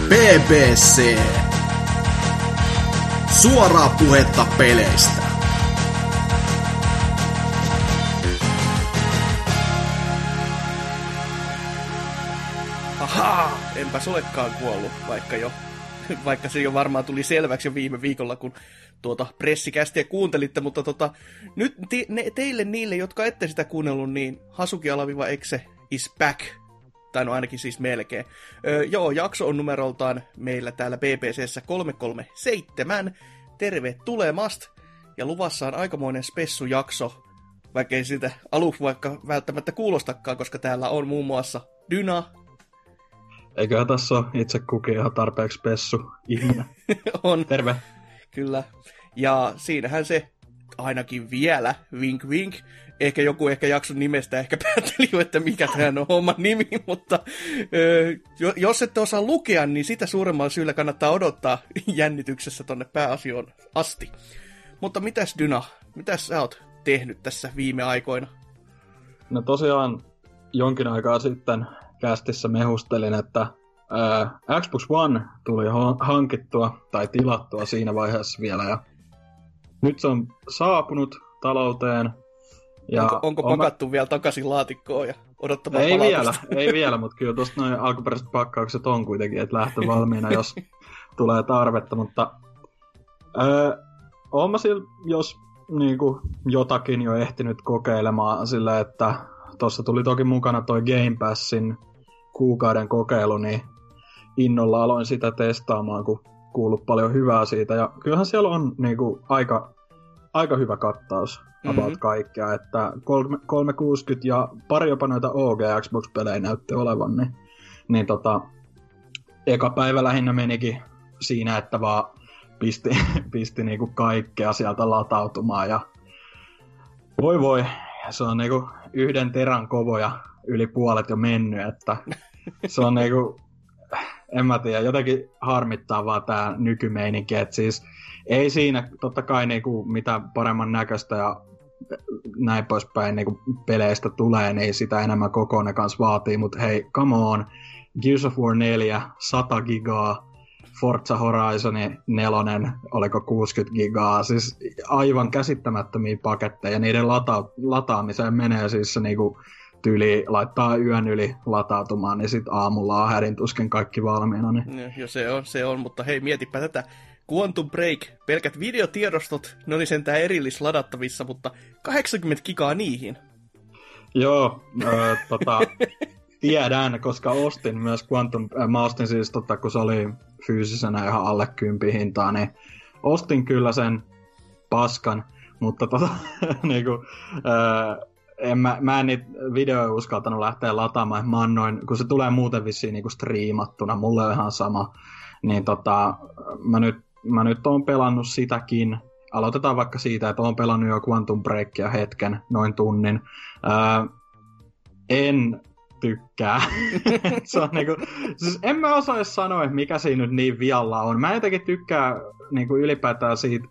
BBC. Suoraa puhetta peleistä. Ahaa, enpäs olekaan kuollut, vaikka se jo varmaan tuli selväksi jo viime viikolla, kun pressikästiä kuuntelitte, mutta nyt teille niille, jotka ette sitä kuunnellut, niin Hasuki-Exe is back. Tai no ainakin siis melkein. Jakso on numeroltaan meillä täällä BBC:ssä 337. Tervetulemast! Ja luvassa on aikamoinen spessujakso, vaikka ei sitä aluksi vaikka välttämättä kuulostakaan, koska täällä on muun muassa Dyna. Eiköhän tässä ole itse kukin ihan tarpeeksi spessu ihminen. On. Terve. Kyllä. Ja siinähän se ainakin vielä, wink wink, joku jakson nimestä ehkä päätteli jo, että mikä tähän on homman nimi, mutta jos ette osaa lukea, niin sitä suuremmalla syyllä kannattaa odottaa jännityksessä tonne pääasioon asti. Mutta mitäs Dyna, mitäs sä oot tehnyt tässä viime aikoina? No tosiaan jonkin aikaa sitten kästissä mehustelin, että Xbox One tuli hankittua tai tilattua siinä vaiheessa vielä ja nyt se on saapunut talouteen. Ja onko pakattu vielä takaisin laatikkoon ja odottamaan ei palautusta? Ei vielä, mutta kyllä tuosta noin alkuperäiset pakkaukset on kuitenkin, että lähtö valmiina, jos tulee tarvetta, mutta oon mä jos niinku jotakin jo ehtinyt kokeilemaan sillä, että tuossa tuli toki mukana toi Game Passin kuukauden kokeilu, niin innolla aloin sitä testaamaan, kun kuullut paljon hyvää siitä. Ja kyllähän siellä on niinku aika hyvä kattaus about kaikkea, että 360 ja pari jopa noita OG Xbox-pelejä näytti olevan, niin eka päivä lähinnä menikin siinä, että vaan pisti niinku kaikkea sieltä latautumaan ja voi, se on niinku 1 teran kovoja yli puolet jo mennyt, että se on niinku, en mä tiedä, jotenkin harmittaa vaan tää nykymeininki, että siis ei siinä totta kai niinku mitä paremman näköistä ja näin poispäin niinku peleistä tulee, niin sitä enemmän kokoinen kanssa vaatii, mutta hei, come on, Gears of War 4, 100 gigaa, Forza Horizon 4, oliko 60 gigaa, siis aivan käsittämättömiä paketteja, niiden lataamiseen menee siis se niinku tyyli laittaa yön yli latautumaan, niin sit aamulla on hädin tuskin kaikki valmiina. Niin. Jo, se on, mutta hei, mietipä tätä. Quantum Break, pelkät videotiedostot, ne oli sentään erillisladattavissa, mutta 80 gigaa niihin. Joo, tiedän, koska ostin myös mä ostin siis, kun se oli fyysisenä ihan alle 10 hintaa, niin ostin kyllä sen paskan, mutta niinku, mä en niitä videoja uskaltanut lähteä lataamaan, mä annoin, kun se tulee muuten vissiin niinku striimattuna, mulle on ihan sama, niin mä nyt oon pelannut sitäkin. Aloitetaan vaikka siitä, että oon pelannut jo Quantum Breakia hetken, noin tunnin. En tykkää. Se on niinku, siis en mä osaa edes sanoa, mikä siinä nyt niin vialla on. Mä jotenkin tykkää niinku ylipäätään siitä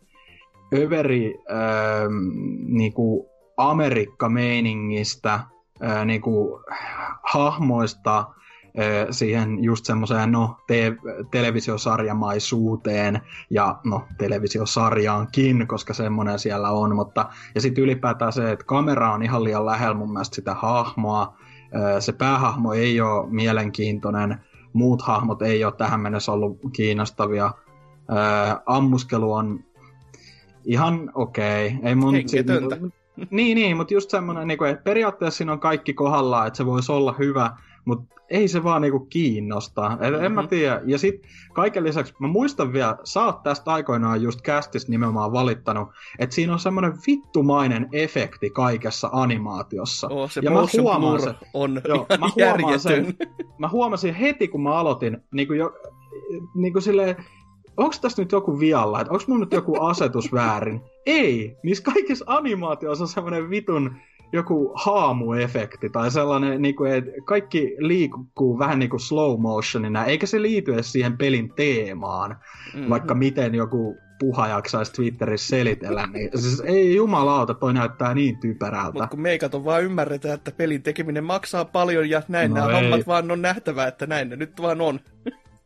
niinku Amerikka-meiningistä, niinku hahmoista, siihen just semmoiseen televisiosarjamaisuuteen ja televisiosarjaankin, koska semmoinen siellä on, mutta ja sitten ylipäätään se, että kamera on ihan liian lähellä mun mielestä sitä hahmoa, se päähahmo ei ole mielenkiintoinen, muut hahmot ei ole tähän mennessä ollut kiinnostavia, ammuskelu on ihan okei. Ei mun niin, mutta just semmoinen, että periaatteessa siinä on kaikki kohdallaan, että se voisi olla hyvä, mutta ei se vaan niinku kiinnosta. En mä tiedä. Ja sit kaiken lisäksi, mä muistan vielä, sä oot tästä aikoinaan just Castista nimenomaan valittanut, että siinä on semmoinen vittumainen efekti kaikessa animaatiossa. Se ja motion blur on ihan järjetön. Mä huomasin heti, kun mä aloitin, niinku silleen, onks tässä nyt joku vialla? Onks mun nyt joku asetus väärin? Ei! Niissä kaikissa animaatioissa on semmoinen vitun joku haamuefekti tai sellainen, niinku, että kaikki liikkuu vähän niinku slow motionina, eikä se liity edes siihen pelin teemaan, vaikka miten joku puha jaksaisi Twitterissä selitellä, niin siis ei jumalauta, toi näyttää niin typerältä. Mutta kun meikat on vaan ymmärretään, että pelin tekeminen maksaa paljon ja näin nämä hommat vaan on nähtävää, että näin ne nyt vaan on.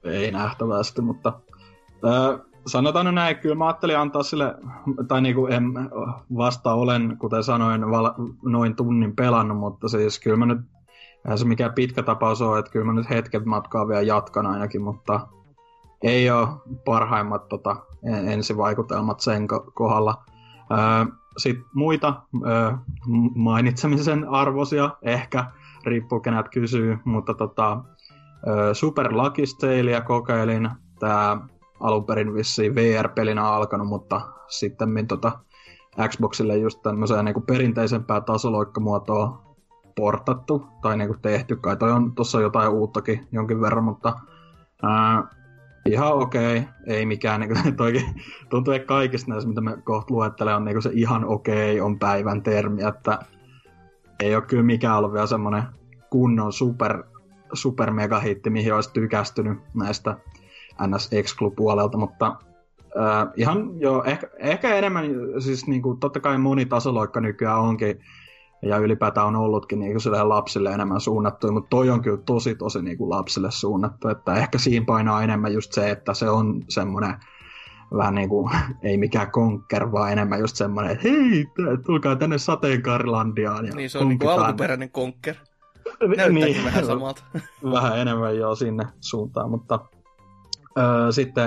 ei nähtävästi, mutta sanotaan nyt näin, kyllä mä ajattelin antaa sille, tai niinku en vasta olen, kuten sanoin, noin tunnin pelannut, mutta siis kyllä mä nyt, eihän se mikään pitkä tapaus ole, että kyllä mä nyt hetken matkaa vielä jatkan ainakin, mutta ei ole parhaimmat ensivaikutelmat sen kohdalla. Sitten muita mainitsemisen arvoisia, ehkä, riippuu kenät kysyy, mutta Super Lucky Taleä kokeilin, tää alun perin vissiin VR-pelinä alkanut, mutta sitten Xboxille just tämmöiseen niinku perinteisempää tasoloikkamuotoa portattu, tai niinku tehty, kai toi on tossa jotain uuttakin jonkin verran, mutta ihan okei, ei mikään, niinku, toikin tuntuu, että kaikista näissä, mitä me kohta luettelen, on niinku se ihan okei, on päivän termi, että ei ole kyllä mikään ollut vielä semmonen kunnon super megahitti, mihin olisi tykästynyt näistä NS-Exclu-puolelta, mutta ihan joo, ehkä enemmän, siis niinku, totta kai moni tasoloikka nykyään onkin, ja ylipäätään on ollutkin niinku lapsille enemmän suunnattu, mutta toi on kyllä tosi niinku lapsille suunnattu, että ehkä siinä painaa enemmän just se, että se on semmoinen vähän niinku, ei mikään Conker, vaan enemmän just semmoinen, että hei, tulkaa tänne Sateenkaarilandiaan. Niin, se on niinku alkuperäinen Conker. Näyttääkin niin, vähän samalta. Vähän enemmän joo sinne suuntaan, mutta sitten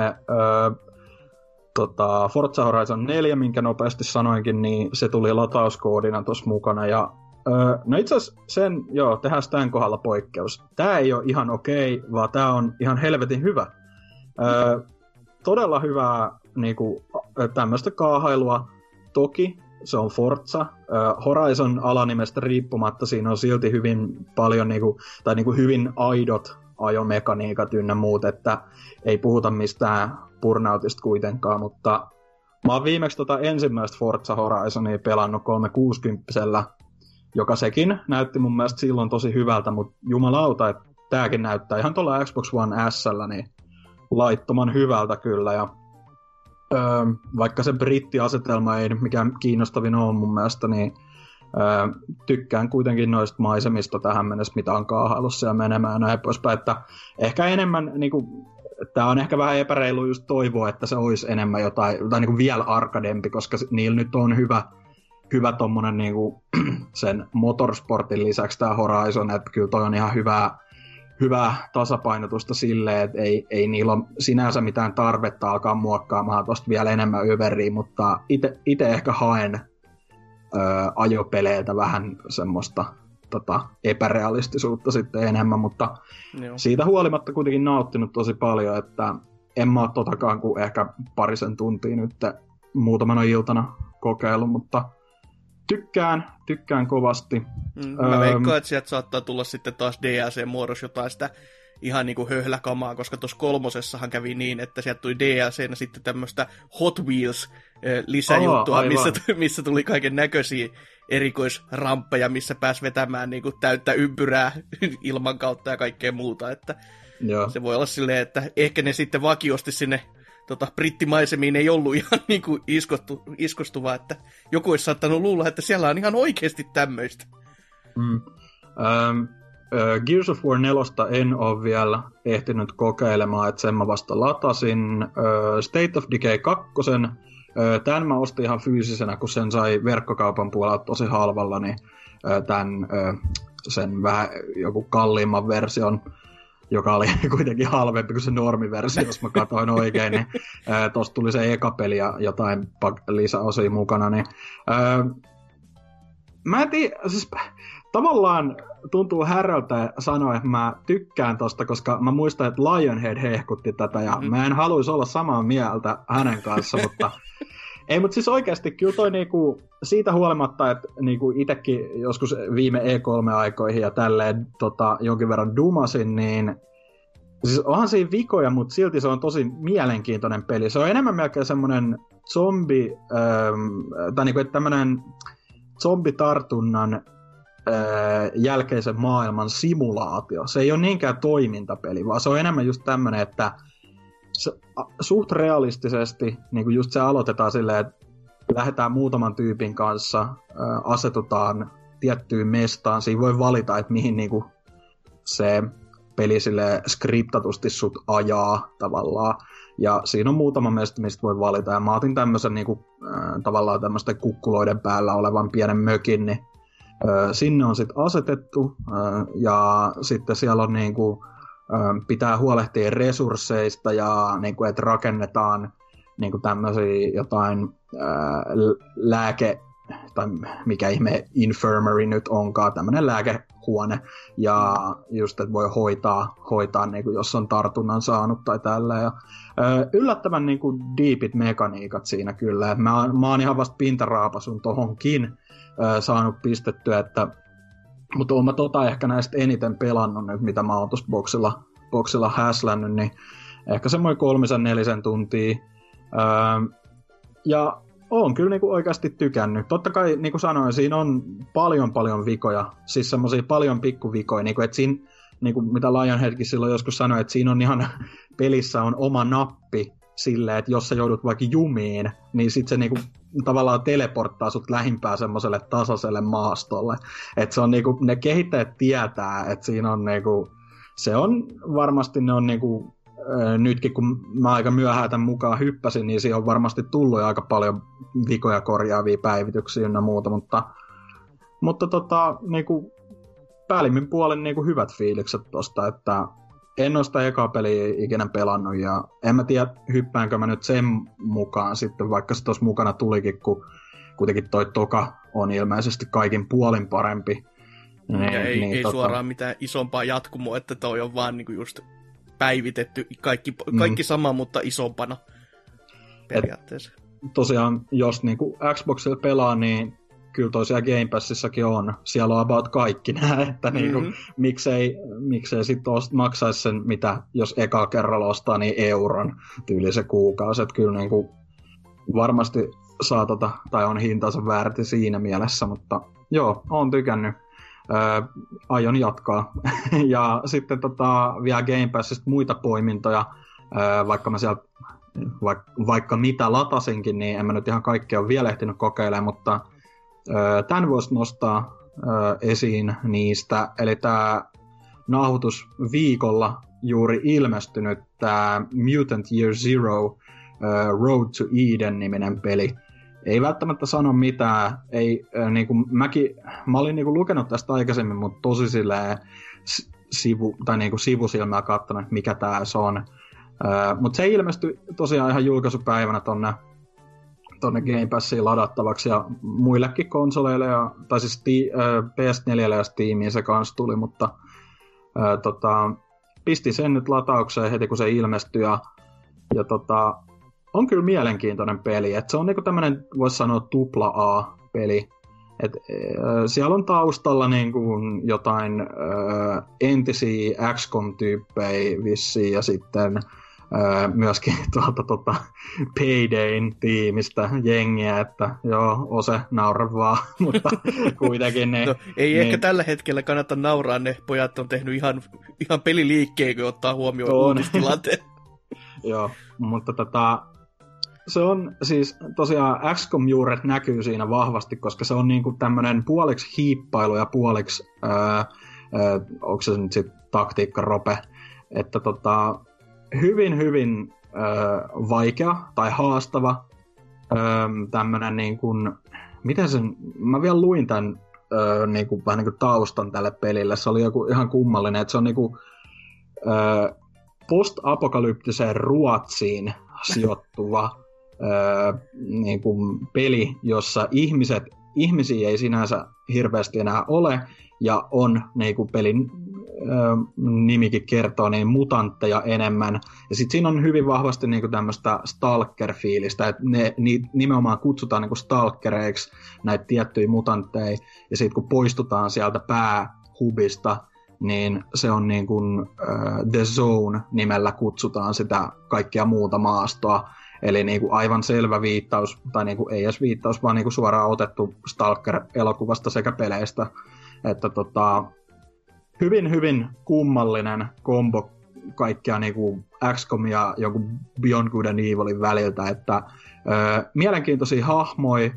Forza Horizon 4, minkä nopeasti sanoinkin, niin se tuli latauskoodina tuossa mukana. Ja, no itse asiassa sen, joo, tehdään tämän kohdalla poikkeus. Tää ei ole ihan okei, vaan tää on ihan helvetin hyvä. Todella hyvää niinku, tämmöistä kaahailua. Toki se on Forza. Horizon alanimestä riippumatta siinä on silti hyvin paljon, niinku, tai niinku hyvin aidot ajomekaniikat ynnä muut, että ei puhuta mistään burnoutista kuitenkaan, mutta mä oon viimeksi ensimmäistä Forza Horizonia pelannut 360-sellä, joka sekin näytti mun mielestä silloin tosi hyvältä, mutta jumalauta, että tääkin näyttää ihan tuolla Xbox One S:llä niin laittoman hyvältä kyllä, ja vaikka se brittiasetelma ei nyt mikään kiinnostavin ole mun mielestä, niin tykkään kuitenkin noista maisemista tähän mennessä, mitä on kaahailussa ja menemään ja näin poispäin, että ehkä enemmän, niinku, tää on ehkä vähän epäreilu just toivoa, että se olisi enemmän jotain, tai niinku vielä arkadempi, koska niillä nyt on hyvä tommonen niinku, sen motorsportin lisäksi tää Horizon, että kyllä toi on ihan hyvää tasapainotusta silleen, että ei niillä ole sinänsä mitään tarvetta alkaa muokkaamaan tosta vielä enemmän överiä, mutta itse ehkä haen ajopeleiltä vähän semmoista epärealistisuutta sitten enemmän, mutta joo. Siitä huolimatta kuitenkin nauttinut tosi paljon, että en mä oo kuin ehkä parisen tuntia nyt muutamana iltana kokeillut, mutta tykkään kovasti. Mä veikkaan, että sieltä saattaa tulla sitten taas DLC-muodossa jotain sitä ihan niinku höhläkamaa, koska tuossa 3:ssahan kävi niin, että sieltä tuli DLC:nä sitten tämmöistä Hot Wheels-lisäjuttua, missä tuli kaiken näköisiä erikoisramppeja, missä pääsi vetämään niinku täyttä ympyrää ilman kautta ja kaikkea muuta, että joo. Se voi olla silleen, että ehkä ne sitten vakiosti sinne brittimaisemiin ei ollut ihan niinku iskostuvaa, että joku olisi saattanut luulla, että siellä on ihan oikeasti tämmöistä. Gears of War 4 en ole vielä ehtinyt kokeilemaan, että sen mä vasta latasin. State of Decay 2, tämän mä ostin ihan fyysisenä, kun sen sai verkkokaupan puolella tosi halvalla, niin sen vähän joku kalliimman version, joka oli kuitenkin halvempi kuin se normiversio, jos mä katsoin oikein, niin tosta tuli se eka peli ja jotain lisäosia mukana, niin mä en tiedä, siis tavallaan tuntuu häröltä sanoa, että mä tykkään tosta, koska mä muistan, että Lionhead hehkutti tätä, ja mä en haluaisi olla samaa mieltä hänen kanssa, mutta ei, mutta siis oikeasti kyllä toi niinku, siitä huolimatta, että niinku itsekin joskus viime E3-aikoihin ja tälleen jonkin verran dumasin, niin siis onhan siinä vikoja, mutta silti se on tosi mielenkiintoinen peli. Se on enemmän melkein semmoinen tai niinku tämmönen zombitartunnan jälkeisen maailman simulaatio. Se ei ole niinkään toimintapeli, vaan se on enemmän just tämmönen, että se, suht realistisesti niin just se aloitetaan silleen, että lähdetään muutaman tyypin kanssa, asetutaan tiettyyn mestaan. Siinä voi valita, että mihin niin se peli silleen skriptatusti sut ajaa tavallaan. Ja siinä on muutama mesta, mistä voi valita. Ja mä otin tämmöisen niinku, tavallaan tämmöisten kukkuloiden päällä olevan pienen mökin, niin sinne on sitten asetettu. Ja sitten siellä on niinku, pitää huolehtia resursseista ja niinku, että rakennetaan niinku tämmöisiä jotain lääke, tai mikä ihme infirmary nyt onkaan, tämmöinen lääkehuone, ja just, että voi hoitaa niin kuin jos on tartunnan saanut tai tällä. Ja, yllättävän niin kuin deepit mekaniikat siinä kyllä. Mä oon ihan vasta pintaraapasun tohonkin saanut pistettyä, mutta oon mä ehkä näistä eniten pelannut nyt, mitä mä oon tuossa boksilla häslännyt, niin ehkä semmoinen 3-4 tuntia. Ja oon kyllä niinku oikeasti tykännyt. Totta kai, niin kuin sanoin, siinä on paljon vikoja. Siis semmosia paljon pikkuvikoja. Niinku, että siinä, niinku, mitä Lionheadkin silloin joskus sanoi, että siinä on ihan pelissä on oma nappi silleen, että jos sä joudut vaikka jumiin, niin sit se niinku, tavallaan teleporttaa sut lähimpään semmoiselle tasaiselle maastolle. Että se on niinku, ne kehittäjät tietää, että siinä on niinku, se on varmasti ne on niinku, nytkin kun mä aika myöhään tämän mukaan hyppäsin, niin siinä on varmasti tullut aika paljon vikoja korjaavia päivityksiä ynnä muuta, mutta niinku, päällimmin puolin niinku hyvät fiilikset tosta, että en ole sitä ekaa peliä ikinä pelannut ja en mä tiedä hyppäänkö mä nyt sen mukaan sitten, vaikka se tuossa mukana tulikin, kun kuitenkin toi toka on ilmeisesti kaikin puolin parempi. Ja ei suoraan mitään isompaa jatkumoa, että toi on vaan niinku just päivitetty, kaikki sama, mutta isompana periaatteessa. Tosiaan, jos niinku Xboxilla pelaa, niin kyllä tosiaan Game Passissakin on. Siellä on about kaikki nämä, että niinku, miksei sitten maksaisi sen, mitä jos eka kerralla ostaa, niin euron tyyli se kuukausi. Että kyllä niinku, varmasti saa tai on hintansa väärti siinä mielessä, mutta joo, oon tykännyt. Aion jatkaa. Ja sitten vielä Game Passista muita poimintoja, vaikka mä sieltä vaikka mitä latasinkin, niin en mä nyt ihan kaikkea ole vielä ehtinyt kokeilemaan, mutta tämän voisi nostaa esiin niistä. Eli tämä nauhoitus viikolla juuri ilmestynyt tämä Mutant Year Zero Road to Eden-niminen peli. Ei välttämättä sano mitään. Ei, niinku, mä olin niinku lukenut tästä aikaisemmin, mutta tosi silleen niinku sivusilmää katsonut, että mikä tää se on. Mutta se ilmestyi tosiaan ihan julkaisupäivänä tonne Game Passiin ladattavaksi ja muillekin konsoleille, tai siis PS4 ja Steamiin se kanssa tuli, mutta pisti sen nyt lataukseen heti kun se ilmestyi ja on kyllä mielenkiintoinen peli, että se on niinku tämmönen, voisi sanoa tupla A-peli. Siellä on taustalla niinku jotain entisiä XCOM-tyyppejä vissiin ja sitten myöskin Paydayn tiimistä jengiä, että joo, Ose naura vaan, mutta kuitenkin ne... No, ei ehkä tällä hetkellä kannata nauraa, ne pojat on tehnyt ihan peliliikkeen, kun ottaa huomioon uutistilanteen. Joo, mutta se on siis tosiaan XCOM-juuret näkyy siinä vahvasti, koska se on niinku tämmönen puoliksi hiippailu ja puoliksi, onko se nyt sit taktiikkarope, että hyvin vaikea tai haastava tämmönen niinku, miten sen, mä vielä luin tän niinku, vähän niinku taustan tälle pelille, se oli joku ihan kummallinen, että se on niinku post-apokalyptiseen Ruotsiin sijoittuva niin kuin peli, jossa ihmisiä ei sinänsä hirveästi enää ole, ja on, niin kuin pelin nimikin kertoo, niin mutantteja enemmän. Ja sitten siinä on hyvin vahvasti niin kuin tämmöistä stalker-fiilistä, että ne nimenomaan kutsutaan niin kuin stalkereiksi näitä tiettyjä mutantteja, ja sitten kun poistutaan sieltä päähubista, niin se on niin kuin The Zone nimellä kutsutaan sitä kaikkia muuta maastoa. Eli niin kuin aivan selvä viittaus, tai niin kuin ei edes viittaus, vaan niin kuin suoraan otettu Stalker-elokuvasta sekä peleistä. Että hyvin kummallinen kombo kaikkea niin kuin XCOM ja jonkun Beyond Good and Evilin väliltä. Että mielenkiintoisia hahmoja,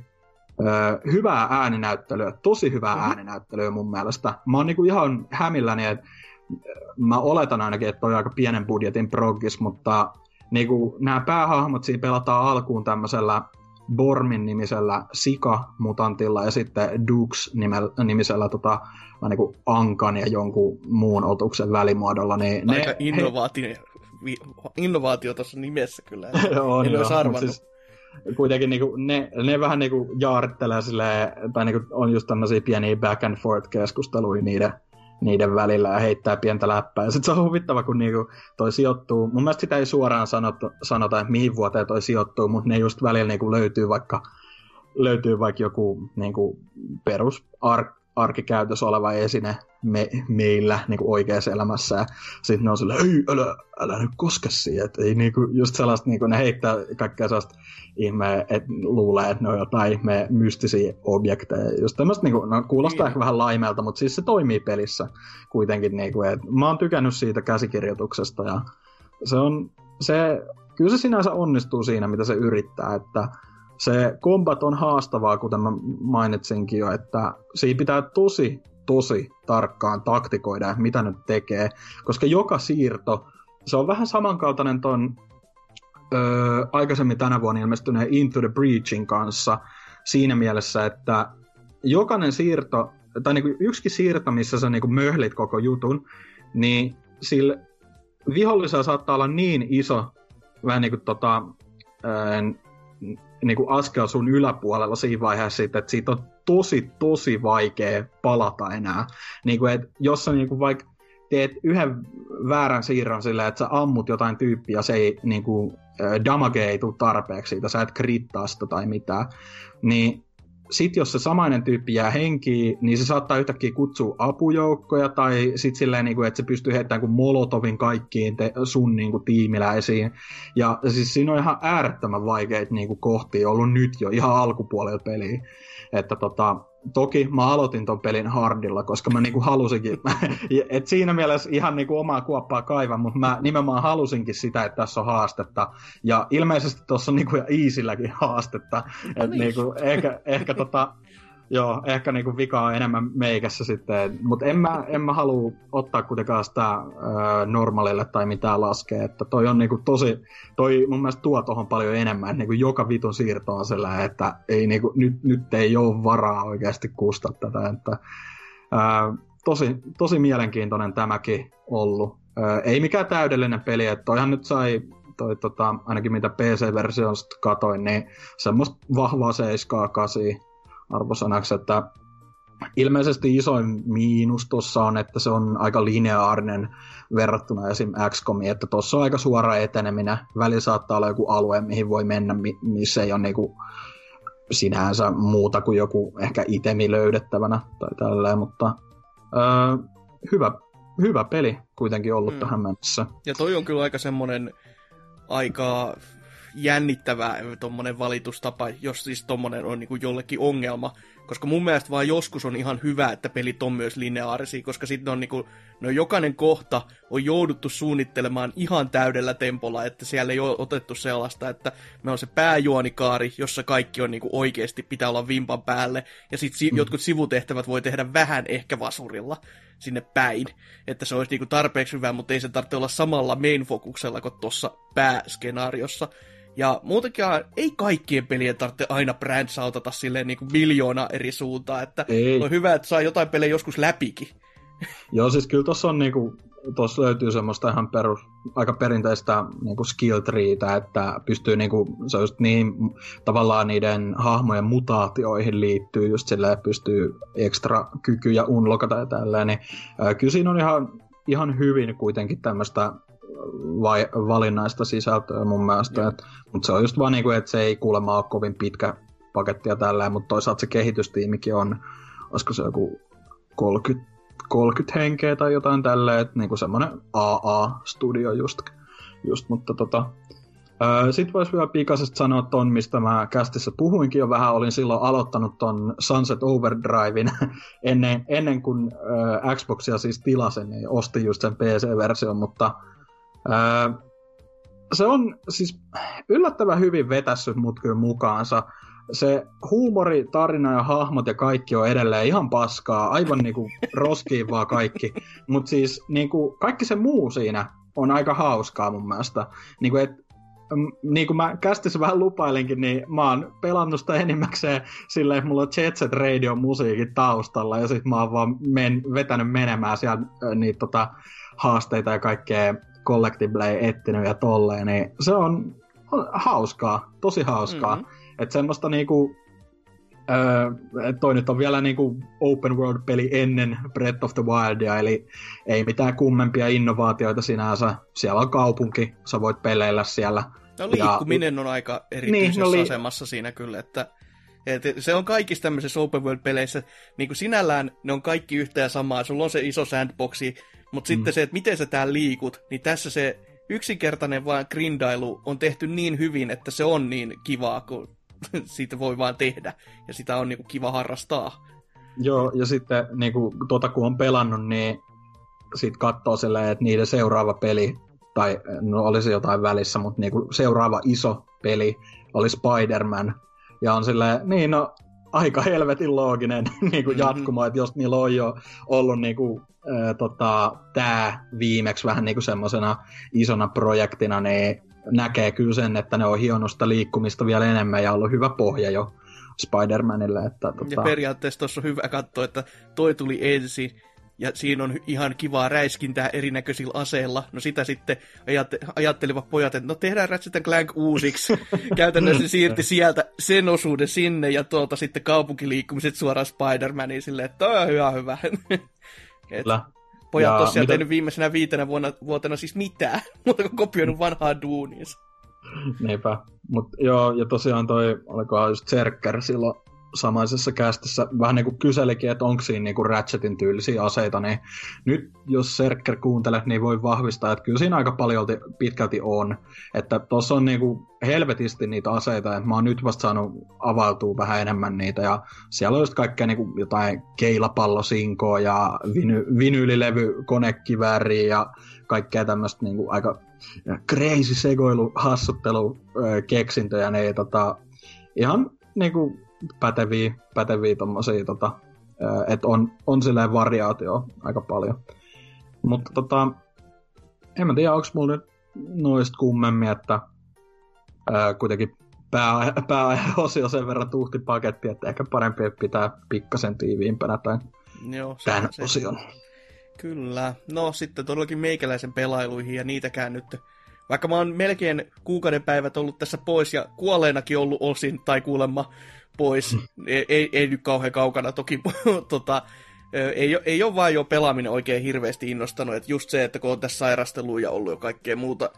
hyvää ääninäyttelyä, tosi hyvää ääninäyttelyä mun mielestä. Mä oon niin kuin ihan hämilläni, että mä oletan ainakin, että toi on aika pienen budjetin proggis, mutta niinku, nämä päähahmot siinä pelataan alkuun tämmöisellä Bormin nimisellä Sika-mutantilla ja sitten Dux nimisellä niinku Ankan ja jonkun muun otuksen välimuodolla. Niin aika innovaatio tuossa nimessä kyllä. On, en olisi arvannut. Siis, kuitenkin niinku, ne vähän niinku jaarittelee silleen, tai niinku on just tämmöisiä pieniä back and forth keskusteluja niiden välillä ja heittää pientä läppää. Ja sit se on huvittava, kun niinku toi sijoittuu, mun mielestä sitä ei suoraan sanota, että mihin vuoteen toi sijoittuu, mutta ne just välillä niinku löytyy vaikka joku niinku perus arkikäytössä oleva esine meillä niinku oikeassa elämässä. Ja sitten ne on silleen, ei, älä nyt koske siihen. Et ei niinku, just sellaista, niinku, ne heittää kaikkea sellaista ihmeä, että luulee, että ne on jotain ihmeä mystisiä objekteja. Just tämmöistä, niinku, no, kuulostaa ehkä vähän laimeelta, mutta siis se toimii pelissä kuitenkin. Niinku, mä oon tykännyt siitä käsikirjoituksesta ja kyllä se sinänsä onnistuu siinä, mitä se yrittää, että se combat on haastavaa, kuten mä mainitsinkin jo, että siinä pitää tosi tarkkaan taktikoida, mitä nyt tekee, koska joka siirto, se on vähän samankaltainen ton aikaisemmin tänä vuonna ilmestyneen Into the Breachin kanssa siinä mielessä, että jokainen siirto, tai niinku yksikin siirto, missä sä niinku möhlit koko jutun, niin sillä vihollisella saattaa olla niin iso, vähän niinku niinku askel sun yläpuolella siinä vaiheessa, että siitä on tosi vaikea palata enää. Niinku, et jos sä niinku vaikka teet yhden väärän siirron silleen, että sä ammut jotain tyyppiä ja se ei niinku damage ei tule tarpeeksi siitä, sä et krittaa sitä tai mitään, niin sit jos se samainen tyyppi jää henkiin, niin se saattaa yhtäkkiä kutsua apujoukkoja, tai sit silleen, niin kuin, että se pystyy heittämään kuin molotovin kaikkiin sun niin kuin, tiimiläisiin. Ja siis siinä on ihan äärettömän vaikeita niin kuin, kohtia ollut nyt jo ihan alkupuolella peliä. Että toki mä aloitin ton pelin hardilla, koska mä niinku halusinkin, et siinä mielessä ihan niinku omaa kuoppaa kaivan, mutta mä nimenomaan halusinkin sitä, että tässä on haastetta. Ja ilmeisesti tuossa on niinku easylläkin haastetta. Et niinku, ehkä niinku vika on enemmän meikässä sitten. Mutta en mä halua ottaa kuitenkaan sitä normaalille tai mitään laskea. Että toi on niinku toi mun mielestä tuo tohon paljon enemmän. Niinku joka vitun siirto on sellainen, että ei niinku, nyt ei ole varaa oikeasti kustaa tätä. Että, tosi mielenkiintoinen tämäkin ollut. Ei mikään täydellinen peli, että toihan nyt sai ainakin mitä PC-versiosta katoin, niin semmoista vahvaa 7-8 arvosanaksi, että ilmeisesti isoin miinus tuossa on, että se on aika lineaarinen verrattuna esim. XCOMiin, että tuossa on aika suora eteneminen. Välillä saattaa olla joku alue, mihin voi mennä, missä ei ole niinku sinänsä muuta kuin joku ehkä itemi löydettävänä tai tälleen, mutta hyvä peli kuitenkin ollut tähän mennessä. Ja toi on kyllä aika semmonen aika jännittävä tommonen valitustapa, jos siis tommonen on niinku jollekin ongelma, koska mun mielestä vaan joskus on ihan hyvä, että pelit on myös lineaarisia, koska sitten on niinku, no jokainen kohta on jouduttu suunnittelemaan ihan täydellä tempolla, että siellä ei ole otettu sellaista, että me on se pääjuonikaari, jossa kaikki on niinku oikeasti pitää olla vimpan päälle, ja sitten jotkut sivutehtävät voi tehdä vähän ehkä vasurilla sinne päin, että se olisi niinku tarpeeksi hyvä, mutta ei se tarvitse olla samalla main-fokuksella kuin tuossa pääskenaariossa. Ja muutenkaan ei kaikkien pelien tarvitse aina brandsautata silleen niin kuin miljoona eri suuntaa, että ei. On hyvä, että saa jotain pelejä joskus läpikin. Joo, siis kyllä tuossa löytyy semmoista ihan aika perinteistä niinku skill treetä, että pystyy niinku, se on just niin tavallaan niiden hahmojen mutaatioihin liittyy just silleen, että pystyy ekstra kykyjä unlockata ja tälleen, niin kyllä siinä on ihan hyvin kuitenkin tämmöistä valinnaista sisältöä mun mielestä, mutta se on just vaan niinku, että se ei kuulemma ole kovin pitkä paketti ja tälleen, mutta toisaalta se kehitystiimikin on, olisiko se joku 30 henkeä tai jotain tälleen, että niinku semmoinen AA-studio just mutta sit vois vielä pikaisesti sanoa ton, mistä mä kästissä puhuinkin jo vähän, olin silloin aloittanut ton Sunset Overdriven ennen kuin Xboxia siis tilasin, niin ostin just sen PC-version, mutta se on siis yllättävän hyvin vetässyt mut kyllä mukaansa. se huumori, tarina ja hahmot ja kaikki on edelleen ihan paskaa, aivan niinku roskiin vaan kaikki. Mut siis niinku kaikki se muu siinä on aika hauskaa mun mielestä. Niin kuin mä kästissä vähän lupailinkin, niin mä oon pelannut sitä enimmäkseen silleen, että mulla on Jet Set Radio musiikin taustalla, ja sit mä oon vaan vetänyt menemään siellä niitä haasteita ja kaikkea collectibleja etsinyt ja tolleen, niin se on hauskaa, tosi hauskaa. Mm-hmm. Että semmoista niinku, toi nyt on vielä niinku open world-peli ennen Breath of the Wildia, eli ei mitään kummempia innovaatioita sinänsä. Siellä on kaupunki, sä voit peleillä siellä. No liikkuminen on aika erityisessä asemassa siinä kyllä, että se on kaikissa tämmöisissä open world-peleissä, niin kuin sinällään ne on kaikki yhtä ja samaa, sulla on se iso sandboxi, mutta sitten se, että miten sä täällä liikut, niin tässä se yksinkertainen vaan grindailu on tehty niin hyvin, että se on niin kivaa, kun siitä voi vaan tehdä, ja sitä on niinku kiva harrastaa. Joo, ja sitten niinku, kun on pelannut, niin sit katsoo silleen, että niiden seuraava peli, tai no olisi jotain välissä, mutta niinku seuraava iso peli oli Spider-Man, ja on silleen, niin no, aika helvetin looginen niinku jatkumo, että jos niillä on jo ollut niinku, tää viimeksi vähän niinku semmosena isona projektina, niin näkee kyllä sen, että ne on hionnut sitä liikkumista vielä enemmän ja ollut hyvä pohja jo Spider-Manille. Ja periaatteessa tuossa on hyvä katsoa, että toi tuli ensin ja siinä on ihan kivaa räiskintää erinäköisillä aseilla. No sitä sitten ajattelivat pojat, että no tehdään Ratchet & Clank uusiksi. Käytännössä siirti sieltä sen osuuden sinne ja tuolta sitten kaupunkiliikkumiset suoraan Spider-Maniin silleen, että toi on hyvä. Pojat tosiaan tehnyt viimeisenä 5 vuotena siis mitään, mutta kun kopioinut vanhaa duuniinsa. Niinpä. Mut joo, ja tosiaan toi, olikohan just Zerker silloin samaisessa kästissä vähän niinku kyselikin, että onko siinä niinku Ratchetin tyylisiä aseita, niin nyt jos Zerker kuuntelet, niin voi vahvistaa, että kyllä siinä aika paljon pitkälti on. Että tossa on niinku helvetisti niitä aseita, että mä oon nyt vasta saanut avautua vähän enemmän niitä, ja siellä on just kaikkea niinku jotain keilapallosinkoa ja vinyylilevy konekivääriä ja kaikkea tämmöistä niinku aika crazy segoilu, hassuttelu keksintöjä, niin ihan niinku päteviä tommosia, että on silleen variaatio aika paljon. Mutta en mä tiedä, onko mulla nyt noista kummemmin, että kuitenkin pääosio sen verran tuhti paketti, että ehkä parempi pitää pikkasen tiiviimpänä tämän osion. Kyllä. No sitten todellakin meikäläisen pelailuihin ja niitäkään nyt. Vaikka mä oon melkein kuukauden päivät ollut tässä pois ja kuolleenakin ollut osin, tai kuulemma pois, ei nyt kauhean kaukana toki, ei ole vaan jo pelaaminen oikein hirveästi innostanut, että just se, että kun on tässä sairastellut ja ollut jo kaikkea muuta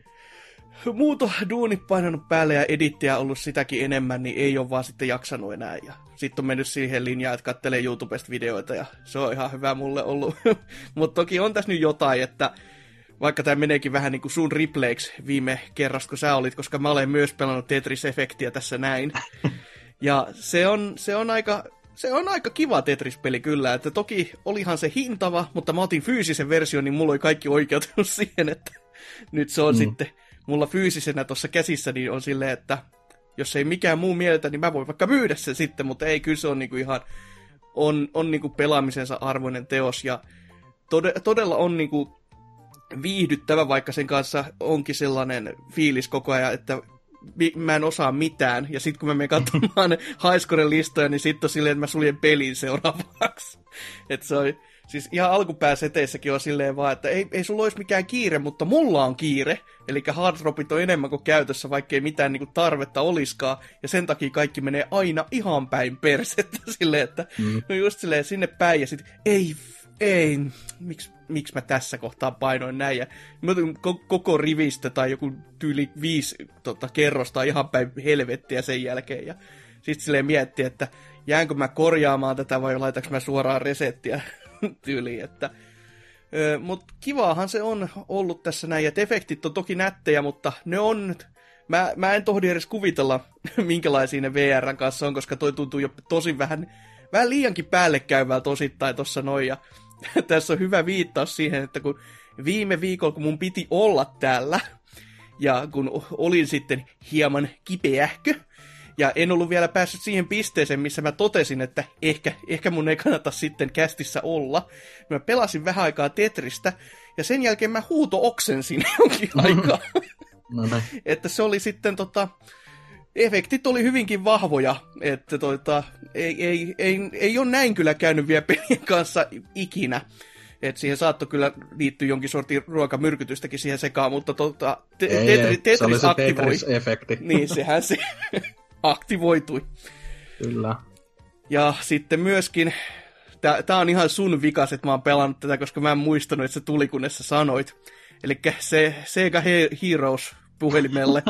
duunit painanut päälle ja edittiä ollut sitäkin enemmän, niin ei ole vaan sitten jaksanut enää. Ja sitten on mennyt siihen linjaan, että kattelee YouTubesta videoita ja se on ihan hyvä mulle ollut. Mutta toki on tässä nyt jotain, että vaikka tämä meneekin vähän niin kuin sun replayksi viime kerrasta, kun sä olit, koska mä olen myös pelannut Tetris-efektiä tässä näin. Ja se on aika kiva Tetris-peli kyllä, että toki olihan se hintava, mutta mä otin fyysisen version, niin mulla oli kaikki oikeutunut siihen, että nyt se on sitten mulla fyysisenä tuossa käsissä, niin on silleen, että jos ei mikään muu mieltä, niin mä voin vaikka myydä sen sitten, mutta ei, kyllä se on niinku ihan, on niinku pelaamisensa arvoinen teos, ja todella on niinku viihdyttävä, vaikka sen kanssa onkin sellainen fiilis koko ajan, että mä en osaa mitään, ja sitten kun mä menen katsomaan highscoren listoja, niin sitten on silleen, että mä suljen pelin seuraavaksi. Että se on, siis ihan alkupääseteissäkin on silleen vaan, että ei sulla olisi mikään kiire, mutta mulla on kiire, eli harddropit on enemmän kuin käytössä, vaikka ei mitään niinku tarvetta olisikaan, ja sen takia kaikki menee aina ihan päin persettä silleen, että no just silleen sinne päin, ja sitten ei, miksi mä tässä kohtaa painoin näin, ja mä otin koko rivistä tai joku tyyli 5 kerrosta ihan päin helvettiä sen jälkeen, ja sitten silleen miettii, että jäänkö mä korjaamaan tätä vai laitanko mä suoraan resettiä tyyliin, että mutta kivaahan se on ollut tässä näin, ja efektit on toki nättejä, mutta ne on nyt, mä en tohdi edes kuvitella, minkälaisia ne VR:n kanssa on, koska toi tuntuu jo tosi vähän liiankin päällekkäyvää tosittain tossa noin, ja tässä on hyvä viittaus siihen, että kun viime viikolla, kun mun piti olla täällä, ja kun olin sitten hieman kipeähkö, Ja en ollut vielä päässyt siihen pisteeseen, missä mä totesin, että ehkä mun ei kannata sitten kästissä olla. Mä pelasin vähän aikaa Tetristä, ja sen jälkeen mä huuto-oksensin jonkin aikaa. No niin. Että se oli sitten efektit oli hyvinkin vahvoja, että ei ole näin kyllä käynyt vielä pelien kanssa ikinä. Että siihen saattoi kyllä liittyä jonkin sortin ruokamyrkytystäkin siihen sekaan, mutta Tetris se oli se aktivoi. Tetris-efekti. Niin, sehän se aktivoitui. Kyllä. Ja sitten myöskin, tää on ihan sun vikas, että mä oon pelannut tätä, koska mä en muistanut, että se tuli, kunnes sä sanoit. Elikkä se Sega Heroes puhelimelle.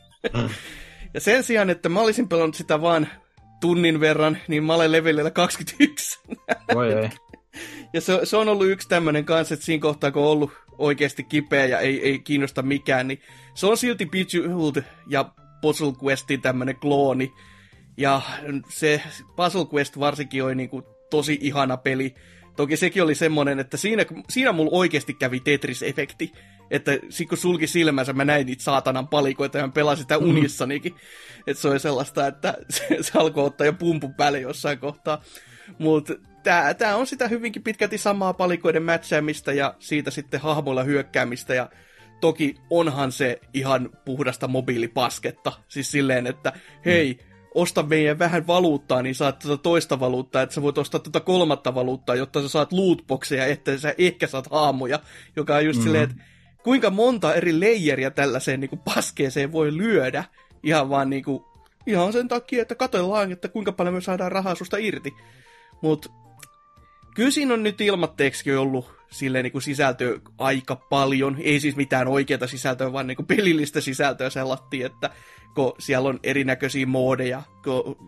Ja sen sijaan, että mä olisin pelannut sitä vaan tunnin verran, niin mä olen levelillä 21. Voi ei. Ja se on ollut yksi tämmönen kanssa, että siinä kohtaa, kun on ollut oikeasti kipeä ja ei kiinnosta mikään, niin se on silti Bejeweled ja Puzzle Questin tämmönen klooni. Ja se Puzzle Quest varsinkin oli niinku tosi ihana peli. Toki sekin oli semmonen, että siinä mulla oikeasti kävi Tetris-efekti. Että kun sulki silmänsä, mä näin niitä saatanan palikoita ja mä pelasin sitä unissanikin. Että se oli sellaista, että se alkoi ottaa jo pumpun päälle jossain kohtaa. Mutta tää on sitä hyvinkin pitkälti samaa palikoiden mätsäämistä ja siitä sitten hahmoilla hyökkäämistä. Ja toki onhan se ihan puhdasta mobiilipasketta. Siis silleen, että hei, osta meidän vähän valuuttaa, niin saat toista valuuttaa, että sä voit ostaa kolmatta valuuttaa, jotta sä saat lootboxeja, että sä ehkä saat haamuja, joka on just silleen, että kuinka monta eri leijeriä tällaiseen niin kuin paskeeseen voi lyödä, ihan vaan niin kuin, ihan sen takia, että katsellaan, että kuinka paljon me saadaan rahaa susta irti. Mutta kyllä siinä on nyt ilmatteeksikin ollut silleen niin kuin sisältöä aika paljon, ei siis mitään oikeaa sisältöä, vaan niin kuin pelillistä sisältöä sellattiin, että kun siellä on erinäköisiä moodeja, kun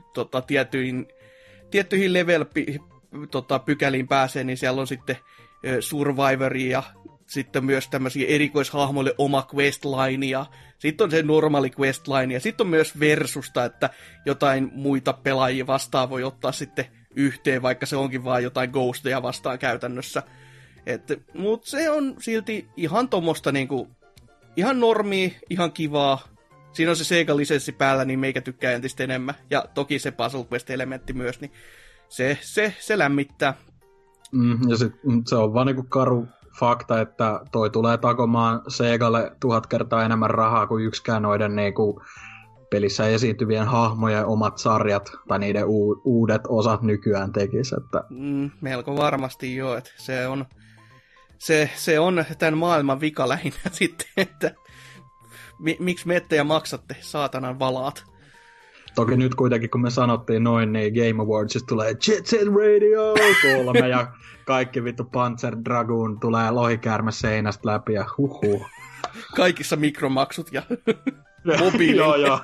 tiettyihin level-pykäliin pääsee, niin siellä on sitten Survivoria ja sitten myös tämmöisiä erikoishahmoille oma questline, ja sitten on se normaali questline, ja sitten on myös versusta, että jotain muita pelaajia vastaan voi ottaa sitten yhteen, vaikka se onkin vaan jotain ghosteja vastaan käytännössä. Mutta se on silti ihan tommoista niinku, ihan normia, ihan kivaa. Siinä on se Sega-lisenssi päällä, niin meikä tykkää entistä enemmän. Ja toki se Puzzle Quest-elementti myös, niin se lämmittää. Ja se on vaan niinku karu fakta, että toi tulee takomaan Segalle 1000 kertaa enemmän rahaa kuin yksikään noiden niinku pelissä esiintyvien hahmojen omat sarjat tai niiden uudet osat nykyään tekisi. Että melko varmasti joo, että se on tämän maailman vika lähinnä sitten, että miksi menette ja maksatte saatanan valaat. Toki nyt kuitenkin, kun me sanottiin noin, niin Game Awardsista tulee Jet Set Radio 3 ja kaikki vittu Panzer Dragoon tulee lohikäärme seinästä läpi ja huhuh. Kaikissa mikromaksut ja mobiili. Joo.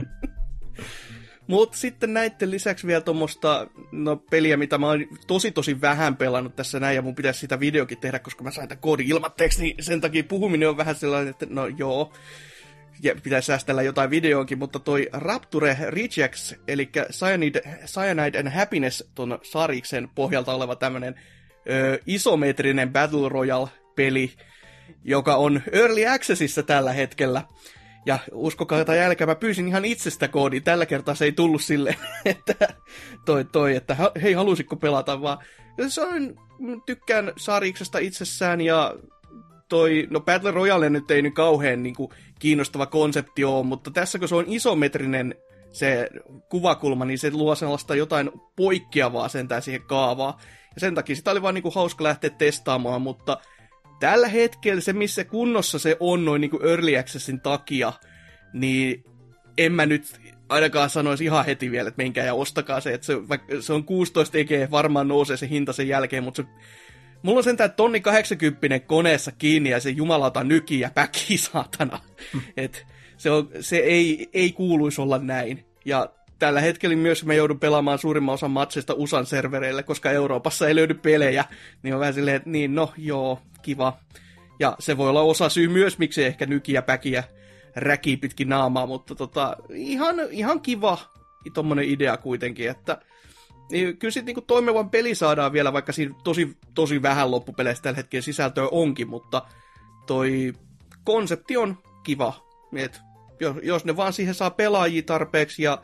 Mutta sitten näitten lisäksi vielä tuommoista peliä, mitä mä oon tosi vähän pelannut tässä näin, ja mun pitäisi sitä videokin tehdä, koska mä sain tämän koodin ilmatteeksi, niin sen takia puhuminen on vähän sellainen, että no joo, ja pitäisi säästellä jotain videoonkin, mutta toi Rapture Rejects, eli Cyanide and Happiness ton sariksen pohjalta oleva tämmönen isometrinen Battle Royale-peli, joka on Early Accessissa tällä hetkellä. Ja uskokaa tai älkää, mä pyysin ihan itsestä koodin. Tällä kertaa se ei tullut silleen, että että hei, halusitko pelata, vaan tykkään sariksesta itsessään, ja Battle Royale nyt ei nyt kauhean niin kuin kiinnostava konsepti ole, mutta tässä kun se on isometrinen se kuvakulma, niin se luo sellaista jotain poikkeavaa sentään siihen kaavaan. Ja sen takia sitä oli vaan niin kuin hauska lähteä testaamaan, mutta tällä hetkellä se, missä kunnossa se on noin niin kuin Early Accessin takia, niin en mä nyt ainakaan sanoisi ihan heti vielä, että menkää ja ostakaa se. Että se on 16 EG, varmaan nousee se hinta sen jälkeen, mutta mulla on sentään 180 koneessa kiinni ja se jumalauta nyki ja päkii saatana. Että se ei kuuluisi olla näin. Ja tällä hetkellä myös mä joudun pelaamaan suurimman osan matseista USAn servereillä, koska Euroopassa ei löydy pelejä. Niin on vähän silleen, että niin, no joo, kiva. Ja se voi olla osa syy myös, miksi ehkä nykiä päkiä räkii pitkin naamaa, mutta ihan kiva tommonen idea kuitenkin, että kyllä sitten niinku toimivan peli saadaan vielä, vaikka siinä tosi vähän loppupeleissä tällä hetkellä sisältöä onkin, mutta toi konsepti on kiva. Et jos ne vaan siihen saa pelaajia tarpeeksi ja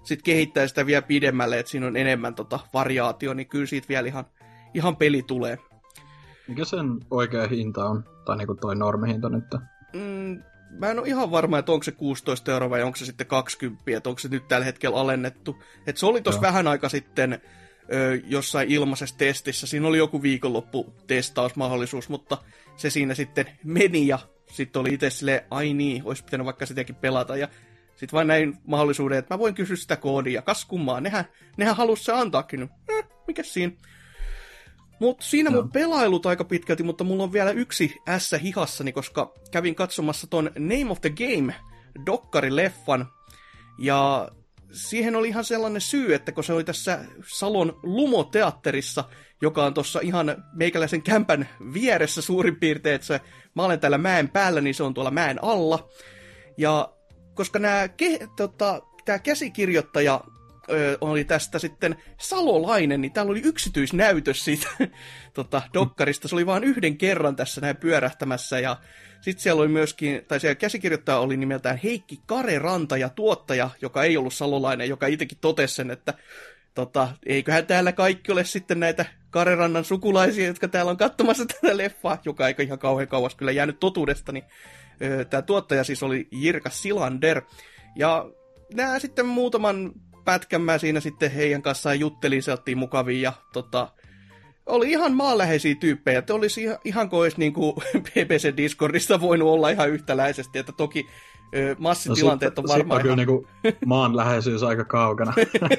sitten kehittää sitä vielä pidemmälle, että siinä on enemmän variaatio, niin kyllä siitä vielä ihan peli tulee. Mikä sen oikea hinta on? Tai niinku toi normihinta nyt? Mä en ole ihan varma, että onko se 16 € vai onko se sitten 20, että onko se nyt tällä hetkellä alennettu. Että se oli tuossa vähän aika sitten jossain ilmaisessa testissä. Siinä oli joku viikonloppu-testausmahdollisuus, mutta se siinä sitten meni ja sitten oli itse silleen, ai niin, olisi pitänyt vaikka sitäkin pelata. Ja sitten vain näin mahdollisuuden, että mä voin kysyä sitä koodia. Kas kummaa, nehän halusi se antaakin. Mikäs siinä? Mutta siinä mun pelailut aika pitkälti, mutta mulla on vielä yksi ässä hihassani, koska kävin katsomassa ton Name of the Game -dokkarileffan. Ja siihen oli ihan sellainen syy, että kun se oli tässä Salon Lumo-teatterissa, joka on tuossa ihan meikäläisen kämpän vieressä suurin piirtein, että mä olen täällä mäen päällä, niin se on tuolla mäen alla. Ja koska tämä käsikirjoittaja oli tästä sitten salolainen, niin täällä oli yksityisnäytös siitä dokkarista. Se oli vain yhden kerran tässä näin pyörähtämässä, ja sitten siellä oli myöskin, tai siellä käsikirjoittaja oli nimeltään Heikki Kareranta ja tuottaja, joka ei ollut salolainen, joka itsekin totesi sen, että eiköhän täällä kaikki ole sitten näitä Karerannan sukulaisia, jotka täällä on katsomassa tätä leffaa, joka ei ihan kauhean kauas kyllä jäänyt totuudesta, niin tämä tuottaja siis oli Jirka Silander, ja nämä sitten muutaman pätkän mä siinä sitten heidän kanssaan juttelin, se oltiin mukavia, ja oli ihan maanläheisiä tyyppejä, että olisi ihan kuin olisi niin kuin BBC Discordissa voinut olla ihan yhtäläisesti, että toki massitilanteet on varmaan ihan... Kyllä niin maanläheisyys aika kaukana.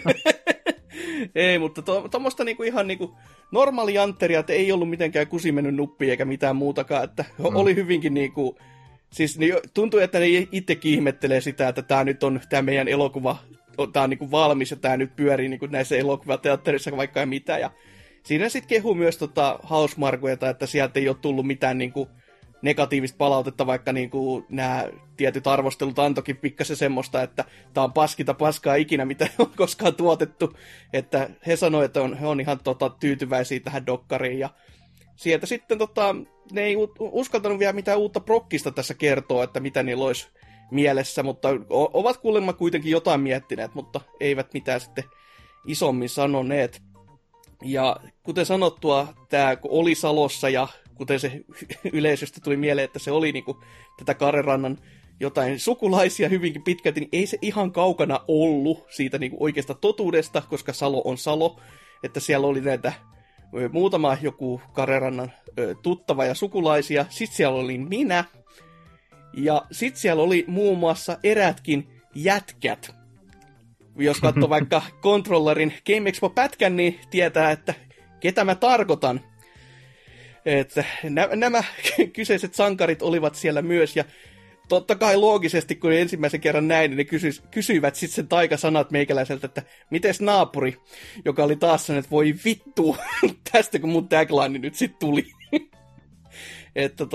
Ei, mutta tuommoista niinku ihan niinku normaali jantteria, että ei ollut mitenkään kusimennyt nuppi eikä mitään muutakaan, että oli hyvinkin niinku, siis tuntui, että ne itsekin ihmettelee sitä, että tämä nyt on tämä meidän elokuva, tämä on niinku valmis ja tämä nyt pyörii niinku näissä elokuvateatterissa vaikka ei mitään, ja siinä sitten kehu myös Housemarqueta, että sieltä ei ole tullut mitään niinku negatiivista palautetta, vaikka niinku nämä tietyt arvostelut antoikin pikkasen semmoista, että tämä on paskinta paskaa ikinä, mitä on koskaan tuotettu. Että he sanoivat, että he on ihan tyytyväisiä tähän dokkariin. Ja sieltä sitten ne ei uskaltanut vielä mitään uutta prokkista tässä kertoa, että mitä niillä olisi mielessä, mutta ovat kuulemma kuitenkin jotain miettineet, mutta eivät mitään sitten isommin sanoneet. Ja kuten sanottua, tämä oli Salossa ja kuten se yleisöstä tuli mieleen, että se oli niinku tätä Karerannan jotain sukulaisia hyvinkin pitkälti, niin ei se ihan kaukana ollut siitä niinku oikeasta totuudesta, koska Salo on Salo, että siellä oli näitä muutama joku Karerannan tuttava ja sukulaisia, sitten siellä oli minä, ja sitten siellä oli muun muassa eräätkin jätkät. Jos katsoo vaikka Controllerin Game Expo-pätkän, niin tietää, että ketä mä tarkoitan. Että nämä kyseiset sankarit olivat siellä myös, ja totta kai loogisesti, kun ensimmäisen kerran näin, niin ne kysyivät sitten sen taikasanat meikäläiseltä, että mites naapuri, joka oli taas sanonut, että voi vittu, tästä kun mun tagline nyt sitten tuli. Että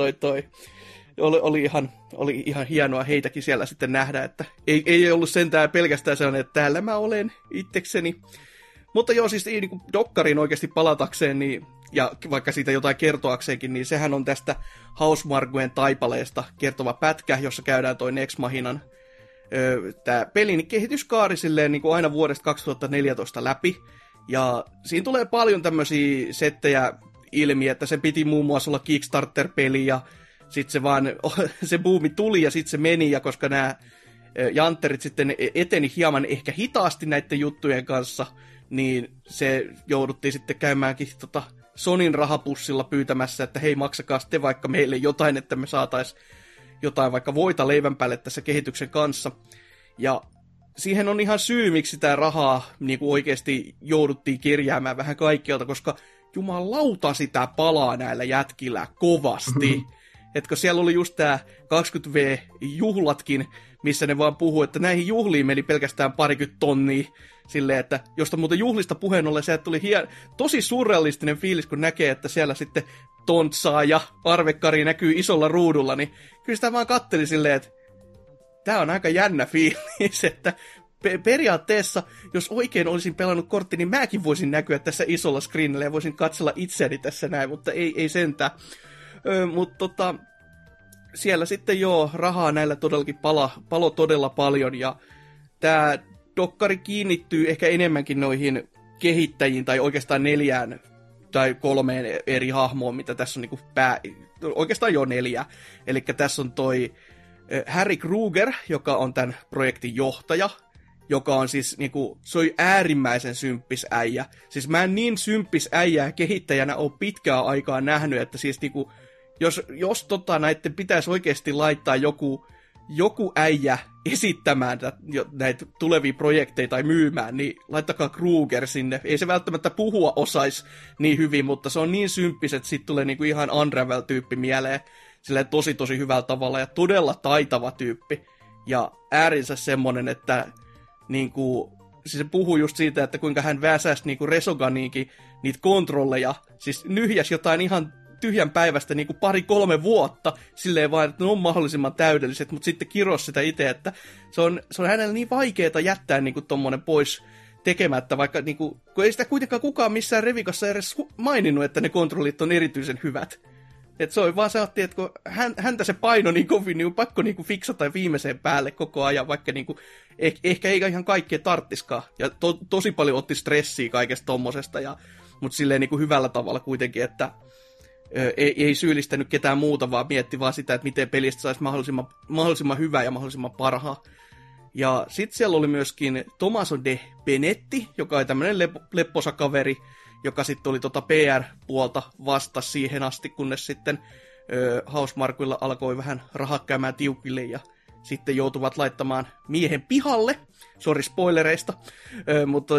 oli ihan hienoa heitäkin siellä sitten nähdä, että ei ollut sentään pelkästään sellainen, että täällä mä olen itsekseni. Mutta joo, siis niin dokkariin oikeasti palatakseen, niin, ja vaikka siitä jotain kertoakseenkin, niin sehän on tästä Housemarquen taipaleesta kertova pätkä, jossa käydään toi Nex Machinan tämä pelin kehityskaari silleen niin kuin aina vuodesta 2014 läpi. Ja siinä tulee paljon tämmöisiä settejä ilmi, että se piti muun muassa olla Kickstarter-peli, ja sitten se buumi tuli ja sitten se meni, ja koska nämä jantterit sitten eteni hieman ehkä hitaasti näiden juttujen kanssa, niin se jouduttiin sitten käymäänkin Sonin rahapussilla pyytämässä, että hei, maksakaa sitten vaikka meille jotain, että me saataisiin jotain vaikka voita leivän päälle tässä kehityksen kanssa. Ja siihen on ihan syy, miksi tämä rahaa niin kuin oikeasti jouduttiin kirjäämään vähän kaikkialta, koska jumalauta sitä palaa näillä jätkillä kovasti. Että kun siellä oli just tämä 20V-juhlatkin, missä ne vaan puhuu, että näihin juhliin meni pelkästään 20 tonnia, silleen, että josta muuten juhlista puheen ollen se, että tuli tosi surrealistinen fiilis, kun näkee, että siellä sitten Tontsaa ja Arvekkari näkyy isolla ruudulla, niin kyllä sitä vaan katteli silleen, että tää on aika jännä fiilis, että periaatteessa, jos oikein olisin pelannut kortti, niin mäkin voisin näkyä tässä isolla screenillä ja voisin katsella itseäni tässä näin, mutta ei sentään. Mutta siellä sitten rahaa näillä todellakin palo todella paljon, ja tämä dokkari kiinnittyy ehkä enemmänkin noihin kehittäjiin, tai oikeastaan 4 tai 3 eri hahmoon, mitä tässä on niinku oikeastaan jo 4. Eli tässä on toi Harry Kruger, joka on tämän projektin johtaja, joka on siis niinku, se on äärimmäisen symppis äijä. Siis mä en niin symppis äijää kehittäjänä ole pitkään aikaa nähnyt, että siis niinku, jos näitten pitäisi oikeasti laittaa joku äijä esittämään näitä tulevia projekteja tai myymään, niin laittakaa Kruger sinne. Ei se välttämättä puhua osaisi niin hyvin, mutta se on niin symppis, että siitä tulee niinku ihan Unravel-tyyppi mieleen silleen tosi hyvällä tavalla ja todella taitava tyyppi. Ja äärinsä semmonen, että niinku, siis se puhuu just siitä, että kuinka hän väsäsi niinku Resoganiinkin niitä kontrolleja, siis nyhjäsi jotain ihan tyhjän päivästä niinku 2-3 vuotta, silleen vaan, että ne on mahdollisimman täydelliset, mutta sitten kirosi sitä itse, että se on hänellä niin vaikeeta jättää niinku tommonen pois tekemättä, vaikka niinku, kun ei sitä kuitenkaan kukaan missään revikassa edes maininnut, että ne kontrollit on erityisen hyvät. Että se on vaan se, että kun häntä se paino niin kovin, niin on pakko niinku fiksata viimeiseen päälle koko ajan, vaikka niinku, ehkä ei ihan kaikkea tarttiskaan. Ja tosi paljon otti stressiä kaikesta tommosesta, mutta silleen niinku hyvällä tavalla kuitenkin, että ei syyllistänyt ketään muuta, vaan mietti vaan sitä, että miten pelistä saisi mahdollisimman hyvää ja mahdollisimman parhaa. Ja sitten siellä oli myöskin Tommaso de Benetti, joka oli tämmöinen lepposa kaveri, joka sitten oli PR-puolta vasta siihen asti, kunnes sitten Housemarquella alkoi vähän rahat käymään tiukille ja sitten joutuvat laittamaan miehen pihalle. Sori spoilereista, mutta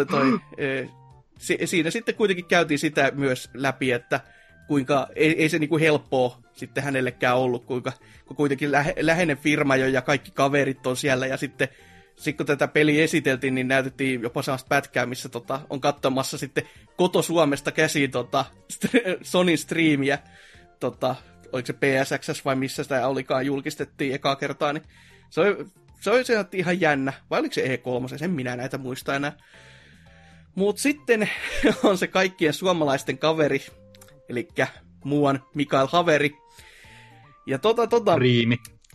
siinä sitten kuitenkin käytiin sitä myös läpi, että kuinka ei se niinku helppoa sitten hänellekään ollut, kun kuitenkin läheinen firma jo ja kaikki kaverit on siellä ja sitten kun tätä peliä esiteltiin, niin näytettiin jopa sellaista pätkää, missä on katsomassa sitten Koto-Suomesta käsiin Sonin striimiä, oliko se PSX vai missä sitä olikaan julkistettiin ekaa kertaa, niin se oli ihan jännä. Vai oliko se E3, sen minä näitä muista enää. Mut sitten on se kaikkien suomalaisten kaveri, eli muuan Mikael Haveri. Ja Riimi.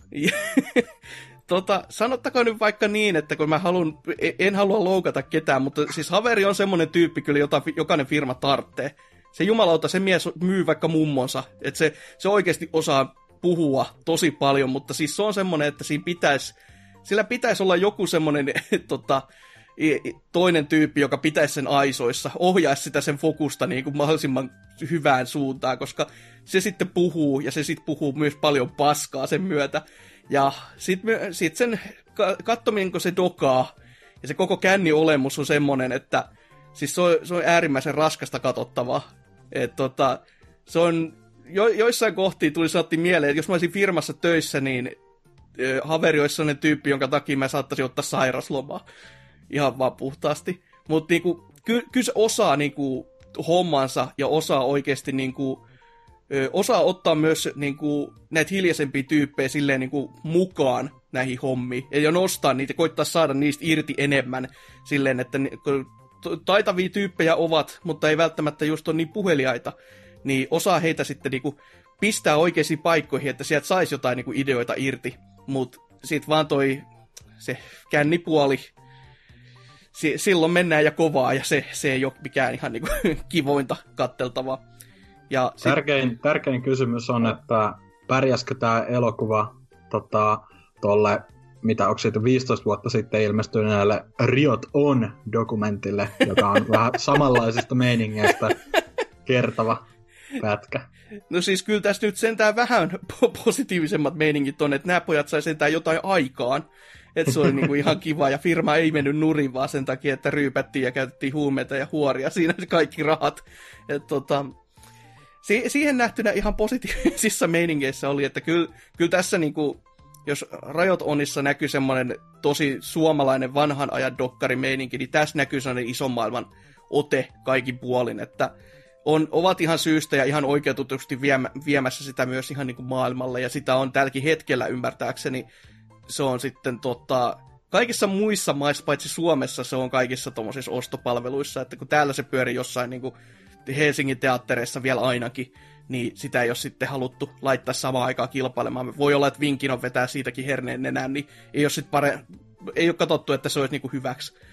Sanottakaa nyt vaikka niin, että kun en halua loukata ketään, mutta siis Haveri on semmoinen tyyppi kyllä, jota jokainen firma tarvitsee. Se jumalauta, se mies myy vaikka mummonsa, että se oikeasti osaa puhua tosi paljon, mutta siis se on semmoinen, että sillä pitäisi olla joku semmoinen toinen tyyppi, joka pitäisi sen aisoissa, ohjaisi sitä sen fokusta niin kuin mahdollisimman hyvään suuntaan, koska se sitten puhuu, ja se sitten puhuu myös paljon paskaa sen myötä. Ja sit sen katsominen, kun se dokaa, ja se koko känni olemus on semmonen, että siis se on äärimmäisen raskasta katsottavaa. Se on, joissain kohtiin saatti mieleen, että jos mä olisin firmassa töissä, niin Haveri olisi sellainen tyyppi, jonka takia mä saattaisin ottaa sairaslomaa. Ihan vaan puhtaasti. Mutta niinku, kyllä se osaa niinku, hommansa ja osaa oikeasti niinku, osaa ottaa myös niinku, näitä hiljaisempia tyyppejä silleen niinku, mukaan näihin hommiin. Ja nostaa niitä, koittaa saada niistä irti enemmän silleen, että taitavia tyyppejä ovat, mutta ei välttämättä just ole niin puheliaita. Niin osaa heitä sitten niinku, pistää oikeisiin paikkoihin, että sieltä saisi jotain niinku, ideoita irti. Mutta sit vaan se kännipuoli, silloin mennään ja kovaa, ja se ei ole mikään ihan niinku kivointa katteltavaa. Ja tärkein kysymys on, että pärjäskö tämä elokuva tolle, mitä onko siitä 15 vuotta sitten ilmestyneelle Riot On-dokumentille, joka on vähän samanlaisesta meiningeistä kertava pätkä. No siis kyllä tässä nyt sentään vähän positiivisemmat meiningit on, että nämä pojat sai sentään jotain aikaan. Että se oli niinku ihan kiva, ja firma ei mennyt nurin vaan sen takia, että ryypättiin ja käytettiin huumeita ja huoria. Siinä kaikki rahat. Siihen nähtynä ihan positiivisissa meiningeissä oli, että kyllä tässä niinku, jos Riot Onissa näkyy semmoinen tosi suomalainen vanhan ajan dokkarimeininki, niin tässä näkyy semmoinen ison maailman ote kaikin puolin, että ovat ihan syystä ja ihan oikeutetusti viemässä sitä myös ihan niinku maailmalle, ja sitä on tälläkin hetkellä ymmärtääkseni. Se on sitten kaikissa muissa maissa, paitsi Suomessa, se on kaikissa tommosissa ostopalveluissa, että kun täällä se pyörii jossain niin kuin Helsingin teattereissa vielä ainakin, niin sitä ei ole sitten haluttu laittaa samaan aikaan kilpailemaan. Voi olla, että Vinkin on vetää siitäkin herneen nenään, niin ei ole katsottu, että se olisi niin kuin hyväksi.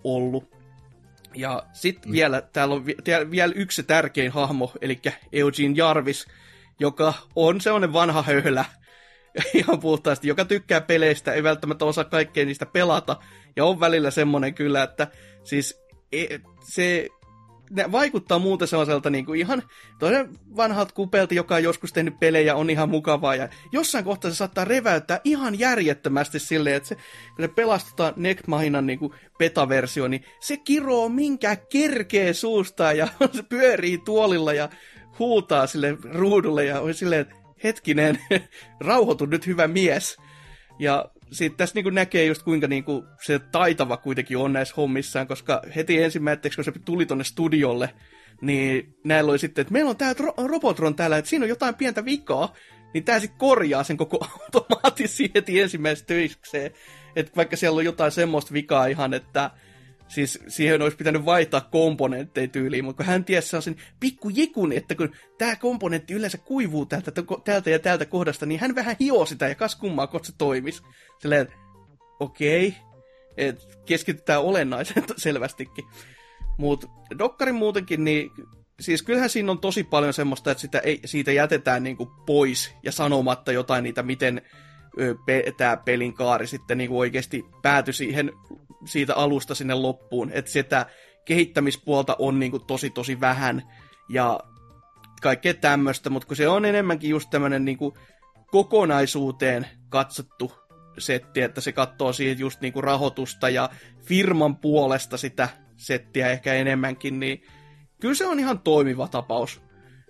ollut. Ja sitten vielä, täällä on vielä yksi tärkein hahmo, eli Eugene Jarvis, joka on sellainen vanha höhlä, ihan puhtaasti, joka tykkää peleistä, ei välttämättä osaa kaikkea niistä pelata, ja on välillä semmoinen kyllä, että siis se vaikuttaa muuten sellaiselta niin kuin ihan toinen vanhalta kupelta, joka on joskus tehnyt pelejä, on ihan mukavaa, ja jossain kohtaa se saattaa reväyttää ihan järjettömästi silleen, että kun se pelastetaan Neck-mahinan niin kuin beta-versio, niin se kiroo minkä kerkee suustaan, ja se pyörii tuolilla ja huutaa sille ruudulle, ja on silleen, että hetkinen, rauhoitu nyt hyvä mies. Ja sitten tässä niinku näkee just kuinka niinku se taitava kuitenkin on näissä hommissaan, koska heti ensimmäiseksi, kun se tuli tonne studiolle, niin näillä oli sitten, että meillä on tää Robotron täällä, että siinä on jotain pientä vikaa, niin tää sitten korjaa sen koko automaattisesti heti ensimmäiseksi töikseen. Että vaikka siellä on jotain semmoista vikaa ihan, että siis siihen olisi pitänyt vaihtaa komponentteja tyyliin, mutta kun hän tiesi sen pikku jikun, että kun tämä komponentti yleensä kuivuu täältä ja täältä kohdasta, niin hän vähän hioo sitä ja kas kummaa, kun se toimisi. Silleen, okei, että keskitytään olennaiseen selvästikin. Mutta dokkarin muutenkin, niin siis kyllähän siinä on tosi paljon semmoista, että siitä jätetään niinku pois ja sanomatta jotain niitä, miten tämä pelin kaari sitten niinku oikeasti päätyi siitä alusta sinne loppuun. Että sitä kehittämispuolta on niinku tosi vähän ja kaikkea tämmöistä, mutta kun se on enemmänkin just tämmöinen niinku kokonaisuuteen katsottu setti, että se katsoo siihen just niinku rahoitusta ja firman puolesta sitä settiä ehkä enemmänkin, niin kyllä se on ihan toimiva tapaus.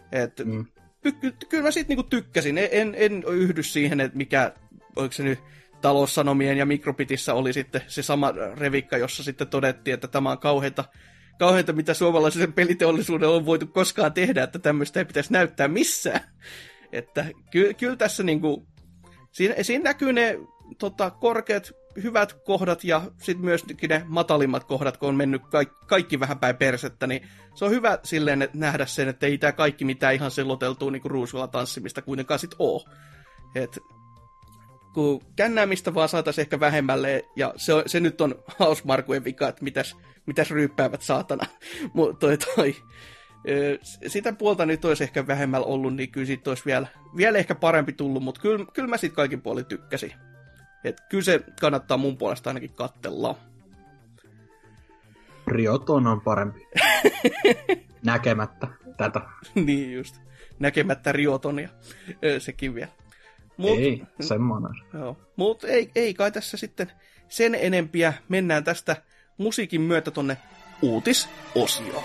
Kyllä mä siitä niinku tykkäsin. En yhdy siihen, että mikä, oliko se nyt Taloussanomien ja Microbitissä oli sitten se sama revikka, jossa sitten todettiin, että tämä on kauheinta mitä suomalaisen peliteollisuuden on voitu koskaan tehdä, että tämmöistä ei pitäisi näyttää missään. Että kyllä tässä niinku, siinä näkyy ne korkeat, hyvät kohdat ja sitten myös ne matalimmat kohdat, kun on mennyt kaikki vähän päin persettä, niin se on hyvä silleen nähdä sen, että ei tämä kaikki mitään ihan selloteltua niinku ruusulla tanssimista kuitenkaan sit oo. Et kun kännäämistä vaan saataisiin ehkä vähemmälle, ja se nyt on Hausmarkujen vika, että mitäs ryyppäävät saatana. Sitä puolta nyt olisi ehkä vähemmällä ollut, niin kyllä siitä olisi vielä ehkä parempi tullut, mutta kyllä mä siitä kaikin puolin tykkäsin. Et kyllä se kannattaa mun puolesta ainakin katsella. Rioton on parempi. Näkemättä tätä. Niin just. Näkemättä Riotonia. Sekin vielä. Ei, semmoinen. Mutta ei kai tässä sitten sen enempiä. Mennään tästä musiikin myötä tonne uutisosioon.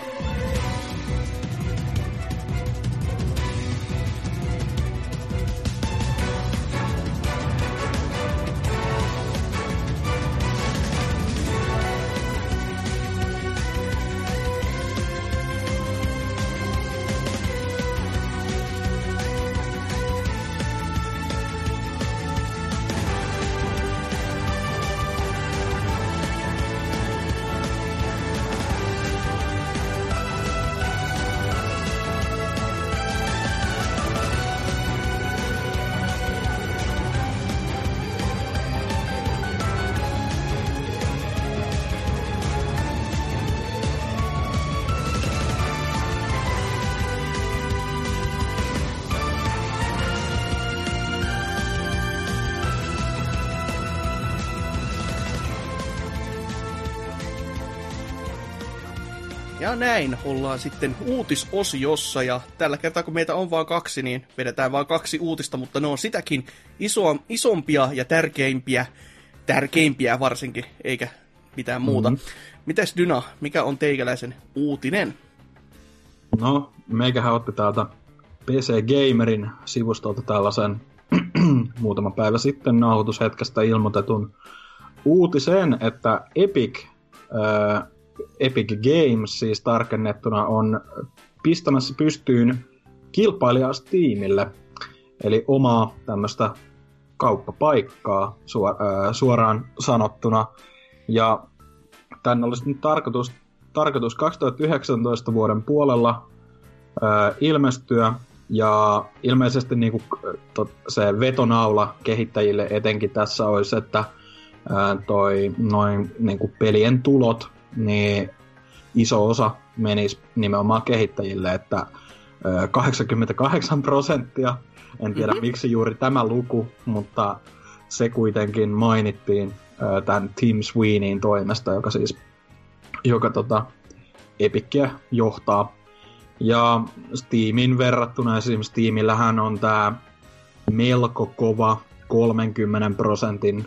Ja näin ollaan sitten uutisosiossa, ja tällä kertaa kun meitä on vaan 2, niin vedetään vaan 2 uutista, mutta ne on sitäkin isompia ja tärkeimpiä varsinkin, eikä mitään muuta. Mitäs Dyna, mikä on teikäläisen uutinen? No, meikähän otti täältä PC Gamerin sivustolta tällaisen muutama päivä sitten nauhoitushetkestä ilmoitetun uutisen, että Epic Games, siis tarkennettuna, on pistämässä pystyyn kilpailijaa Steamille, eli omaa tämmöistä kauppapaikkaa suoraan sanottuna. Ja tän olisi nyt tarkoitus 2019 vuoden puolella ilmestyä, ja ilmeisesti niinku, se vetonaula kehittäjille etenkin tässä olisi, että noin niinku pelien tulot niin iso osa menisi nimenomaan kehittäjille, että 88%, en tiedä miksi juuri tämä luku, mutta se kuitenkin mainittiin tämän Tim Sweeneyn toimesta, joka Epicia johtaa. Ja Steamin verrattuna esimerkiksi Steamillähän on tämä melko kova 30%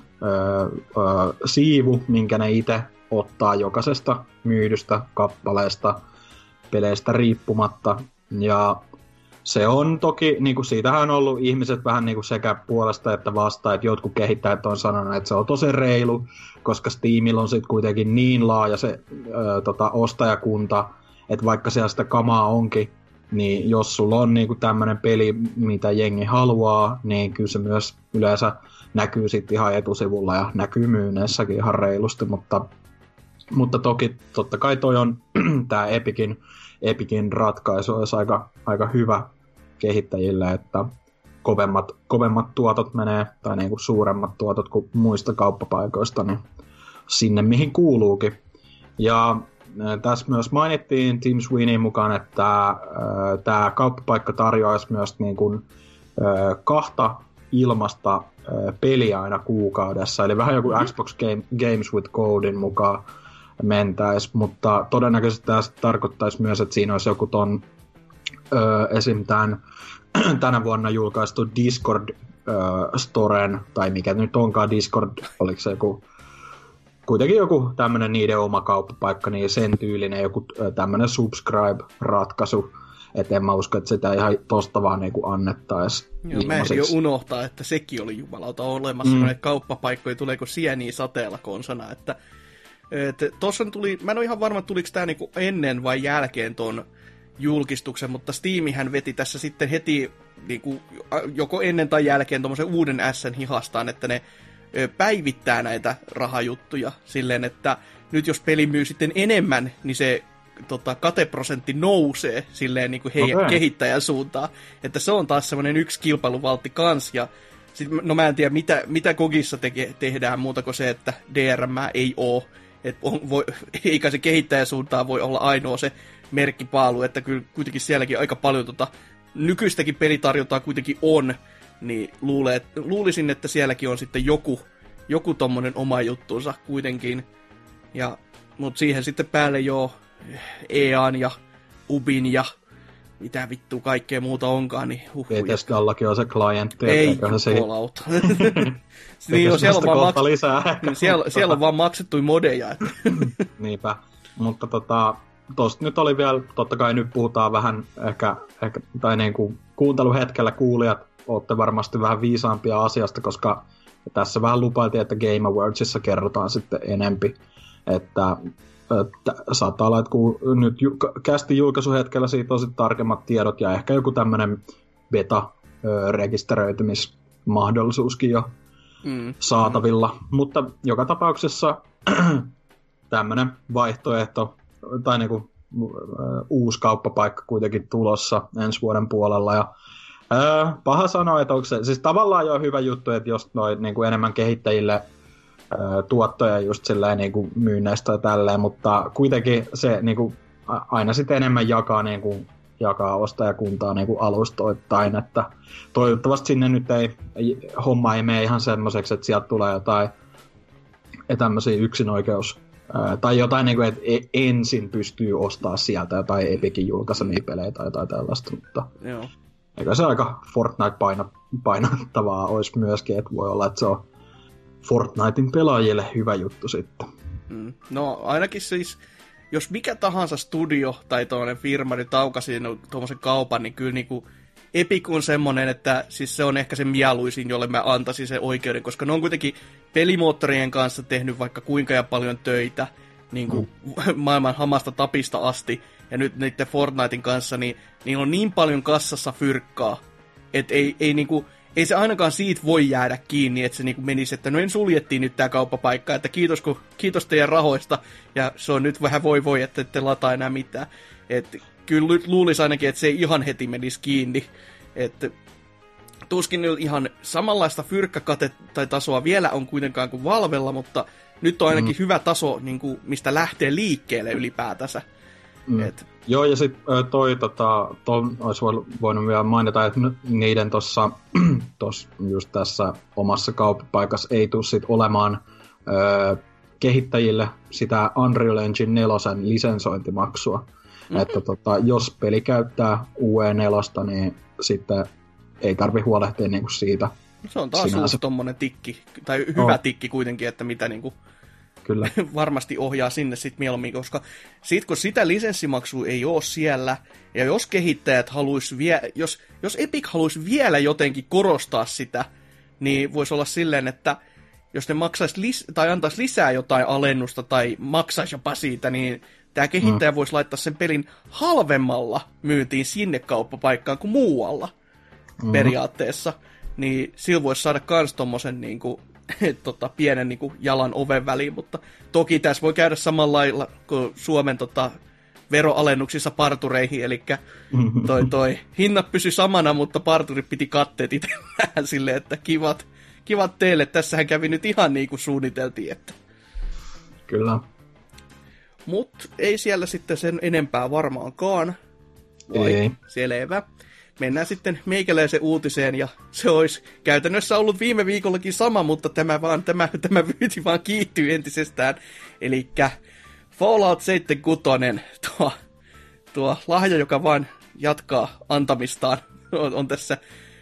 siivu, minkä ne itse ottaa jokaisesta myydystä kappaleesta peleistä riippumatta. Ja se on toki, niin siitähän on ollut ihmiset vähän niin sekä puolesta että vastaan, että jotkut kehittäjät on sanonut, että se on tosi reilu, koska Steamilla on sitten kuitenkin niin laaja se ostajakunta, että vaikka siellä sitä kamaa onkin, niin jos sulla on niinku tämmönen peli, mitä jengi haluaa, niin kyllä se myös yleensä näkyy sitten ihan etusivulla ja näkyy myynneissäkin ihan reilusti, mutta toki totta kai toi on tää Epicin ratkaisu olisi aika hyvä kehittäjille, että kovemmat tuotot menee, tai niinku suuremmat tuotot kuin muista kauppapaikoista, niin sinne mihin kuuluukin. Ja tässä myös mainittiin Tim Sweeneyn mukaan, että tämä kauppapaikka tarjoaisi myös niin kuin, 2 ilmasta peliä aina kuukaudessa, eli vähän joku Xbox Games with Goldin mukaan mentäisi, mutta todennäköisesti tämä tarkoittaisi myös, että siinä olisi joku ton esim. Tänä vuonna julkaistu Discord Storen, tai mikä nyt onkaan Discord, oliko se kuitenkin joku tämmönen niiden oma kauppapaikka, niin sen tyylinen joku tämmönen subscribe-ratkaisu, että en mä usko, että sitä ihan tosta vaan niinku annettaisiin. Joo, mä en jo unohtaa, että sekin oli jumalauta olemassa, että kauppapaikkoja tuleeko sieniä sateella konsana, että tossa tuli, mä en ole ihan varma, tuliko tää niinku ennen vai jälkeen ton julkistuksen, mutta Steamihän veti tässä sitten heti niinku, joko ennen tai jälkeen tommosen uuden S:n hihastaan, että ne päivittää näitä rahajuttuja silleen, että nyt jos peli myy sitten enemmän, niin se kateprosentti nousee silleen niin kuin kehittäjän suuntaan. Että se on taas semmoinen yksi kilpailuvaltti kans. Ja sit, no mä en tiedä, mitä Kogissa tehdään muuta kuin se, että DRM ei oo. Eikä se kehittäjän suuntaan voi olla ainoa se merkkipaalu, että kyllä kuitenkin sielläkin aika paljon nykyistäkin pelitarjontaa kuitenkin on. Niin luulisin, että sielläkin on sitten joku tommonen oma juttuunsa kuitenkin. Mut siihen sitten päälle jo EAN ja Ubin ja mitä vittua kaikkea muuta onkaan, niin Bethesdallakin on se klientti. Ei jumalauta. Niin siellä on vaan maksettuja modeja. Niinpä. Mutta tosta nyt oli vielä, totta kai nyt puhutaan vähän ehkä tai niin kuin kuunteluhetkellä kuulijat olette varmasti vähän viisaampia asiasta, koska tässä vähän lupailtiin, että Game Awardsissa kerrotaan sitten enempi, että saattaa olla, että kun nyt kästi julkaisuhetkellä siitä on sitten tarkemmat tiedot ja ehkä joku tämmönen beta-rekisteröitymismahdollisuuskin jo saatavilla, mutta joka tapauksessa tämmönen vaihtoehto tai niinku uusi kauppapaikka kuitenkin tulossa ensi vuoden puolella ja paha sanoa, että onko se, siis tavallaan jo hyvä juttu, että jos noin niin kuin enemmän kehittäjille tuottoja just silleen niin kuin myynneistä ja tälleen, mutta kuitenkin se niin kuin, aina sitten enemmän jakaa ostajakuntaa niin kuin alustoittain, että toivottavasti sinne nyt homma ei mene ihan semmoiseksi, että sieltä tulee jotain tämmöisiä yksinoikeus tai jotain, niin kuin, että ensin pystyy ostaa sieltä jotain Epicin julkaisemia pelejä tai jotain tällaista, mutta joo. Eikä se aika Fortnite-painottavaa olisi myöskin, että voi olla, että se on Fortnitein pelaajille hyvä juttu sitten. No ainakin siis, jos mikä tahansa studio tai toinen firma nyt aukasi tuommoisen kaupan, niin kyllä niinku Epic on semmonen, että siis se on ehkä se mieluisin, jolle mä antaisin sen oikeuden, koska ne on kuitenkin pelimoottorien kanssa tehnyt vaikka kuinka ja paljon töitä, niinku maailman hamasta tapista asti, ja nyt niiden Fortnitein kanssa, niin niillä on niin paljon kassassa fyrkkaa, että ei se ainakaan siitä voi jäädä kiinni, että se niinku menisi, että no en suljettiin nyt tää kauppapaikka, että kiitos teidän rahoista, ja se on nyt vähän voi, että ette lataa enää mitään. Et kyllä luulisi ainakin, että se ei ihan heti menisi kiinni. Et tuskin ihan samanlaista fyrkkäkate tai tasoa vielä on kuitenkaan kuin Valvella, mutta nyt on ainakin hyvä taso, niin kuin, mistä lähtee liikkeelle ylipäätänsä. Joo, ja sitten olisi voinut vielä mainita, että niiden tuossa just tässä omassa kauppapaikassa ei tule sit olemaan kehittäjille sitä Unreal Engine 4 lisensointimaksua. Että jos peli käyttää UE4, niin sitten ei tarvi huolehtia niinku siitä. Se on taas uusi tommonen tikki, tai hyvä tikki kuitenkin, että mitä niinku kyllä varmasti ohjaa sinne sit mieluummin, koska sit kun sitä lisenssimaksua ei oo siellä, ja jos kehittäjät jos Epic haluaisi vielä jotenkin korostaa sitä, niin voisi olla silleen, että jos ne tai antaisi lisää jotain alennusta tai maksaisi jopa siitä, niin tämä kehittäjä voisi laittaa sen pelin halvemmalla myyntiin sinne kauppapaikkaan kuin muualla periaatteessa. Niin sillä voisi saada kans tommosen niinku, pienen niinku jalan oven väliin, mutta toki tässä voi käydä samalla lailla kuin Suomen veroalennuksissa partureihin, eli toi hinnat pysy samana, mutta parturit piti katteet itsellään silleen, että kivat teille, tässähän kävi nyt ihan niin kuin suunniteltiin, että. Kyllä. Mut ei siellä sitten sen enempää varmaankaan. Ei. Selvä. Mennään sitten meikäläisen uutiseen, ja se olisi käytännössä ollut viime viikollakin sama, mutta tämä vyyti vaan kiihtyy entisestään. Elikkä Fallout 76, tuo lahja, joka vaan jatkaa antamistaan, on tässä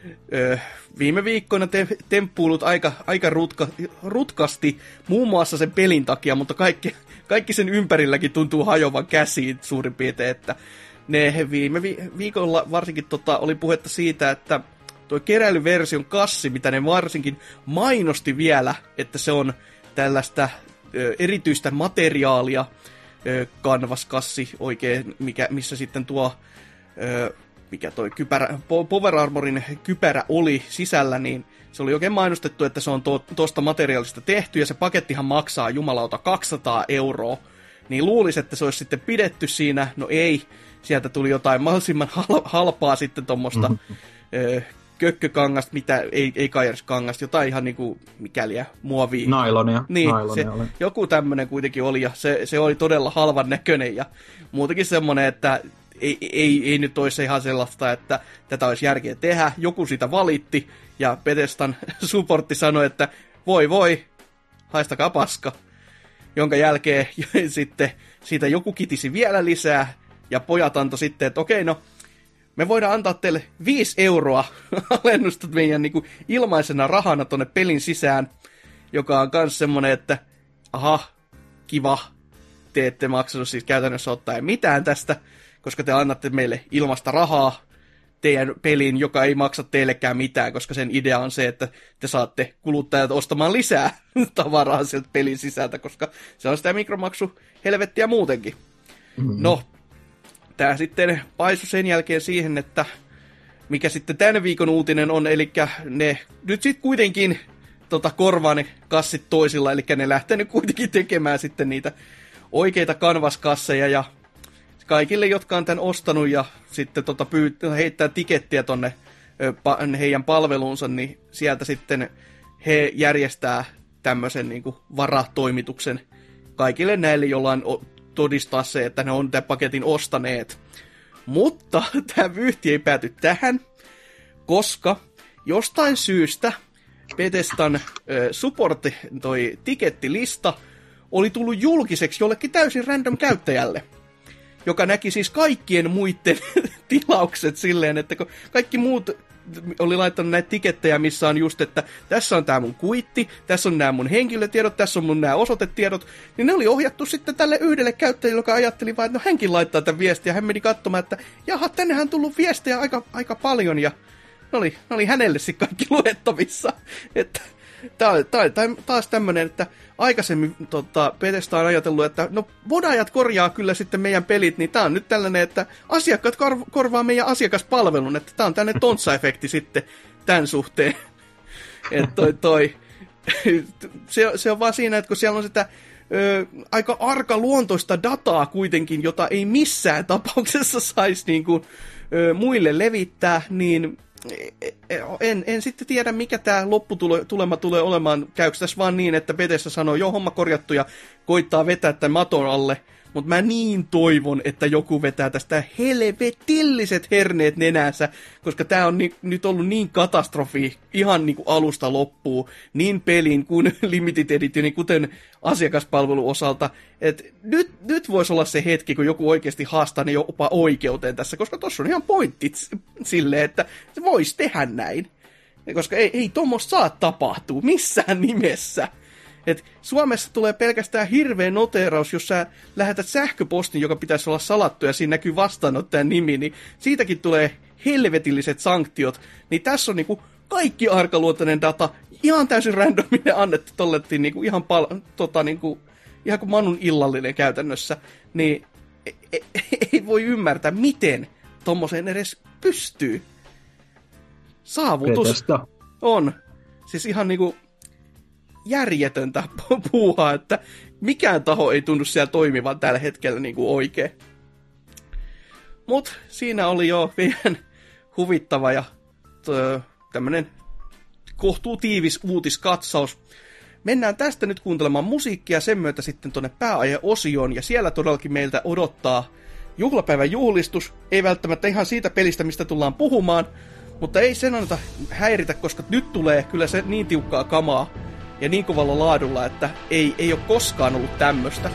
viime viikkoina temppuilut aika rutkasti, muun muassa sen pelin takia, mutta kaikki sen ympärilläkin tuntuu hajovan käsiin suurin piirtein, että ne viime viikolla varsinkin oli puhetta siitä, että tuo keräilyversion kassi, mitä ne varsinkin mainosti vielä, että se on tällaista erityistä materiaalia, canvas-kassi oikein, missä sitten tuo mikä toi Power Armorin kypärä oli sisällä, niin se oli oikein mainostettu, että se on tosta materiaalista tehty, ja se pakettihan maksaa jumalauta 200 €. Niin luulisi, että se olisi sitten pidetty siinä. No ei, sieltä tuli jotain mahdollisimman halpaa sitten tommoista kökkökangasta, mitä ei kaijerskangasta, jotain ihan niinku mikäliä muovia. Nailonia. Niin, Nailonia oli. Joku tämmönen kuitenkin oli, ja se oli todella halvan näköinen, ja muutenkin semmonen, että ei nyt olisi ihan sellaista, että tätä olisi järkeä tehdä. Joku sitä valitti, ja Bethesdan supportti sanoi, että voi, haistakaa paska. Jonka jälkeen sitten siitä joku kitisi vielä lisää, ja pojat antoi sitten, että okei, no, me voidaan antaa teille 5 € alennusta meidän niin kuin ilmaisena rahana tonne pelin sisään, joka on kans semmonen, että aha, kiva, te ette maksanut siis käytännössä ottaen mitään tästä, koska te annatte meille ilmasta rahaa teidän peliin, joka ei maksa teillekään mitään, koska sen idea on se, että te saatte kuluttajat ostamaan lisää tavaraa sieltä pelin sisältä, koska se on sitä mikromaksu helvettiä muutenkin. Mm-hmm. No, tää sitten paisui sen jälkeen siihen, että mikä sitten tämän viikon uutinen on, eli ne nyt sitten kuitenkin korvaa ne kassit toisilla, eli ne lähtee nyt kuitenkin tekemään sitten niitä oikeita canvas-kasseja, ja kaikille, jotka on tämän ostanut ja sitten heittää tikettiä tonne heidän palveluunsa, niin sieltä sitten he järjestää tämmöisen niin kuin varatoimituksen kaikille näille, joilla on todistaa se, että ne on tämän paketin ostaneet. Mutta tämä vyyhti ei pääty tähän, koska jostain syystä Bethesdan supportti, toi tikettilista, oli tullut julkiseksi jollekin täysin random käyttäjälle, joka näki siis kaikkien muiden tilaukset silleen, että kun kaikki muut oli laittanut näitä tikettejä, missä on just, että tässä on tää mun kuitti, tässä on nämä mun henkilötiedot, tässä on mun nämä osoitetiedot, niin ne oli ohjattu sitten tälle yhdelle käyttäjälle, joka ajatteli vaan, että no hänkin laittaa tämän viestiä, hän meni katsomaan, että jaha, tännehän on tullut viestejä aika paljon, ja ne oli hänelle sitten kaikki luettavissa, että Tämä on taas tämmönen, että aikaisemmin Bethesda on ajatellut, että no vodajat korjaa kyllä sitten meidän pelit, niin tämä on nyt tällainen, että asiakkaat korvaa meidän asiakaspalvelun, että tämä on tällainen tontsa-efekti sitten tämän suhteen. Että se on vaan siinä, että kun siellä on sitä aika arkaluontoista dataa kuitenkin, jota ei missään tapauksessa saisi niin kuin muille levittää, niin En sitten tiedä, mikä tämä lopputulema tulee olemaan. Käykö tässä vaan niin, että Bethesda sanoo, joo, homma korjattu ja koittaa vetää tämän maton alle. Mutta mä niin toivon, että joku vetää tästä helvetilliset herneet nenänsä, koska tää on nyt ollut niin katastrofi ihan niin kuin alusta loppuun, niin pelin kuin Limited Editionin, kuten asiakaspalvelun osalta, että nyt voisi olla se hetki, kun joku oikeasti haastaa ne jopa oikeuteen tässä, koska tossa on ihan pointit silleen, että se voisi tehdä näin. Koska ei tuommoista saa tapahtua missään nimessä. Et Suomessa tulee pelkästään hirveä noteraus, jos sä lähetät sähköpostin, joka pitäisi olla salattu ja siinä näkyy vastaanottajan nimi, niin siitäkin tulee helvetilliset sanktiot. Niin tässä on niinku kaikki arkaluontainen data ihan täysin randominen annettu tollettiin niinku ihan ihan kuin Manun illallinen käytännössä. Niin ei voi ymmärtää, miten tommoseen edes pystyy. Saavutus Bethesda on. Siis ihan niinku järjetöntä puuhaa, että mikään taho ei tunnu siellä toimivan tällä hetkellä niin kuin oikein. Mut siinä oli jo meidän huvittava ja tämmönen kohtuu tiivis uutiskatsaus. Mennään tästä nyt kuuntelemaan musiikkia sen myötä sitten tonne pääaiheosioon, ja siellä todellakin meiltä odottaa juhlapäivän juhlistus. Ei välttämättä ihan siitä pelistä, mistä tullaan puhumaan, mutta ei sen anneta häiritä, koska nyt tulee kyllä se niin tiukkaa kamaa ja niin kovalla laadulla, että ei ole koskaan ollut tämmöstä.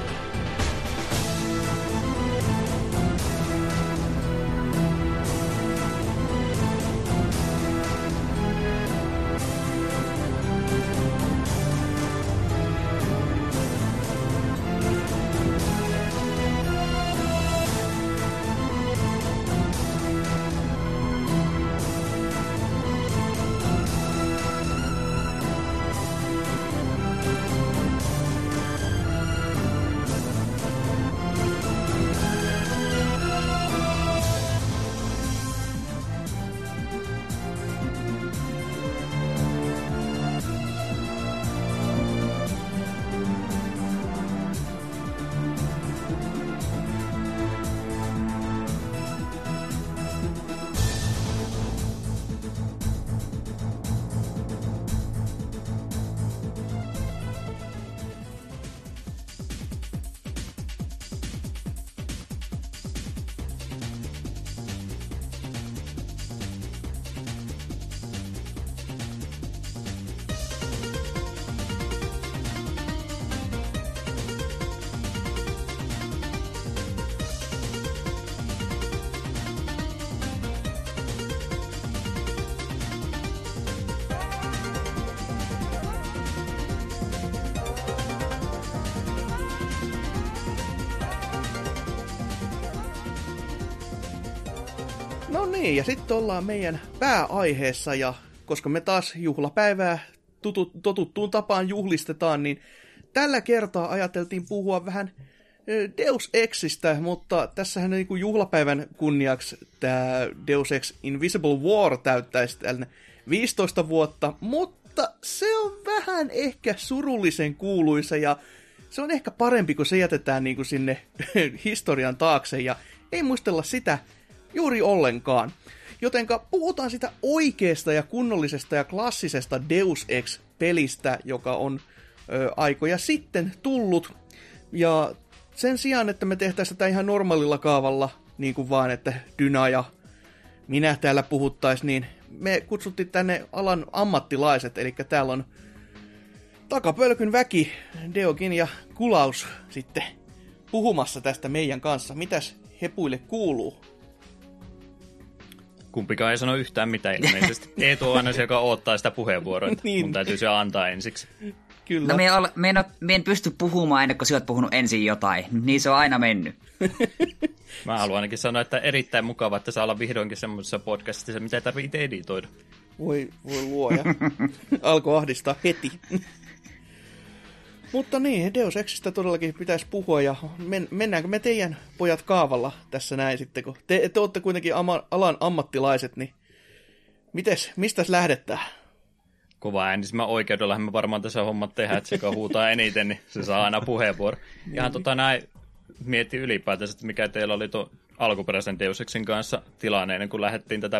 No niin, ja sitten ollaan meidän pääaiheessa, ja koska me taas juhlapäivää totuttuun tapaan juhlistetaan, niin tällä kertaa ajateltiin puhua vähän Deus Existä, mutta tässähän niin kuin juhlapäivän kunniaksi tämä Deus Ex Invisible War täyttäisi 15 vuotta, mutta se on vähän ehkä surullisen kuuluisa, ja se on ehkä parempi, kun se jätetään niin kuin sinne historian taakse, ja ei muistella sitä juuri ollenkaan. Jotenka puhutaan sitä oikeasta ja kunnollisesta ja klassisesta Deus Ex-pelistä, joka on aikoja sitten tullut. Ja sen sijaan, että me tehtäisiin tätä ihan normaalilla kaavalla, niin kuin vaan, että Dyna ja minä täällä puhuttais, niin me kutsuttiin tänne alan ammattilaiset, eli täällä on takapölkyn väki, Deogin ja Kulaus sitten puhumassa tästä meidän kanssa. Mitäs hepuille kuuluu? Kumpikaan ei sano yhtään mitään ilmeisesti. Eetu on aina se, joka odottaa sitä puheenvuoroa. Niin. Mun täytyy se antaa ensiksi. Kyllä. No me en pysty puhumaan ennen kuin sä oot puhunut ensin jotain. Niin se on aina mennyt. Mä haluan ainakin sanoa, että erittäin mukava, että saa olla vihdoinkin semmoisessa podcastissa, mitä ei tarvitse editoida. Voi luoja. Alkoi ahdistaa heti. Mutta niin, Deus Existä todellakin pitäisi puhua, ja mennäänkö me teidän pojat kaavalla tässä näin sitten, kun te olette kuitenkin alan ammattilaiset, niin mistäs lähdetään? Kova äänismä oikeudellahan me varmaan tässä hommat tehdään, että se joka huutaa eniten, niin se saa aina puheenvuoro. Ihan näin mietti ylipäätänsä, että mikä teillä oli tuon alkuperäisen Deus Exin kanssa tilanne ennen kuin lähdettiin tätä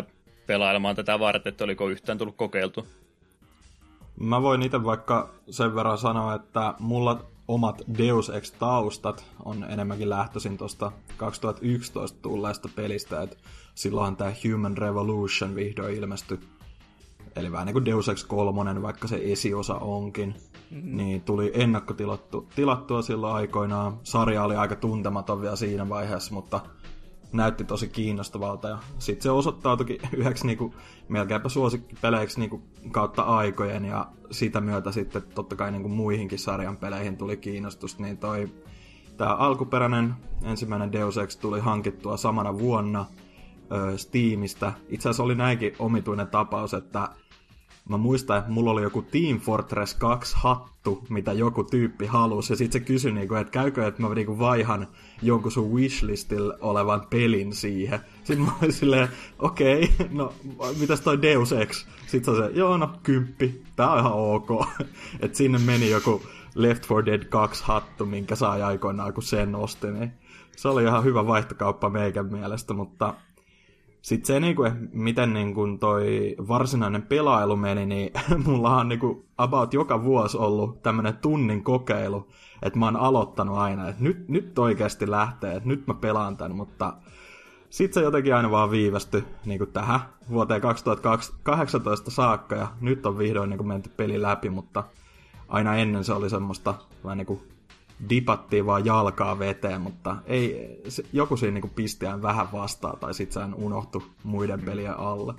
pelailemaan tätä varten, että oliko yhtään tullut kokeiltua? Mä voin itse vaikka sen verran sanoa, että mulla omat Deus Ex-taustat on enemmänkin lähtöisin tuosta 2011 tulleesta pelistä, että silloinhan tämä Human Revolution vihdoin ilmestyi. Eli vähän niin kuin Deus Ex 3, vaikka se esiosa onkin, niin tuli ennakkotilattua silloin aikoinaan. Sarja oli aika tuntematon vielä siinä vaiheessa, mutta näytti tosi kiinnostavalta. Ja sitten se osoittautuikin yhdeksi niinku melkeinpä suosikkipeleiksi niinku kautta aikojen, ja sitä myötä sitten totta kai niinku muihinkin sarjan peleihin tuli kiinnostusta. Niin tämä alkuperäinen ensimmäinen Deus Ex tuli hankittua samana vuonna Steamista. Itse asiassa oli näinkin omituinen tapaus, että mä muistan, että mulla oli joku Team Fortress 2 hattu, mitä joku tyyppi halusi, ja sitten se kysyi, että käykö, että mä vaihan jonkun sun wishlistillä olevan pelin siihen. Sitten mä olin silleen, okei, no mitäs toi Deus Ex? Sitten se, joo no 10, tää on ihan ok. Että sinne meni joku Left 4 Dead 2 hattu, minkä sai aikoinaan, kun sen osti, niin se oli ihan hyvä vaihtokauppa meikän mielestä, mutta sitten se, miten toi varsinainen pelailu meni, niin mulla on about joka vuosi ollut tämmönen tunnin kokeilu, että mä oon aloittanut aina, että nyt oikeasti lähtee, että nyt mä pelaan tän, mutta sitten se jotenkin aina vaan viivästyi tähän vuoteen 2018 saakka, ja nyt on vihdoin menty peli läpi, mutta aina ennen se oli semmoista vähän dipattiin vaan jalkaa veteen, mutta ei, joku siinä pistiään vähän vastaan, tai sit sehän unohtui muiden pelien alle.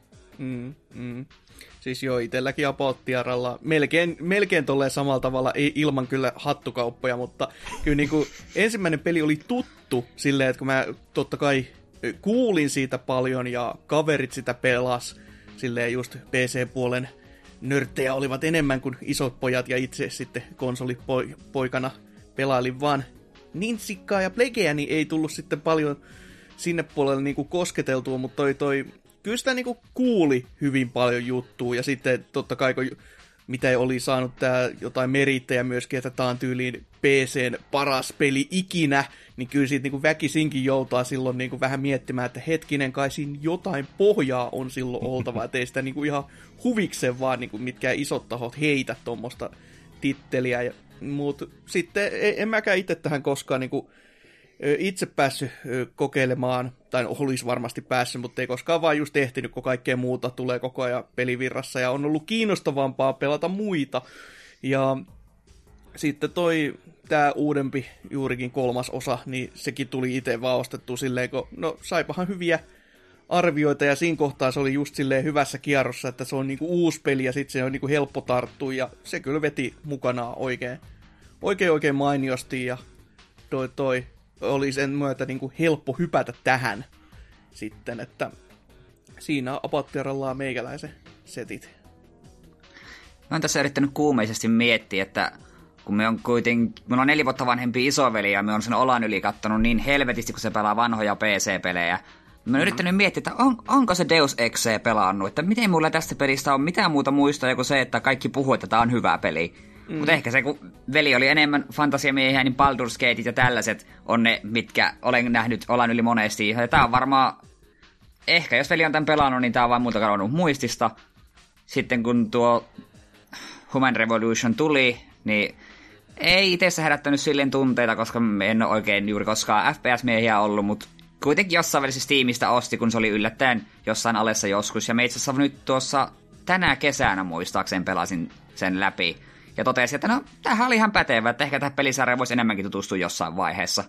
Siis joo, itselläkin About-tiaralla melkein tolleen samalla tavalla, ei ilman kyllä hattukauppoja, mutta kyllä ensimmäinen peli oli tuttu silleen, että kun mä totta kai kuulin siitä paljon, ja kaverit sitä pelas, silleen just PC-puolen nörttejä olivat enemmän kuin isot pojat, ja itse sitten konsolipoikana pelailin vaan Nintsikkaa ja Plegeä, niin ei tullut sitten paljon sinne puolelle kosketeltua, mutta kyllä sitä kuuli hyvin paljon juttua, ja sitten totta kai mitä oli saanut tää jotain merittäjä myöskin, että tää on tyyliin PC:n paras peli ikinä, niin kyllä siitä väkisinkin joutaa silloin vähän miettimään, että hetkinen, kai siinä jotain pohjaa on silloin oltava, ettei sitä ihan huvikseen vaan mitkään isot tahot heitä tuommoista titteliä. Mutta sitten en mäkään itse tähän koskaan itse päässyt kokeilemaan, tai olisi varmasti päässyt, mutta ei koskaan vaan just ehtinyt, kun kaikkea muuta tulee koko ajan pelivirrassa, ja on ollut kiinnostavampaa pelata muita. Ja sitten tämä uudempi, juurikin 3. osa, niin sekin tuli itse vaan ostettua silleen, kun no saipahan hyviä arvioita, ja siinä kohtaa se oli just silleen hyvässä kierrossa, että se on uusi peli, ja sitten se on helppo tarttua, ja se kyllä veti mukanaan oikein mainiosti, ja toi oli sen myötä helppo hypätä tähän sitten, että siinä About-tiaralla meikäläisen setit. Mä oon tässä yrittänyt kuumeisesti miettiä, että kun mulla on 4 vuotta vanhempi isoveli, ja me on sen olan yli kattonut niin helvetisti, kun se pelaa vanhoja PC-pelejä. Mä oon yrittänyt miettiä, että onko se Deus Ex pelannut, että miten mulla tästä pelistä on mitään muuta muistaa, kuin se, että kaikki puhuu, että tää on hyvä peli. Mutta ehkä se, kun veli oli enemmän fantasiamiehiä, niin Baldur's Gateit ja tällaiset on ne, mitkä olen nähnyt olan yli monesti. Ja tää on varmaan, ehkä jos veli on tämän pelannut, niin tää on vain muuta kadonnut muistista. Sitten kun tuo Human Revolution tuli, niin ei itse herättänyt silleen tunteita, koska en ole oikein juuri koskaan FPS-miehiä ollut, mutta kuitenkin jossain välissä Steamista osti, kun se oli yllättäen jossain alessa joskus. Ja me itse asiassa nyt tuossa tänä kesänä muistaakseni pelasin sen läpi. Ja totesin, että no, tämähän oli ihan pätevä, että ehkä tähän pelisarjaan voisi enemmänkin tutustua jossain vaiheessa.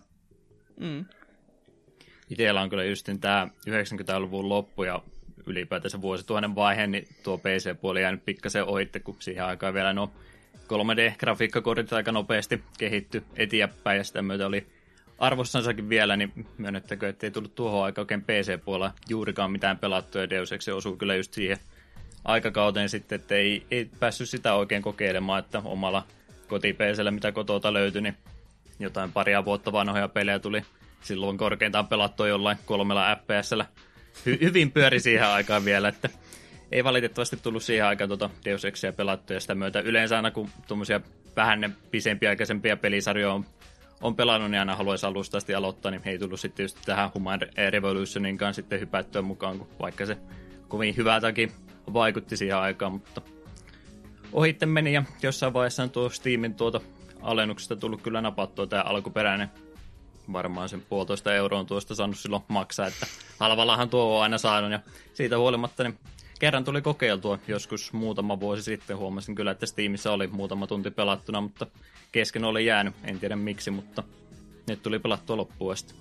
Itsellä on kyllä just tämä 90-luvun loppu ja ylipäätänsä vuosituhannen vaihe, niin tuo PC-puoli jäänyt pikkasen ohitte, kun siihen aikaan vielä 3D-grafiikkakortit aika nopeasti kehitty eteenpäin, ja sitä myötä oli arvossansakin vielä, niin myönnettäkö, että ei tullut tuohon aikaan oikein PC-puolella juurikaan mitään pelattua, ja Deus Ex osuu kyllä just siihen aikakauteen sitten, että ei päässyt sitä oikein kokeilemaan, että omalla koti-PC:llä, mitä kotota löytyi, niin jotain paria vuotta vanhoja pelejä tuli silloin korkeintaan pelattua jollain 3 FPS:llä. Hyvin pyöri siihen aikaan vielä, että ei valitettavasti tullut siihen aikaan Deus Exia pelattua, ja sitä myötä yleensä aina kun tuommoisia vähän pisempiaikaisempia pelisarjoja on pelannut, niin aina haluaisi alusta asti aloittaa, niin ei tullut sitten just tähän Human Revolutioninkaan sitten hypättyä mukaan, kun vaikka se kovin hyvältäkin vaikutti siihen aikaan, mutta ohitte meni ja jossain vaiheessa on tuo Steamin alennuksesta tullut kyllä napattua tämä alkuperäinen. Varmaan sen 1,5 euroa on tuosta saanut silloin maksaa, että halvallahan tuo on aina saanut ja siitä huolimatta niin kerran tuli kokeiltua joskus muutama vuosi sitten. Huomasin kyllä, että Steamissa oli muutama tunti pelattuna, mutta kesken oli jäänyt. En tiedä miksi, mutta nyt tuli pelattua loppuun asti.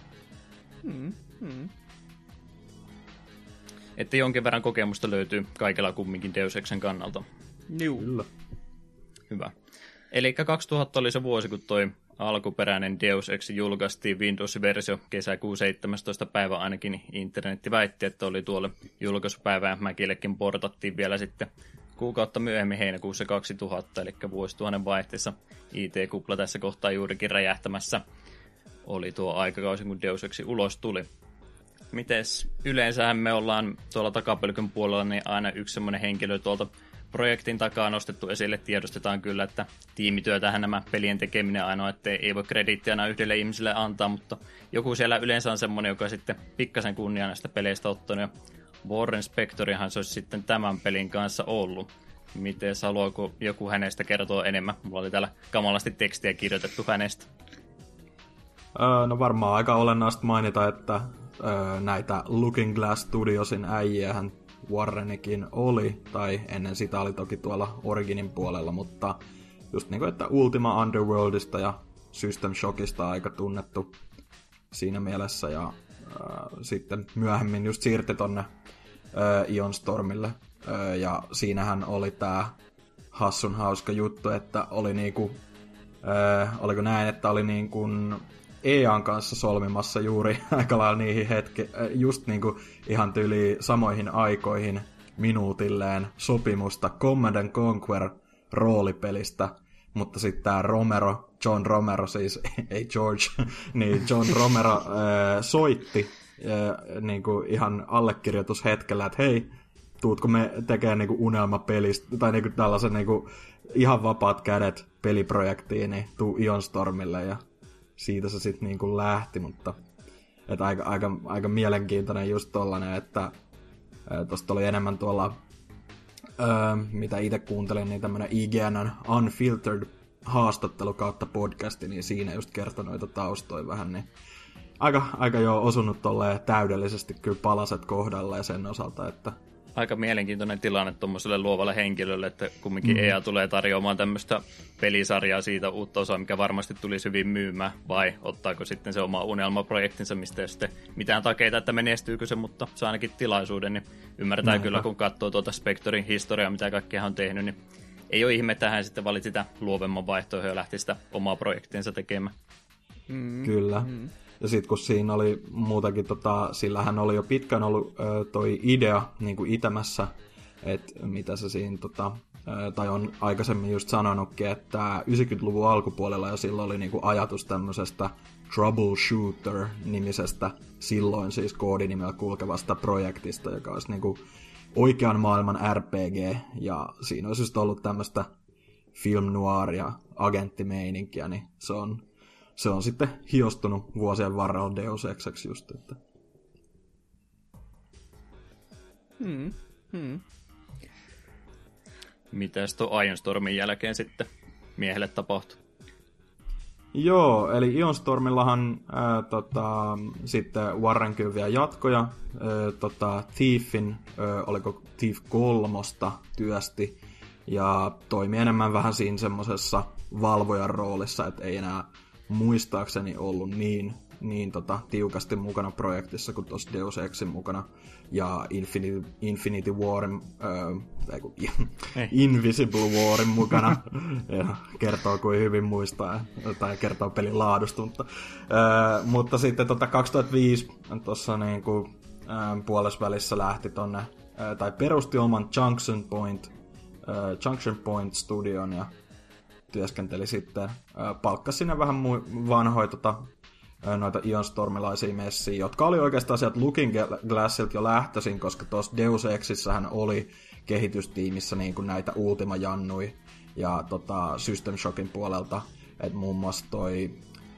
Että jonkin verran kokemusta löytyy kaikilla kumminkin Deus Exen kannalta. Juu. Kyllä. Hyvä. Eli 2000 oli se vuosi, kun toi alkuperäinen Deus Ex julkaistiin Windows-versio kesäkuun 17. päivä ainakin internetti väitti, että oli tuolle julkaisupäivään. Mäkillekin portattiin vielä sitten kuukautta myöhemmin heinäkuussa 2000, eli vuosituhannen vaihteessa IT-kupla tässä kohtaa juurikin räjähtämässä. Oli tuo aikakausi, kun Deus Ex ulos tuli. Mites yleensähän me ollaan tuolla takapölkyn puolella, niin aina yksi semmoinen henkilö tuolta projektin takaa nostettu esille. Tiedostetaan kyllä, että tiimityötähän nämä pelien tekeminen ainoa, että ei voi krediittiä aina yhdelle ihmiselle antaa, mutta joku siellä yleensä on semmoinen, joka sitten pikkasen kunniaa näistä peleistä ottanut, ja Warren Spectorihan se olisi sitten tämän pelin kanssa ollut. Miten haluaako joku hänestä kertoa enemmän? Mulla oli täällä kamalasti tekstiä kirjoitettu hänestä. No varmaan aika olennaista mainita, että näitä Looking Glass Studiosin äijähän Warrenikin oli, tai ennen sitä oli toki tuolla Originin puolella, mutta just niin kuin, että Ultima Underworldista ja System Shockista aika tunnettu siinä mielessä, ja sitten myöhemmin just siirti tonne Ion Stormille, ja siinähän oli tää hassun hauska juttu, että oli niinku, oliko näin, että oli niinku EA:n kanssa solmimassa juuri aika lailla niihin just niinku ihan tyyliin samoihin aikoihin minuutilleen sopimusta Command & Conquer roolipelistä, mutta sitten tää John Romero siis, ei George, niin John Romero soitti niinku ihan allekirjoitushetkellä, että hei, tuutko me tekemään niinku unelmapelistä, tai niinku tällaisen niinku ihan vapaat kädet peliprojektiin, niin tuu Ion Stormille, ja siitä se sitten niinku lähti, mutta että aika mielenkiintoinen just tollanen, että tosta oli enemmän tuolla, mitä itse kuuntelin, niin tämmönen IGN:n Unfiltered haastattelu kautta podcasti, niin siinä just kertoi noita taustoja vähän, niin aika jo osunut tolleen täydellisesti kyllä palaset kohdalle sen osalta, että aika mielenkiintoinen tilanne tuommoiselle luovalle henkilölle, että kumminkin EA tulee tarjoamaan tämmöistä pelisarjaa siitä uutta osaa, mikä varmasti tulisi hyvin myymään, vai ottaako sitten se oma unelmaprojektinsa, mistä ei sitten mitään takeita, että menestyykö se, mutta saa ainakin tilaisuuden, niin ymmärretään kyllä, kun katsoo tuota Spectorin historiaa, mitä kaikkea hän on tehnyt, niin ei ole ihme, että hän sitten valitsi sitä luovemman vaihtoehtoa ja lähti sitä omaa projektinsa tekemään. Kyllä. Ja sitten kun siinä oli muutakin, sillähän oli jo pitkään ollut toi idea niin kuin itämässä, että mitä se siinä, tai on aikaisemmin just sanonutkin, että 90-luvun alkupuolella jo silloin oli niin kuin ajatus tämmöisestä Troubleshooter-nimisestä, silloin siis koodinimellä kulkevasta projektista, joka olisi niin kuin oikean maailman RPG, ja siinä olisi just ollut tämmöistä film noir ja agenttimeininkiä, niin se on sitten hiostunut vuosien varrella Deus Exeksi just, että. Mitäs tuon Ion Stormin jälkeen sitten miehelle tapahtui? Joo, eli Ion Stormillahan sitten Warren kyllä vielä jatkoja. Thiefin, oliko Thief 3 työsti, ja toimi enemmän vähän siinä semmosessa valvojan roolissa, että ei enää muistaakseni ollut niin tiukasti mukana projektissa kuin tuossa Deus Exin mukana, ja Infinity Warin, Invisible Warin mukana, ja kertoo kuin hyvin muistaa, tai kertoo pelin laadusta, mutta sitten 2005 tuossa niinku, puolesvälissä lähti tonne, tai perusti oman Junction Point studion, ja työskenteli sitten, palkkasi sinne vähän vanhoja noita Ion Stormilaisia messiä, jotka oli oikeastaan sieltä Looking Glassilta jo lähtöisin, koska tuossa Deus Exissähän oli kehitystiimissä niin kuin näitä Ultima-jannui ja System Shockin puolelta, että muun muassa toi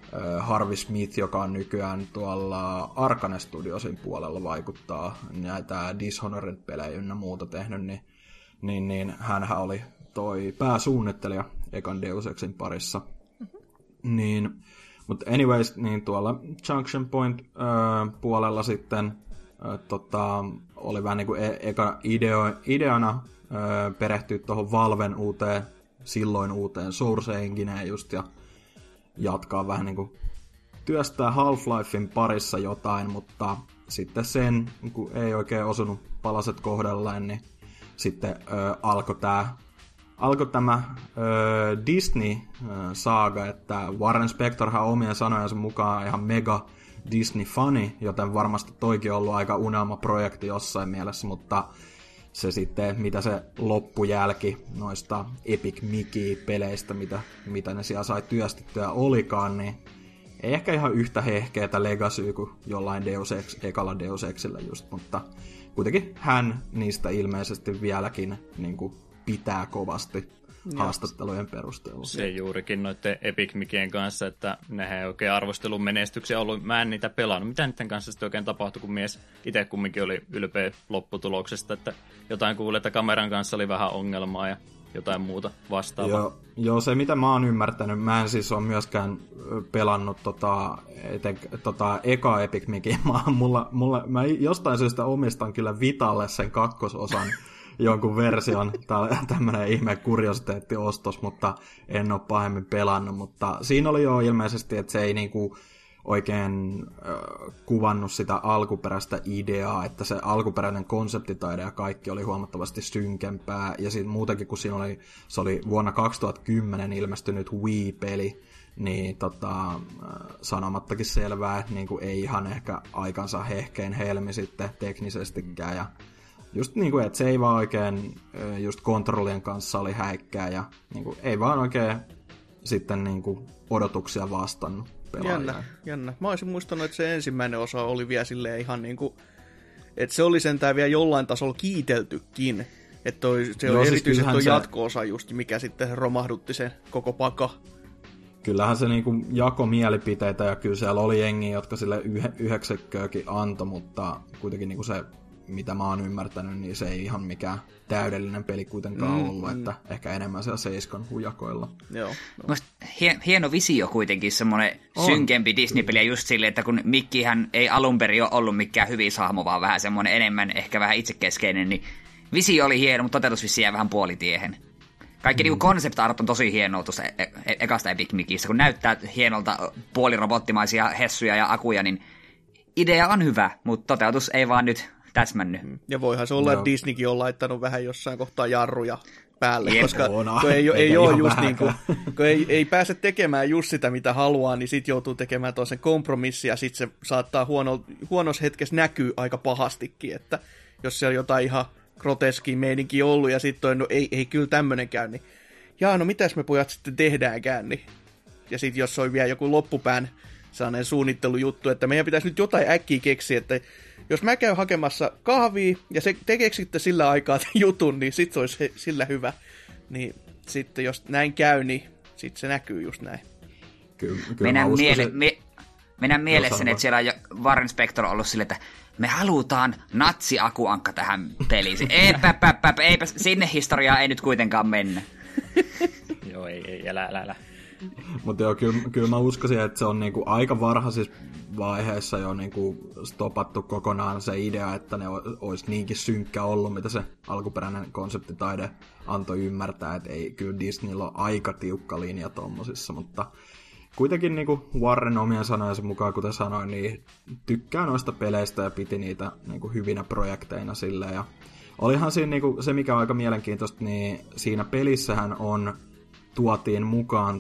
Harvey Smith, joka on nykyään tuolla Arkane Studiosin puolella vaikuttaa näitä Dishonored-pelejä ynnä muuta tehnyt, niin hänhän oli toi pääsuunnittelija ekan Deus Exin parissa. Niin, mutta anyways, niin tuolla Junction Point puolella sitten oli vähän niin kuin eka ideana perehtyä tuohon Valven silloin uuteen Source Engineen just ja jatkaa vähän niin kuin työstää Half-Lifein parissa jotain, mutta sitten sen, kun ei oikein osunut palaset kohdalleen, niin sitten alkoi tämä Disney-saaga, että Warren Spectorhan omien sanojensa mukaan ihan mega Disney-fani, joten varmasti toikin on ollut aika unelmaprojekti jossain mielessä, mutta se sitten, mitä se loppujälki noista Epic Mickey-peleistä, mitä ne siellä sai työstettyä olikaan, niin ei ehkä ihan yhtä hehkeetä legacyä kuin jollain ekalla Deus Exillä just, mutta kuitenkin hän niistä ilmeisesti vieläkin niin kuin pitää kovasti haastattelujen perusteella. Se juurikin noiden Epic Mickey'n kanssa, että nehän ei oikein arvostelun menestyksiä ollut. Mä en niitä pelannut. Mitä niiden kanssa sitten oikein tapahtui, kun mies itse kumminkin oli ylpeä lopputuloksesta, että jotain kuuli, että kameran kanssa oli vähän ongelmaa ja jotain muuta vastaavaa. Joo, se mitä mä oon ymmärtänyt, mä en siis ole myöskään pelannut eka Epic Mickey. Mä jostain syystä omistan kyllä Vitalle sen kakkososan jonkun version, tämmönen ihme kuriositeettiostos, mutta en ole pahemmin pelannut, mutta siinä oli jo ilmeisesti, että se ei niinku oikein kuvannut sitä alkuperäistä ideaa, että se alkuperäinen konseptitaide ja kaikki oli huomattavasti synkempää, ja sitten muutenkin, kun siinä se oli vuonna 2010 ilmestynyt Wii-peli, niin sanomattakin selvää, että niinku ei ihan ehkä aikansa hehkein helmi sitten teknisestikään, ja just niinku, että se ei vaan oikein just kontrollien kanssa oli häikkää, ja niinku, ei vaan oikein sitten niinku odotuksia vastannut pelaajia. Jännä. Mä olisin muistanut, että se ensimmäinen osa oli vielä silleen ihan niinku, että se oli sentään vielä jollain tasolla kiiteltykin. Että se oli erityisesti tuo jatko-osa just, mikä sitten romahdutti sen koko paka. Kyllähän se niinku jako mielipiteitä, ja kyllä siellä oli jengiä, jotka sille yhdeksäkköäkin antoi, mutta kuitenkin niinku se, mitä mä oon ymmärtänyt, niin se ei ihan mikään täydellinen peli kuitenkaan ollut, että ehkä enemmän siellä 7 hujakoilla. Joo. Hieno visio kuitenkin, semmoinen synkempi Disney-peli, just silleen, että kun Mickeyhän ei alun perin ole ollut mikään hyvishahmo, vaan vähän semmoinen enemmän, ehkä vähän itsekeskeinen, niin visio oli hieno, mutta toteutus vissiin jää vähän puolitiehen. Kaikki niinku concept-art on tosi hienoa tuosta ekasta Epic Mickeystä, kun näyttää hienolta puolirobottimaisia hessuja ja akuja, niin idea on hyvä, mutta toteutus ei vaan nyt täsmännyt. Ja voihan se olla, että Disneykin on laittanut vähän jossain kohtaa jarruja päälle, koska kun ei ole just niin kuin, kun ei pääse tekemään just sitä, mitä haluaa, niin sit joutuu tekemään toisen kompromissin, ja sit se saattaa huonossa hetkessä näkyy aika pahastikin, että jos siellä on jotain ihan groteskia meininkiä ollut, ja sitten no ei kyllä tämmönenkään, niin no mitäs me pojat sitten tehdäänkään, niin ja sit jos on vielä joku loppupään sellainen suunnittelujuttu, että meidän pitäisi nyt jotain äkkiä keksiä, että jos mä käyn hakemassa kahvia, ja se tekeekö sitten sillä aikaa jutun, niin sit se olisi sillä hyvä. Niin sitten jos näin käy, niin sit se näkyy just näin. Kyllä Mennään mielessäni, että siellä on Warren Spector ollut silleen, että me halutaan natsiakuankka tähän peliin. Eipä sinne historiaan ei nyt kuitenkaan mennä. Joo, ei, älä. Mutta joo, kyllä mä uskoisin, että se on niinku aika varhaisissa vaiheessa jo niinku stopattu kokonaan se idea, että ne olisi niinkin synkkä ollut, mitä se alkuperäinen konseptitaide antoi ymmärtää, että ei, kyllä Disneyllä on aika tiukka linja tommosissa, mutta kuitenkin niinku Warren omien sanojensa mukaan, kuten sanoin, niin tykkää noista peleistä ja piti niitä niinku hyvinä projekteina silleen, ja olihan siinä niinku se, mikä on aika mielenkiintoista, niin siinä pelissähän tuotiin mukaan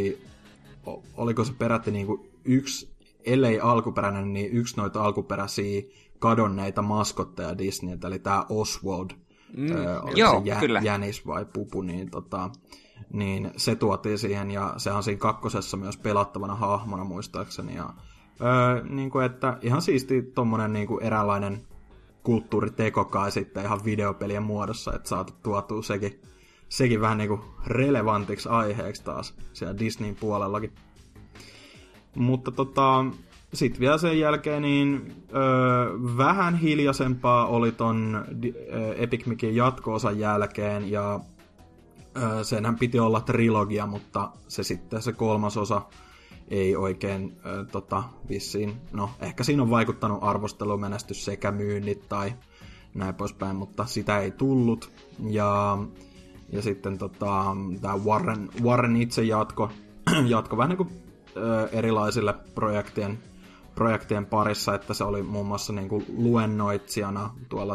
oliko se peräti niinku yksi, ellei alkuperäinen, niin yksi noita alkuperäisiä kadonneita maskotteja Disneyltä, eli tämä Oswald, joo, se kyllä. jänis vai pupu, niin se tuotiin siihen, ja se on siinä kakkosessa myös pelattavana hahmona muistaakseni, ja niinku, että ihan siisti tommonen niinku eräänlainen kulttuuriteko kai sitten ihan videopelien muodossa, että saatu tuotua sekin vähän niinku relevantiksi aiheeksi taas siellä Disneyn puolellakin. Mutta sitten vielä sen jälkeen niin vähän hiljaisempaa oli ton Epic Micin jatko-osan jälkeen, ja senhän piti olla trilogia, mutta se kolmas osa ei oikein vissiin, no ehkä siinä on vaikuttanut arvostelumenestys sekä myynnit tai näin poispäin, mutta sitä ei tullut. Ja sitten tämä Warren itse jatko vähän niin kuin erilaisille projektien parissa, että se oli muun muassa niin kuin luennoitsijana tuolla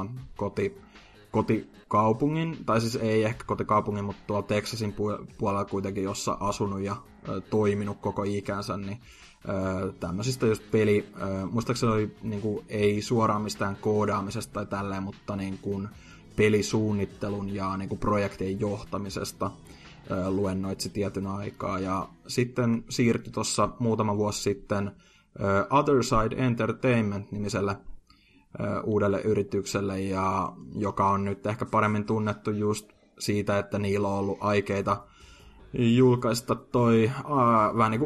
kotikaupungin, tai siis ei ehkä kotikaupungin, mutta tuolla Texasin puolella kuitenkin, jossa asunut ja toiminut koko ikänsä, niin tämmöisistä just muistaakseni oli niin kuin, ei suoraan mistään koodaamisesta tai tälleen, mutta niin kuin pelisuunnittelun ja niin kuin projektien johtamisesta luennoitsi tietyn aikaa, ja sitten siirtyi tuossa muutama vuosi sitten Other Side Entertainment-nimiselle uudelle yritykselle, ja joka on nyt ehkä paremmin tunnettu just siitä, että niillä on ollut aikeita julkaista toi vähän niin kuin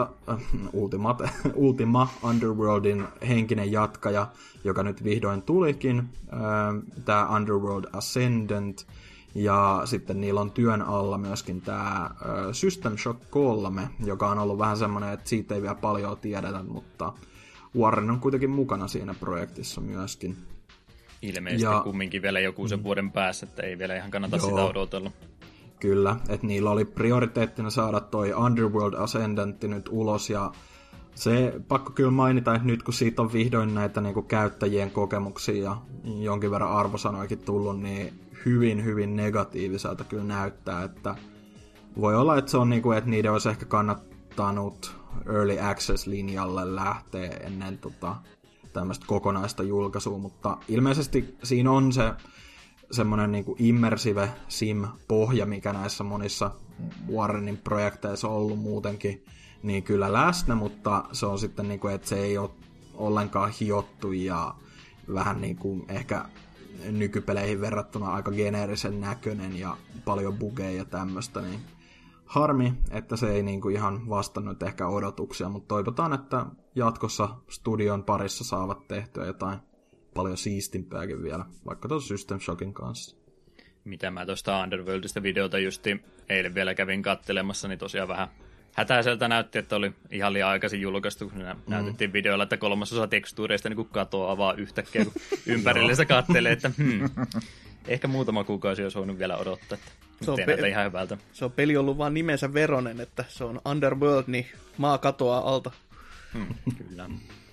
Ultima Underworldin henkinen jatkaja, joka nyt vihdoin tulikin, tämä Underworld Ascendant, ja sitten niillä on työn alla myöskin tämä System Shock 3, joka on ollut vähän semmoinen, että siitä ei vielä paljon tiedetä, mutta Warren on kuitenkin mukana siinä projektissa myöskin. Ilmeisesti kumminkin vielä joku sen vuoden päässä, että ei vielä ihan kannata sitä odotella. Kyllä, että niillä oli prioriteettina saada toi Underworld Ascendantti nyt ulos, ja se pakko kyllä mainita, että nyt kun siitä on vihdoin näitä niinku käyttäjien kokemuksia ja jonkin verran arvosanoikin tullut, niin hyvin, hyvin negatiiviselta kyllä näyttää, että voi olla, että se on niinku, että niiden olisi ehkä kannattanut Early Access-linjalle lähteä ennen tämmöistä kokonaista julkaisua, mutta ilmeisesti siinä on se semmoinen niinku immersive sim-pohja, mikä näissä monissa Warrenin projekteissa on ollut muutenkin, niin kyllä läsnä, mutta se on sitten niinku, että se ei ole ollenkaan hiottu ja vähän niinku ehkä nykypeleihin verrattuna aika geneerisen näköinen ja paljon bugeja ja tämmöistä, niin harmi, että se ei niinku ihan vastannut ehkä odotuksia, mutta toivotaan, että jatkossa studion parissa saavat tehtyä jotain paljon siistimpääkin vielä, vaikka tuossa System Shockin kanssa. Mitä mä tuosta Underworldista videota justi eilen vielä kävin kattelemassa, niin tosiaan vähän hätäiseltä näytti, että oli ihan liian aikaisin julkaistu, kun näytettiin videolla, että 3/3 tekstuureista niin katoaa vaan yhtäkkiä, kun ympärille se kattelee, että ehkä muutama kuukausi olisi voinut vielä odottaa, että ihan hyvältä. Se on peli ollut vaan nimensä veronen, että se on Underworld, niin maa katoaa alta. Kyllä.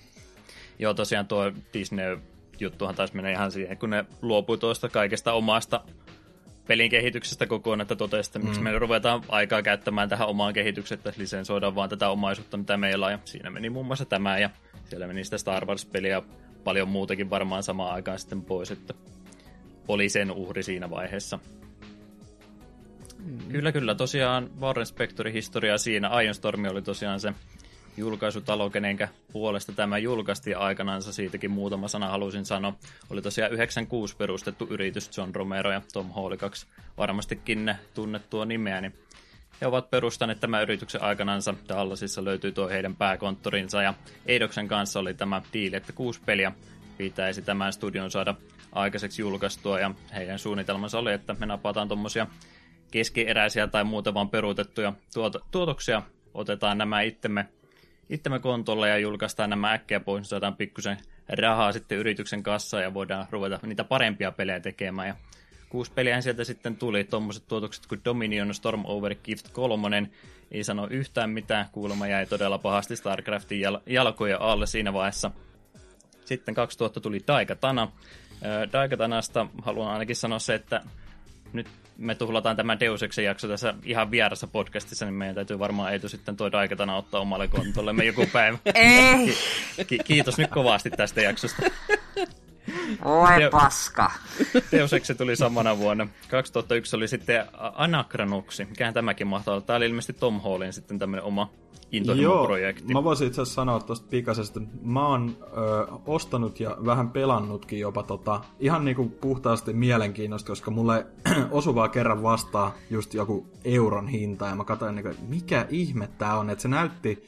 Joo, tosiaan tuo Disney-juttuhan taisi mennä ihan siihen, kun ne luopui tuosta kaikesta omasta pelin kehityksestä kokonaan, että totesi, että miksi me ruvetaan aikaa käyttämään tähän omaan kehitykseen, että lisensoidaan vaan tätä omaisuutta, mitä meillä on, ja siinä meni muun muassa tämä, ja siellä meni sitä Star Wars-peliä ja paljon muutakin varmaan samaan aikaan sitten pois, että oli sen uhri siinä vaiheessa. Kyllä, tosiaan Warren Spectorin historia siinä, Ironstorm oli tosiaan se julkaisutalo, kenenkä puolesta tämä julkaistiin aikanaansa, siitäkin muutama sana halusin sanoa. Oli tosiaan 96 perustettu yritys, John Romero ja Tom Hawley, 2 varmastikin tunnettua nimeä, niin he ovat perustaneet tämän yrityksen aikanaansa. Dallasissa löytyy tuo heidän pääkonttorinsa, ja Eidoksen kanssa oli tämä diili, että 6 peliä pitäisi tämän studion saada aikaiseksi julkaistua, ja heidän suunnitelmansa oli, että me napataan tuommoisia keskeeräisiä tai muuta vaan peruutettuja tuotoksia, otetaan nämä itsemme kontolle ja julkaistaan nämä äkkiä pois, niin saadaan pikkusen rahaa sitten yrityksen kassaan ja voidaan ruveta niitä parempia pelejä tekemään. Ja 6 peliä sieltä sitten tuli, tuommoiset tuotokset kuin Dominion, Storm Over, Gift 3, ei sano yhtään mitään, kuulemma jäi todella pahasti StarCraftin jalkojen alle siinä vaiheessa. Sitten 2000 tuli Daikatana. Daikatanasta haluan ainakin sanoa se, että nyt me tuhlataan tämä Deus Exen jakso tässä ihan vierassa podcastissa, niin meidän täytyy varmaan Eetu sitten tuo Daikatana ottaa omalle kontollemme joku päivä. Ei! Kiitos nyt kovasti tästä jaksosta. Oi paska. Deus Ex tuli samana vuonna. 2001 oli sitten Anachronoxi. Mikähän tämäkin mahtaa olla? Tämä oli ilmeisesti Tom Hallin sitten tämmöinen oma intohimo-projekti. Mä voisin itse asiassa sanoa tuosta pikaisesti. Mä oon ostanut ja vähän pelannutkin jopa ihan niinku puhtaasti mielenkiinnosta, koska mulle osui vaan kerran vastaan just joku euron hinta, ja mä katsoin, mikä ihme tää on, että se näytti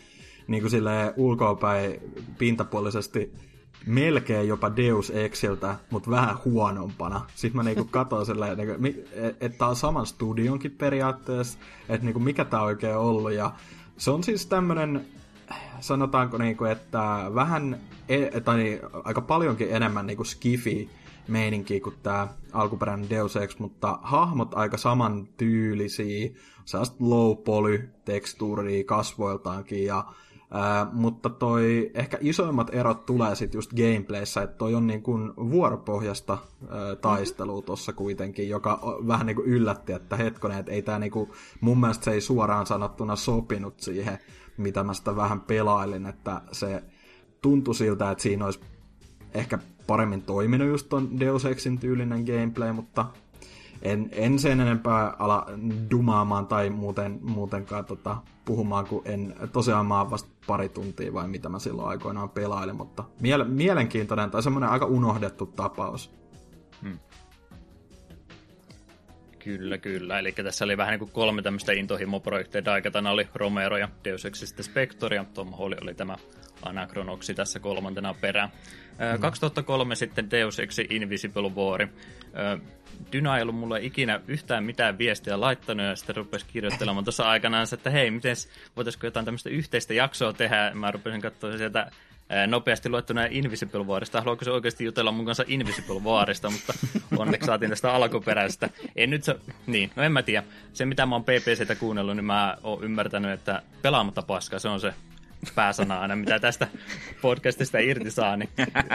niin kuin silleen ulkoapäin pintapuolisesti melkein jopa Deus Exiltä, mutta vähän huonompana. Sitten mä niinku katsoin silleen, että tää on saman studionkin periaatteessa, että niinku mikä tää oikein on ollut. Ja se on siis tämmönen, sanotaanko niinku, että vähän, tai aika paljonkin enemmän niinku skifi-meininkiä kuin tää alkuperäinen Deus Ex, mutta hahmot aika samantyylisiä, sellaista low poly tekstuuria kasvoiltaankin ja mutta toi ehkä isoimmat erot tulee sitten just gameplayssä, että toi on niin kuin vuoropohjasta taistelua tossa kuitenkin, joka vähän niin kuin yllätti, että hetkonen, että ei tää niin kuin, mun mielestä se ei suoraan sanottuna sopinut siihen, mitä mä sitä vähän pelailin, että se tuntui siltä, että siinä olisi ehkä paremmin toiminut just ton Deus Exin tyylinen gameplay, mutta en sen enempää ala dumaamaan tai muutenkaan puhumaan, kun tosiaan mä oon vasta pari tuntia vai mitä mä silloin aikoinaan pelailin, mutta mielenkiintoinen tai semmoinen aika unohdettu tapaus. Kyllä. Eli tässä oli vähän niin kuin 3 tämmöistä intohimoprojekteja. Daikatana oli Romero ja Deus Exista Spector ja Tom Hall oli tämä Anachronoxi tässä 3. perään. 2003 sitten Deus Ex Invisible War. Dyna ei ollut mulle ikinä yhtään mitään viestiä laittanut ja sitten rupesi kirjoittelemaan tuossa aikanaan, että hei, miten voitaisiko jotain tämmöistä yhteistä jaksoa tehdä. Mä rupesin katsoa sieltä nopeasti luettuna Invisible Warista. Haluatko se oikeasti jutella mun kanssa Invisible Warista, mutta onneksi saatiin tästä alkuperäisestä. No en mä tiedä. Se mitä mä oon PPCtä kuunnellut, niin mä oon ymmärtänyt, että pelaamatta paskaa, se on se pääsana aina, mitä tästä podcastista irti saa. Niin.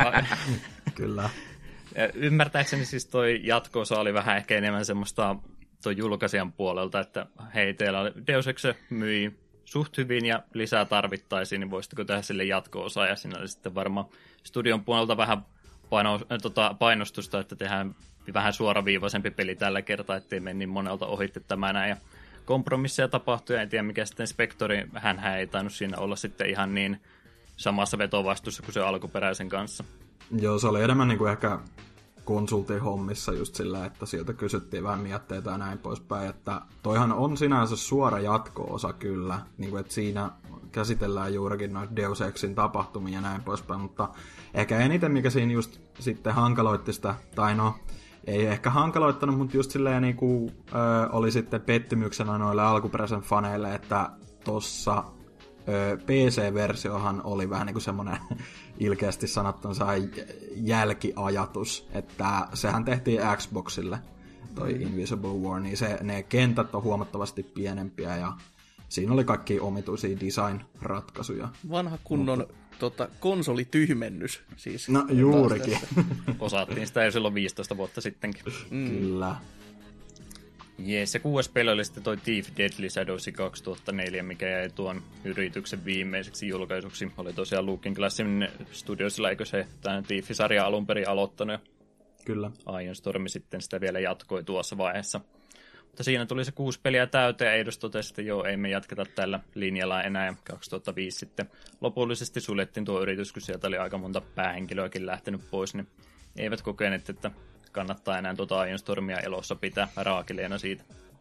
Kyllä. Ymmärtääkseni siis toi jatko-osa oli vähän ehkä enemmän semmoista toi julkaisijan puolelta, että hei, teillä Deus Ex myi suht hyvin ja lisää tarvittaisiin, niin voisitteko tehdä sille jatko-osaa, ja siinä oli sitten varmaan studion puolelta vähän painostusta, että tehdään vähän suoraviivaisempi peli tällä kertaa, ettei mene niin monelta ohitte tämänä, ja kompromisseja tapahtui, ja en tiedä mikä sitten Spectori, hänhän ei tainnut siinä olla sitten ihan niin samassa vetovastuussa kuin se alkuperäisen kanssa. Joo, se oli enemmän niin kuin ehkä konsultin hommissa just sillä, että sieltä kysyttiin vähän mietteitä ja näin poispäin, että toihan on sinänsä suora jatko-osa kyllä, niin kuin, että siinä käsitellään juurikin noita Deus Exin tapahtumia ja näin poispäin, mutta ehkä eniten mikä siinä just sitten hankaloitti sitä, tai no, ei ehkä hankaloittanut, mutta just silleen niin kuin, oli sitten pettymyksenä noille alkuperäisen faneille, että tossa PC-versiohan oli vähän niin kuin semmoinen ilkeästi sanottuna jälkiajatus, että sehän tehtiin Xboxille, toi Invisible War, niin ne kentät on huomattavasti pienempiä ja siinä oli kaikki omituisia design-ratkaisuja. Vanha kunnon konsolityhmennys. Siis, no juurikin. Osattiin sitä jo silloin 15 vuotta sittenkin. Kyllä. Jees, se 6. peli oli sitten toi Thief Deadly Shadows 2004, mikä jäi tuon yrityksen viimeiseksi julkaisuksi. Oli tosiaan Looking Glassin Studiosilla, eikö se tämän Thief-sarja alun perin aloittanut? Kyllä. Iron Storm sitten sitä vielä jatkoi tuossa vaiheessa. Mutta siinä tuli se 6 peliä täyteen, ja Eidos totesi, että joo, ei me jatketa tällä linjalla enää. 2005 sitten lopullisesti suljettiin tuo yritys, kun sieltä oli aika monta päähenkilöäkin lähtenyt pois, niin eivät kokeneet, että kannattaa enää Iron Stormia elossa pitää raakileena siitä.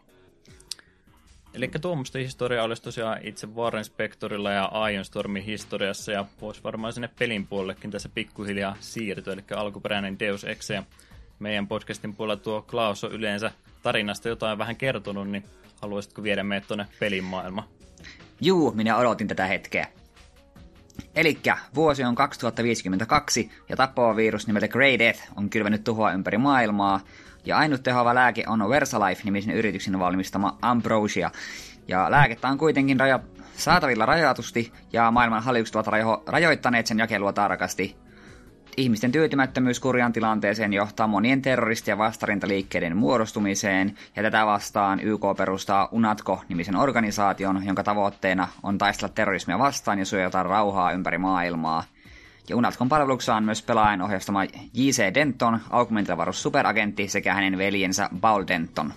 Eli tuommoista historiaa olisi tosiaan itse Warren Spectorilla ja Iron Stormin historiassa, ja voisi varmaan sinne pelin puolellekin tässä pikkuhiljaa siirtyä, eli alkuperäinen Deus Ex, ja meidän podcastin puolella tuo Klaus on yleensä tarinasta jotain vähän kertonut, niin haluaisitko viedä meidät tuonne pelin maailmaan? Juu, minä odotin tätä hetkeä. Elikkä vuosi on 2052 ja tappava virus nimeltä Grey Death on kylvänyt tuhoa ympäri maailmaa. Ja ainut tehoava lääke on Versalife-nimisen yrityksen valmistama Ambrosia. Ja lääkettä on kuitenkin saatavilla rajatusti ja maailman hallitukset ovat rajoittaneet sen jakelua tarkasti. Ihmisten tyytymättömyys kurjaan tilanteeseen johtaa monien terroristi- ja vastarintaliikkeiden muodostumiseen, ja tätä vastaan YK perustaa UNATCO-nimisen organisaation, jonka tavoitteena on taistella terrorismia vastaan ja suojata rauhaa ympäri maailmaa. Ja UNATCOn palveluksessa on myös pelaajan ohjastama J.C. Denton, augmentovarus superagentti sekä hänen veljensä Paul Denton.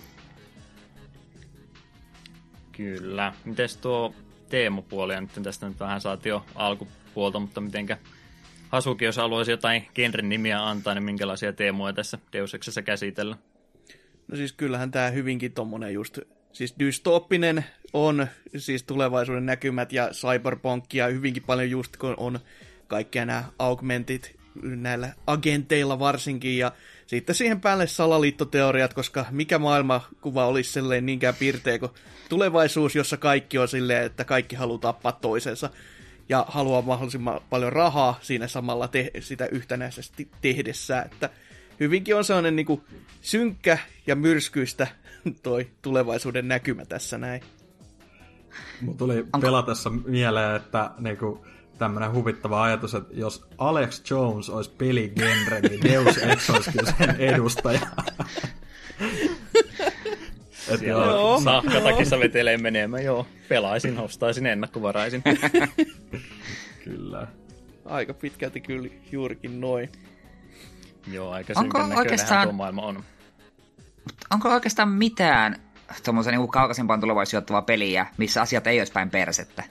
Kyllä. Mites tuo teemapuoli, ja nyt tästä nyt vähän saatiin jo alkupuolta, mutta mitenkä Hasuki, jos haluaisi jotain genren nimiä antaa, niin minkälaisia teemoja tässä Deus Exessä käsitellä? No siis kyllähän tämä hyvinkin tommonen just siis dystooppinen on siis tulevaisuuden näkymät ja cyberpunkia hyvinkin paljon just kun on kaikkia nämä augmentit näillä agenteilla varsinkin ja sitten siihen päälle salaliittoteoriat, koska mikä maailmankuva olisi silleen niinkään pirteä kuin tulevaisuus, jossa kaikki on silleen, että kaikki haluaa tappaa toisensa ja haluaa mahdollisimman paljon rahaa siinä samalla sitä yhtenäisesti tehdessä, että hyvinkin on sellainen niin kuin synkkä ja myrskyistä toi tulevaisuuden näkymä tässä näin. Mun tuli pelatessa mieleen, että niinku tämmönen huvittava ajatus, että jos Alex Jones olisi peligenre, niin Deus Ex olisi kyllä sen edustaja. Sahkatakissa vetelee menemään, joo. Pelaisin, ostaisin ennakkovaraisin. Kyllä. Aika pitkälti kyllä juurikin noin. Joo, aika synkän näköinenhän tuo maailma on. Onko oikeastaan mitään tuommoisen niin kaukaisempaan tulevaisuuteen sijoittavaa peliä, missä asiat ei olisi päin persettä?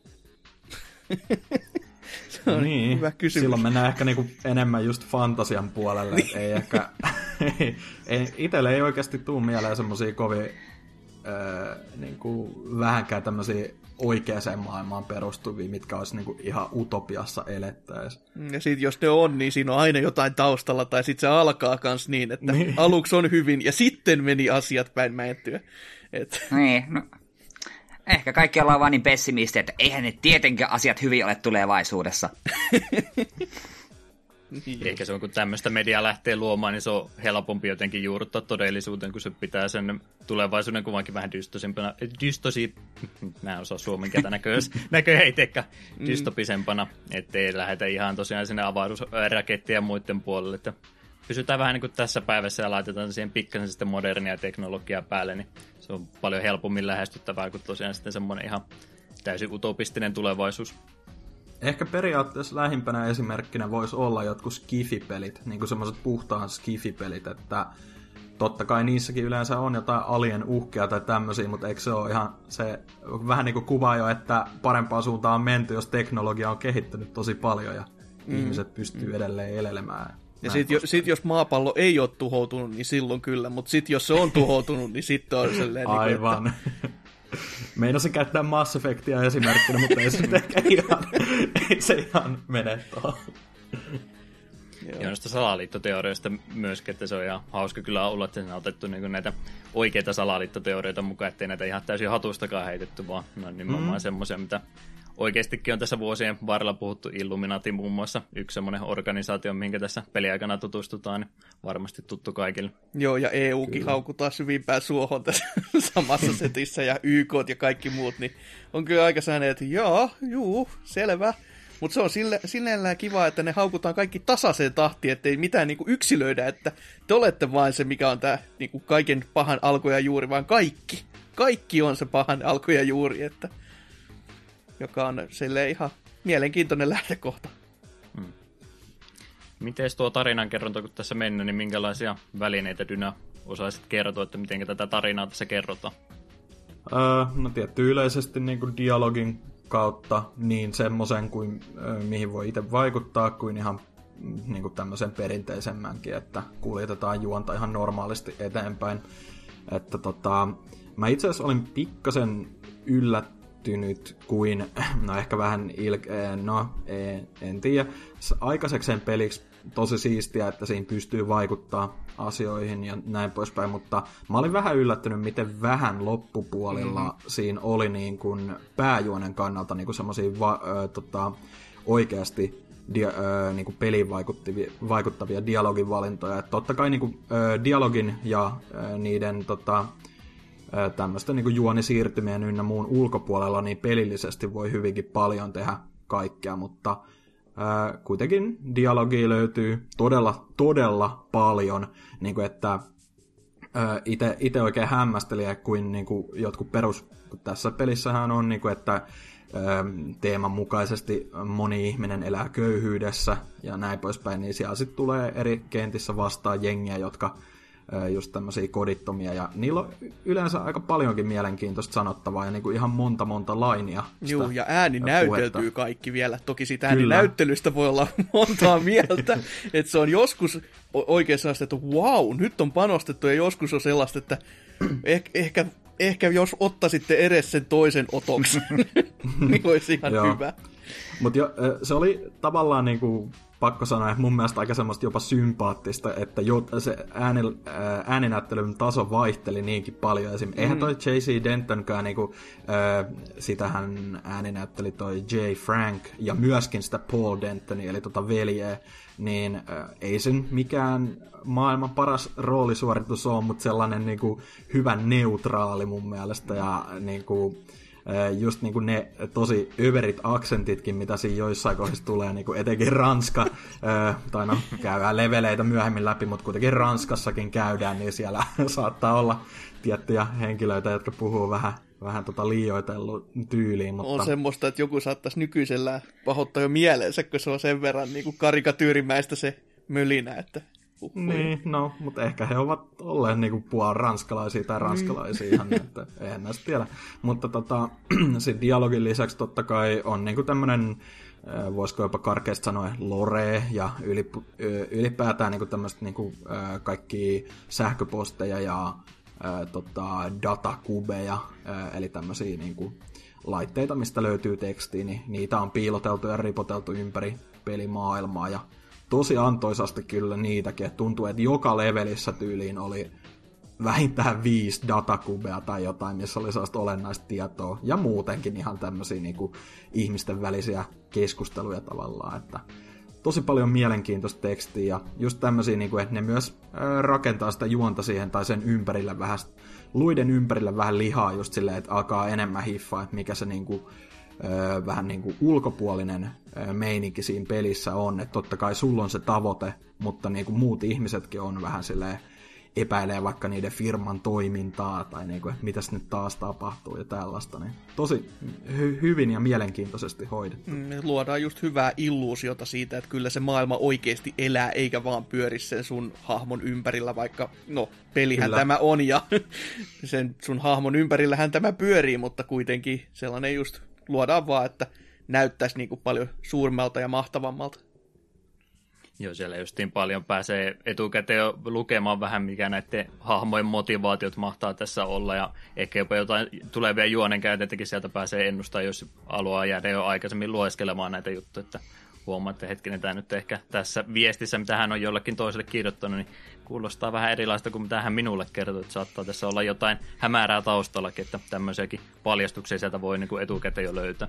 Se on niin, hyvä kysymys. Silloin mennään ehkä niinku enemmän just fantasian puolelle. Niin. Ei ehkä, itselle ei oikeasti tule mieleen semmosia kovin niinku, vähänkään tämmösiä oikeaan maailmaan perustuvia, mitkä olisi niinku ihan utopiassa elettäisiin. Ja sit jos ne on, niin siinä on aina jotain taustalla, tai sit se alkaa kans niin, että aluksi on hyvin, ja sitten meni asiat päin mäettyä. Niin, no. Ehkä kaikki ollaan vaan niin pessimistiä, että eihän ne tietenkään asiat hyvin ole tulevaisuudessa. Ehkä se on, kun tämmöistä mediaa lähtee luomaan, niin se on helpompi jotenkin juurruttaa todellisuuteen, kun se pitää sen tulevaisuuden kuvankin vähän mä en osaa suomen kieltä näköjään itsekään dystopisempana, ettei lähdetä ihan tosiaan sinne avaruusrakettiin ja muiden puolelle, että pysytään vähän niin kuin tässä päivässä ja laitetaan siihen pikkasen sitten modernia teknologiaa päälle, niin se on paljon helpommin lähestyttävää kuin tosiaan sitten semmoinen ihan täysin utopistinen tulevaisuus. Ehkä periaatteessa lähimpänä esimerkkinä voisi olla jotkut skifipelit, niin kuin semmoiset puhtaan skifipelit, että totta kai niissäkin yleensä on jotain alien uhkia tai tämmöisiä, mutta eikö se ole ihan se vähän niin kuin kuvaa jo, että parempaan suuntaan on menty, jos teknologia on kehittynyt tosi paljon ja ihmiset pystyy edelleen elelemään. Ja sit jos maapallo ei ole tuhoutunut, niin silloin kyllä, mutta sit jos se on tuhoutunut, niin sitten on sellainen... Aivan. Niin että... Meinasin käyttää Mass Effectia esimerkkinä, mutta ei se ehkä ihan mene tuohon. Ja noista salaliittoteorioista myöskin, että se on ihan hauska kyllä olla, että sen on otettu niin näitä oikeita salaliittoteorioita mukaan, ettei näitä ihan täysin hatustakaan heitetty, vaan no, nimenomaan semmoisia, mitä oikeastikin on tässä vuosien varrella puhuttu. Illuminati muun muassa, yksi semmoinen organisaatio, minkä tässä peliaikana tutustutaan, niin varmasti tuttu kaikille. Joo, ja EUkin haukutaan syvimpään suohon tässä samassa setissä, ja YKt ja kaikki muut, niin on kyllä aika sellainen, että selvä. Mutta se on silleen kiva, että ne haukutaan kaikki tasaiseen tahtiin, ettei mitään niinku yksilöidä, että te olette vain se, mikä on tämä niinku kaiken pahan alku ja juuri, vaan kaikki. Kaikki on se pahan alku ja juuri, että joka on silleen ihan mielenkiintoinen lähtökohta. Miten tuo tarinankerronta, kun tässä mennään, niin minkälaisia välineitä Dyna osaisit kertoa, että miten tätä tarinaa tässä kerrotaan? No tietty yleisesti niin kuin dialogin kautta niin semmoisen, kuin mihin voi itse vaikuttaa, kuin ihan niin kuin tämmöisen perinteisemmänkin, että kuljetetaan juonta ihan normaalisti eteenpäin. Että mä itse asiassa olin pikkasen yllättynyt kuin, no ehkä vähän en tiedä, aikaisekseen peliksi tosi siistiä, että siinä pystyy vaikuttaa asioihin ja näin poispäin, mutta mä olin vähän yllättynyt, miten vähän loppupuolilla siinä oli niin kuin pääjuonen kannalta niin kuin semmoisia oikeasti niin kuin peliin vaikuttavia dialogin valintoja. Et totta kai niin kuin, dialogin ja niiden tämmöisten niin kuin juonisiirtymien ynnä muun ulkopuolella niin pelillisesti voi hyvinkin paljon tehdä kaikkea, mutta kuitenkin dialogia löytyy todella paljon, niin kuin että itse oikein hämmästeli, kuin, niin kuin jotkut tässä pelissähän on, niin kuin, että teeman mukaisesti moni ihminen elää köyhyydessä ja näin poispäin, niin siellä sitten tulee eri kentissä vastaan jengiä, jotka just tämmöisiä kodittomia, ja niillä on yleensä aika paljonkin mielenkiintoista sanottavaa, ja niinku ihan monta lainia. Joo, ja ääni näyteltyy kaikki vielä. Toki siitä ääninäyttelystä voi olla montaa mieltä, että se on joskus oikein sellaista, että wow, nyt on panostettu, ja joskus on sellaista, että ehkä ehkä jos ottaisitte edes sen toisen otoksen, niin olisi ihan hyvä. Mutta se oli tavallaan niinku, pakko sanoa, että mun mielestä aika semmoista jopa sympaattista, että se ääninäyttelyn taso vaihteli niinkin paljon. Eihän toi J.C. Dentonkään, niinku, sitähän ääninäytteli toi J. Frank ja myöskin sitä Paul Dentoni, eli veljeä, niin ei sen mikään maailman paras roolisuoritus ole, mutta sellainen niinku, hyvän neutraali mun mielestä ja niinku, just niinku ne tosi överit aksentitkin, mitä siinä joissain kohdissa tulee, niinku etenkin Ranska, tai no käydään leveleitä myöhemmin läpi, mutta kuitenkin Ranskassakin käydään, niin siellä saattaa olla tiettyjä henkilöitä, jotka puhuu vähän liioitellut tyyliin. Mutta... On semmoista, että joku saattaisi nykyisellään pahoittaa jo mielensä, kun se on sen verran niinku karikatyyrimäistä se mölinä, että... Niin, no, mutta ehkä he ovat olleet niinku puolen ranskalaisia tai ranskalaisia ihan, että eihän näistä tiedä. Mutta sit dialogin lisäksi totta kai on niinku tämmönen, voisiko jopa karkeasti sanoa, lore ja ylipäätään niinku tämmöistä niinku, kaikki sähköposteja ja datakubeja, eli tämmöisiä niinku laitteita, mistä löytyy tekstiä, niin niitä on piiloteltu ja ripoteltu ympäri pelimaailmaa ja tosi antoisasti kyllä niitäkin, että tuntuu, että joka levelissä tyyliin oli vähintään 5 datakubea tai jotain, missä oli sellaista olennaista tietoa, ja muutenkin ihan tämmöisiä niinku ihmisten välisiä keskusteluja tavallaan, että tosi paljon mielenkiintoista tekstiä, ja just tämmöisiä, niinku, että ne myös rakentaa sitä juonta siihen, tai sen ympärille vähän, luiden ympärille vähän lihaa just silleen, että alkaa enemmän hiffaa, että mikä se niinku vähän niin kuin ulkopuolinen meininki siinä pelissä on, että totta kai sulla on se tavoite, mutta niin kuin muut ihmisetkin on vähän silleen epäilee vaikka niiden firman toimintaa tai niin kuin, että mitäs nyt taas tapahtuu ja tällaista, niin tosi hyvin ja mielenkiintoisesti hoidettu. Luodaan just hyvää illuusiota siitä, että kyllä se maailma oikeasti elää eikä vaan pyöri sen sun hahmon ympärillä, vaikka no pelihän kyllä tämä on ja sen sun hahmon ympärillähän tämä pyörii, mutta kuitenkin sellainen just luodaan vaan, että näyttäisi niin kuin paljon suuremmalta ja mahtavammalta. Joo, siellä justiin paljon pääsee etukäteen jo lukemaan vähän, mikä näiden hahmojen motivaatiot mahtaa tässä olla, ja ehkä jopa jotain tulevia juonenkäytäntökin sieltä pääsee ennustamaan, jos haluaa jäädä jo aikaisemmin lueskelemaan näitä juttuja, että huomaa, että hetkinen, tämä nyt ehkä tässä viestissä, mitä hän on jollekin toiselle kirjoittanut, niin kuulostaa vähän erilaista kuin mitä hän minulle kertoi, että saattaa tässä olla jotain hämärää taustallakin, että tämmöisiäkin paljastuksia sieltä voi niin kuin etukäteen jo löytää.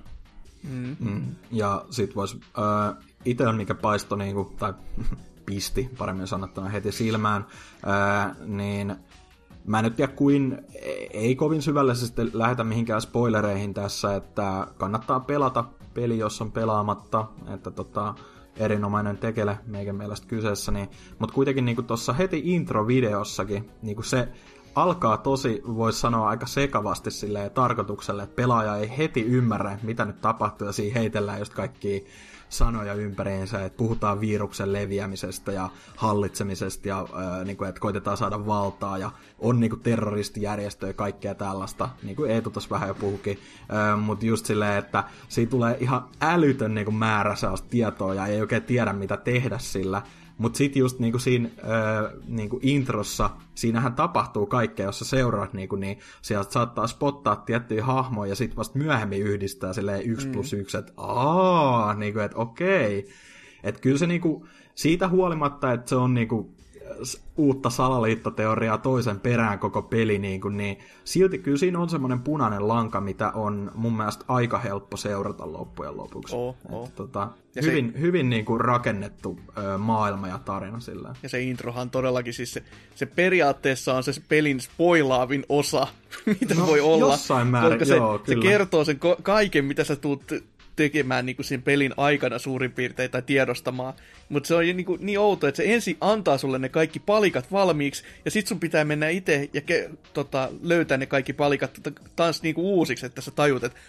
Ja sit vois itse on mikä paisto niinku, tai pisti paremmin sanottuna heti silmään, niin mä en nyt tiedä ei kovin syvällisesti lähdetä mihinkään spoilereihin tässä, että kannattaa pelata peli, jos on pelaamatta, että erinomainen tekele meidän mielestä kyseessä, niin, mutta kuitenkin niinku tuossa heti introvideossakin niinku se alkaa tosi, voisi sanoa, aika sekavasti silleen tarkoitukselle, että pelaaja ei heti ymmärrä, mitä nyt tapahtuu, ja siinä heitellään just kaikkia sanoja ympäriinsä, että puhutaan viruksen leviämisestä ja hallitsemisesta, ja niin kuin, että koitetaan saada valtaa, ja on niin kuin terroristijärjestöjä ja kaikkea tällaista, niin kuin Eetu tuossa vähän jo puhukin, mutta just silleen, että siitä tulee ihan älytön niin kuin määrä sellaista tietoa, ja ei oikein tiedä, mitä tehdä sillä. Mutta sitten just niinku siinä niinku introssa, siinähän tapahtuu kaikkea, jos sä seuraat, niin sieltä saattaa spottaa tiettyjä hahmoja ja sitten vasta myöhemmin yhdistää silleen 1+1, että niinku, et okei. Että kyllä se niinku, siitä huolimatta, että se on niinku uutta salaliittoteoriaa toisen perään koko peli, niin silti kyllä siinä on semmoinen punainen lanka, mitä on mun mielestä aika helppo seurata loppujen lopuksi. Että, hyvin niin kuin rakennettu maailma ja tarina sillä. Ja se introhan todellakin siis se periaatteessa on se pelin spoilaavin osa, mitä voi olla. Jossain määrin, se kertoo sen kaiken, mitä sä tuut tekemään niin kuin sen pelin aikana suurin piirtein tai tiedostamaan. Mutta se on niin outo, että se ensin antaa sulle ne kaikki palikat valmiiksi, ja sit sun pitää mennä itse ja löytää ne kaikki palikat taas niin kuin uusiksi, että sä tajut, että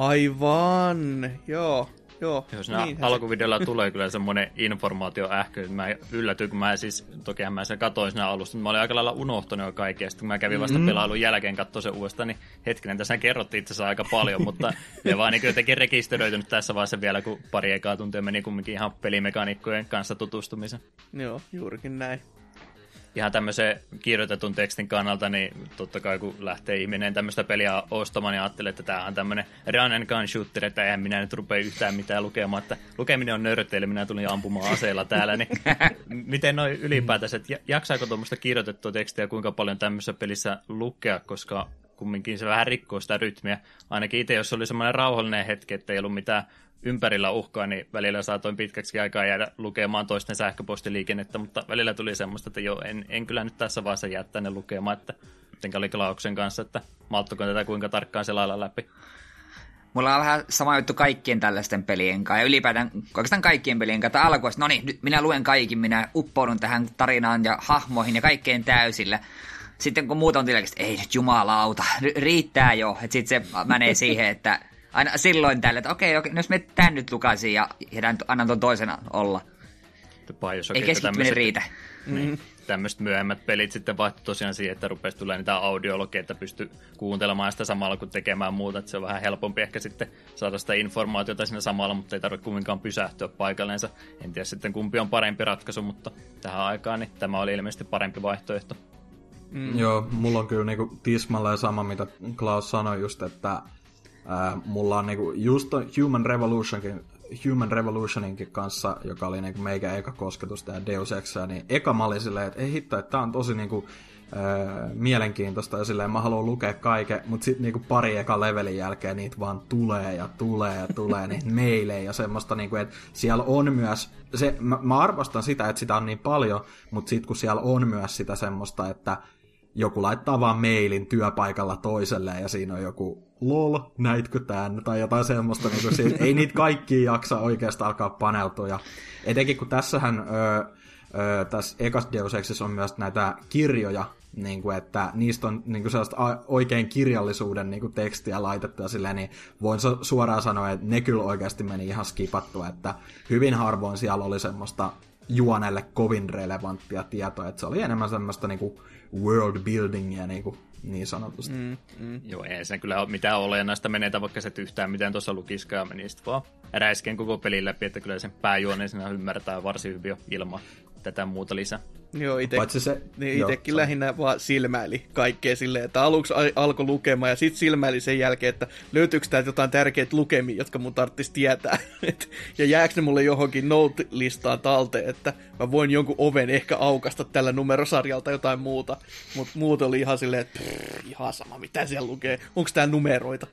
aivan, joo. Jos alkuvideolla tulee kyllä semmoinen informaatioähkö, että mä yllätyin, kun mä siis, tokihan mä sen katoin siinä alusta, mutta mä olin aika lailla unohtanut jo kaikkea, sitten kun mä kävin vasta pelailun jälkeen katsoin sen uudestaan, niin hetkinen, tässä kerrottiin itse asiassa aika paljon, mutta ne vaan niin jotenkin rekisteröitynyt tässä vaiheessa vielä, kun pari ekaa tuntia meni kumminkin ihan pelimekaniikkojen kanssa tutustumisen. Joo, juurikin näin. ihan tämmöisen kirjoitetun tekstin kannalta, niin totta kai kun lähtee ihminen tämmöistä peliä ostamaan, niin ajattelee, että tämä on tämmöinen run and gun shooter, että eihän minä nyt rupea yhtään mitään lukemaan, että lukeminen on nörtteille, minä tulin ampumaan aseella täällä, niin miten noin ylipäätänsä, että jaksaako tuommoista kirjoitettua tekstiä, kuinka paljon tämmöisessä pelissä lukea, koska kumminkin se vähän rikkoo sitä rytmiä. Ainakin itse, jos oli semmoinen rauhallinen hetki, että ei ollut mitään ympärillä uhkaa, niin välillä saatoin pitkäksi aikaa jäädä lukemaan toisten sähköpostiliikennettä, mutta välillä tuli semmoista, että joo, en kyllä nyt tässä vaiheessa jää tänne lukemaan, että mitenkä oli Klauksen kanssa, että malttuko tätä kuinka tarkkaan selailla läpi. Mulla on vähän sama juttu kaikkien tällaisten pelien kanssa, ja ylipäätään oikeastaan kaikkien pelien kanssa. Alkuun, no niin, nyt minä luen kaikin, minä uppoudun tähän tarinaan ja hahmoihin ja kaikkeen täysillä. Sitten kun muut on tilakista, ei nyt jumalauta, riittää jo, että sitten se menee siihen, että aina silloin tällä, että okei, jos me tän nyt lukasin ja annan tuon toisen olla. Ei keskittyminen riitä. Niin, tämmöiset myöhemmät pelit sitten vaihtui tosiaan siihen, että rupesi tulemaan niitä audiologia, että pystyy kuuntelemaan sitä samalla kuin tekemään muuta, että se on vähän helpompi ehkä sitten saada sitä informaatiota siinä samalla, mutta ei tarvitse kumminkaan pysähtyä paikalleensa. En tiedä sitten kumpi on parempi ratkaisu, mutta tähän aikaan niin tämä oli ilmeisesti parempi vaihtoehto. Joo, mulla on kyllä niinku tismalleen sama, mitä Klaus sanoi just, että mulla on niinku just Human Revolutioninkin kanssa, joka oli niinku meikä eka kosketus tää Deus Exia, niin eka mä olin silleen, että ei hitto, että tää on tosi niinku mielenkiintoista ja silleen mä haluan lukea kaiken, mutta sitten niinku pari eka levelin jälkeen niitä vaan tulee niitä meilejä ja semmoista niinku, että siellä on myös mä arvostan sitä, että sitä on niin paljon, mutta sitten kun siellä on myös sitä semmoista, että joku laittaa vaan mailin työpaikalla toiselle ja siinä on joku lol, näitkö tän, tai jotain semmoista, niin kuin ei niitä kaikkia jaksa oikeastaan alkaa paneutua. Ja etenkin kun tässähän tässä ekas Deus Exissa on myös näitä kirjoja, niin kuin, että niistä on niin kuin sellaista oikein kirjallisuuden niin kuin tekstiä laitettu ja silleen, niin voin suoraan sanoa, että ne kyllä oikeasti meni ihan skipattua, että hyvin harvoin siellä oli semmoista juonelle kovin relevanttia tietoa, että se oli enemmän semmoista niin kuin world buildingia niin sanotusti. Joo, ei se kyllä ole mitään olennaista menetä, vaikka se yhtään mitään tuossa lukiskaan ja meni sitten vaan räiskeen koko pelin läpi, että kyllä sen pääjuoneen siinä ymmärtää varsin hyvin jo ilman tätä muuta lisää. Joo, itsekin lähinnä vaan silmäili kaikkea silleen, että aluksi alkoi lukemaan ja sitten silmäili sen jälkeen, että löytyykö täältä jotain tärkeitä lukemia, jotka mun tarvitsisi tietää. Ja jääkö ne mulle johonkin note-listaan talteen, että mä voin jonkun oven ehkä aukasta tällä numerosarjalta jotain muuta. Mutta muut oli ihan silleen, että ihan sama, mitä siellä lukee. Onko tää numeroita?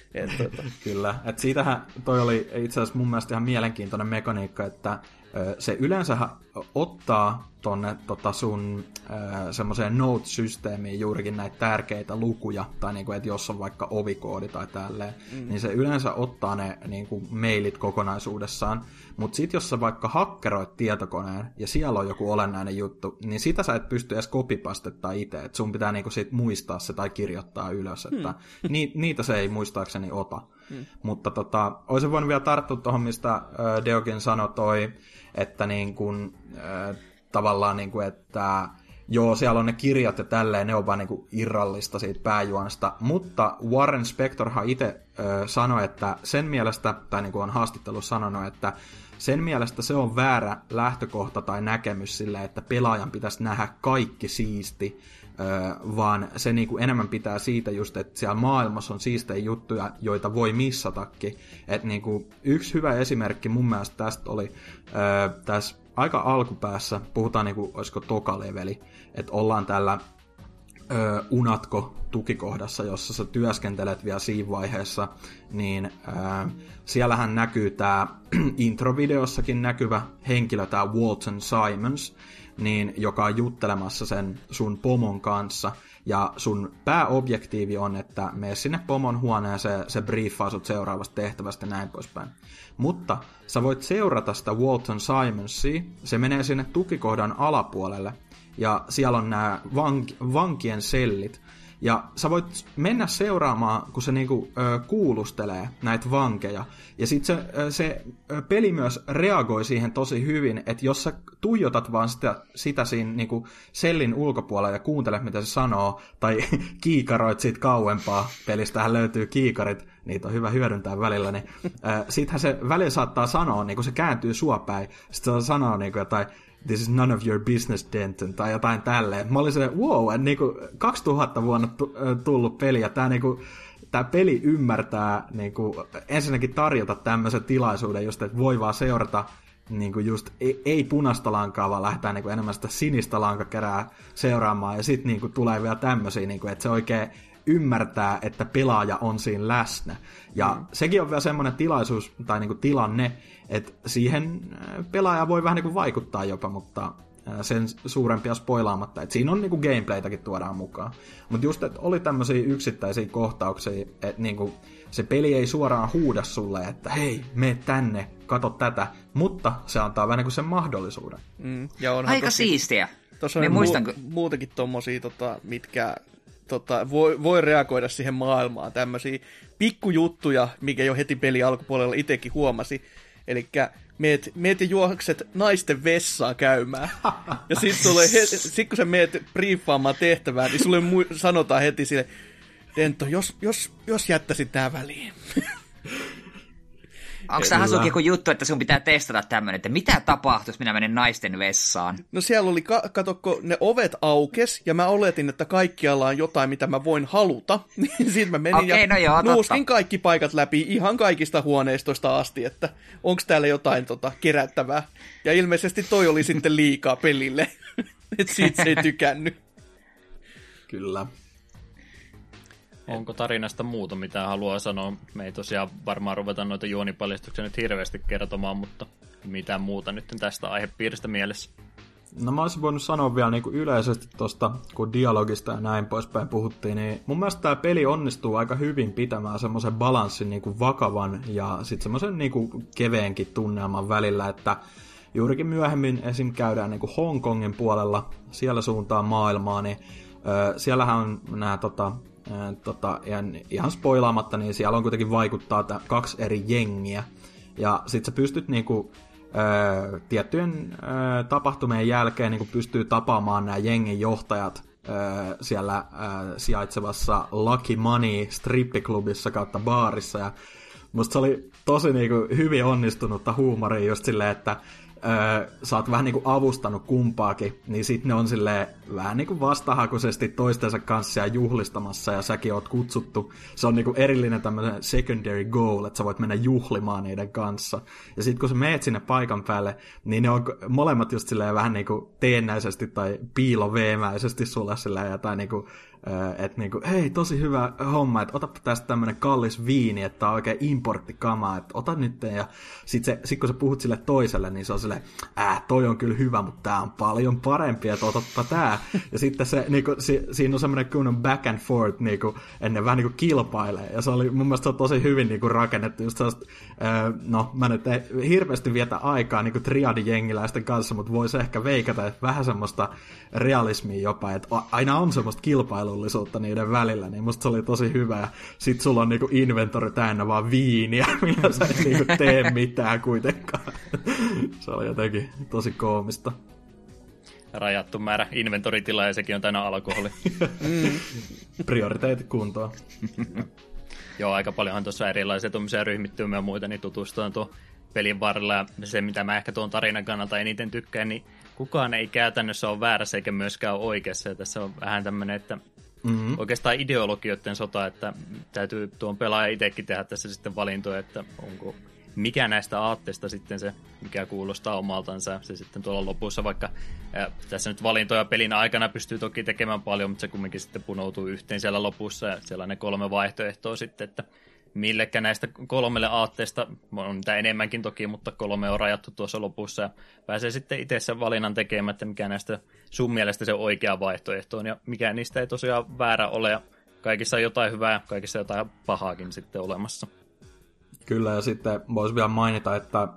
Kyllä, että siitähän toi oli itse asiassa mun mielestä ihan mielenkiintoinen mekaniikka, että se yleensä ottaa tonne sun semmoiseen note-systeemiin juurikin näitä tärkeitä lukuja, tai niinku, että jos on vaikka ovikoodi tai tälleen, niin se yleensä ottaa ne niinku mailit kokonaisuudessaan, mutta sitten jos sä vaikka hakkeroit tietokoneen ja siellä on joku olennainen juttu, niin sitä sä et pysty edes copypastettaa itse, että sun pitää niinku sit muistaa se tai kirjoittaa ylös, että niitä se ei muistaakseni ota. Mutta olisin voinut vielä tarttua tuohon, mistä Deokin sanoi toi, että niin kuin, tavallaan, niin kuin, että joo, siellä on ne kirjat ja tälleen, ne on vaan niin kuin irrallista siitä pääjuonesta, mutta Warren Spectorhan itse sanoi, että sen mielestä, tai niin kuin on haastattelussa sanonut, että sen mielestä se on väärä lähtökohta tai näkemys sille, että pelaajan pitäisi nähdä kaikki siisti, vaan se niinku enemmän pitää siitä just, että siellä maailmassa on siistejä juttuja, joita voi missatakin. Et niinku yksi hyvä esimerkki mun mielestä tästä oli tässä aika alkupäässä, puhutaan niinku, olisiko toka leveli, että ollaan tällä Unatko-tukikohdassa, jossa sä työskentelet vielä siinä vaiheessa, niin siellähän näkyy tää introvideossakin näkyvä henkilö, tää Walton Simons, niin, joka on juttelemassa sen sun pomon kanssa, ja sun pääobjektiivi on, että mene sinne pomon huoneeseen, se briefaa sut seuraavasta tehtävästä ja näin poispäin. Mutta sä voit seurata sitä Walton Simonsia, se menee sinne tukikohdan alapuolelle, ja siellä on nämä vankien sellit, ja sä voit mennä seuraamaan, kun se niinku kuulustelee näitä vankeja. Ja sit se peli myös reagoi siihen tosi hyvin, että jos sä tuijotat vaan sitä siinä niinku sellin ulkopuolella ja kuuntelet, mitä se sanoo, tai kiikaroit siitä kauempaa, pelistähän löytyy kiikarit, niitä on hyvä hyödyntää välillä, niin sittenhän se välillä saattaa sanoa, niin kun se kääntyy sua päin, sitten se sanoo niin jotain this is none of your business, Denton, tai jotain tälleen. Mä olin silleen, wow, niinku 2000 vuonna tullut peli, ja tää peli ymmärtää niinku, ensinnäkin tarjota tämmöisen tilaisuuden, just, että voi vaan seurata niinku just, ei punaista lankaa, vaan lähdetään niinku enemmän sitä sinistä lankakerää seuraamaan, ja sitten niinku tulee vielä tämmöisiä, niinku, että se oikein ymmärtää, että pelaaja on siinä läsnä. Ja sekin on vielä semmoinen tilaisuus, tai niinku tilanne, että siihen pelaaja voi vähän niinku vaikuttaa jopa, mutta sen suurempia spoilaamatta. Että siinä on niinku gameplaytäkin tuodaan mukaan. Mutta just, että oli tämmöisiä yksittäisiä kohtauksia, että niinku se peli ei suoraan huuda sulle, että hei, mene tänne, kato tätä, mutta se antaa vähän niinku sen mahdollisuuden. Ja aika siistiä. Tuossa on muutakin tommosia, mitkä voi reagoida siihen maailmaan. Tämmöisiä pikkujuttuja, mikä jo heti peli alkupuolella itsekin huomasi. Elikkä meet ja juokset naisten vessaa käymään. Ja sit kun sä meet briefaamaan tehtävää, niin sulle sanotaan heti sille, Dento, jos jättäisit tää väliin. Onko tähän sunkin joku juttu, että sun pitää testata tämmönen, että mitä tapahtuu, jos minä menen naisten vessaan? No siellä oli, katokko, ne ovet aukes, ja mä oletin, että kaikkialla on jotain, mitä mä voin haluta. Sitten mä menin nuuskin kaikki paikat läpi ihan kaikista huoneistoista asti, että onko täällä jotain kerättävää. Ja ilmeisesti toi oli sitten liikaa pelille, että siitä se ei tykännyt. Kyllä. Onko tarinasta muuta, mitä haluaa sanoa? Me ei tosiaan varmaan ruveta noita juonipaljastuksia nyt hirveästi kertomaan, mutta mitään muuta nyt tästä aihepiiristä mielessä. No mä olisin voinut sanoa vielä niin yleisesti tuosta, kun dialogista ja näin poispäin puhuttiin, niin mun mielestä tämä peli onnistuu aika hyvin pitämään semmoisen balanssin niin vakavan ja sitten semmoisen niin keveenkin tunnelman välillä, että juurikin myöhemmin esim. Käydään niin Hongkongin puolella, siellä suuntaan maailmaa, niin siellähän on nämä ihan spoilaamatta, niin siellä on kuitenkin vaikuttaa 2 eri jengiä. Ja sit sä pystyt niinku, tiettyjen tapahtumien jälkeen niinku, pystyy tapaamaan nämä jengin johtajat siellä sijaitsevassa Lucky Money strippiklubissa kautta baarissa. Ja musta se oli tosi niinku, hyvin onnistunutta huumoria just silleen, että sä oot vähän niinku avustanut kumpaakin, niin sit ne on silleen vähän niinku vastahakoisesti toistensa kanssa ja juhlistamassa, ja säkin oot kutsuttu. Se on niinku erillinen tämmönen secondary goal, että sä voit mennä juhlimaan niiden kanssa. Ja sit kun sä meet sinne paikan päälle, niin ne on molemmat just silleen vähän niinku teennäisesti tai piiloveemäisesti sulle silleen jotain niinku, että niinku, hei, tosi hyvä homma, että otapa tästä tämmönen kallis viini, että on oikein importtikamaa, että ota nyt, ja sit kun sä puhut sille toiselle, niin se on silleen, toi on kyllä hyvä, mutta tää on paljon parempi, että otappa tää. Ja sitten se, niinku, siinä on semmoinen kunnon back and forth, niinku, ennen vähän niinku kilpailee, ja se oli mun mielestä tosi hyvin niinku rakennettu, just sellaista, no mä nyt ei hirveästi vietä aikaa niinku triadijengiläisten kanssa, mutta voisi ehkä veikata, että vähän semmoista realismia jopa, että aina on semmoista kilpailullisuutta niiden välillä, niin musta se oli tosi hyvä, ja sit sulla on niinku inventori täynnä vaan viiniä, millä sä et niinku tee mitään kuitenkaan. Se oli jotenkin tosi koomista. Rajattu määrä inventoritilaa, ja sekin on täynnä alkoholi. Prioriteetit kuntoon. Joo, aika paljonhan tuossa erilaisia tuommoisia ryhmittymiä ja muita, niin tutustutaan tuon pelin varrella, ja se mitä mä ehkä tuon tarinan kannalta eniten tykkään, niin kukaan ei käytännössä ole väärässä eikä myöskään ole oikeassa, ja tässä on vähän tämmöinen, että oikeastaan ideologioiden sota, että täytyy tuon pelaaja itsekin tehdä tässä sitten valintoja, että onko mikä näistä aatteista sitten se, mikä kuulostaa omaltansa, se sitten tuolla lopussa, vaikka tässä nyt valintoja pelin aikana pystyy toki tekemään paljon, mutta se kumminkin sitten punoutuu yhteen siellä lopussa, ja siellä on ne 3 vaihtoehtoa sitten, että millekä näistä 3 aatteesta, on niitä enemmänkin toki, mutta 3 on rajattu tuossa lopussa, ja pääsee sitten itse sen valinnan tekemään, että mikä näistä sun mielestä se oikea vaihtoehto on, ja mikä niistä ei tosiaan väärä ole, ja kaikissa on jotain hyvää, ja kaikissa jotain pahaakin sitten olemassa. Kyllä, ja sitten voisi vielä mainita, että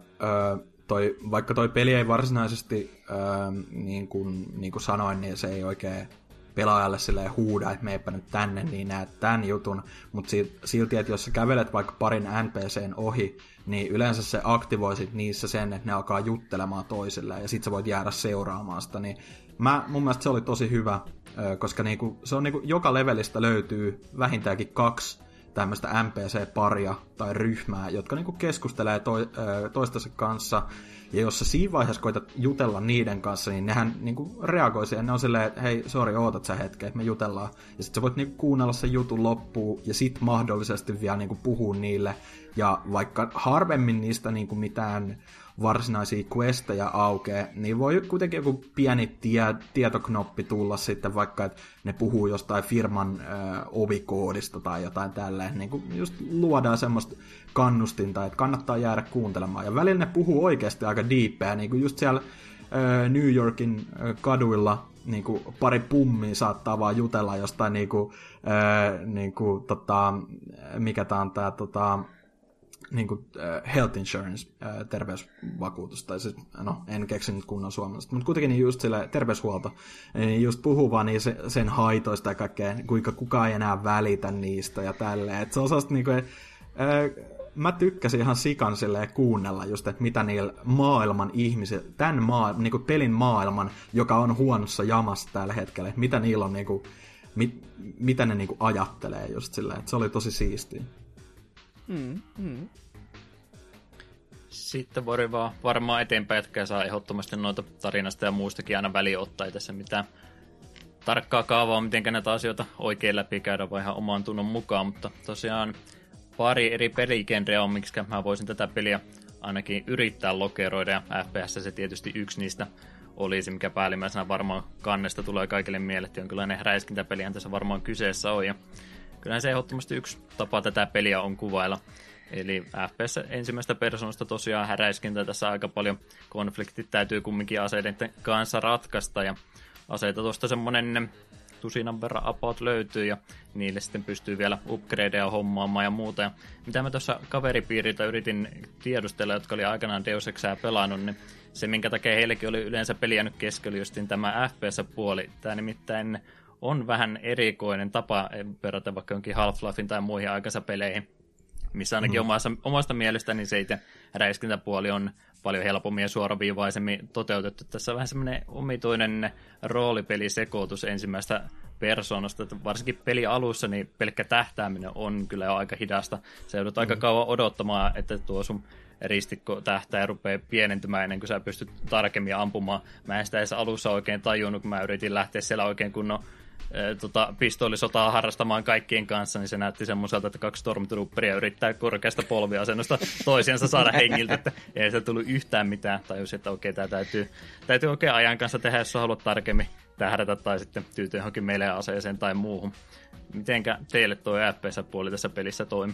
vaikka toi peli ei varsinaisesti, niin kuin sanoin, niin se ei oikein pelaajalle silleen huuda, että meepä nyt tänne, niin näet tämän jutun, mutta silti, että jos sä kävelet vaikka parin NPCn ohi, niin yleensä se aktivoi sit niissä sen, että ne alkaa juttelemaan toisilleen, ja sit sä voit jäädä seuraamaan sitä, niin mun mielestä se oli tosi hyvä, koska niinku, se on niinku, joka levelistä löytyy vähintäänkin 2 tämmöistä NPC-paria tai ryhmää, jotka niinku keskustelee toistensa kanssa, ja jos sä siinä vaiheessa koitat jutella niiden kanssa, niin nehän niinku reagoi siihen, ne on silleen, että hei, sori, ootat sä hetken, että me jutellaan. Ja sit sä voit niinku kuunnella sen jutun loppuun, ja sit mahdollisesti vielä niinku puhua niille, ja vaikka harvemmin niistä niinku mitään varsinaisia questeja aukeaa, niin voi kuitenkin joku pieni tietoknoppi tulla sitten vaikka, että ne puhuu jostain firman ovikoodista tai jotain tälleen. Niin kuin just luodaan semmoista kannustinta, että kannattaa jäädä kuuntelemaan. Ja välillä ne puhuu oikeasti aika diippejä, niin kuin just siellä New Yorkin kaduilla niin kuin pari pummia saattaa vaan jutella jostain mikä tää on tää health insurance, terveysvakuutus, tai siis, no, en keksi nyt kunnon suomalaista, mutta kuitenkin niin just sille terveyshuolto, niin just puhuu vaan niin sen haitoista ja kaikkea, kuinka kukaan ei enää välitä niistä ja tälleen. Et se on sellaista niinku, mä tykkäsin ihan sikan silleen kuunnella just, että mitä niillä maailman ihmisillä, niinku pelin maailman, joka on huonossa jamassa tällä hetkellä, että mitä niillä on niinku, mitä ne niinku ajattelee just silleen, että se oli tosi siistiä. Sitten voi vaan varmaan eteenpäin, jotka saa ehdottomasti noita tarinasta ja muistakin aina väliottaa. Ei tässä mitään tarkkaa kaavaa, miten näitä asioita oikein läpi käydä vaan ihan oman tunnon mukaan, mutta tosiaan pari eri peligenreä on, miksi mä voisin tätä peliä ainakin yrittää lokeroida, ja FPS se tietysti yksi niistä olisi, mikä päällimmäisenä varmaan kannesta tulee kaikille mieleen, että jonkinlainen räiskintäpelihän tässä varmaan kyseessä on, ja kyllähän se ehdottomasti yksi tapa tätä peliä on kuvailla. Eli FPS ensimmäistä persoonasta tosiaan häräiskintä, tässä aika paljon konfliktit täytyy kumminkin aseiden kanssa ratkaista, ja aseita tuosta semmonen tusinan verran about löytyy, ja niille sitten pystyy vielä upgradeja hommaamaan ja muuta. Ja mitä mä tuossa kaveripiiriltä yritin tiedustella, jotka oli aikanaan Deus Exää pelannut, niin se minkä takia heillekin oli yleensä peli jäänyt kesken, oli justiin tämä FPS-puoli. Tämä nimittäin on vähän erikoinen tapa verrata vaikka jonkin Half-Lifein tai muihin aikansa peleihin, missä ainakin omasta mielestäni se itse räiskintäpuoli on paljon helpommin ja suoraviivaisemmin toteutettu. Tässä on vähän semmoinen omituinen roolipelisekoitus ensimmäistä persoonasta, että varsinkin peli alussa niin pelkkä tähtääminen on kyllä jo aika hidasta. Se joudut aika kauan odottamaan, että tuo sun ristikko tähtää ja rupeaa pienentymään ennen kuin sä pystyt tarkemmin ampumaan. Mä en sitä edes alussa oikein tajunnut, kun mä yritin lähteä siellä oikein kunnon pistoolisotaa harrastamaan kaikkien kanssa, niin se näytti semmoiselta, että 2 Stormtrooperia yrittää korkeasta polviasennosta toisiansa saada hengiltä, että ei se tullut yhtään mitään. Tajusin, että okei, tämä täytyy oikein ajan kanssa tehdä, jos haluat tarkemmin tähdätä tai sitten tyytyä johonkin meille aseeseen tai muuhun. Mitenkä teille tuo FPS-puoli tässä pelissä toimi?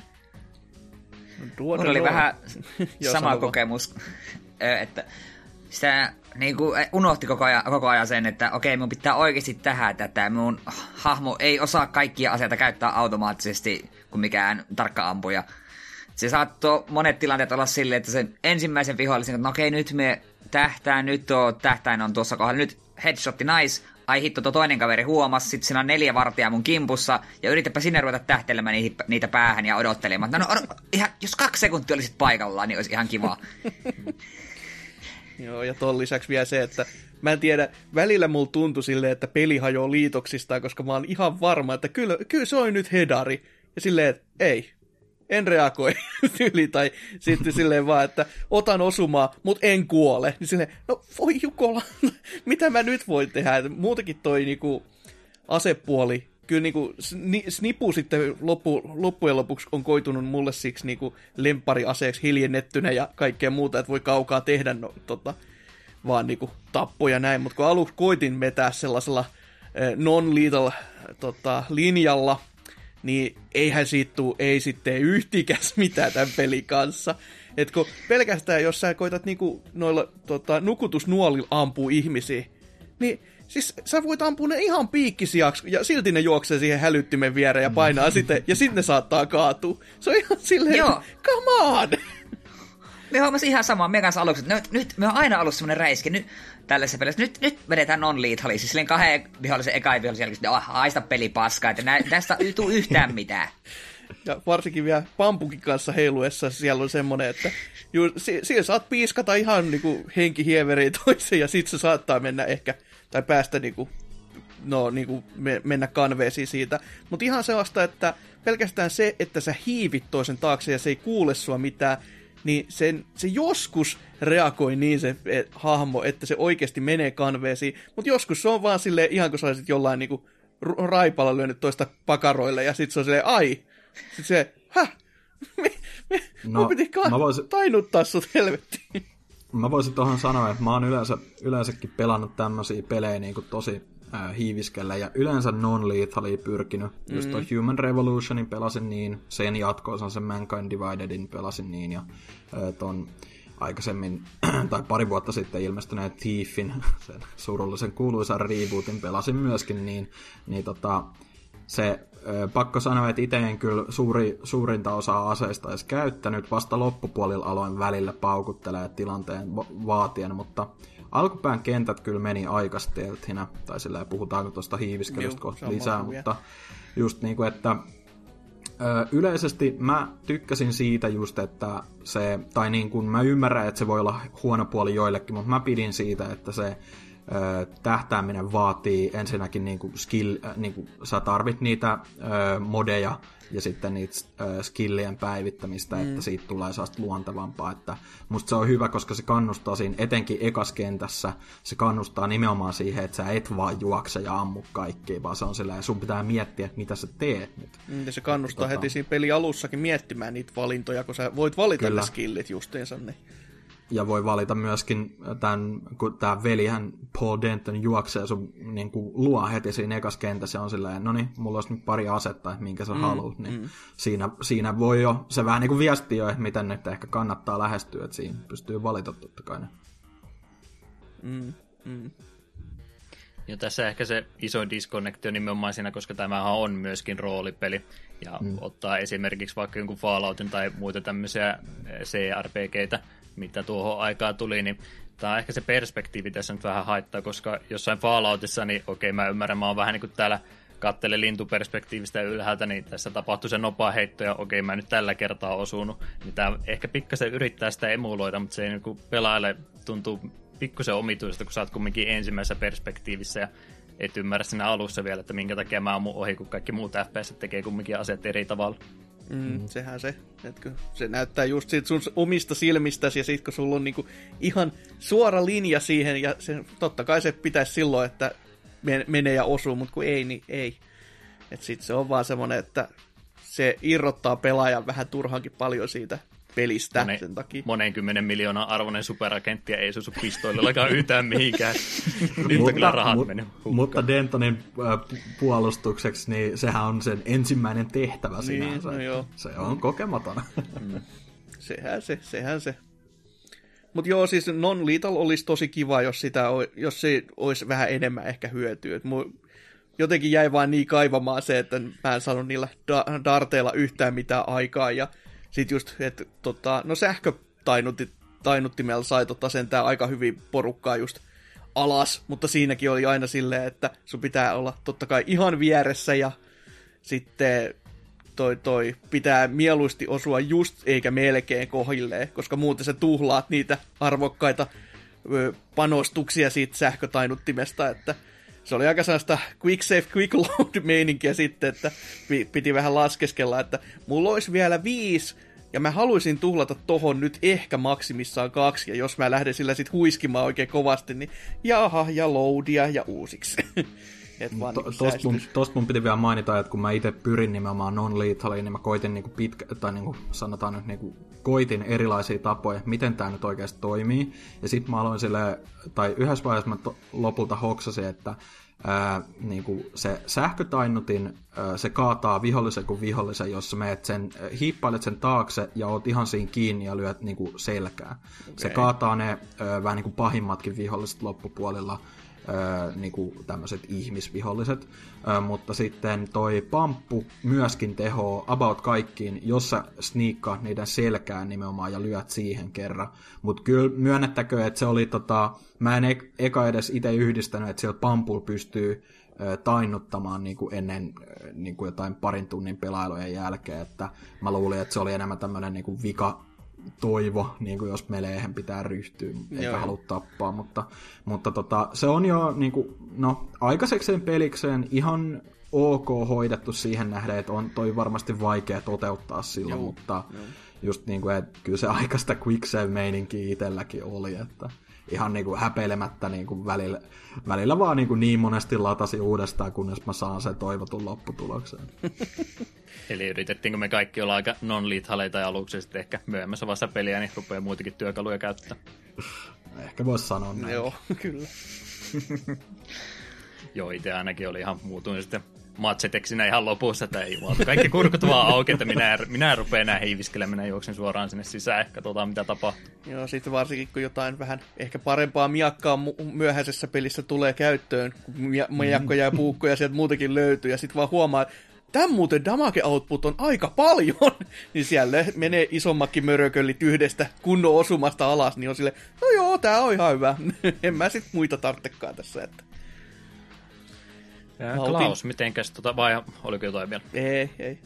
Mulla oli vähän sama kokemus, että sitä niinku unohti koko ajan sen, että okei, mun pitää oikeasti tehdä tätä. Mun hahmo ei osaa kaikkia aseita käyttää automaattisesti kuin mikään tarkka ampuja. Se saattoi monet tilanteet olla silleen, että sen ensimmäisen vihollisen, että no okei, nyt me tähtäin on tuossa kohdalla, nyt headshotti nice. Ai hitto, tuo toinen kaveri huomasi, sitten siinä on 4 vartijaa mun kimpussa, ja yritäpä sinne ruveta tähtelemään niitä päähän ja odottelemaan. No, ihan, jos 2 sekuntia olisit paikallaan, niin olisi ihan kiva. Joo, ja ton lisäksi vielä se, että mä en tiedä, välillä mulla tuntui silleen, että peli hajoaa liitoksistaan, koska mä oon ihan varma, että kyllä se on nyt hedari. Ja silleen, että ei, en reagoi yli, tai sitten silleen vaan, että otan osumaa, mut en kuole. Niin silleen, no voi jukola, mitä mä nyt voin tehdä? Muutenkin toi niinku asepuoli, kyllä niinku snipu sitten loppujen lopuksi on koitunut mulle siksi niinku lemppariaseeksi hiljennettynä ja kaikkea muuta, että voi kaukaa tehdä vaan niinku tappoja näin, mutta kun aluksi koitin vetää sellaisella non-lethal linjalla, niin eihän siitä ei sitten yhtikäs mitään tämän pelin kanssa. Et kun pelkästään, jos sä koitat niinku noilla nukutusnuolilla ampua ihmisiä, niin siis sä voit ampua ne ihan piikkisijaksi, ja silti ne juoksee siihen hälyttimen viereen ja painaa sitten, ja sitten ne saattaa kaatua. Se on ihan silleen, joo. Come on! Me huomasin ihan samaa meidän kanssa aluksi, että nyt me on aina ollut semmoinen räiski, nyt tällaisessa pelissä, nyt vedetään non-lethal, siis silleen 2 vihollisen, eka vihollisen jälkeen, että haista peli paskaa, että tästä ei tule yhtään mitään. Ja varsinkin vielä Pampukin kanssa heiluessa siellä on semmoinen, että siellä saat piiskata ihan niinku henkihieveriin toiseen, ja sit se saattaa mennä ehkä, tai päästä niinku niinku mennä kanveesiin siitä. Mutta ihan sellaista, että pelkästään se, että sä hiivit toisen taakse ja se ei kuule sua mitään, niin se joskus reagoi niin se hahmo, että se oikeasti menee kanveesiin, mutta joskus se on vaan silleen, ihan kun sä olisit jollain niinku raipalla lyönyt toista pakaroille, ja sit se on silleen, ai, sit se, mun piti tainuttaa sut helvettiin. Mä voisin tuohon sanoa, että mä oon yleensäkin pelannut tämmösiä pelejä niin kuin tosi hiiviskellä, ja yleensä non-lethalia pyrkinyt. Just toi Human Revolutionin pelasin niin, sen jatko-osan, sen Mankind Dividedin pelasin niin, ja ton aikaisemmin, tai pari vuotta sitten ilmestyneen Thiefin, sen surullisen kuuluisan rebootin pelasin myöskin niin se pakko sanoa, että itse en kyllä suurinta osaa aseista edes käyttänyt, vasta loppupuolilla aloin välillä paukuttelee tilanteen vaatien, mutta alkupään kentät kyllä meni aika stealthinä, tai silleen puhutaanko tuosta hiiviskelystä kohta lisää, mutta just niinku, että yleisesti mä tykkäsin siitä just, että se, tai niin kuin mä ymmärrän, että se voi olla huono puoli joillekin, mutta mä pidin siitä, että se tähtääminen vaatii ensinnäkin niinku niinku sä tarvit niitä modeja ja sitten niitä skillien päivittämistä, että siitä tulee sellaista luontevampaa, että musta se on hyvä, koska se kannustaa siinä, etenkin ekas kentässä, se kannustaa nimenomaan siihen, että sä et vaan juokse ja ammu kaikkia, vaan se on silleen, sun pitää miettiä, että mitä sä teet nyt. Ja se kannustaa heti siinä pelin alussakin miettimään niitä valintoja, kun sä voit valita ne skillit justiinsa, niin. Ja voi valita myöskin kun tää velihän Paul Denton juoksee sun niin kuin luo heti siinä ekas kentässä, on silleen, no niin, mulla olisi nyt pari asetta, että minkä sä haluat, niin siinä voi jo, se vähän niin kuin viestii jo, että miten nyt ehkä kannattaa lähestyä, että siinä pystyy valita totta kai ne. Ja tässä ehkä se iso disconnecti on nimenomaan siinä, koska tämähän on myöskin roolipeli, ja ottaa esimerkiksi vaikka jonkun Falloutin tai muita tämmöisiä CRPGtä, mitä tuohon aikaan tuli, niin tämä on ehkä se perspektiivi tässä nyt vähän haittaa, koska jossain Falloutissa, niin okei, mä ymmärrän, mä oon vähän niin kuin täällä kattele lintuperspektiivistä ylhäältä, niin tässä tapahtui se nopea heitto, ja okei, mä nyt tällä kertaa osunut. Niin tämä ehkä pikkasen yrittää sitä emuloida, mutta se ei niin pelaajalle tuntuu pikkusen omituisesta, kun sä oot kumminkin ensimmäisessä perspektiivissä, ja et ymmärrä siinä alussa vielä, että minkä takia mä ammun ohi, kun kaikki muut FPS tekee kumminkin asiat eri tavalla. Sehän se, että se näyttää just siitä sun omista silmistäsi, ja sit kun sulla on niinku ihan suora linja siihen, ja se, totta kai se pitäisi silloin, että menee ja osuu, mutta kun ei, niin ei. Että sit se on vaan semmonen, että se irrottaa pelaajan vähän turhankin paljon siitä pelistä sen takia. Monen 10 miljoonan arvoinen superagentti ja ei susu pistoilillakaan yhtään mihinkään. Nyt kyllä rahat meni hukkaan. Mutta Dentonin puolustukseksi, niin sehän on sen ensimmäinen tehtävä sinänsä. No joo. Se on kokematon. Sehän se. Mutta joo, siis non-lethal olisi tosi kiva, jos se olisi vähän enemmän ehkä hyötyä. Jotenkin jäi vaan niin kaivamaan se, että mä en saanut niillä darteilla yhtään mitään aikaa, ja sit just, että sähkötainuttimella sai sentään aika hyvin porukkaa just alas, mutta siinäkin oli aina silleen, että sun pitää olla totta kai ihan vieressä, ja sitten toi pitää mieluusti osua just eikä melkein kohilleen, koska muuten sä tuhlaat niitä arvokkaita panostuksia siitä sähkötainuttimesta, että se oli aika sellaista quick save, quick load meininkiä sitten, että piti vähän laskeskella, että mulla olisi vielä 5, ja mä haluaisin tuhlata tohon nyt ehkä maksimissaan 2, ja jos mä lähden sillä sit huiskimaan oikein kovasti, niin jaha, ja loadia, ja uusiksi. Tosta mun piti vielä mainita, että kun mä itse pyrin nimenomaan non-lethaliin, niin mä koitin niinku sanotaan nyt niinku koitin erilaisia tapoja, miten tää nyt oikeasti toimii. Ja sit mä aloin tai yhdessä vaiheessa mä lopulta hoksasin, että niinku se sähkötainnutin, se kaataa vihollisen kuin vihollisen, jos sä hiippailet sen taakse ja oot ihan siinä kiinni ja lyöt niinku selkää. Okay. Se kaataa ne vähän niinku pahimmatkin viholliset loppupuolilla, niinku tämmöiset ihmisviholliset, mutta sitten toi pamppu myöskin tehoo about kaikkiin, jos sä sniikkaat niiden selkään nimenomaan ja lyöt siihen kerran. Mutta kyllä myönnettäkö, että se oli mä en eka edes itse yhdistänyt, että siellä pampulla pystyy tainnuttamaan niinku ennen niinku jotain parin tunnin pelailujen jälkeen, että mä luulin, että se oli enemmän tämmönen niinku toivo, niin kuin jos meleihin pitää ryhtyä, eikä halua tappaa, mutta se on jo niin kuin, aikaisekseen pelikseen ihan ok hoidettu siihen nähden, että on toi varmasti vaikea toteuttaa silloin, mutta just niin kuin, että kyllä se aikaista quick save-meininkiä itselläkin oli, että ihan niin kuin häpeilemättä niin kuin välillä vaan niin monesti latasi uudestaan, kunnes mä saan sen toivotun lopputuloksen. Eli yritettiinkö me kaikki olla aika non-lethaleita aluksi, sitten ehkä myöhemmässä vasta peliä, niin rupeaa muitakin työkaluja käyttää. Ehkä voisi sanoa näin. Joo, kyllä. Joo, itse ainakin oli ihan muutuin sitten matseteksinä ihan lopussa, että ei jumalta, kaikki kurkut vaan auki, että minä en rupea enää heiviskelemään, minä juoksen suoraan sinne sisään, katsotaan mitä tapahtuu. Joo, sitten varsinkin kun jotain vähän ehkä parempaa miakkaa myöhäisessä pelissä tulee käyttöön, kun miakkoja ja puukkoja sieltä muutenkin löytyy, ja sitten vaan huomaa, että tämän muuten damage output on aika paljon, niin siellä menee isommakin mörököllit yhdestä kunnon osumasta alas, niin on silleen, no joo, tää on ihan hyvä, en mä sit muita tarvitsekaan tässä, että... Klaus, mitenkäs, vai oliko jotain vielä? Ei.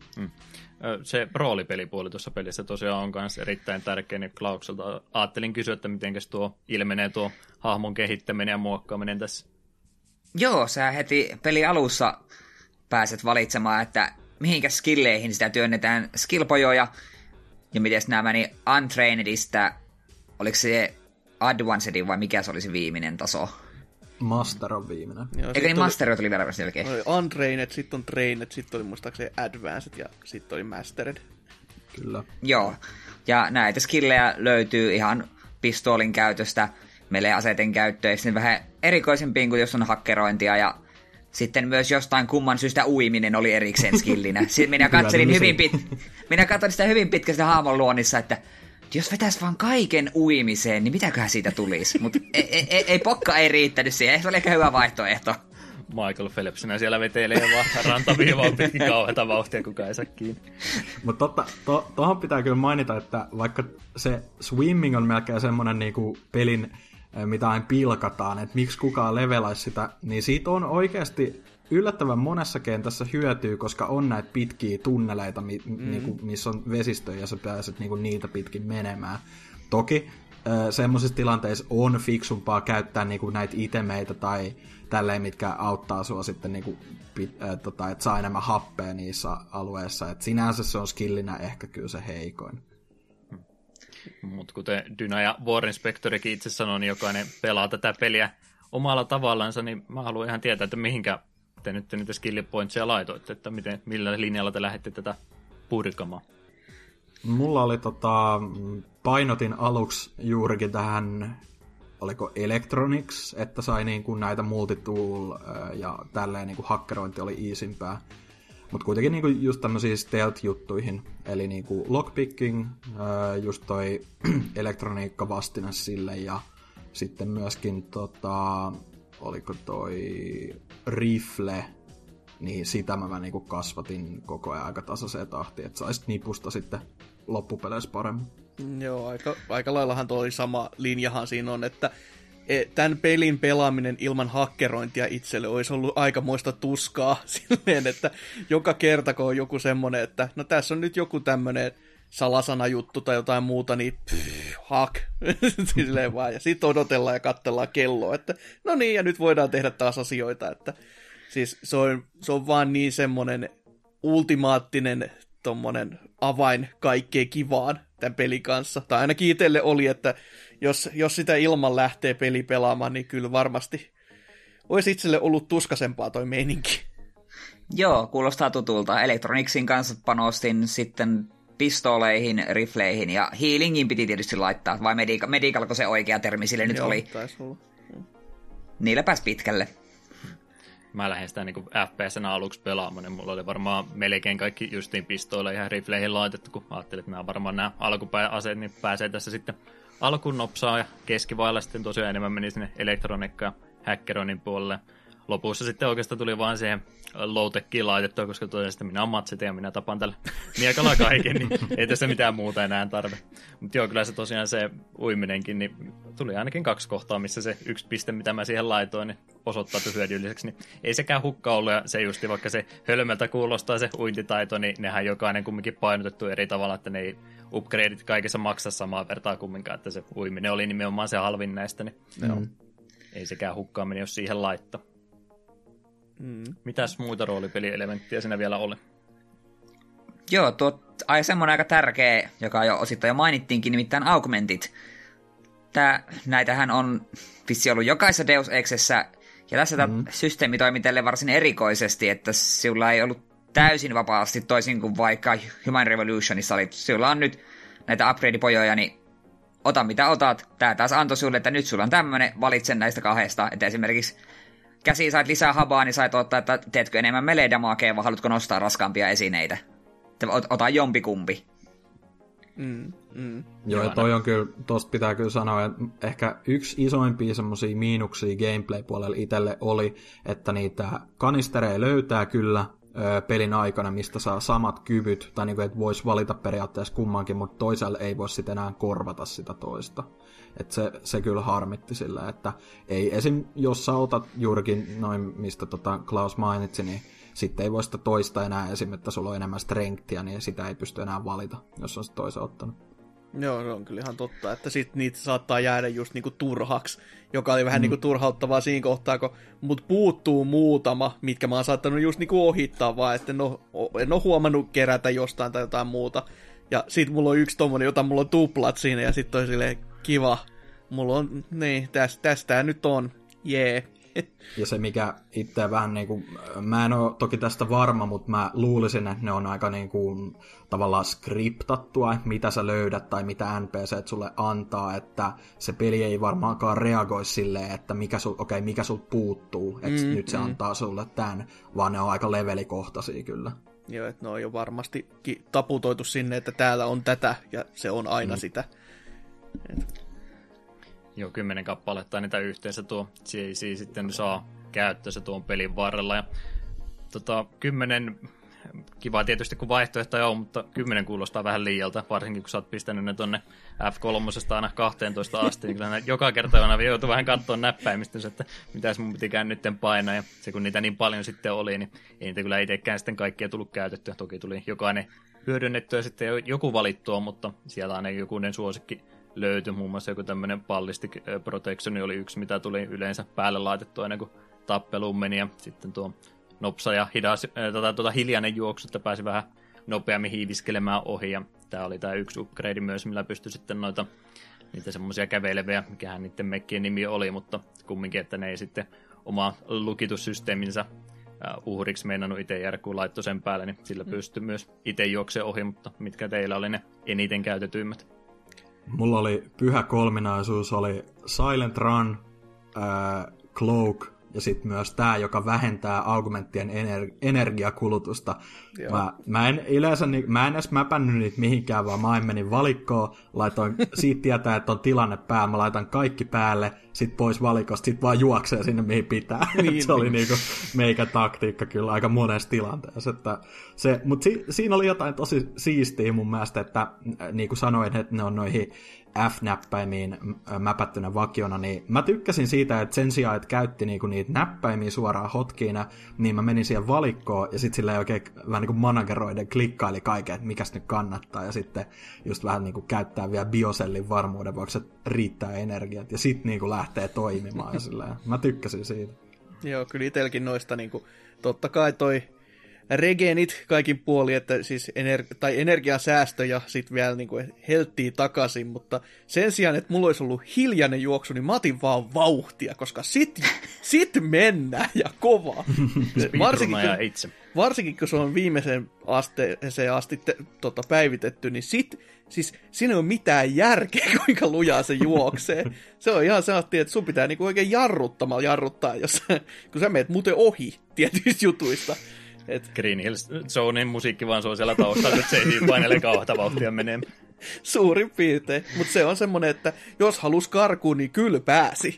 Se roolipelipuoli tuossa pelissä tosiaan on myös erittäin tärkeä, niin Klaukselta ajattelin kysyä, että mitenkäs tuo ilmenee tuo hahmon kehittäminen ja muokkaaminen tässä. Joo, sä heti peli alussa pääset valitsemaan, että mihinkä skilleihin sitä työnnetään skillpojoja, ja miten nämä meni untrainedista, oliko se advancedin vai mikä se olisi viimeinen taso? Master on viimeinen. Eikö niin Master tuli vielä jälkeen? Oli untrained, sitten on trained, sitten oli muistaakseni advanced ja sitten oli mastered. Kyllä. Joo, ja näitä skillejä löytyy ihan pistoolin käytöstä, melee-aseiden käyttöön, sitten vähän erikoisempiin kuin jos on hakkerointia, ja sitten myös jostain kumman syystä uiminen oli erikseen skillinä. Minä katsoin sitä hyvin pitkästä hahmon luonnissa, että jos vetäisi vaan kaiken uimiseen, niin mitäköhän siitä tulisi? Mutta ei pokka ei riittänyt siihen. Se oli ehkä hyvä vaihtoehto. Michael Phelpsinä siellä vetelee vaan rantaviivaa pitkin kauheata vauhtia, kukaan ei saa kiinni. Mutta tuohon pitää kyllä mainita, että vaikka se swimming on melkein semmoinen niinku pelin, mitä aina pilkataan, että miksi kukaan levelaisi sitä, niin siitä on oikeasti yllättävän monessa kentässä hyötyy, koska on näitä pitkiä tunneleita, niinku, missä on vesistöjä ja sä pääset niinku niitä pitkin menemään. Toki semmoisissa tilanteissa on fiksumpaa käyttää niinku näitä itemeitä tai tälleen, mitkä auttaa sua sitten, niinku, että saa enemmän happea niissä alueissa. Et sinänsä se on skillinä ehkä kyllä se heikoin. Mutta kuten Dyna ja Warren Spectorikin itse sanoi, niin jokainen pelaa tätä peliä omalla tavallansa, niin mä haluan ihan tietää, että mihinkä te nyt niitä skillipointsia laitoitte, että millä linjalla te lähdette tätä purkamaan. Mulla oli painotin aluksi juurikin tähän, oliko Electronics, että sai niinku näitä multitool ja tälleen niinku hakkerointi oli easimpää. Mutta kuitenkin niinku just tämmöisiin stealth-juttuihin, eli niinku lockpicking, just toi elektroniikka vastine sille, ja sitten myöskin oliko toi rifle, niin sitä mä niinku kasvatin koko ajan aika tasaiseen tahtiin, että saisit nipusta sitten loppupeleissä paremmin. Joo, aika laillahan tuo oli sama linjahan siinä on, että tämän pelin pelaaminen ilman hakkerointia itselle olisi ollut aikamoista tuskaa silleen, että joka kerta kun on joku semmoinen, että no tässä on nyt joku tämmöinen salasanajuttu tai jotain muuta, niin hack, silleen vaan, ja sitten odotellaan ja katsellaan kelloa, että no niin, ja nyt voidaan tehdä taas asioita, että siis se on vaan niin semmoinen ultimaattinen tommonen avain kaikkeen kivaan tämän pelin kanssa, tai ainakin itselle oli, että jos sitä ilman lähtee peli pelaamaan, niin kyllä varmasti olisi itselle ollut tuskasempaa toi meininki. Joo, kuulostaa tutulta. Electronicsin kanssa panostin sitten pistooleihin, rifleihin ja healingin piti tietysti laittaa, vai medicalko se oikea termi sille nyt oli. Taisi olla. Niillä pääsi pitkälle. Mä lähdin sitä niin FPS:nä aluksi pelaamaan, niin mulla oli varmaan melkein kaikki justiin pistooleihin ja rifleihin laitettu, kun ajattelin, että nämä varmaan nämä alkupäin aseet, niin pääsee tässä sitten alkuun nopsaa ja keskivailla sitten tosiaan enemmän meni sinne elektroniikka- ja häkkeroinnin puolelle. Lopussa sitten oikeastaan tuli vaan siihen low-techiin laitettua, koska tosiaan sitten minä olen matsete ja minä tapaan tällä miekalla kaiken, niin ei tässä mitään muuta enää tarve. Mutta joo, kyllä se tosiaan se uiminenkin, niin tuli ainakin 2 kohtaa, missä se 1 piste, mitä mä siihen laitoin, niin osoittautui hyödylliseksi, niin ei sekään hukka ollut, ja se justi, vaikka se hölmöltä kuulostaa se uintitaito, niin nehän jokainen kumminkin painotettu eri tavalla, että ne ei upgradeit kaikessa maksa samaa vertaa kumminkaan, että se uiminen oli nimenomaan se halvin näistä, niin ei sekään hukkaaminen, jos siihen laittaa. Mitäs muita roolipelielementtiä siinä vielä oli? Joo, semmoinen aika tärkeä, joka jo osittain jo mainittiinkin, nimittäin augmentit. Näitähän on vissi ollut jokaisessa Deus Exessä, ja tässä systeemi toimi tälle varsin erikoisesti, että sillä ei ollut täysin vapaasti, toisin kuin vaikka Human Revolutionissa oli. Sillä on nyt näitä upgrade-pojoja, niin ota mitä otat. Tää taas antoi sulle, että nyt sulla on tämmönen, valitsen näistä kahdesta. Että esimerkiksi käsiin sait lisää habaa, niin sait ottaa, että teetkö enemmän melee-damakea, vai haluatko nostaa raskaampia esineitä. Ota jompikumpi. Joo, ja toi on kyllä, tosta pitää kyllä sanoa, että ehkä yksi isoimpia semmosia miinuksia gameplay-puolella itselle oli, että niitä kanistereja löytää kyllä pelin aikana, mistä saa samat kyvyt, tai niinku, että voisi valita periaatteessa kummankin, mutta toisella ei voi sitten enää korvata sitä toista. Että se kyllä harmitti sillä, että ei esim. Jos sä otat juurikin noin, mistä Klaus mainitsi, niin sitten ei voi sitä toista enää esim. Että sulla on enemmän strengthia, niin sitä ei pysty enää valita, jos on se toisen ottanut. Joo, se on kyllä ihan totta, että sit niitä saattaa jäädä just niinku turhaksi, joka oli vähän niinku turhauttavaa siinä kohtaa, kun mut puuttuu muutama, mitkä mä oon saattanut just niinku ohittaa vaan, että en oo huomannut kerätä jostain tai jotain muuta. Ja sit mulla on yksi tommonen, jota mulla on tuplat siinä, ja sit toi silleen kiva. Mulla on, niin, tästä nyt on, jee. Ja se, mikä itse vähän niinku, mä en oo toki tästä varma, mutta mä luulisin, että ne on aika niinku tavallaan skriptattua, mitä sä löydät tai mitä NPCt sulle antaa, että se peli ei varmaankaan reagoi silleen, että mikä sulta puuttuu, että nyt se antaa sulle tän, vaan ne on aika levelikohtaisia kyllä. Joo, että ne on jo varmasti taputoitu sinne, että täällä on tätä, ja se on aina sitä. Joo, 10 kappaletta niitä yhteensä tuo JC sitten saa käyttöönsä tuon pelin varrella. Ja 10, kiva tietysti kun vaihtoehtoja on, mutta 10 kuulostaa vähän liialta, varsinkin kun sä oot pistänyt ne tonne F3 aina 12 asti, niin kyllä joka kerta aina joutuu vähän katsoa näppäimistä, että mitäs mun pitikään nytten painaa, ja se kun niitä niin paljon sitten oli, niin ei niitä kyllä itsekään sitten kaikkia tullut käytettyä. Toki tuli jokainen hyödynnettyä sitten joku valittua, mutta siellä aina jokunen suosikki löytyi, muun muassa joku tämmöinen ballistic protectioni oli yksi, mitä tuli yleensä päälle laitettu aina kun tappeluun meni, ja sitten tuo nopsa ja hidas, hiljainen juoksu, että pääsi vähän nopeammin hiiviskelemään ohi, ja tämä oli tämä yksi upgrade myös, millä pystyi sitten niitä semmoisia käveleviä, mikähän niiden mekkien nimi oli, mutta kumminkin, että ne ei sitten oma lukitussysteeminsä uhriksi meinannut itse jäädä, kun laittoi sen päälle, niin sillä pystyi myös itse juoksemaan ohi, mutta mitkä teillä oli ne eniten käytetyimmät? Mulla oli pyhä kolminaisuus, oli Silent Run, Cloak ja sitten myös tämä, joka vähentää augmenttien energiakulutusta. Mä en edes mäpännyt niitä mihinkään, vaan mä menin valikkoon, laitoin, siitä tietää, että on tilanne päällä, mä laitan kaikki päälle, sit pois valikosta, sit vaan juoksee sinne mihin pitää. Se oli niinku meikä taktiikka kyllä aika monessa tilanteessa. Mutta siinä oli jotain tosi siistiä mun mielestä, että niin kuin sanoin, että ne on noihin F-näppäimiin mäpättynä vakiona, niin mä tykkäsin siitä, että sen sijaan, että käytti niinku niitä näppäimiä suoraan hotkiina, niin mä menin siihen valikkoon, ja sitten sillä oikein vähän niin kuin manageroiden klikkaili kaiken, että mikäs nyt kannattaa, ja sitten just vähän niin kuin käyttää vielä biosellin varmuuden, voiko se riittää energiat, ja sitten niin kuin lähtee toimimaan, ja silleen. Mä tykkäsin siitä. Joo, kyllä itselläkin noista, niin kuin, totta kai toi regenit kaikin puolin, että siis energiansäästö ja sitten vielä niin kuin helttii takaisin, mutta sen sijaan, että mulla olisi ollut hiljainen juoksu, niin mä otin vaan vauhtia, koska sit mennään ja kovaa. Varsinkin kun se on viimeiseen asteeseen asti päivitetty, niin siis siinä ei ole mitään järkeä, kuinka lujaa se juoksee. Se on ihan sellaista, että sun pitää niinku oikein jarruttaa, kun sä meet muuten ohi tietyistä jutuista. Green Hills Zonein musiikki vaan soi siellä taustalla, että se ei painele kauhata vauhtia menee. Suurin piirtein, mutta se on semmoinen, että jos halus karkuun, niin kyllä pääsi.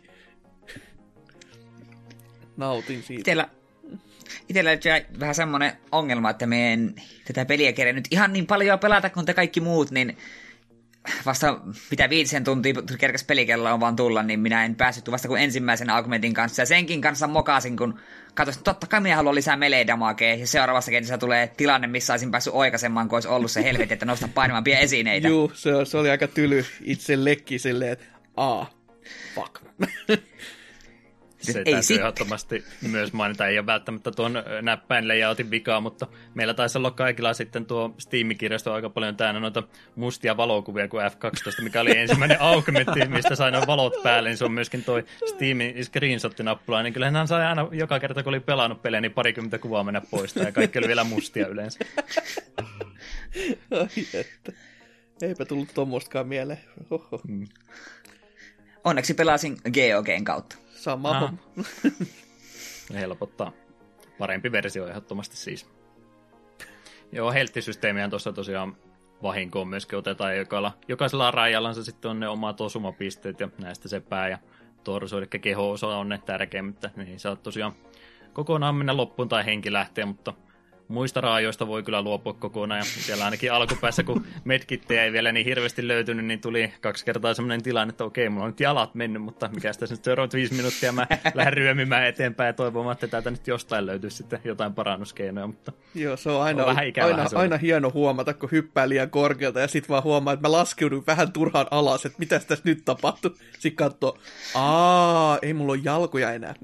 Nautin siitä. Itellä jäi vähän semmoinen ongelma, että me en tätä peliä kerennyt ihan niin paljon pelata kuin te kaikki muut, niin vasta mitä 5 tuntia kerkäs pelikelloon vaan tulla, niin minä en päässyt vasta kuin ensimmäisen augmentin kanssa. Ja senkin kanssa mokasin, kun katsoin, että totta kai minä haluan lisää melee-damakea. Ja seuraavassa kentässä tulee tilanne, missä olisin päässyt oikaisemaan, kun olisi ollut se helvetti, että nostaa painavampia esineitä. Juu, se oli aika tyly itsellekin silleen, että fuck. Se täytyy ehdottomasti myös mainita, ei ole välttämättä tuon näppäin layoutin vikaa, mutta meillä taisi olla kaikilla sitten tuo Steam-kirjasto aika paljon täynnä noita mustia valokuvia kuin F12, mikä oli ensimmäinen augmentti, mistä sai noin valot päälle, niin se on myöskin toi Steamin screenshot-nappula, niin kyllähän hän sai aina joka kerta, kun oli pelannut pelejä, niin 20 kuvaa mennä pois, ja kaikki oli vielä mustia yleensä. Ai että. Eipä tullut tommostakaan mieleen. Onneksi pelasin GOGn kautta. Sama homma. Helpottaa. Parempi versio ehdottomasti siis. Joo, helttisysteemiä tuossa tosiaan vahinkoon myöskin otetaan. Jokaisella rajallansa sitten on ne omat osumapisteet ja näistä se pää ja torso, eli keho-osa on ne tärkeimmät. Niin saa tosiaan kokonaan mennä loppuun tai henki lähteä, mutta muista raajoista voi kyllä luopua kokonaan. Ja siellä ainakin alkupäässä, kun medkittejä ei vielä niin hirveästi löytynyt, niin tuli 2 kertaa semmoinen tilanne, että okei, mulla on nyt jalat mennyt, mutta mikäs tässä nyt seuraavat 5 minuuttia mä lähden ryömimään eteenpäin ja toivomaan, että täältä nyt jostain löytyisi sitten jotain parannuskeinoja. Mutta joo, se on aina hieno huomata, kun hyppää liian korkealta ja sitten vaan huomaa, että mä laskeudun vähän turhaan alas, että mitäs tässä nyt tapahtuu. Sitten katsoo, ei mulla ole jalkoja enää.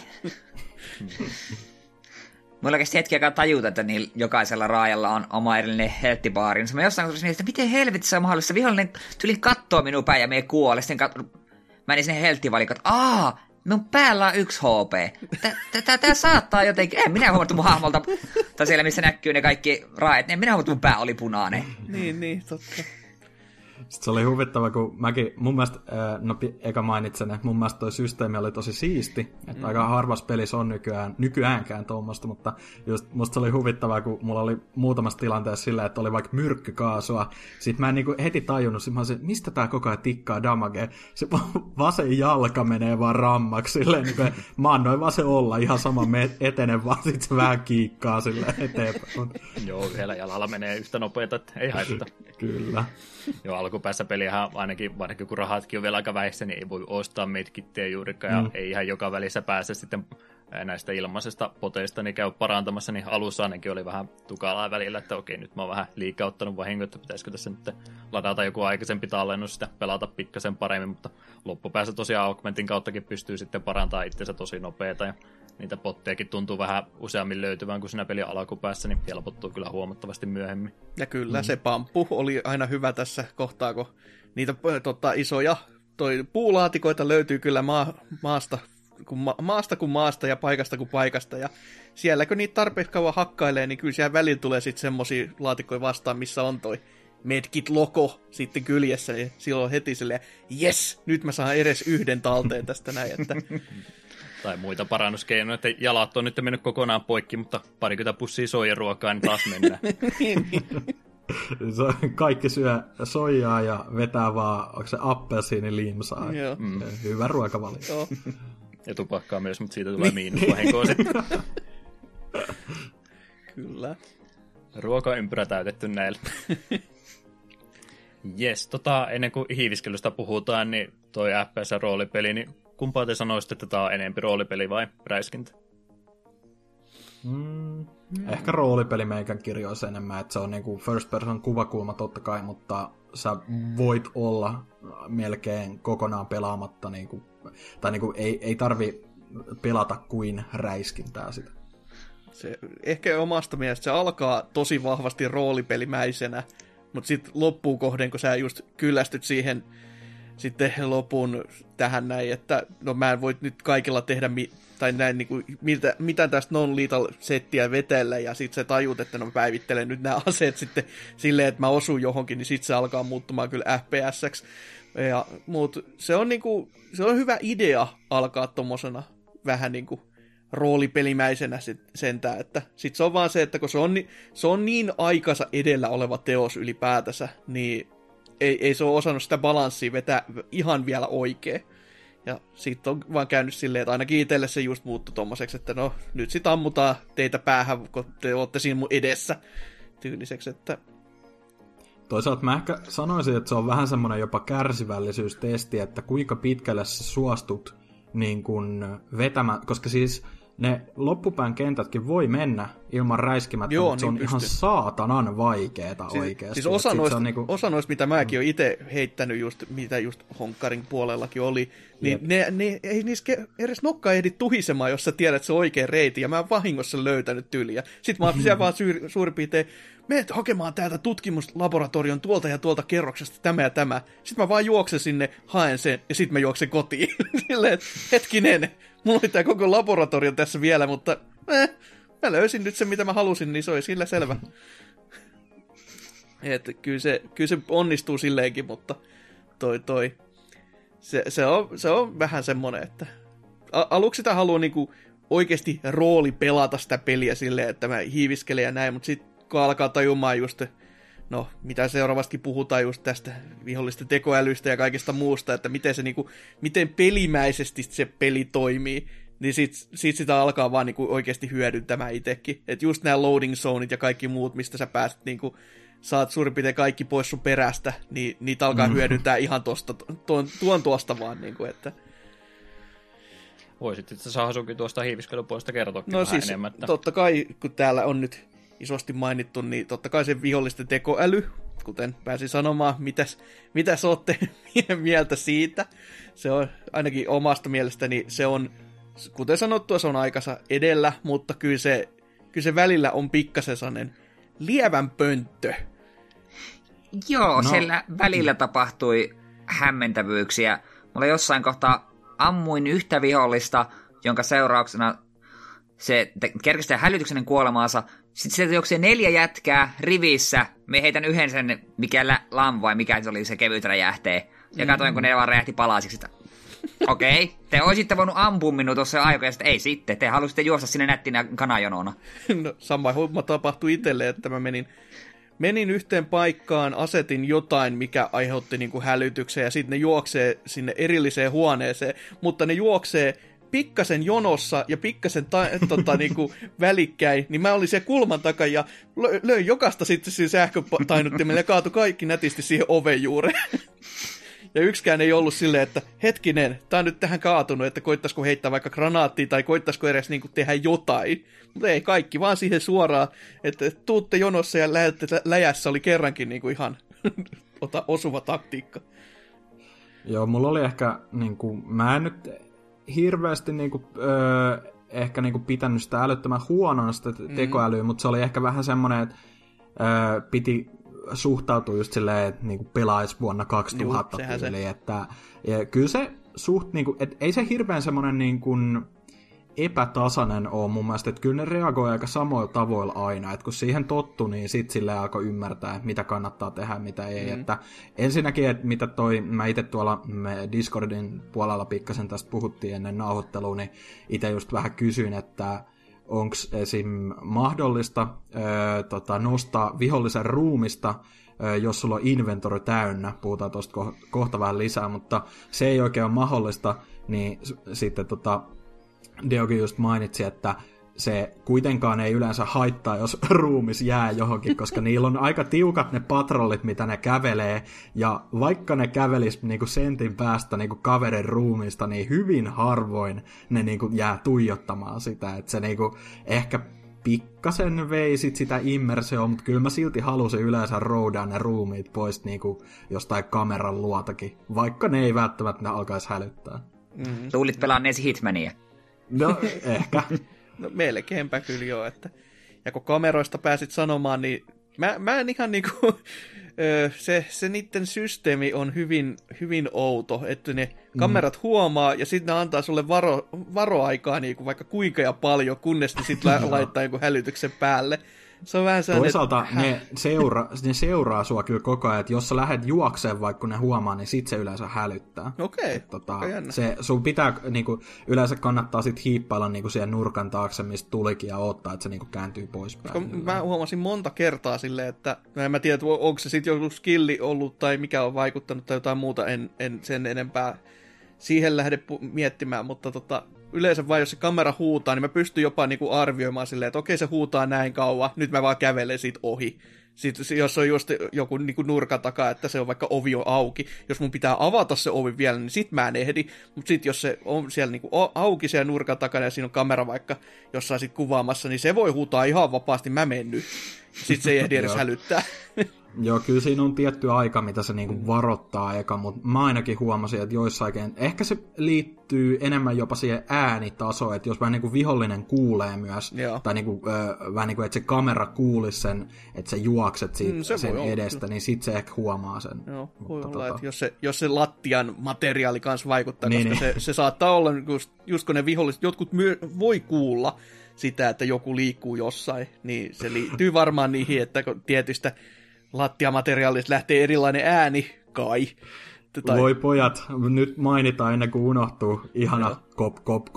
Mulla kesti hetki aikaa tajuta, että jokaisella raajalla on oma erillinen helttibaarinsa. Mä jossain mietin, että miten helvetissä on mahdollista. Vihollinen tyli kattoo minun päin ja mie kuolee. Sitten menin sinne helttivalikot. Minun päällä on 1 HP. Tää saattaa jotenkin. En minä huomannut mun hahmolta. Tai siellä, missä näkyy ne kaikki raajat. En minä huomannut, mun pää oli punainen. Niin, totta. Sitten se oli huvittava, kun mäkin, mun mielestä, eka mainitsen, että mun mielestä toi systeemi oli tosi siisti, että aika harvassa pelissä on nykyäänkään tuommoista, mutta just musta se oli huvittavaa, kun mulla oli muutamassa tilanteessa silleen, että oli vaikka myrkkykaasua, sit mä en niinku heti tajunnut, sit mä olisin, mistä tää koko ajan tikkaa damagea, se vasen jalka menee vaan rammaksi, silleen niinku, mä annoin vaan se olla, ihan sama etenen vaan, sit se vähän kiikkaa silleen eteenpäin. Joo, yhdellä jalalla menee yhtä nopeeta, että ei haitata. Kyllä. Joo, alkupäässä pelihän ainakin, varsinkin kun rahatkin on vielä aika vähissä, niin ei voi ostaa medkittiä juurikaan, ja ei ihan joka välissä pääse sitten näistä ilmaisesta poteista, niin käy parantamassa, niin alussa ainakin oli vähän tukalaa välillä, että okei, nyt mä oon vähän liikaa ottanut vahinko, että pitäisikö tässä nyt ladata joku aikaisempi tallennus, sitä pelata pikkasen paremmin, mutta loppupäässä tosiaan augmentin kauttakin pystyy sitten parantamaan itsensä tosi nopeeta, ja niitä pottejakin tuntuu vähän useammin löytyvän kuin siinä pelin alkupäässä, niin helpottuu kyllä huomattavasti myöhemmin. Ja kyllä se pamppu oli aina hyvä tässä kohtaa, kun niitä isoja puulaatikoita löytyy kyllä maasta kuin maasta ja paikasta kuin paikasta. Ja siellä kun niitä tarpeeksi kauan hakkailee, niin kyllä siellä välillä tulee sitten semmosia laatikkoja vastaan, missä on toi Medkit-logo sitten kyljessä. Ja silloin heti silleen, jes, nyt mä saan edes 1 talteen tästä näin, että... Tai muita parannuskeinoja, että jalat on nyt mennyt kokonaan poikki, mutta 20 pussia soijaruokaa, niin taas mennään. Kaikki syö soijaa ja vetää vaan, onko se appelsiinilimsaa. Hyvä ruokavalio. Joo. Ja tupakkaa myös, mutta siitä tulee miinusvahinkoa sitten. Kyllä. Ruokaympyrä täytetty näillä. Jes, ennen kuin hiiviskelystä puhutaan, niin toi FPS-roolipeli, niin kumpaa te sanoisitte, että tämä on enempi roolipeli vai räiskintä? Ehkä roolipeli meikän kirjoissa enemmän, että se on niinku first person kuvakulma totta kai, mutta sä voit olla melkein kokonaan pelaamatta, tai ei tarvi pelata kuin räiskintää sitä. Se, ehkä omasta mielestä se alkaa tosi vahvasti roolipelimäisenä, mutta sitten loppuun kohden, kun sä just kyllästyt siihen sitten lopun tähän näin, että no mä en voi nyt kaikilla tehdä tai näin niinku, mitä tästä non-lethal settiä vetellä, ja sit sä tajut, että no päivittelen nyt nämä aseet sitten silleen, että mä osun johonkin, niin sit se alkaa muuttumaan kyllä FPS-ksi. Mut se on niinku, se on hyvä idea alkaa tommosena vähän niinku roolipelimäisenä sentään, että sit se on vaan se, että kun se on niin aikansa edellä oleva teos ylipäätänsä, niin ei se ole osannut sitä balanssia vetää ihan vielä oikein. Ja siitä on vaan käynyt silleen, että ainakin itselle se just muuttui tommoseksi, että no nyt sit ammutaan teitä päähän, kun te ootte siinä mun edessä tyyliseksi, että... Toisaalta mä ehkä sanoisin, että se on vähän semmoinen jopa kärsivällisyystesti, että kuinka pitkälle sä suostut niin kun vetämään, koska siis ne loppupään kentätkin voi mennä ilman räiskimättä, mutta se on ihan saatanan vaikeeta oikeasti. Siis osa noista, mitä mäkin olen itse heittänyt, mitä just Honkkarin puolellakin oli, niin ne ei niissä edes nokka ehdi tuhisemaan, jos sä tiedät, että se on oikea reiti, ja mä en vahingossa löytänyt tyliä. Sitten mä oon siellä vaan suurin piirtein, menet hakemaan täältä tutkimuslaboratorion tuolta ja tuolta kerroksesta tämä ja tämä. Sitten mä vaan juoksen sinne, haen sen, ja sitten mä juoksen kotiin. Silleen, hetkinen, mulla oli tää koko laboratorio tässä vielä, mutta mä löysin nyt sen, mitä mä halusin, niin se oli sillä selvä. Että kyllä se onnistuu silleenkin, mutta se on vähän semmonen, että aluksi sitä haluaa niinku oikeasti rooli pelata sitä peliä silleen, että mä hiiviskelen ja näin, mutta sitten kun alkaa tajumaan just, no mitä seuraavastikin puhutaan just tästä vihollisten tekoälystä ja kaikesta muusta, että miten pelimäisesti se peli toimii, niin sit sitä alkaa vaan niinku oikeasti hyödyntämään itsekin. Että just nämä loading zoneit ja kaikki muut, mistä sä pääset niinku, saat suurin piirtein kaikki pois sun perästä, niin niitä alkaa hyödyntää ihan tuosta vaan, niinku, että voisit itse Sahasukin tuosta hiiviskelypuolesta kertoa no siis, enemmän. Totta kai, kun täällä on nyt isosti mainittu, niin totta kai se vihollisten tekoäly, kuten pääsin sanomaan, mitä sä ootte mieltä siitä. Se on ainakin omasta mielestäni, se on, kuten sanottua, se on aikansa edellä, mutta kyllä se välillä on pikkasen sellainen lievän pönttö. Joo, siellä välillä tapahtui hämmentävyyksiä. Mulla jossain kohtaa ammuin yhtä vihollista, jonka seurauksena se kerkesi tehdä hälytyksen kuolemaansa. Sitten sieltä juoksee 4 jätkää rivissä. Me heitän yhden sen, mikä lam vai mikä se oli se kevyt räjähtee. Ja katsoin, kun ne vaan räjähti palasiksi. Okei, te olisitte voinut ampua minua tuossa aikoja, ja ei sitten. Te halusitte juosta sinne nättinä kanajonona. No, sama homma tapahtui itselle, että mä menin yhteen paikkaan, asetin jotain, mikä aiheutti niinku hälytyksen, ja sitten ne juoksee sinne erilliseen huoneeseen, mutta ne juoksee pikkasen jonossa ja pikkasen niinku välikkäin, niin mä olin siellä kulman takana ja löin jokaista sitten siihen sähkötainuttimelle ja kaatui kaikki nätisti siihen oven juureen. Ja yksikään ei ollut silleen, että hetkinen, tää on nyt tähän kaatunut, että koittaisiko heittää vaikka granaattia tai koittaisiko edes niinku tehdä jotain. Mutta ei, kaikki vaan siihen suoraan, että tuutte jonossa ja läjässä oli kerrankin niinku ihan osuva taktiikka. Joo, mulla oli ehkä, niinku, mä en nyt hirveästi niinku, ehkä niinku pitänyt sitä älyttömän huonona sitä tekoälyä, mutta se oli ehkä vähän semmoinen, että piti suhtautua just silleen, että niinku pelaisi vuonna 2000 tyyliin, että kyllä se suht, niinku, et ei se hirveän semmoinen niinku epätasainen ole mun mielestä, että kyllä ne reagoi aika samoilla tavoilla aina, että kun siihen tottu, niin sit silleen alkoi ymmärtää, mitä kannattaa tehdä, mitä ei, että ensinnäkin, että mitä mä itse tuolla Discordin puolella pikkasen tästä puhuttiin ennen nauhoittelua, niin itse just vähän kysyin, että onko esim. Mahdollista nostaa vihollisen ruumista, jos sulla on inventori täynnä, puhutaan tuosta kohta vähän lisää, mutta se ei oikein ole mahdollista, niin sitten Deokin just mainitsi, että se kuitenkaan ei yleensä haittaa, jos ruumis jää johonkin, koska niillä on aika tiukat ne patrollit, mitä ne kävelee, ja vaikka ne kävelis niinku sentin päästä niinku kaverin ruumista, niin hyvin harvoin ne niinku jää tuijottamaan sitä, että se niinku ehkä pikkasen vei sitä immersioon, mutta kyllä mä silti halusin yleensä roudaa ne ruumiit pois niinku jostain kameran luotakin, vaikka ne ei välttämättä alkaisi hälyttää. Mm-hmm. Luulit pelanneesi Hitmania. No, ehkä. No melkeinpä kyllä joo, että ja kun kameroista pääsit sanomaan, niin mä en ihan niinku, se niiden systeemi on hyvin, hyvin outo, että ne kamerat huomaa ja sitten ne antaa sulle varoaikaa niinku vaikka kuinka ja paljon, kunnes ne sitten laittaa joku hälytyksen päälle. Se on vähän toisaalta ne seuraa sua kyllä koko ajan, että jos sä lähdet juokseen vaikka ne huomaa, niin sit se yleensä hälyttää. Okei. Sun pitää, niinku, yleensä kannattaa sit hiippailla niinku siihen nurkan taakse, mistä tulikin ja odottaa, että se niinku kääntyy poispäin. Mä huomasin monta kertaa silleen, että mä en tiedä, onko se sit joku skilli ollut tai mikä on vaikuttanut tai jotain muuta, en sen enempää siihen lähde miettimään, mutta yleensä vaan jos se kamera huutaa, niin mä pystyn jopa niinku arvioimaan silleen, että okei se huutaa näin kauan, nyt mä vaan kävelen siitä ohi. Sitten, jos on just joku niin kuin nurkan takaa, että se on vaikka ovi on auki, jos mun pitää avata se ovi vielä, niin sit mä en ehdi. Mutta sitten jos se on siellä niin kuin auki siellä nurkan takana ja siinä on kamera vaikka jossain sit kuvaamassa, niin se voi huutaa ihan vapaasti, mä menen nyt. Sitten se ei ehdi edes hälyttää. Joo, kyllä siinä on tietty aika, mitä se niinku varoittaa eka, mutta mä ainakin huomasin, että joissain, ehkä se liittyy enemmän jopa siihen äänitasoon, että jos vähän niinku vihollinen kuulee myös, tai niinku, vähän niinku, että se kamera kuulisi sen, että sä juokset siitä sen edestä, niin sit se ehkä huomaa sen. Joo, voi olla, että jos se lattian materiaali kanssa vaikuttaa, niin, koska se saattaa olla, just kun ne viholliset, jotkut voi kuulla sitä, että joku liikkuu jossain, niin se liittyy varmaan niihin, että tietystä lattiamateriaalista lähtee erilainen ääni, kai. Voi pojat, nyt mainitaan ennen kuin unohtuu. Ihana kop.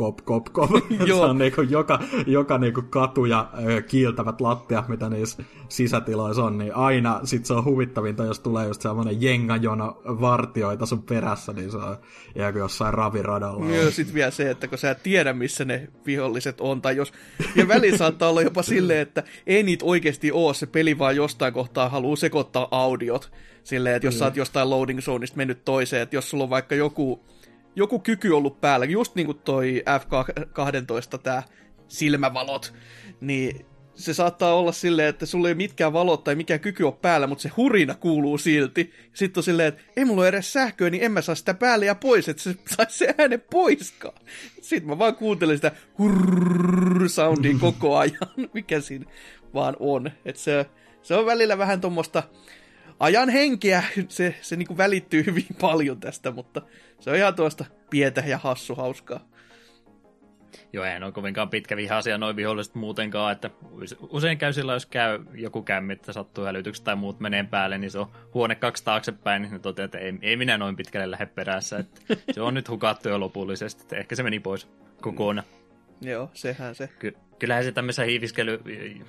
Se on niinku joka niinku katu ja kiiltävät lattiat, mitä niissä sisätiloissa on, niin aina sit se on huvittavinta, jos tulee just sellainen jengajono vartioita sun perässä, niin se on ihan kuin jossain raviradalla. Joo, sit vielä se, että kun sä et tiedä, missä ne viholliset on, tai jos, ja väliin saattaa olla jopa silleen, että ei niitä oikeasti oo, se peli vaan jostain kohtaa haluaa sekoittaa audiot, silleen, että jos sä oot jostain loading zoneista mennyt toiseen, että jos sulla on vaikka joku kyky ollut päällä, just niin kuin toi F12, tää silmävalot, niin se saattaa olla silleen, että sulla ei ole mitkään valot tai mikään kyky on päällä, mutta se hurina kuuluu silti. Sitten on silleen, että ei mulla ole edes sähköä, niin en mä saa sitä päälle ja pois, että se saisi se äänen poiskaan. Sitten mä vaan kuuntelen sitä soundia koko ajan, mikä siinä vaan on. Että se on välillä vähän tommoista ajan henkeä, se niinku välittyy hyvin paljon tästä, mutta se on ihan tuosta pientä ja hauskaa. Joo, eihän ole kovinkaan pitkä viha-asia noin viholliset muutenkaan, että usein käy sillä, jos käy joku kämmi, että sattuu hälytykset tai muut menee päälle, niin se on huone 2 taaksepäin, niin ne toteaa, että ei minä noin pitkälle lähde perässä, että se on nyt hukattu jo lopullisesti, että ehkä se meni pois kokonaan. Joo, sehän se. Kyllähän se tämmöisessä hiiviskely,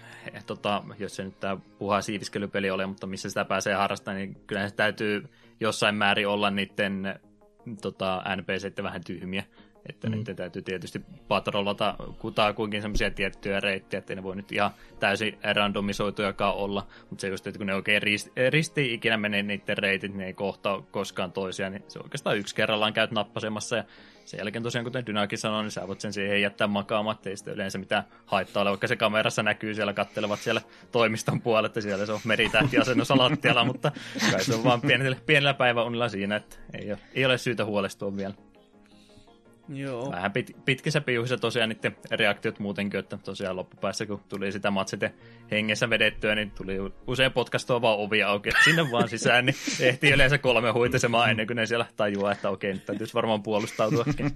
jos se nyt tämä puhaa siiviskelypeli ole, mutta missä sitä pääsee harrastamaan, niin kyllähän se täytyy jossain määrin olla niiden NPC:t vähän tyhmiä. Että niiden täytyy tietysti patrollata kutakuinkin semmoisia tiettyjä reittejä, että ne voi nyt ihan täysin randomisoitujakaan olla, mutta se just, että kun ne oikein ristiin ikinä menee niiden reitit, niin ei kohtaa koskaan toisiaan, niin se oikeastaan yksi kerrallaan käyt nappasemassa, ja sen jälkeen tosiaan, kuten Dynakin sanoi, niin sä voit sen siihen jättää makaamaan, ettei sitä yleensä mitään haittaa ole, vaikka se kamerassa näkyy siellä, kattelevat siellä toimiston puolella, että siellä se on meritähtiasennossa lattialla, mutta kai se on vaan pienellä päiväunilla siinä, että ei ole syytä huolestua vielä. Joo. Vähän pitkissä piuhissa tosiaan niiden reaktiot muutenkin, että tosiaan loppupäässä kun tuli sitä matsete hengessä vedettyä, niin tuli usein potkastua vaan ovia auki, että sinne vaan sisään, niin ehtii yleensä 3 huitisemaan ennen kuin ne siellä tajuaa, että okei, nyt täytyisi varmaan puolustautuakin.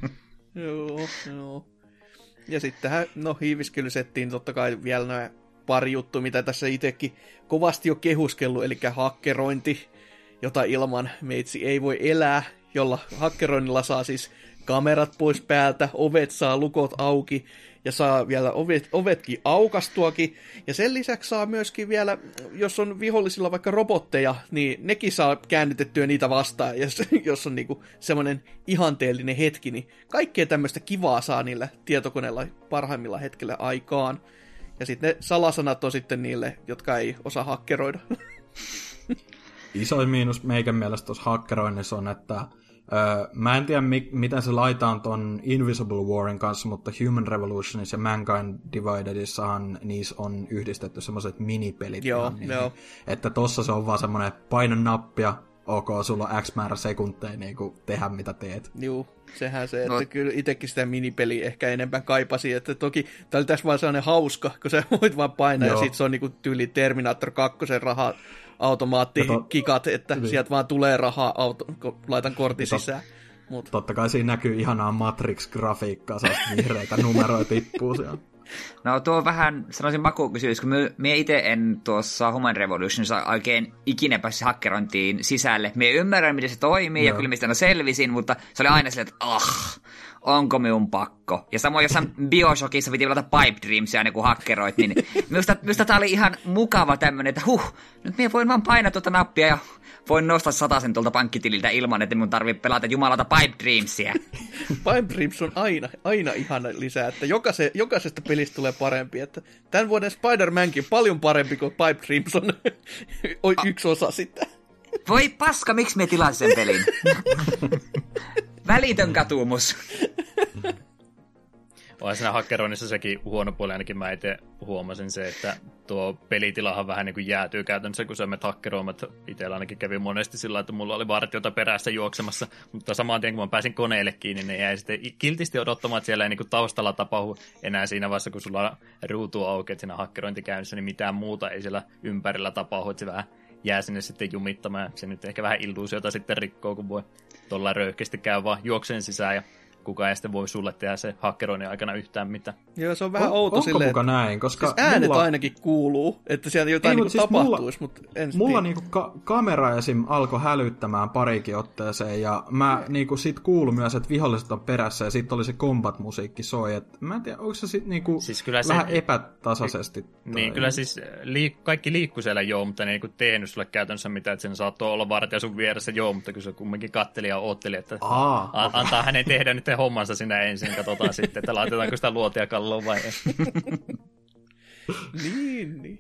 Joo. Ja sittenhän, hiiviskelysettiin totta kai vielä nämä pari juttua, mitä tässä itsekin kovasti on kehuskellut, eli hakkerointi, jota ilman meitsi ei voi elää, jolla hakkeroinnilla saa siis kamerat pois päältä, ovet saa lukot auki ja saa vielä ovetkin aukastuakin. Ja sen lisäksi saa myöskin vielä, jos on vihollisilla vaikka robotteja, niin nekin saa käännytettyä niitä vastaan. Ja jos on niinku semmoinen ihanteellinen hetki, niin kaikkea tämmöistä kivaa saa niillä tietokoneilla parhaimmilla hetkellä aikaan. Ja sitten ne salasanat on sitten niille, jotka ei osaa hakkeroida. Isoin miinus meikän mielestä tuossa hakkeroinnissa on, että mä en tiedä, miten se laitaan ton Invisible Warin kanssa, mutta Human Revolutionissa ja Mankind Dividedissahan niissä on yhdistetty semmoiset minipelit. Joo. Että tossa se on vaan semmoinen paina nappia, sulla on X määrä sekunteja niin tehdä mitä teet. Joo, sehän se, että kyllä itsekin sitä minipeliä ehkä enemmän kaipasi, että toki tää oli tässä vaan sellainen hauska, kun sä voit vaan painaa ja sit se on niinku tyyli Terminator 2 rahaa automaattikikat, että sieltä vaan tulee rahaa, laitan kortin sisään. Totta kai siinä näkyy ihanaa Matrix-grafiikkaa, vihreitä numeroja tippuu siellä. No tuo on vähän, sanoisin makukysymys, kun minä itse en tuossa Human Revolutionissa oikein ikinä päässyt hakkerointiin sisälle. Minä ymmärrän, miten se toimii ja kyllä mistä aina selvisin, mutta se oli aina silleen, että onko minun pakko? Ja samoin jossain Bioshockissa piti pelata Pipe Dreamsia aina kun hakkeroit, niin minusta tämä oli ihan mukava tämmöinen, että nyt minä voin vaan painaa tuota nappia ja voin nostaa 100 tuolta pankkitililtä ilman, että mun tarvii pelata jumalata Pipe Dreamsia. Pipe Dreams on aina ihana lisää, että jokaisesta pelistä tulee parempi. Että tämän vuoden Spider-Mankin paljon parempi kuin Pipe Dreams on yksi osa sitä. Voi paska, miksi me tilasin sen pelin? Välitön katumus. Vai siinä hakkeroinnissa sekin huono puoli, ainakin mä itse huomasin se, että tuo pelitilahan vähän niin kuin jäätyy käytännössä, kun sä menet hakkeroimat. Itsellä ainakin kävi monesti sillä, että mulla oli vartijoita perässä juoksemassa, mutta samaan tien kun mä pääsin koneelle kiinni, niin jäi sitten kiltisti odottamaan, että siellä ei niin kuin taustalla tapahdu enää siinä vaiheessa, kun sulla on ruutu auki, että siinä hakkerointikäynnissä, niin mitään muuta ei siellä ympärillä tapahdu, että se vähän jää sinne sitten jumittamaan. Se nyt ehkä vähän illuusiota sitten rikkoo, kun voi tuolla röyhkeästi käy vaan juokseen sisään ja kukaan ei sitten voi sulle tehdä se hakkeroinnin aikana yhtään mitään. Joo, se on vähän outo silleen. Onko muka näin? Koska siis äänet ainakin kuuluu, että siellä jotain niinku siis tapahtuisi, mutta en mulla niinku kamera esim. Alkoi hälyttämään parikin otteeseen, ja mä niinku sit kuulin myös, että viholliset on perässä, ja sit oli se combat-musiikki soi, että mä en tiedä, onko se sit niinku siis vähän epätasaisesti? Niin, kyllä siis kaikki liikkui siellä joo, mutta ne ei niinku tehnyt sulle käytännössä mitään, että sen saattoi olla vartija sun vieressä joo, mutta kyllä se kumminkin katteli ja ootteli, että antaa hänen tehdä nyt hommansa sinä ensin, katsotaan sitten, että laitetaanko sitä luotia kalloon vai ei. niin.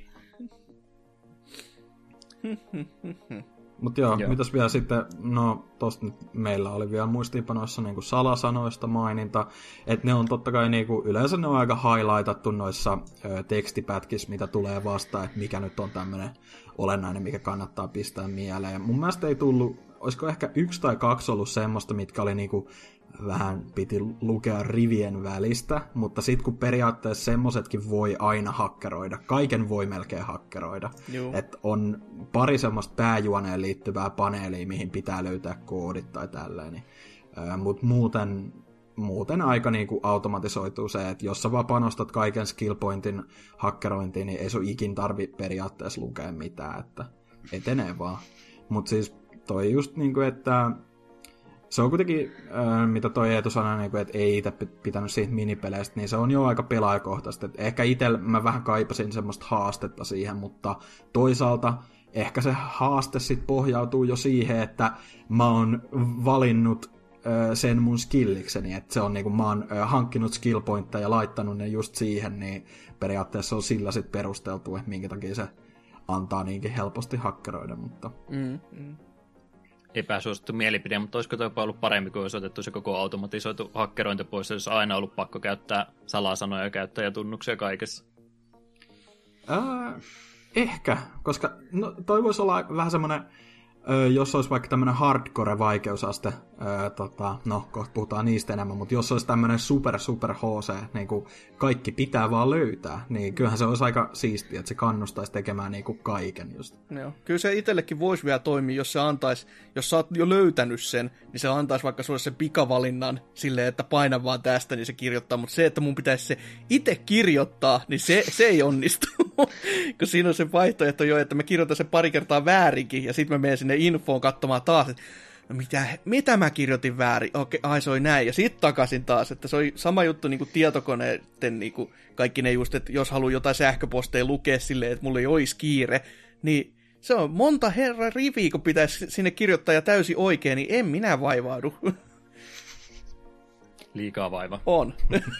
Mutta joo, mitäs vielä sitten, no tosta nyt meillä oli vielä muistiinpanoissa niinku salasanoista maininta, että ne on totta kai niinku, yleensä ne on aika highlightattu noissa tekstipätkissä, mitä tulee vastaan, että mikä nyt on tämmönen olennainen, mikä kannattaa pistää mieleen. Ja mun mielestä ei tullut, olisiko ehkä 1 tai 2 ollut semmoista, mitkä oli niinku vähän piti lukea rivien välistä, mutta sit kun periaatteessa semmosetkin voi aina hakkeroida, kaiken voi melkein hakkeroida, että on pari semmoista pääjuoneen liittyvää paneelia, mihin pitää löytää koodit tai tälleen, mutta muuten aika niinku automatisoituu se, että jos sä vaan panostat kaiken skillpointin hakkerointiin, niin ei sun ikin tarvi periaatteessa lukea mitään, että etenee vaan. Mutta siis toi just niinku, että se on kuitenkin, mitä toi Eetu sanoi, että ei itse pitänyt siitä minipeleistä, niin se on jo aika pelaajakohtaista. Et ehkä itsellä mä vähän kaipasin semmoista haastetta siihen, mutta toisaalta ehkä se haaste sit pohjautuu jo siihen, että mä oon valinnut sen mun skillikseni, että se on niinku, mä oon hankkinut skillpointteja ja laittanut ne just siihen, niin periaatteessa on sillä sit perusteltu, että minkä takia se antaa niinkin helposti hakkeroida, mutta epäsuosittu mielipide, mutta olisiko toi ollut parempi, kun olisi otettu se koko automatisoitu hakkerointi pois, jos aina ollut pakko käyttää salasanoja ja käyttäjätunnuksia kaikessa? Ehkä, koska toi voisi olla vähän semmoinen, jos olisi vaikka tämmöinen hardcore-vaikeusaste, kohta puhutaan niistä enemmän, mutta jos olisi tämmöinen super HC, niin kuin kaikki pitää vaan löytää, niin kyllähän se olisi aika siistiä, että se kannustaisi tekemään niin kuin kaiken just. Joo. Kyllä se itsellekin voisi vielä toimia, jos se antaisi, jos sä oot jo löytänyt sen, niin se antaisi vaikka sulle sen pikavalinnan silleen, että paina vaan tästä, niin se kirjoittaa, mutta se, että mun pitäisi se itse kirjoittaa, niin se ei onnistu. Kun siinä on se vaihtoehto jo, että mä kirjoitan sen pari kertaa väärinkin, ja sitten mä menen sinne infoon katsomaan taas, että no mitä mä kirjoitin väärin? Okei, se oli näin. Ja sitten takaisin taas, että se oli sama juttu niin kuin tietokoneiden, niin kuin kaikki ne just, että jos haluaa jotain sähköposteja lukea silleen, että mulla ei olisi kiire, niin se on monta herra riviä, kun pitäisi sinne kirjoittaa ja täysin oikein, niin en minä vaivaudu. Liikaa vaiva. On.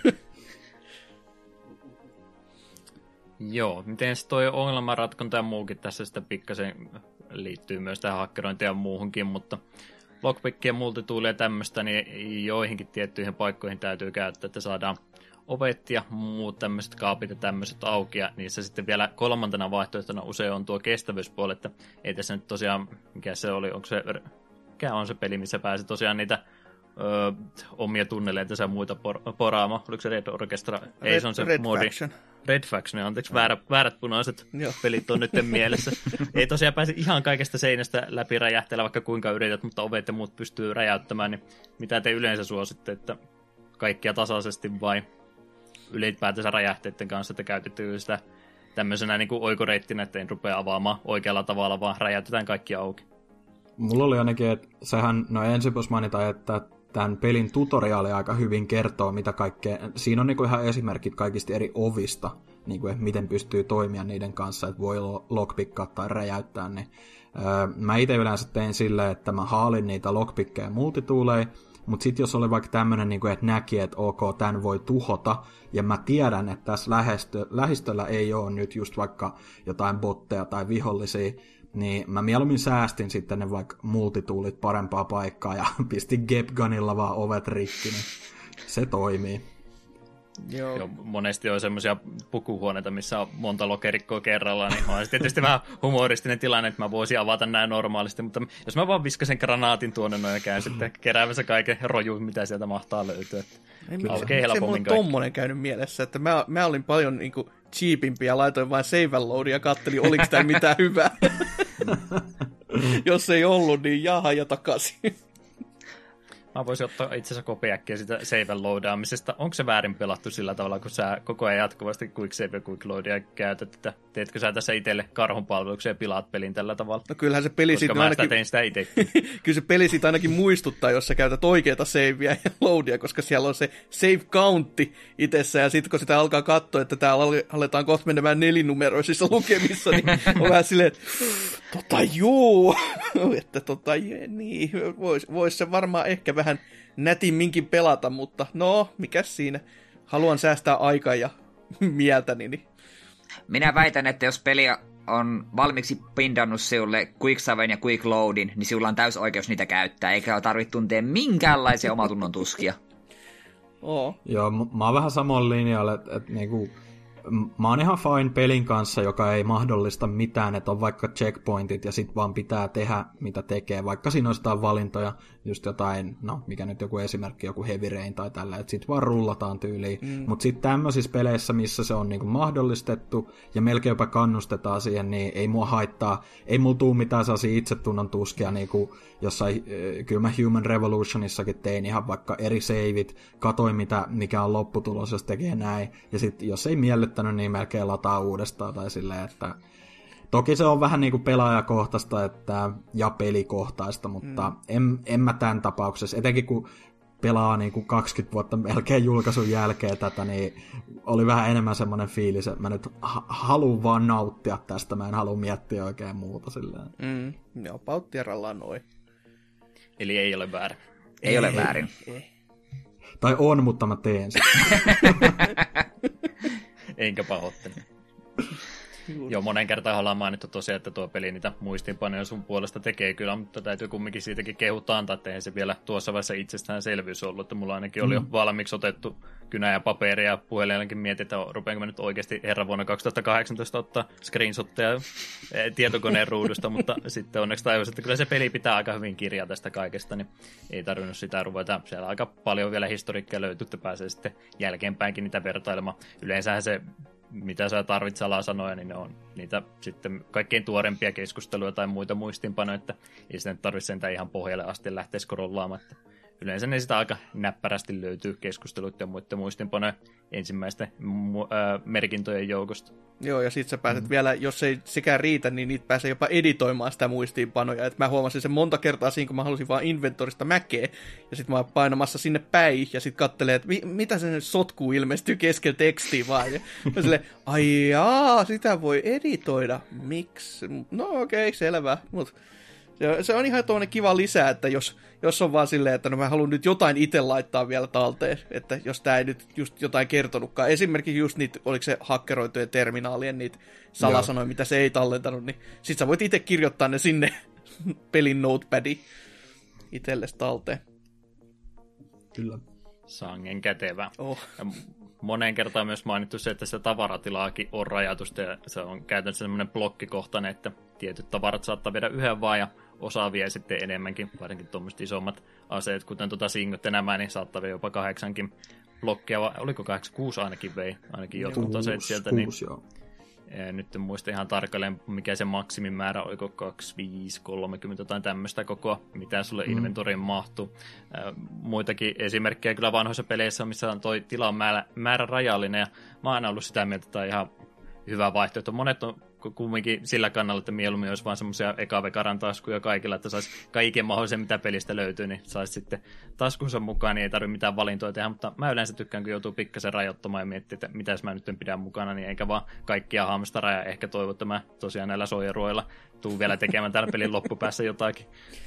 Joo, miten toi ongelmanratkonta ja muukin tässä sitten pikkasen liittyy myös tähän hakkerointiin ja muuhunkin, mutta lockpickia, multitoolia ja tämmöistä, niin joihinkin tiettyihin paikkoihin täytyy käyttää, että saadaan ovet ja muut tämmöiset kaapit ja tämmöiset auki, ja niissä sitten vielä kolmantena vaihtoehtona usein on tuo kestävyyspuoli, että ei tässä nyt tosiaan, mikä on se peli, missä pääsee tosiaan niitä omia tunneleita ja muita poraamaan. Oliko se Red Orchestra? Ei, se on se modi. Red Faction, anteeksi, väärät punaiset pelit on nyt mielessä. Ei tosiaan pääse ihan kaikesta seinästä läpi räjähtellä, vaikka kuinka yrität, mutta ovet ja muut pystyy räjäyttämään, niin mitä te yleensä suositte, että kaikkia tasaisesti vai ylipäätänsä räjähteiden kanssa, että käytetty sitä tämmöisenä niin kuin oikoreittinä, että ei rupea avaamaan oikealla tavalla, vaan räjäytetään kaikki auki. Mulla oli ainakin, että sehän, no ensin voisi mainita, että tämän pelin tutoriaali aika hyvin kertoo, mitä kaikkea, siinä on niinku ihan esimerkit kaikista eri ovista, niinku, että miten pystyy toimia niiden kanssa, että voi lockpickaa tai räjäyttää, niin Mä itse yleensä teen silleen, että mä haalin niitä lockpickkejä multitooleja, mutta sitten jos oli vaikka tämmöinen, niin että näki, että ok, tämän voi tuhota, ja mä tiedän, että tässä lähistöllä ei ole nyt just vaikka jotain botteja tai vihollisia, niin mä mieluummin säästin sitten ne vaikka multitoolit parempaa paikkaa ja pistin Gepgunilla vaan ovet rikki, niin se toimii. Joo, monesti on semmoisia pukuhuoneita, missä on monta lokerikkoa kerralla, niin on se tietysti vähän humoristinen tilanne, että mä voisin avata näin normaalisti, mutta jos mä vaan viskasen granaatin tuonne noin ja käyn sitten keräämässä kaiken rojun, mitä sieltä mahtaa löytyä. Okei, helpommin kaikki. Se on tommonen käynyt mielessä, että mä olin paljon niinku cheapimpi ja laitoin vain save and load ja kattelin, oliko tää mitään hyvää. Jos ei ollut, niin jaha ja takaisin. Mä voisin ottaa itse asiassa kopiäkkiä sitä save loadaamisesta. Onko se väärin pelattu sillä tavalla, kun sä koko ajan jatkuvasti quick save ja quick loadia käytät, että teetkö sä tässä itselle karhunpalveluksia ja pilaat pelin tällä tavalla? No kyllähän se peli siitä ainakin... tein sitä itsekin. Kyllä se peli siitä ainakin muistuttaa, jos sä käytät oikeata savea ja loadia, koska siellä on se save countti itsessä, ja sitten kun sitä alkaa katsoa, että täällä aletaan kohta menemään nelinumeroisissa lukemissa, niin on vähän silleen, että niin, vois se varmaan ehkä vähän nätimminkin pelata, mutta no, mikäs siinä? Haluan säästää aikaa ja mieltäni. Niin. Minä väitän, että jos peli on valmiiksi pindannut sinulle quick saven ja quick loadin, niin sinulla on täys oikeus niitä käyttää, eikä tarvitse tuntea minkäänlaisia omatunnon tuskia. Joo, mä oon vähän samalla linjalla, että niinku... Mä oon ihan fine pelin kanssa, joka ei mahdollista mitään, että on vaikka checkpointit ja sit vaan pitää tehdä, mitä tekee. Vaikka siinä on jotain valintoja, just jotain, no mikä nyt joku esimerkki, joku Heavy Rain tai tällä, että sit vaan rullataan tyyliin. Mutta sit tämmöisissä peleissä, missä se on niinku mahdollistettu ja melkein jopa kannustetaan siihen, niin ei mua haittaa, ei mulla tuu mitään sellaisia itsetunnon tuskia, niinku jossain, kyllä mä Human Revolutionissakin tein ihan vaikka eri saveit, katoin mikä on lopputulos, jos tekee näin, ja sit jos ei miellyttänyt, niin melkein lataa uudestaan tai silleen, että toki se on vähän niinku pelaajakohtaista ja pelikohtaista, mutta en mä tämän tapauksessa, etenkin kun pelaa niinku 20 vuotta melkein julkaisun jälkeen tätä, niin oli vähän enemmän semmoinen fiilis, että mä nyt haluan vaan nauttia tästä, mä en halua miettiä oikein muuta silleen. Joo, pauttierallaan noin. Eli ei ole väärin. Ei ole väärin. Tai on, mutta mä teen sitä. Enkä pahoittele. Joo, monen kertaan ollaan mainittu tosiaan, että tuo peli niitä muistiinpanoja sun puolesta tekee kyllä, mutta täytyy kumminkin siitäkin kehuta antaa, että eihän se vielä tuossa vaiheessa itsestäänselvyys ollut, että mulla ainakin oli jo valmiiksi otettu kynä ja paperia ja puhelimellakin mietin, että rupeanko mä nyt oikeasti herran vuonna 2018 ottaa screenshotteja tietokoneen ruudusta, mutta sitten onneksi tajusin, että kyllä se peli pitää aika hyvin kirjaa tästä kaikesta, niin ei tarvinnut sitä ruveta. Siellä aika paljon vielä historiikkia löytyy, että pääsee sitten jälkeenpäinkin niitä vertailemaan. Yleensähän se mitä sä tarvitset alasanoja, niin ne on niitä sitten kaikkein tuorempia keskusteluja tai muita muistiinpanoja, että ei sitä nyt tarvitse sentään ihan pohjalle asti lähteä scrollaamaan. Yleensä ne sitä aika näppärästi löytyy keskustelut ja muiden muistiinpanoja ensimmäisten merkintöjen joukosta. Joo, ja sit sä pääset vielä, jos ei sekään riitä, niin niitä pääsee jopa editoimaan sitä muistiinpanoja. Et mä huomasin sen monta kertaa siinä, kun mä halusin vaan inventorista mäkeä, ja sit mä oon painamassa sinne päin, ja sit kattelee, että mitä se nyt sotkuu ilmestyy keskellä tekstiä vaan. Ja mä silleen, ai jaa, sitä voi editoida, miksi? No okei, selvä, mut se on ihan tuollainen kiva lisää, että jos on vaan silleen, että no mä haluan nyt jotain itse laittaa vielä talteen, että jos tää ei nyt just jotain kertonutkaan. Esimerkiksi just niitä, oliko se hakkeroitujen terminaalien niitä salasanoja, mitä se ei tallentanut, niin sit sä voit itse kirjoittaa ne sinne pelin notepadiin itsellesi talteen. Kyllä. Sangen kätevä. Oh. Moneen kertaan myös mainittu se, että se tavaratilaakin on rajatusta ja se on käytännössä semmoinen blokkikohtainen, että tietyt tavarat saattaa viedä yhden vaan ja osa vie sitten enemmänkin, varsinkin tuommoiset isommat aseet, kuten Singot ja nämä, niin saattaa viedä jopa 8 blokkia, vai oliko 6 ainakin vei, ainakin jotkut aseet sieltä. 6, niin, nyt en muista ihan tarkalleen, mikä se maksimimäärä, oliko 25, 30 tai tämmöistä kokoa, mitä sulle inventoriin mahtuu. Muitakin esimerkkejä kyllä vanhoissa peleissä, missä on toi tilan määrä rajallinen, ja mä oon aina ollut sitä mieltä, että tämä on ihan hyvä vaihtoehto. Monet on kumminkin sillä kannalla, että mieluummin olisi vaan semmoisia ekavekaran taskuja kaikilla, että saisi kaiken mahdollisen, mitä pelistä löytyy, niin saisi sitten taskunsa mukaan, niin ei tarvitse mitään valintoja tehdä, mutta mä yleensä tykkään, kun joutuu pikkasen rajoittamaan ja miettiä, että mitäs mä nyt pidän mukana, niin eikä vaan kaikkia hamstara ja ehkä toivo, että mä tosiaan näillä soijaruoilla tuun vielä tekemään täällä pelin loppupäässä jotakin.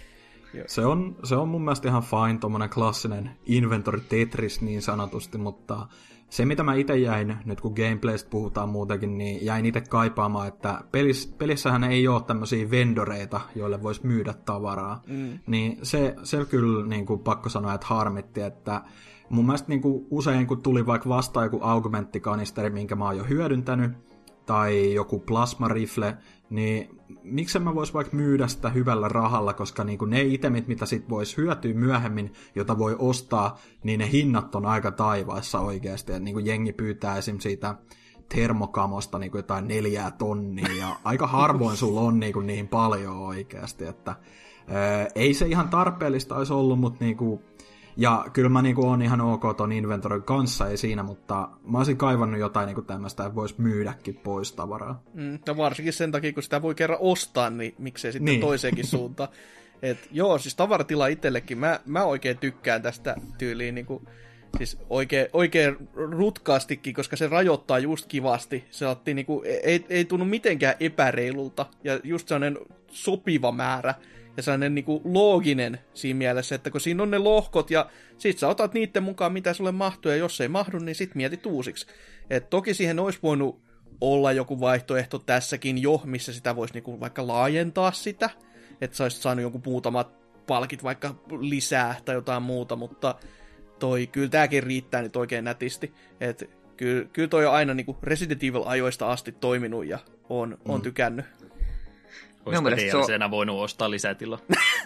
Se on mun mielestä ihan fine, tommonen klassinen inventory Tetris niin sanotusti, mutta se mitä mä itse jäin, nyt kun gameplaystä puhutaan muutenkin, niin jäin itse kaipaamaan, että pelissähän ei ole tämmöisiä vendoreita, joille voisi myydä tavaraa. Niin se kyllä niin kuin pakko sanoa, että harmitti, että mun mielestä niin kuin usein kun tuli vaikka vastaan joku augmenttikanisteri, minkä mä oon jo hyödyntänyt, tai joku plasmarifle, niin miksen mä vois vaikka myydä sitä hyvällä rahalla, koska niinku ne itemit, mitä sit vois hyötyä myöhemmin, jota voi ostaa, niin ne hinnat on aika taivaissa oikeasti. Et niinku jengi pyytää esim. Siitä termokamosta niinku jotain 4 tonnia, ja aika harvoin sulla on niinku niin paljon oikeasti, että ei se ihan tarpeellista olisi ollut, mutta niinku, ja kyllä mä niinku oon ihan ok ton inventorin kanssa, ei siinä, mutta mä olisin kaivannut jotain niinku tämmöistä, että vois myydäkin pois tavaraa. No varsinkin sen takia, kun sitä voi kerran ostaa, niin miksei sitten toiseenkin suuntaan. Et joo, siis tavaratila itsellekin, mä oikein tykkään tästä tyyliin niinku, siis oikein rutkaastikin, koska se rajoittaa just kivasti. Se otti niinku, ei tunnu mitenkään epäreilulta, ja just sellainen sopiva määrä. Ja sellainen niinku looginen siinä mielessä, että kun siinä on ne lohkot ja sit sä otat niiden mukaan, mitä sulle mahtuu, ja jos ei mahdu, niin sit mietit uusiksi. Et toki siihen olisi voinut olla joku vaihtoehto tässäkin jo, missä sitä voisi niinku vaikka laajentaa sitä, että sä olisit saanut jonkun muutamat palkit vaikka lisää tai jotain muuta, mutta kyllä tääkin riittää nyt oikein nätisti. Et kyllä toi on aina niinku Resident Evil-ajoista asti toiminut ja on tykännyt. Olisiko DLC:nä voinut ostaa lisätila?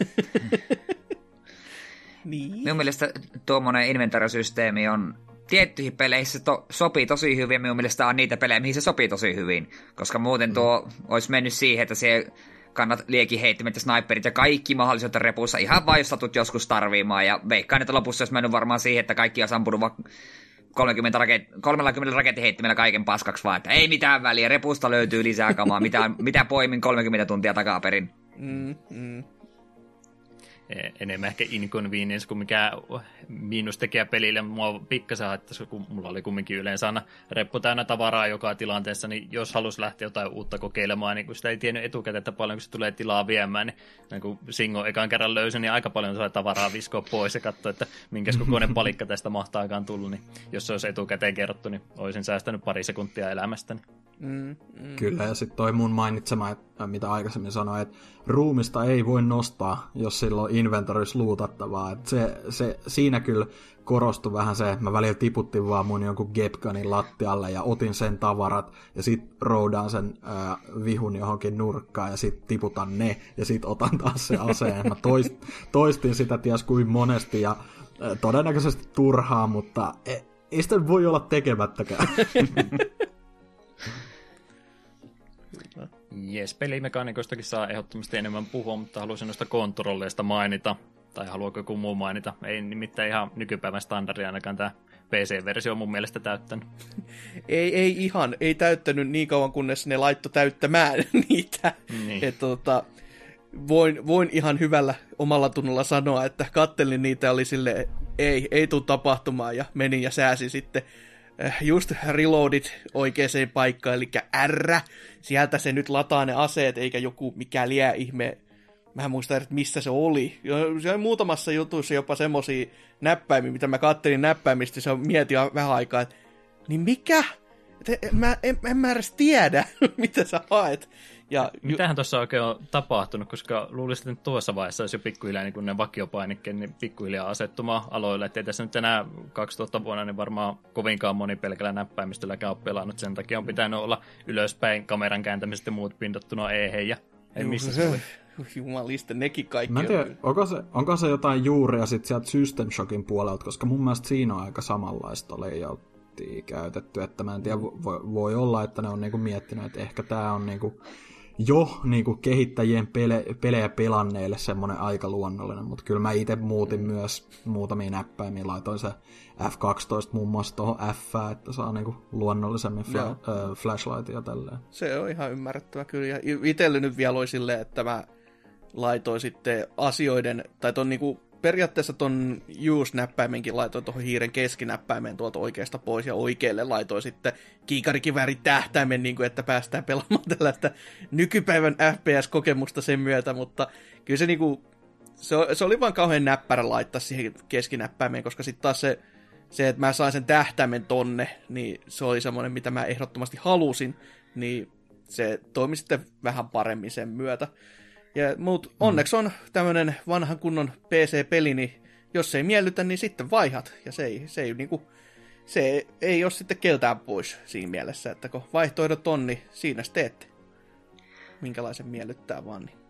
Niin. Minun mielestä tuommoinen inventaarisysteemi on tiettyihin peleissä sopii tosi hyvin, ja minun mielestä on niitä pelejä, mihin se sopii tosi hyvin. Koska muuten tuo olisi mennyt siihen, että se kannat liekinheittimet ja sniperit ja kaikki mahdolliset repussa ihan vain jos satut joskus tarviimaan. Ja veikkaan, että lopussa olisi mennyt varmaan siihen, että kaikki on ampunut 30 rakettiheittimellä kaiken paskaksi vaan, että ei mitään väliä, repusta löytyy lisää kamaa, mitä poimin 30 tuntia takaperin. Enemmän ehkä inconvenience kuin mikään miinustekijä pelille. Mua pikkasen haittaisi, kun mulla oli kumminkin yleensä aina reppu täynnä tavaraa joka tilanteessa, niin jos halusi lähteä jotain uutta kokeilemaan, niin kun sitä ei tiennyt etukäteen, että paljon kun se tulee tilaa viemään, niin kun Singo ekan kerran löysi, niin aika paljon sai tavaraa viskoa pois ja katsoa, että minkäs kokoinen palikka tästä mahtaakaan tullut, niin jos se olisi etukäteen kerrottu, niin olisin säästänyt pari sekuntia elämästäni. Kyllä, ja sitten toi mun mainitsema, mitä aikaisemmin sanoin, että ruumista ei voi nostaa, jos sillä on inventorissa luutattavaa. Siinä kyllä korostui vähän se, että mä välillä tiputtin vaan mun jonkun Gepganin lattialle ja otin sen tavarat, ja sit roudaan sen vihun johonkin nurkkaan, ja sit tiputan ne, ja sit otan taas se aseen. Mä toistin sitä ties kuin monesti, ja todennäköisesti turhaa, mutta ei sitä voi olla tekemättäkään. Jes, pelimekaanikoistakin saa ehdottomasti enemmän puhua, mutta haluaisin noista kontrolleista mainita. Tai haluaako joku muu mainita? Ei nimittäin ihan nykypäivän standardia ainakaan tämä PC-versio on mun mielestä täyttänyt. Ei täyttänyt niin kauan, kunnes ne laittoi täyttämään niitä. Niin. Voin ihan hyvällä omalla tunnolla sanoa, että kattelin niitä ja oli silleen, ei tule tapahtumaan, ja menin ja sääsin sitten just reloadit oikeaan paikkaan, eli R, sieltä se nyt lataa ne aseet, eikä joku mikä liää ihme. Mä en muista, että missä se oli. Se oli muutamassa jutussa jopa semmosia näppäimiä, mitä mä kattelin näppäimistä, se mietin vähän aikaa, että niin mikä? En mä edes tiedä, mitä sä haet. Mitähän tuossa oikein on tapahtunut, koska luulisin, että tuossa vaiheessa olisi jo pikkuhiljaa niin kun ne vakiopainikkeen niin pikkuhiljaa asettumaan aloille. Että ei tässä nyt enää 2000 vuonna niin varmaan kovinkaan moni pelkällä näppäimistölläkään ole pelannut. Sen takia on pitänyt olla ylöspäin kameran kääntämiset ja muut pindottuna ja ei missä se oli. Jumalista, nekin kaikki. Mä en tiedä, onko se jotain juuria sit sieltä System Shockin puolelta, koska mun mielestä siinä on aika samanlaista layouttia käytetty, että mä en tiedä, voi olla, että ne on niinku miettinyt, että ehkä tää on niinku jo niinku kehittäjien pelejä pelanneille semmoinen aika luonnollinen, mutta kyllä mä itse muutin myös muutamia näppäimiä, laitoin se F12 muun muassa tuohon F, että saa niinku luonnollisemmin flashlightia ja tälleen. Se on ihan ymmärrettävä kyllä, ja itselle nyt vielä oli silleen, että mä laitoin sitten asioiden, tai ton niinku periaatteessa ton use-näppäimenkin laitoin tuohon hiiren keskinäppäimeen tuolta oikeasta pois, ja oikealle laitoin sitten kiikarikiväärin tähtäimen, niin kuin, että päästään pelaamaan tällaista nykypäivän FPS-kokemusta sen myötä, mutta kyllä se, niinku, se oli vaan kauhean näppärä laittaa siihen keskinäppäimeen, koska sitten taas se, että mä sain sen tähtäimen tonne, niin se oli semmoinen, mitä mä ehdottomasti halusin, niin se toimi sitten vähän paremmin sen myötä. Mutta onneksi on tämmöinen vanhan kunnon PC-peli, niin jos se ei miellytä, niin sitten vaihat. Ja se ei ole sitten keltään pois siinä mielessä, että kun vaihtoehdot on, niin siinä teette. Minkälaisen miellyttää vaan. Niin.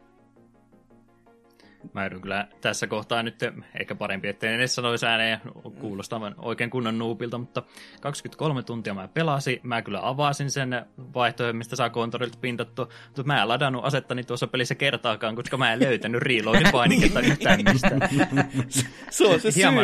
Mä joudun kyllä tässä kohtaa nyt, ehkä parempi, ettei edes sanoisi ääneen kuulostaa oikein kunnon nuupilta, mutta 23 tuntia mä pelasin. Mä kyllä avasin sen vaihtoehdon, mistä saa konttorilta pintattua, mutta mä en ladannut asettani tuossa pelissä kertaakaan, koska mä en löytänyt reloadin painiketta yhtään mistään. Se on se hieman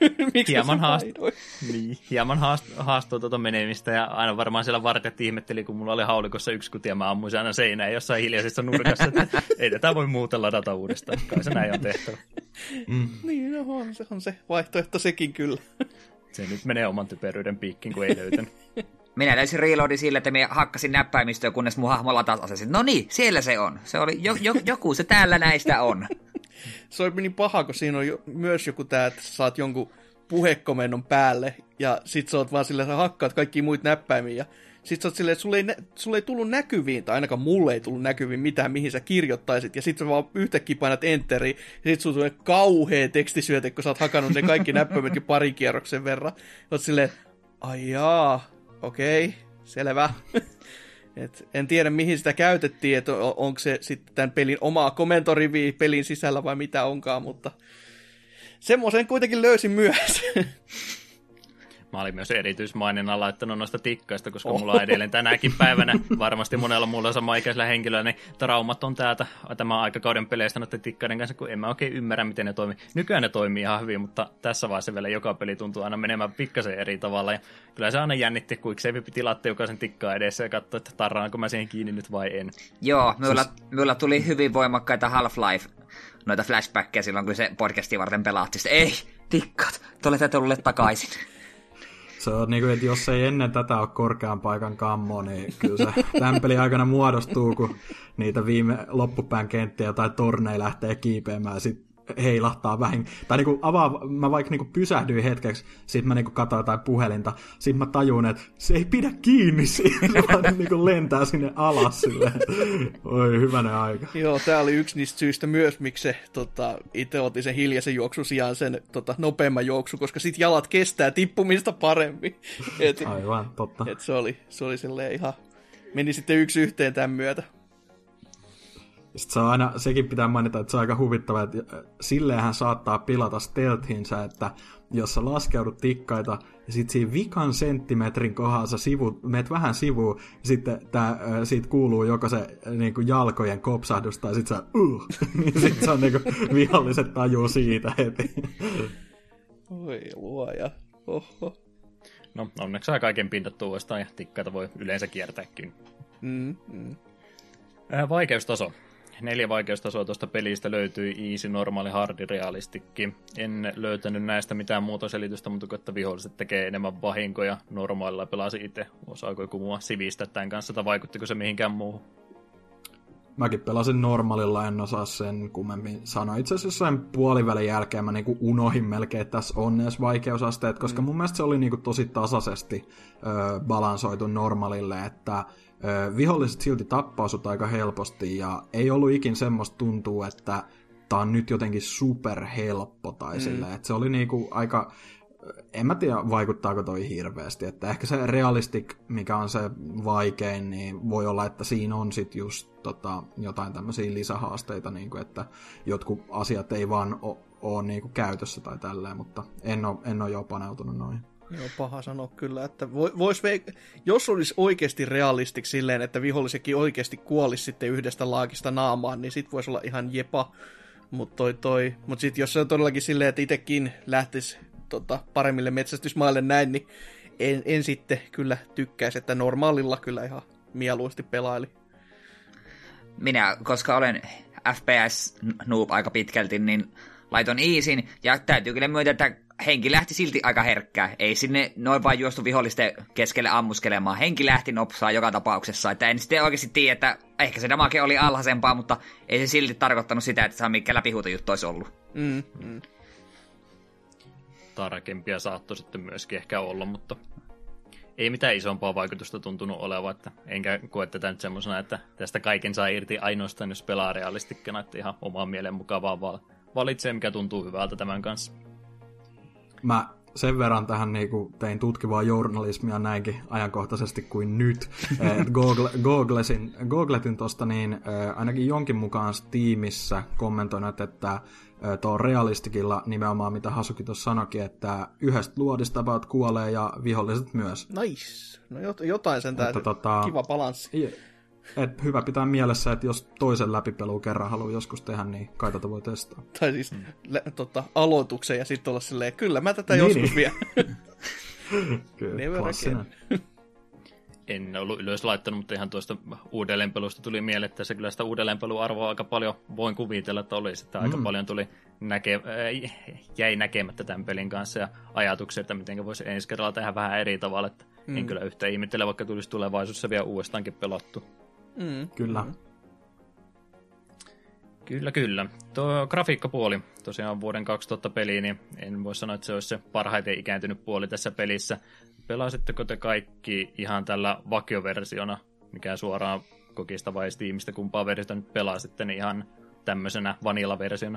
syy. Hieman haastoi tuota menemistä, ja aina varmaan siellä vartijat ihmetteli, kun mulla oli haulikossa yksi kuti, ja mä ammuisin aina seinään jossain hiljaisessa nurkassa, että ei tätä voi muuten ladata uudestaan. Se näin on tehtävä. Niin, no on se vaihtoehto sekin kyllä. Se nyt menee oman typeryyden piikkiin, kun ei löytänyt. Minä löysin reloadin sille, että minä hakkasin näppäimistöä, kunnes mun hahmo latasi asesin. No niin, siellä se on. Se oli joku se täällä näistä on. Se on niin paha, kun siinä on myös joku tää, että sä saat jonkun puhekomennon päälle, ja sit sä oot vaan silleen, sä hakkaat kaikki muut näppäimiä, ja sit sä oot silleen, että sulle ei tullut näkyviin, tai ainakaan mulle ei tullut näkyviin mitään, mihin sä kirjoittaisit, ja sit sä vaan yhtäkkiä painat enteriin, ja sit sulla tulee kauhea tekstisyöte, kun sä oot hakannut ne kaikki näppäimetkin parin kierroksen verran. Oot silleen, ai jaa, okei, selvä. En tiedä, mihin sitä käytettiin, että onko se sitten tämän pelin omaa komentoriviä pelin sisällä vai mitä onkaan, mutta semmoisen kuitenkin löysin myös. Mä olin myös erityismaininnan laittanut noista tikkaista, koska mulla on edelleen tänäkin päivänä, varmasti monella muulla samaikäisellä henkilöllä, niin traumat on tämän aikakauden peleistä noiden tikkaiden kanssa, kun en mä oikein ymmärrä, miten ne toimii. Nykyään ne toimii ihan hyvin, mutta tässä vaiheessa vielä joka peli tuntuu aina menemään pikkasen eri tavalla. Ja kyllä se aina jännitti, kun se piti laittaa jokaisen tikkaa edessä ja katsoa, että tarraanko mä siihen kiinni nyt vai en. Joo, minulla tuli hyvin voimakkaita Half-Life noita flashbackkejä silloin, kun se podcastia varten pelaatti. Ei, tikkat, te olette tulleet takaisin. Se on niin kuin, että jos ei ennen tätä ole korkean paikan kammo, niin kyllä se tämän pelin aikana muodostuu, kun niitä viime loppupään kenttiä tai torneja lähtee kiipeämään ja sitten heilahtaa vähän. Tai niin kuin mä vaikka niin kuin pysähdyin hetkeksi, sit mä niin kuin katsoin jotain puhelinta, sit mä tajun, että se ei pidä kiinni siinä, vaan niin kuin lentää sinne alas silleen. Oi, hyvänen aika. Joo, tää oli yksi niistä syistä myös, miksi se itse otin sen hiljaisen juoksun sijaan sen nopeamman juoksun, koska sit jalat kestää tippumista paremmin. Aivan, totta. Se oli silleen ihan, meni sitten yksi yhteen tämän myötä. Sitten se on aina, sekin pitää mainita, että se on aika huvittava, että silleenhän saattaa pilata stealthinsä, että jos sä laskeudut tikkaita ja sitten siinä vikan senttimetrin kohdalla sä meet vähän sivuun ja sitten siitä kuuluu joko se niin kuin jalkojen kopsahdus tai sitten sä niin sitten se on niin kuin viholliset tajuu siitä heti. Oi luoja. Oho. No onneksi saa kaiken pintattua uudestaan ja tikkaita voi yleensä kiertääkin. Vaikeustaso. 4 vaikeustasoa tuosta pelistä löytyi easy, normaali, hardi, realistikki. En löytänyt näistä mitään muuta selitystä, mutta että viholliset tekee enemmän vahinkoja. Normaalilla pelasi itse. Osaako joku mua sivistää tämän kanssa, tai vaikuttiko se mihinkään muuhun? Mäkin pelasin normaalilla, en osaa sen kummemmin sanoa. Itse asiassa jossain puolivälin jälkeen mä niinku unohin melkein, että tässä on edes vaikeusasteet, koska mun mielestä se oli niinku tosi tasaisesti balansoitu normaalille, että viholliset silti tappaa sut aika helposti, ja ei ollut ikin semmoista tuntua, että tää on nyt jotenkin superhelppo tai silleen, että se oli niinku aika, en mä tiedä vaikuttaako toi hirveästi, että ehkä se realistic, mikä on se vaikein, niin voi olla, että siinä on sit just jotain tämmöisiä lisähaasteita, niinku, että jotkut asiat ei vaan ole niinku käytössä tai tälleen, mutta en oo jo paneutunut noihin. Joo, paha sanoa kyllä, että jos olisi oikeasti realistiksi silleen, että vihollisekin oikeasti kuolisi sitten yhdestä laakista naamaan, niin sit voisi olla ihan jepa. Mutta sitten jos se on todellakin silleen, että itsekin lähtisi paremmille metsästysmaille näin, niin en sitten kyllä tykkäisi, että normaalilla kyllä ihan mieluusti pelaili. Minä, koska olen FPS-noob aika pitkälti, niin laiton easyn, ja täytyy kyllä myöntää, että henki lähti silti aika herkkää. Ei sinne noin vain juostu vihollisten keskelle ammuskelemaan. Henki lähti nopsaa joka tapauksessa, että en sitten oikeasti tiedä, että ehkä se damage oli alhaisempaa, mutta ei se silti tarkoittanut sitä, että se on mikä läpihuutojuttu olisi ollut. Tarkempia saattoi sitten myöskin ehkä olla, mutta ei mitään isompaa vaikutusta tuntunut olevan, että enkä koe tätä nyt semmoisena, että tästä kaiken saa irti ainoastaan, jos pelaa realistikkana, että ihan omaan mielen mukavaa vaan valitsee, mikä tuntuu hyvältä tämän kanssa. Mä sen verran tähän tein tutkivaa journalismia näinkin ajankohtaisesti kuin nyt. Googletin tuosta ainakin jonkin mukaan Steamissa kommentoinut, että tuo realistikilla nimenomaan, mitä Hasuki tuossa sanoikin, että yhdestä luodista about kuolee ja viholliset myös. Nice. No jotain sentään. Kiva balanssi. Hyvä pitää mielessä, että jos toisen läpipelun kerran haluaa joskus tehdä, niin kai tätä voi testaa. Tai siis aloituksen ja sitten olla silleen, kyllä mä tätä joskus vielä. Kyllä, klassinen. En ollut ylös laittanut, mutta ihan tuosta uudelleenpelusta tuli mieleen, että se kyllä sitä uudelleenpeluarvoa aika paljon voin kuvitella, että olisi. Että aika paljon tuli jäi näkemättä tämän pelin kanssa ja ajatuksia, että miten voisi ensi kerralla tehdä vähän eri tavalla. Että en kyllä yhtä ihmettele, vaikka tulisi tulevaisuudessa vielä uudestaankin pelattu. Kyllä. Kyllä. Tuo grafiikkapuoli, tosiaan vuoden 2000 peli, niin en voi sanoa, että se olisi se parhaiten ikääntynyt puoli tässä pelissä. Pelasitteko te kaikki ihan tällä vakioversiona, mikä suoraan Kokista vai Steamista, kumpaa versiota nyt pelasitte, niin ihan tämmöisenä vanilla-versiona?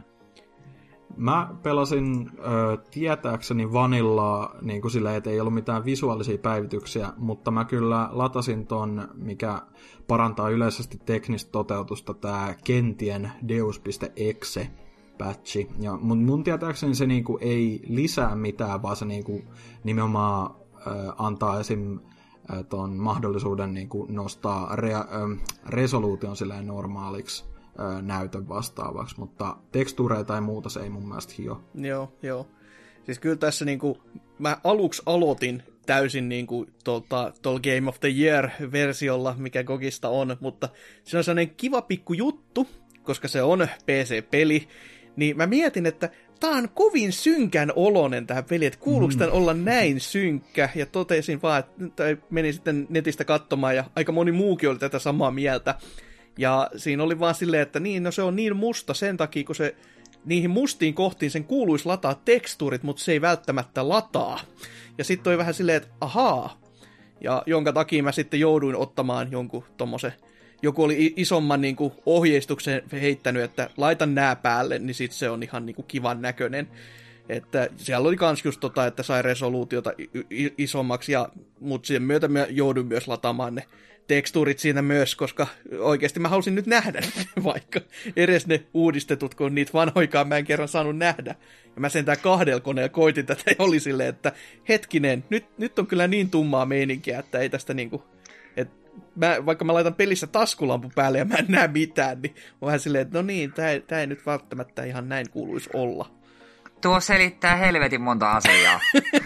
Mä pelasin tietääkseni vanillaa niin kuin silleen, että ei ollut mitään visuaalisia päivityksiä, mutta mä kyllä latasin ton, mikä parantaa yleisesti teknistä toteutusta, tää kentien deus.exe patchi. Ja mun tietääkseni se niinku ei lisää mitään, vaan se niinku nimenomaan antaa esim. Ton mahdollisuuden niinku nostaa resoluution silleen normaaliksi näytön vastaavaksi, mutta tekstuureita tai muuta se ei mun mielestä hio. Joo. Siis kyllä tässä niinku, mä aluksi aloitin täysin niinku tuolla Game of the Year-versiolla, mikä Gogista on, mutta se on sellainen kiva pikku juttu, koska se on PC-peli, niin mä mietin, että tää on kovin synkän oloinen tähän peli, että kuuluuko tän olla näin synkkä, ja totesin vaan, että menin sitten netistä katsomaan, ja aika moni muukin oli tätä samaa mieltä. Ja siinä oli vaan silleen, että se on niin musta sen takia, kun se niihin mustiin kohtiin sen kuuluisi lataa tekstuurit, mutta se ei välttämättä lataa. Ja sitten oli vähän silleen, että ahaa. Ja jonka takia mä sitten jouduin ottamaan jonkun tommosen, joku oli isomman niinku ohjeistuksen heittänyt, että laitan nää päälle, niin sitten se on ihan niinku kivan näköinen. Että siellä oli kans just että sai resoluutiota isommaksi, mutta sen myötä mä jouduin myös lataamaan ne tekstuurit siinä myös, koska oikeasti mä halusin nyt nähdä vaikka edes ne uudistetut, kun niitä vanhoikaan mä en kerran saanut nähdä. Ja mä sentään 2 koneella koitin tätä ja oli silleen, että hetkinen, nyt on kyllä niin tummaa meininkiä, että ei tästä niinku, vaikka mä laitan pelissä taskulampu päälle ja mä en näe mitään, niin on vähän silleen, että no niin, tää ei nyt välttämättä ihan näin kuuluisi olla. Tuo selittää helvetin monta asiaa.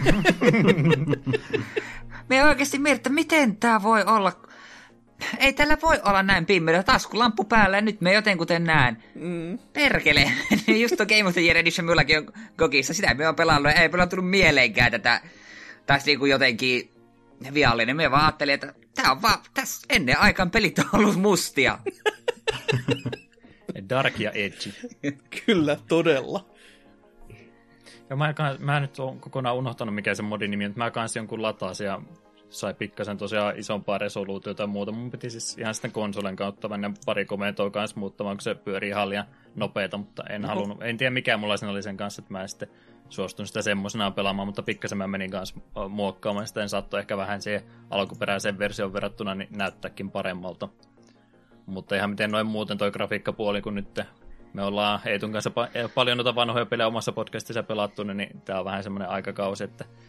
Me oikeasti mietitään, että miten tää voi olla. Ei tällä voi olla näin pimmeä. Taskulamppu päällä ja nyt me jotenkuten näen. Perkele. Just tuo Game of the Year Edition minullakin on Gogissa. Sitä me on pelannut. Ei ole tullut mieleenkään tätä. Taisi niinku jotenkin viallinen. Me vaan ajattelin, että tää on vaan tässä ennen aikaan pelit on ollut mustia. Dark ja edgy. Kyllä, todella. Ja mä nyt oon kokonaan unohtanut, mikä se modin nimi on. Mä kanssa jonkun latasin ja sai pikkasen tosiaan isompaa resoluutiota ja muuta. Mun piti siis ihan sitten konsolen kautta mennä pari komentoa kanssa muuttamaan, kun se pyörii ihan liian nopeeta, mutta en halunnut. En tiedä mikä mulla siinä oli sen kanssa, että mä en sitten suostunut sitä semmoisenaan pelaamaan, mutta pikkasen mä menin kanssa muokkaamaan. Sitten saattoi ehkä vähän siihen alkuperäiseen versioon verrattuna niin näyttääkin paremmalta. Mutta ihan miten noin muuten toi grafiikkapuoli, kun nyt me ollaan Eetun kanssa paljon noita vanhoja pelejä omassa podcastissa pelattu, niin tää on vähän semmoinen aikakausi, että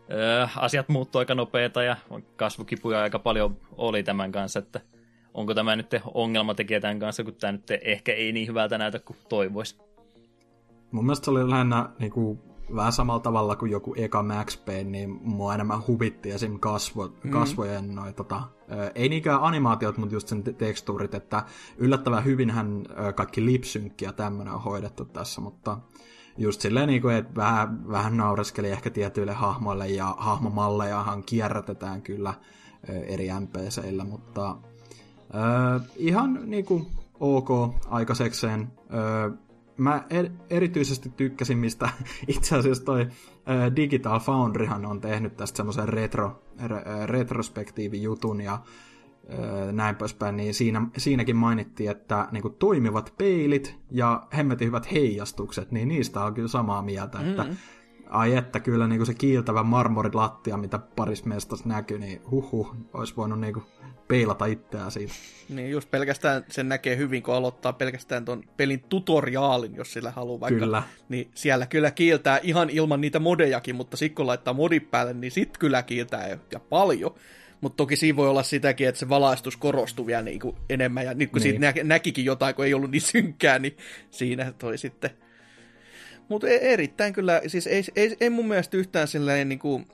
asiat muuttuu aika nopeita ja kasvukipuja aika paljon oli tämän kanssa, että onko tämä nyt ongelmatekijä tämän kanssa, kun tämä nyt ehkä ei niin hyvältä näytä kuin toivoisi. Mun mielestä se oli lähinnä niin kuin, vähän samalla tavalla kuin joku eka Max Payne, niin mua enemmän huvitti esim. Kasvojen ei niinkään animaatiot, mutta just sen tekstuurit, että yllättävän hyvinhän kaikki lipsynkki ja tämmöinen on hoidettu tässä, mutta just silleen, niin kuin, että vähän naureskeli ehkä tietyille hahmoille ja hahmomallejahan kierrätetään kyllä eri NPCillä, mutta ihan niin kuin ok aikaisekseen. Mä erityisesti tykkäsin, mistä itse asiassa toi Digital Foundryhan on tehnyt tästä semmoisen retrospektiivijutun ja näin poispäin, niin siinäkin mainittiin, että niin kuin toimivat peilit ja hemmetin hyvät heijastukset, niin niistä on kyllä samaa mieltä, että ai että kyllä niin kuin se kiiltävä marmorilattia, mitä parissa mestassa näkyy, niin olisi voinut niin kuin peilata itseään siitä. Niin just pelkästään sen näkee hyvin, kun aloittaa pelkästään ton pelin tutoriaalin, jos sillä haluaa vaikka. Kyllä. Niin siellä kyllä kiiltää ihan ilman niitä modejakin, mutta sitten kun laittaa modit päälle, niin sit kyllä kiiltää ja paljon. Mutta toki siinä voi olla sitäkin, että se valaistus korostuu vielä niin kuin enemmän, ja nyt kun siitä näkikin jotain, kun ei ollut niin synkkää, niin siinä toi sitten. Mutta erittäin kyllä, siis ei mun mielestä yhtään sellainen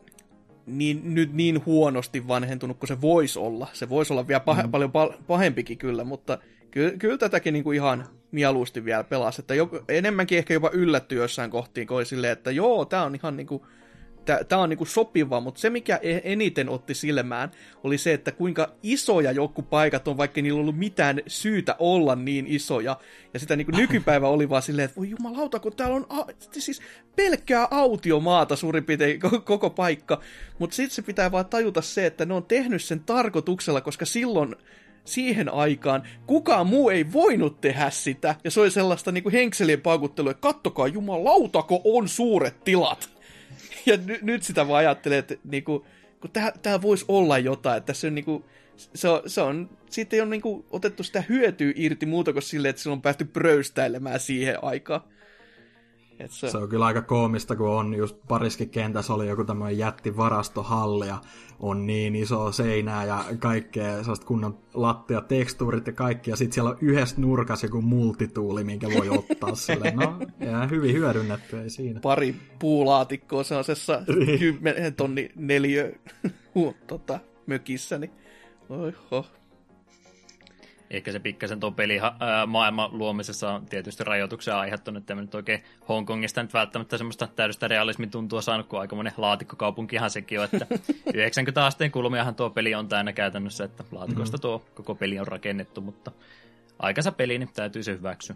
niin huonosti vanhentunut kuin se voisi olla. Se voisi olla vielä paljon pahempikin kyllä, mutta kyllä tätäkin niin kuin ihan mieluusti vielä pelasi. Että enemmänkin ehkä jopa yllätty jossain kohtiin, kun oli silleen, että joo, tää on ihan niinku tämä on niinku sopiva, mutta se mikä eniten otti silmään oli se, että kuinka isoja joku paikat on, vaikka niillä ei ollut mitään syytä olla niin isoja. Ja sitä niinku nykypäivä oli vaan silleen, että voi jumalauta, kun täällä on siis pelkkää autiomaata suurin piirtein koko paikka. Mutta sitten se pitää vaan tajuta se, että ne on tehnyt sen tarkoituksella, koska silloin siihen aikaan kukaan muu ei voinut tehdä sitä. Ja se oli sellaista niinku henkselien paukuttelua, että kattokaa jumalautako on suuret tilat. Ja nyt sitä vaan ajattelee, että niinku, kun tää voisi olla jotain, että se on niinku, se on siitä ei ole niinku otettu sitä hyötyä irti muuta kuin silleen, että sillä on päästy pröystäilemään siihen aikaan. Se on kyllä aika koomista, kun on just pariskin kentässä oli joku tämmöinen jättivarastohalli ja on niin iso seinää ja kaikkea sellaista kunnon lattiatekstuurit ja kaikki, ja sitten siellä on yhdessä nurkassa joku multituuli, minkä voi ottaa silleen. No, ja hyvin hyödynnetty, ei siinä. Pari puulaatikkoa sellaisessa 10 tonni neliö mökissä, niin oiho. Ehkä se pikkasen tuon pelimaailman luomisessa on tietysti rajoituksia aiheuttanut, että nyt oikein Hongkongista nyt välttämättä semmoista täydellistä realismin tuntua saanut, kun aikamoinen laatikkokaupunkihan sekin on, että 90 asteen kulmiahan tuo peli on täynnä käytännössä, että laatikosta tuo koko peli on rakennettu, mutta aikansa peli, niin täytyy se hyväksyä.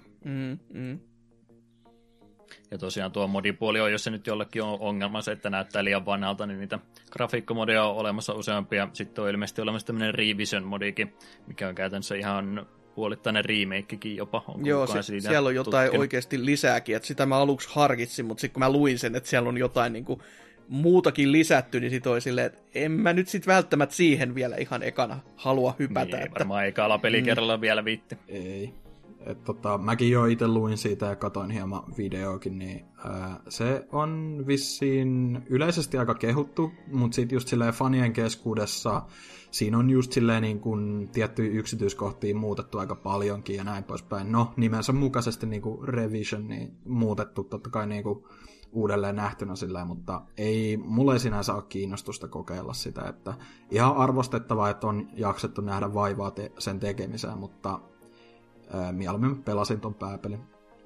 Ja tosiaan tuo modipuoli on, jos se nyt jollekin on ongelmansa, että näyttää liian vanhalta, niin niitä grafiikkomodeja on olemassa useampia. Sitten on ilmeisesti olemassa tämmöinen Revision-modikin, mikä on käytännössä ihan puolittainen remakekin jopa. Joo, siellä on jotain oikeasti lisääkin, että sitä mä aluksi harkitsin, mutta sitten kun mä luin sen, että siellä on jotain niinku muutakin lisätty, niin sit oli silleen, että en mä nyt sit välttämättä siihen vielä ihan ekana halua hypätä. Niin, varmaan ekalla pelikerralla vielä viitti. Ei. Mäkin jo itse luin siitä ja katoin hieman videoakin, niin se on vissiin yleisesti aika kehuttu, mutta sitten just silleen fanien keskuudessa siinä on just silleen niin kuin tiettyjä yksityiskohtia muutettu aika paljonkin ja näin poispäin. No, nimensä mukaisesti niin kuin revision, niin muutettu totta kai niin kuin uudelleen nähtynä silleen, mutta mulla ei sinänsä ole kiinnostusta kokeilla sitä, että ihan arvostettavaa, että on jaksettu nähdä vaivaa sen tekemiseen, mutta mieluummin pelasin ton pääpelin.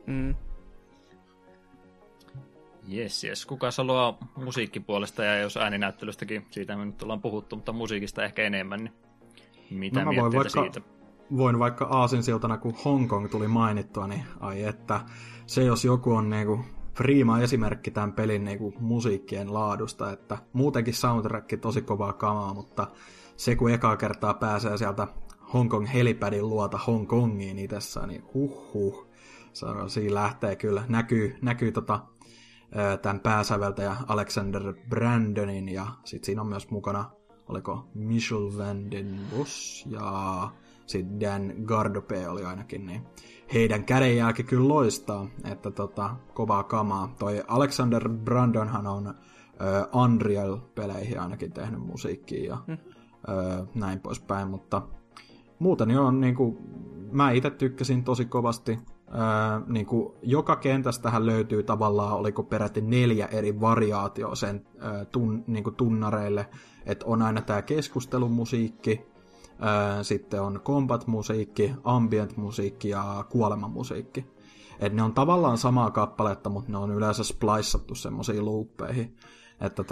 Yes. Kukas haluaa musiikkipuolesta, ja jos ääninäyttelystäkin, siitä me nyt ollaan puhuttu, mutta musiikista ehkä enemmän, niin mitä mietteitä siitä? Voin vaikka aasinsiltana, kun Hong Kong tuli mainittua, niin ai että se jos joku on niinku priima esimerkki tämän pelin niinku musiikkien laadusta, että muutenkin soundtrack tosi kovaa kamaa, mutta se kun ekaa kertaa pääsee sieltä Hong Kong helipadin luota Hong Kongiin itsessään, niin siinä lähtee kyllä, näkyy tämän pääsäveltäjä Alexander Brandonin, ja sitten siinä on myös mukana, oliko Michel van den Bos ja sitten Dan Gardope oli ainakin, niin heidän kädenjälki kyllä loistaa, että kovaa kamaa. Toi Alexander Brandonhan on Unreal-peleihin ainakin tehnyt musiikkia ja näin poispäin, mutta muuten jo on niinku, mä itse tykkäsin tosi kovasti. Niinku, joka kentästähän löytyy tavallaan, oliko peräti 4 eri variaatioa sen niinku tunnareille, että on aina tää keskustelumusiikki, sitten on combat-musiikki, ambient-musiikki ja kuolemamusiikki. Et ne on tavallaan samaa kappaletta, mutta ne on yleensä spliceattu semmoisiin loopeihin. Että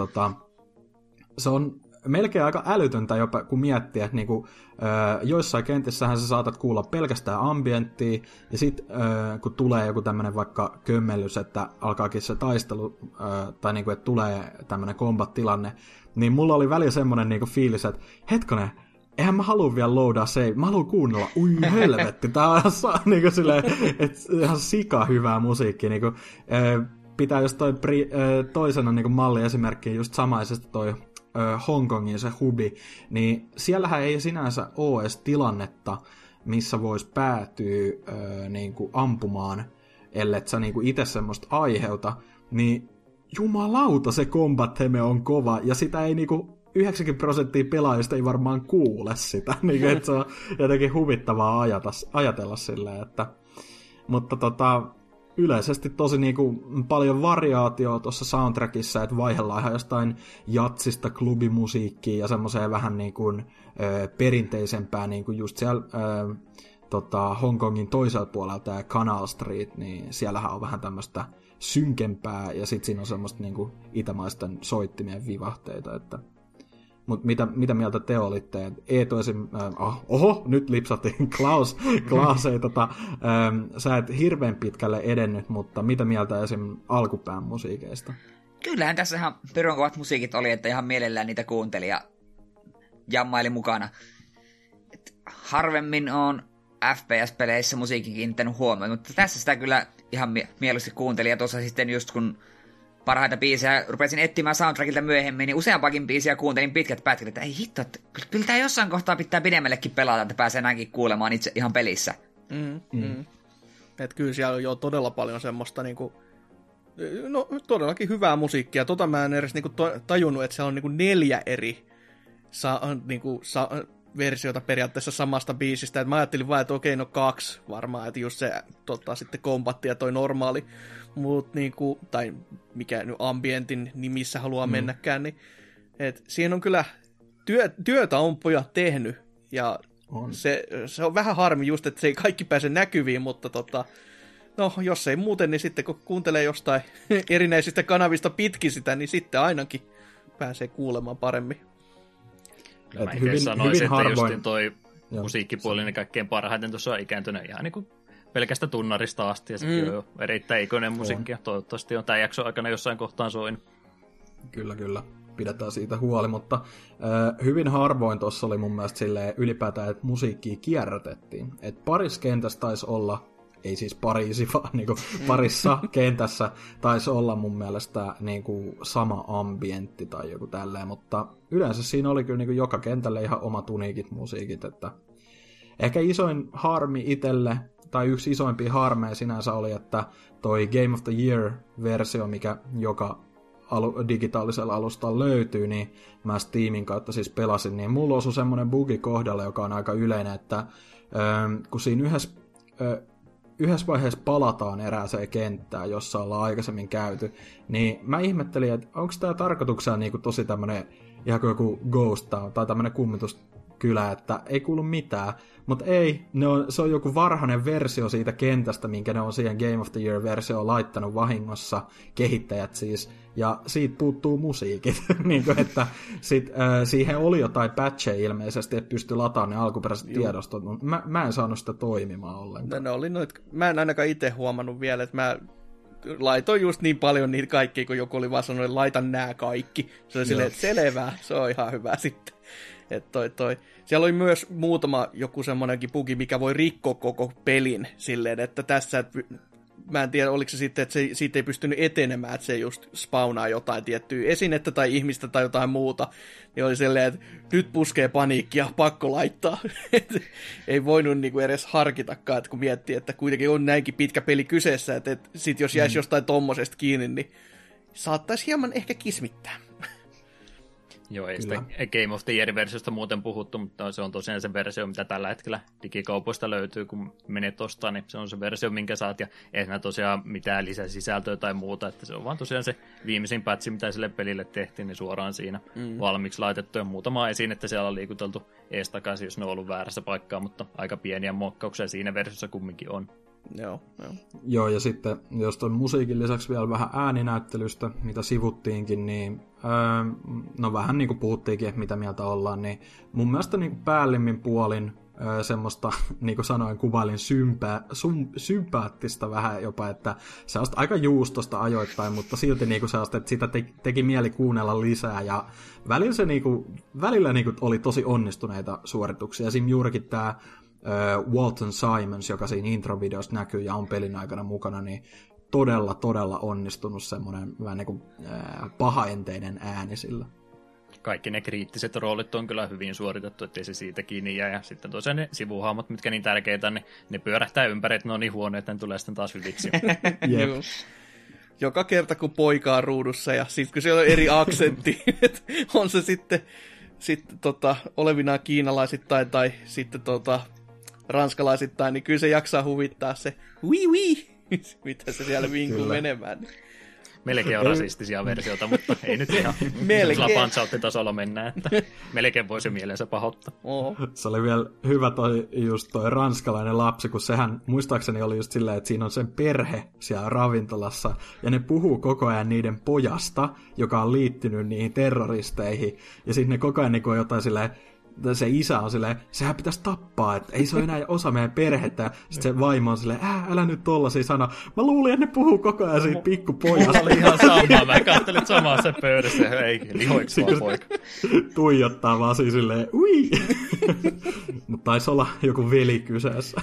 se on melkein aika älytöntä jopa, kun miettii, että niinku, joissain kentissähän sä saatat kuulla pelkästään ambienttia, ja sit kun tulee joku tämmönen vaikka kömmellys, että alkaakin se taistelu, tai niinku, että tulee tämmönen combat-tilanne, niin mulla oli välillä semmonen niinku fiilis, että hetkonen, eihän mä halua vielä loadaa se, mä haluan kuunnella, ui helvetti, tää on niinku silleen, että ihan sika hyvää musiikkia, niinku, pitää just toisena niinku malliesimerkkiä just samaisesta toi Hongkongin se hubi, niin siellähän ei sinänsä ole edes tilannetta, missä voisi päätyä niinku ampumaan, ellei sä niinku itse semmoista aiheuta, niin jumalauta se combat-heme on kova, ja sitä ei niinku 90% pelaajista ei varmaan kuule sitä, niin että se on jotenkin huvittavaa ajatella silleen, että mutta yleisesti tosi niinku paljon variaatioa tuossa soundtrackissa, että vaihdellaan ihan jostain jatsista klubimusiikkiin ja semmoiseen vähän niinku, perinteisempään niinku just siellä Hongkongin toisella puolella tämä Canal Street, niin siellähän on vähän tämmöistä synkempää ja sitten siinä on semmoista niinku itämaisten soittimien vivahteita, että mutta mitä mieltä te olitte? Eetu esim... oho, nyt lipsattiin. Klaus ei sä et hirveän pitkälle edennyt, mutta mitä mieltä esim. Alkupään musiikeista? Kyllähän tässä ihan pirun kovat musiikit oli, että ihan mielellään niitä kuunteli ja jammaili mukana. Et harvemmin on FPS-peleissä musiikin kiinnittänyt huomioon, mutta tässä sitä kyllä ihan mieluusti kuuntelin. Ja tuossa sitten just kun parhaita biisejä rupesin etsimään soundtrackilta myöhemmin, niin useampakin biisiä kuuntelin pitkät pätkät, että ei hitto, että kyllä tämä jossain kohtaa pitää pidemmällekin pelata, että pääsee näinkin kuulemaan itse ihan pelissä. Että kyllä siellä on jo todella paljon semmoista niinku, no todellakin hyvää musiikkia. Mä en edes niinku tajunnut, että siellä on niinku 4 eri versiota periaatteessa samasta biisistä. Et mä ajattelin vaan, että okei, no 2 varmaan, että just se sitten kombatti ja toi normaali, mut niinku, tai mikä nyt ambientin nimissä haluaa mennäkään, niin et siinä on kyllä työtä on pojat tehnyt, ja se on vähän harmi just, että se ei kaikki pääse näkyviin, mutta no jos ei muuten, niin sitten kun kuuntelee jostain erinäisistä kanavista pitkin sitä, niin sitten ainakin pääsee kuulemaan paremmin. Mä itse sanoisin, että justin toi musiikkipuoli niin kaikkein parhaiten tuossa on ikääntynyt ihan niin kuin pelkästä tunnarista asti, ja sekin on jo erittäin ikoinen musiikki, ja toivottavasti on tämän jakson aikana jossain kohtaan soinut. Kyllä. Pidetään siitä huoli, mutta hyvin harvoin tuossa oli mun mielestä silleen ylipäätään, että musiikkia kierrätettiin. Että parissa kentässä taisi olla, ei siis Pariisi, vaan niinku parissa kentässä taisi olla mun mielestä niinku sama ambientti tai joku tälleen, mutta yleensä siinä oli kyllä niinku joka kentälle ihan omat uniikit musiikit, että ehkä isoin harmi itselle, tai yksi isoimpia harmeja sinänsä oli, että toi Game of the Year-versio, mikä joka digitaalisella alustalla löytyy, niin mä Steamin kautta siis pelasin, niin mulla osui semmoinen bugi kohdalla, joka on aika yleinen, että kun siinä yhdessä vaiheessa palataan erääseen kenttään, jossa ollaan aikaisemmin käyty, niin mä ihmettelin, että onko tämä tarkoituksena niinku tosi tämmönen ihan kuin joku ghost town tai tämmönen kummituskylä, että ei kuulu mitään, mutta ei, se on joku varhainen versio siitä kentästä, minkä ne on siihen Game of the Year-versioon laittanut vahingossa, kehittäjät siis, ja siitä puuttuu musiikit, niin kuin, että siihen oli jotain patcheja ilmeisesti, että pystyi lataamaan ne alkuperäiset tiedostot, mutta mä en saanut sitä toimimaan ollenkaan. Mä en ainakaan itse huomannut vielä, että mä laitoin just niin paljon niitä kaikkia, kun joku oli vaan sanonut, että laitan nää kaikki. Se oli silleen, että selvää, se on ihan hyvä sitten. Että Siellä oli myös muutama joku semmoinenkin bugi, mikä voi rikkoa koko pelin silleen, että tässä, mä en tiedä, oliko se sitten, että siitä ei pystynyt etenemään, että se just spawnaa jotain tiettyä esinettä tai ihmistä tai jotain muuta. Niin oli silleen, että nyt puskee paniikkia, pakko laittaa. Ei voinut niinku edes harkitakaan, että kun miettii, että kuitenkin on näinkin pitkä peli kyseessä, että sit jos jäisi jostain tommosesta kiinni, niin saattaisi hieman ehkä kismittää. Joo, ei sitä Game of the Year-versiosta muuten puhuttu, mutta se on tosiaan se versio, mitä tällä hetkellä digikaupoista löytyy, kun menet ostaa, niin se on se versio, minkä saat, ja ei siinä tosiaan mitään lisäsisältöä tai muuta, että se on vaan tosiaan se viimeisin patchi, mitä sille pelille tehtiin, niin suoraan siinä valmiiksi laitettu, ja muutama esiin, että siellä on liikuteltu ees takaisin, jos ne on ollut väärässä paikkaa, mutta aika pieniä muokkauksia siinä versiossa kumminkin on. Joo, ja sitten jos tuon musiikin lisäksi vielä vähän ääninäyttelystä, mitä sivuttiinkin, niin no vähän niin kuin puhuttiinkin, että mitä mieltä ollaan, niin mun mielestä niin kuin päällimmin puolin semmoista, niin kuin sanoin, kuvailin sympaattista vähän jopa, että se on aika juustosta ajoittain, mutta silti niin kuin sellaista, että sitä teki mieli kuunnella lisää, ja välillä se välillä oli tosi onnistuneita suorituksia. Esimerkiksi juurikin tämä Walton Simons, joka siinä introvideossa näkyy ja on pelin aikana mukana, niin todella onnistunut semmoinen vähän niin kuin pahaenteinen ääni sillä. Kaikki ne kriittiset roolit on kyllä hyvin suoritettu, ettei se siitä kiinni jää. Ja sitten tosiaan ne sivuhahmot, mitkä niin tärkeitä, niin ne pyörähtää ympäri, että ne on niin huonoja, että ne tulee sitten taas hyviksi. Jep. Joka kerta, kun poika on ruudussa ja sitten kun siellä on eri aksentti, on se sitten olevinaan kiinalaisittain tai sitten ranskalaisittain, niin kyllä se jaksaa huvittaa se mitä se siellä vinkuu menemään. Melkein on rasistisia versioita, mutta ei nyt ihan Punch-Out-tasolla mennään, että melkein voisi mielensä pahoittaa. Se oli vielä hyvä toi ranskalainen lapsi, kun sehän muistaakseni oli just silleen, että siinä on sen perhe siellä ravintolassa, ja ne puhuu koko ajan niiden pojasta, joka on liittynyt niihin terroristeihin, ja sitten ne koko ajan on jotain silleen, se isä on silleen, sehän pitäisi tappaa, että ei se ole enää osa meidän perhettä. Sitten se vaimo on silleen, älä nyt tollasia sano. Mä luulin, että ne puhuu koko ajan siitä pikkupojasta. Mulla oli ihan sama. Mä kattelin samaa sen pöydässä. Ei, lihoiksi vaan poika. Tuijottaa vaan siis silleen, ui. Mutta taisi olla joku veli kyseessä.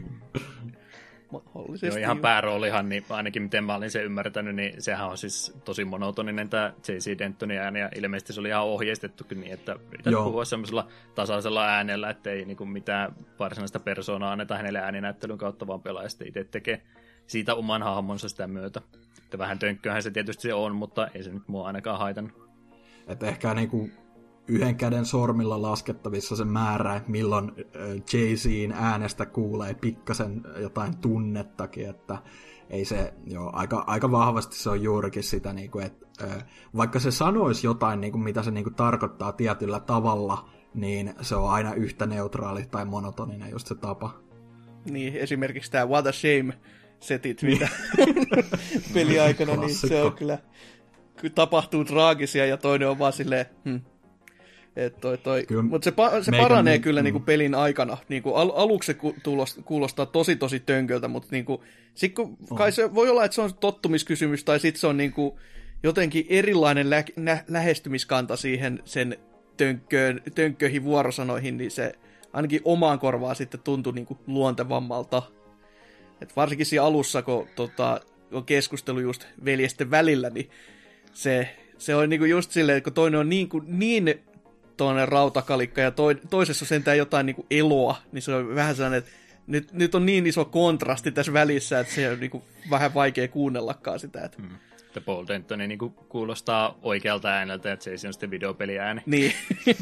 Joo, ihan pääroolihan, niin ainakin miten mä olin sen ymmärtänyt, niin sehän on siis tosi monotoninen tämä J.C. Dentonin ääni, ja ilmeisesti se oli ihan ohjeistettukin niin, että yrität puhua semmoisella tasaisella äänellä, ettei niinku mitään varsinaista persoonaa anneta hänelle ääninäyttelyn kautta, vaan pelaaja sitten itse tekee siitä oman hahmonsa sitä myötä. Että vähän tönkköhän se tietysti se on, mutta ei se nyt mua ainakaan haitannut. Että ehkä niinku yhden käden sormilla laskettavissa se määrä, että milloin Jay-Zin äänestä kuulee pikkasen jotain tunnettakin, että ei se, aika vahvasti se on juurikin sitä, että vaikka se sanoisi jotain, mitä se tarkoittaa tietyllä tavalla, niin se on aina yhtä neutraali tai monotoninen just se tapa. Niin, esimerkiksi tämä What a Shame-setit, mitä peliaikana, niin se on kyllä tapahtuu traagisia ja toinen on vaan silleen, Mutta se paranee kyllä niinku pelin aikana. Niinku aluksi se kuulostaa tosi tönköiltä, mutta niinku, kai se voi olla, että se on tottumiskysymys, tai sitten se on niinku jotenkin erilainen lähestymiskanta siihen sen tönkköihin vuorosanoihin, niin se ainakin omaan korvaan sitten tuntui niinku luontevammalta. Et varsinkin siinä alussa, kun on keskustelu just veljesten välillä, niin se on niinku just silleen, että kun toinen on niin toinen rautakalikka ja toisessa on sentään jotain niinku eloa, niin se on vähän sellainen, että nyt on niin iso kontrasti tässä välissä, että se on niinku vähän vaikea kuunnellakaan sitä. Että Paul Denton niinku kuulostaa oikealta ääneltä, että se ei ole sitten videopeliääni. Niin.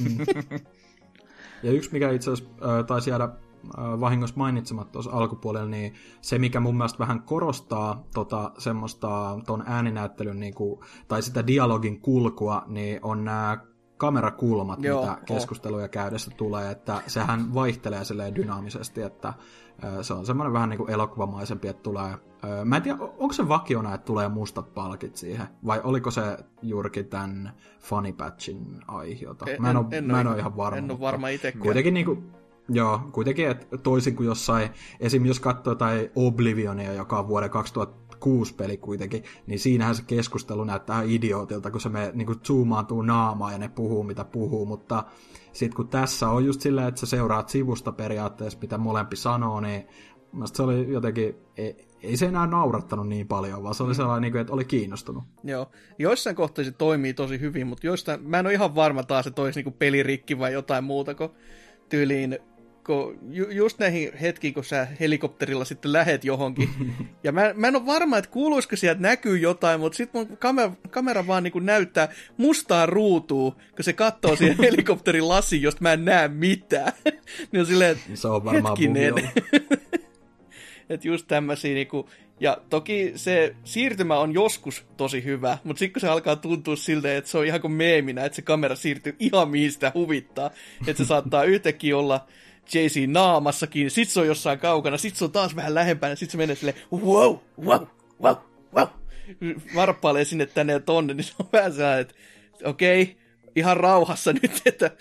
Ja yksi, mikä itse asiassa taisi jäädä vahingossa mainitsematta tuossa alkupuolella, niin se, mikä mun mielestä vähän korostaa semmoista ton ääninäyttelyn niinku, tai sitä dialogin kulkua, niin on nämä kamerakulmat, mitä keskusteluja käydessä tulee, että sehän vaihtelee silleen dynaamisesti, että se on semmoinen vähän niin kuin elokuvamaisempi, että tulee, mä en tiedä, onko se vakiona, että tulee mustat palkit siihen, vai oliko se juurikin tämän Funny Patchin aihiota? Mä en ole ihan varma. En ole varma itsekään. Kuitenkin niinku, kuitenkin, että toisin kuin jossain, esim. Jos katsoo tai Oblivionia, joka on vuoden 2006 peli kuitenkin, niin siinähän se keskustelu näyttää idiotilta, kun se niinku zoomaantuu naamaan ja ne puhuu mitä puhuu, mutta sitten kun tässä on just silleen, että sä seuraat sivusta periaatteessa, mitä molempi sanoo, niin se oli jotenkin, ei se enää naurattanut niin paljon, vaan se oli sellainen, että oli kiinnostunut. Joo, joissain kohtaa se toimii tosi hyvin, mutta joissain, mä en ole ihan varma taas, että olisi niinku pelirikki vai jotain muuta, kun tyyliin just näihin hetkiin, kun sä helikopterilla sitten lähet johonkin. Ja mä en ole varma, että kuuluisiko sieltä näkyy jotain, mutta sitten mun kamera vaan niin kuin näyttää mustaa ruutua, kun se katsoo siihen helikopterin lasiin, josta mä en näe mitään. Niin on silleen, että se on varmaan hetkinen. Että just tämmöisiä niinku... Ja toki se siirtymä on joskus tosi hyvä, mutta sitten kun se alkaa tuntua siltä, että se on ihan kuin meeminä, että se kamera siirtyy ihan mihin sitä huvittaa. Että se saattaa yhtäkkiä olla Jay-Z naamassakin, sit se on jossain kaukana, sit se on taas vähän lähempänä, sit se menee silleen wow, wow, wow, wow. Varppailee sinne tänne ja tonne, niin se on vähän sellainen, että okei, ihan rauhassa nyt, että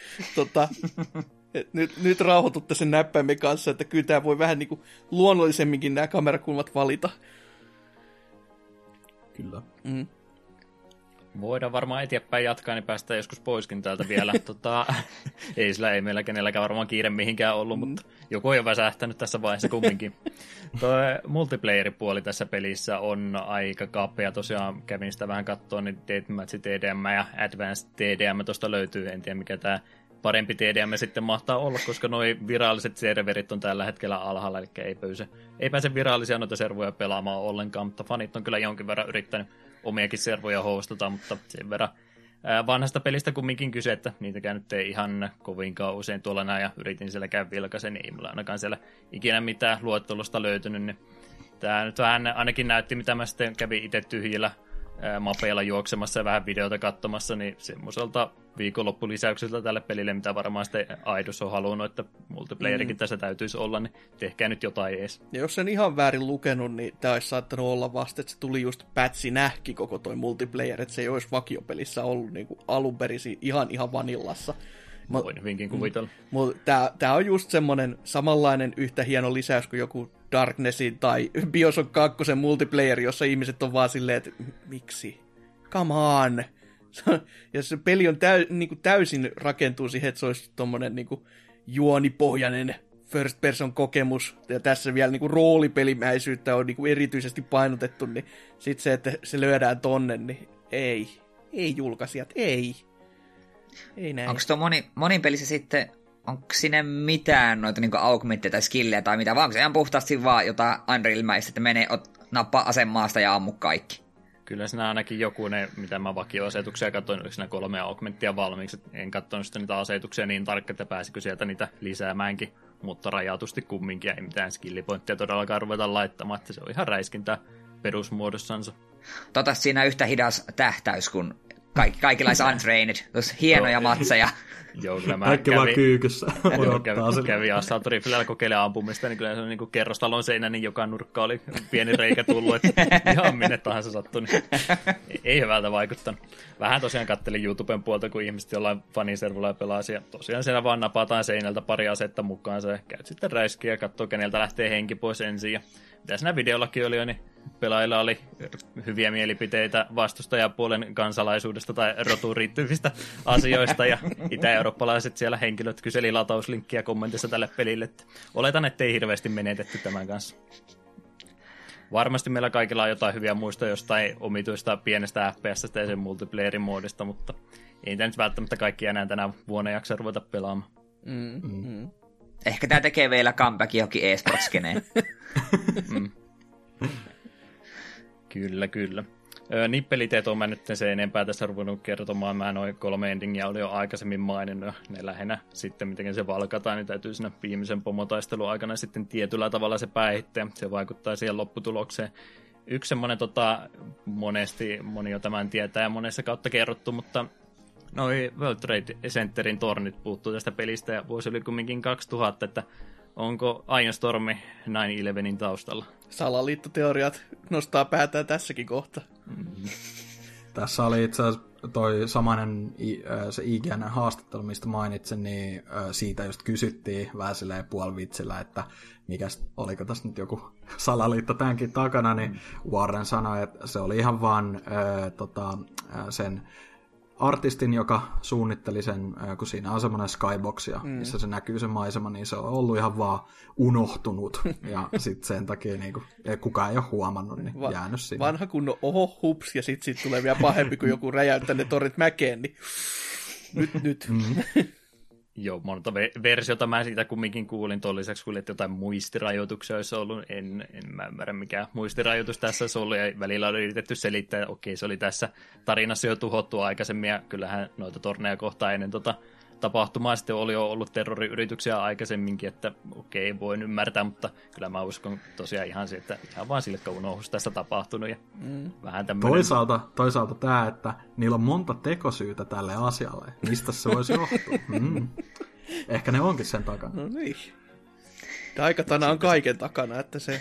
nyt rauhoitutte sen näppäimen kanssa, että kyllä tämä voi vähän niin kuin luonnollisemminkin nämä kamerakulmat valita. Kyllä. Voidaan varmaan eteenpäin jatkaa, niin päästään joskus poiskin täältä vielä. Ei meillä kenelläkään varmaan kiire mihinkään ollut, mutta joku on jo väsähtänyt tässä vaiheessa kumminkin. Tuo multiplayer-puoli tässä pelissä on aika kapea. Tosiaan kävin sitä vähän katsoa, niin Deathmatch TDM ja Advanced TDM tuosta löytyy. En tiedä mikä tämä parempi TDM sitten mahtaa olla, koska nuo viralliset serverit on tällä hetkellä alhaalla, eli ei pääse virallisia noita servoja pelaamaan ollenkaan, mutta fanit on kyllä jonkin verran yrittänyt omiakin servoja hostata, mutta sen verran vanhasta pelistä kumminkin kyse, että niitäkään nyt ei ihan kovinkaan usein tuolla näin, ja yritin siellä käydä vilkaisen, niin ei mulla ainakaan siellä ikinä mitään luettelosta löytynyt, niin tämä nyt vähän ainakin näytti, mitä mä sitten kävin itse tyhjillä mapeilla juoksemassa ja vähän videota katsomassa, niin semmoiselta viikonloppulisäykseltä tälle pelille, mitä varmaan sitten Aidos on halunnut, että multiplayerikin tässä täytyisi olla, niin tehkää nyt jotain ees. Ja jos sen ihan väärin lukenut, niin tämä olisi saattanut olla vasta, että se tuli just pätsinähki koko toi multiplayer, että se ei olisi vakiopelissä ollut niin kuin alun perin ihan vanillassa. Voin hyvinkin kuvitella. Mutta tämä on just semmoinen samanlainen yhtä hieno lisäys kuin joku Darknessin tai Bioshock 2 multiplayer, jossa ihmiset on vaan silleen, että miksi? Come on! Ja se peli on niinku täysin rakentuu siihen, että se olisi tommonen niinku juonipohjainen first person kokemus, ja tässä vielä niinku roolipelimäisyyttä on niinku erityisesti painotettu, niin sit se, että se lyödään tonne, niin ei julkaisijat, ei näin. Onko tuo monin pelissä sitten, onko sinne mitään noita niinku augmentteja tai skillejä tai mitä, vaan onko se ihan puhtaasti vaan jotain Unreal-mäistä, että menee, nappaa asemaasta ja ammu kaikki? Kyllä siinä ainakin joku ne, mitä mä vakioasetuksia katsoin, oliko siinä 3 augmenttia valmiiksi. En katsonut sitten niitä asetuksia niin tarkkaan, että pääsikö sieltä niitä lisäämäänkin, mutta rajatusti kumminkin ei mitään skillipointtia todellakaan ruveta laittamaan, että se on ihan räiskintää perusmuodossansa. Siinä yhtä hidas tähtäys kuin kaikilla Untrained, tuossa hienoja matseja. Joo, kyllä mä kaikki vaan kyykyssä. Kävi Assault Riflellä kokeilemaan ampumista, niin kyllä se on niin kuin kerrostalon seinä, niin joka nurkka oli pieni reikä tullut, että ihan minne tahansa sattui, niin ei hyvältä vaikuttanut. Vähän tosiaan kattelin YouTuben puolta, kun ihmiset jollain faniservulla pelaa, ja tosiaan siellä vaan napataan seinältä pari asetta mukaan, ja käyt sitten räiskiä ja katsoo, keneltä lähtee henki pois ensin, ja mitä siinä videollakin oli jo, niin pelaajilla oli hyviä mielipiteitä vastustajapuolen kansalaisuudesta tai rotuun riittyvistä asioista, ja itä-eurooppalaiset siellä henkilöt kyseli latauslinkkiä kommentissa tälle pelille. Että oletan, ettei hirveästi menetetty tämän kanssa. Varmasti meillä kaikilla on jotain hyviä muistoja jostain omituista pienestä FPS-stä ja sen multiplayerin muodista, mutta ei tämä nyt välttämättä kaikki enää tänä vuonna jaksa ruveta pelaamaan. Ehkä tämä tekee vielä comebackin johonkin e-sports-skeneen. Kyllä. Nippeliteet on mä nyt sen enempää tässä ruvennut kertomaan. Mä noin 3 endingiä oli jo aikaisemmin maininnut. Ne lähinnä sitten, miten se valkataan, niin täytyy siinä viimeisen pomotaistelun aikana sitten tietyllä tavalla se päihittää. Se vaikuttaa siihen lopputulokseen. Yksi semmoinen, moni jo tämän tietää ja monessa kautta kerrottu, mutta noi World Trade Centerin tornit puuttuu tästä pelistä ja vuosi oli kumminkin 2000, että onko Iron Stormi 9/11 taustalla? Salaliittoteoriat nostaa päätään tässäkin kohta. Tässä oli itse asiassa toi samainen se IGN haastattelu, mistä mainitsin, niin siitä just kysyttiin vähän silleen puolivitsillä, että oliko tässä nyt joku salaliitto tämänkin takana, niin Warren sanoi, että se oli ihan vaan sen artistin, joka suunnitteli sen, kun siinä on semmoinen skybox, missä se näkyy se maisema, niin se on ollut ihan vaan unohtunut. Ja sitten sen takia niin kukaan ei ole huomannut, niin jäänyt sinne. Vanha kunnon oho hups, ja sitten tulee vielä pahempi, kun joku räjäyttää ne torrit mäkeen, niin nyt. Joo, monta versiota mä siitä kumminkin kuulin. Tuon lisäksi kuulin, että jotain muistirajoituksia olisi ollut. En mä ymmärrä, mikä muistirajoitus tässä olisi ollut. Ja välillä oli yritetty selittää, että okei, se oli tässä tarinassa jo tuhottu aikaisemmin. Ja kyllähän noita torneja kohtaan ennen tapahtumaa sitten oli jo ollut terroriyrityksiä aikaisemminkin, että okei, voin ymmärtää, mutta kyllä mä uskon tosiaan ihan se, että ihan vaan silkka unohdus tässä tapahtunut. Ja vähän tämmöinen... Toisaalta tämä, että niillä on monta tekosyytä tälle asialle. Mistä se voisi johtua? Ehkä ne onkin sen takana. No niin. Daikatana on kaiken takana, että se...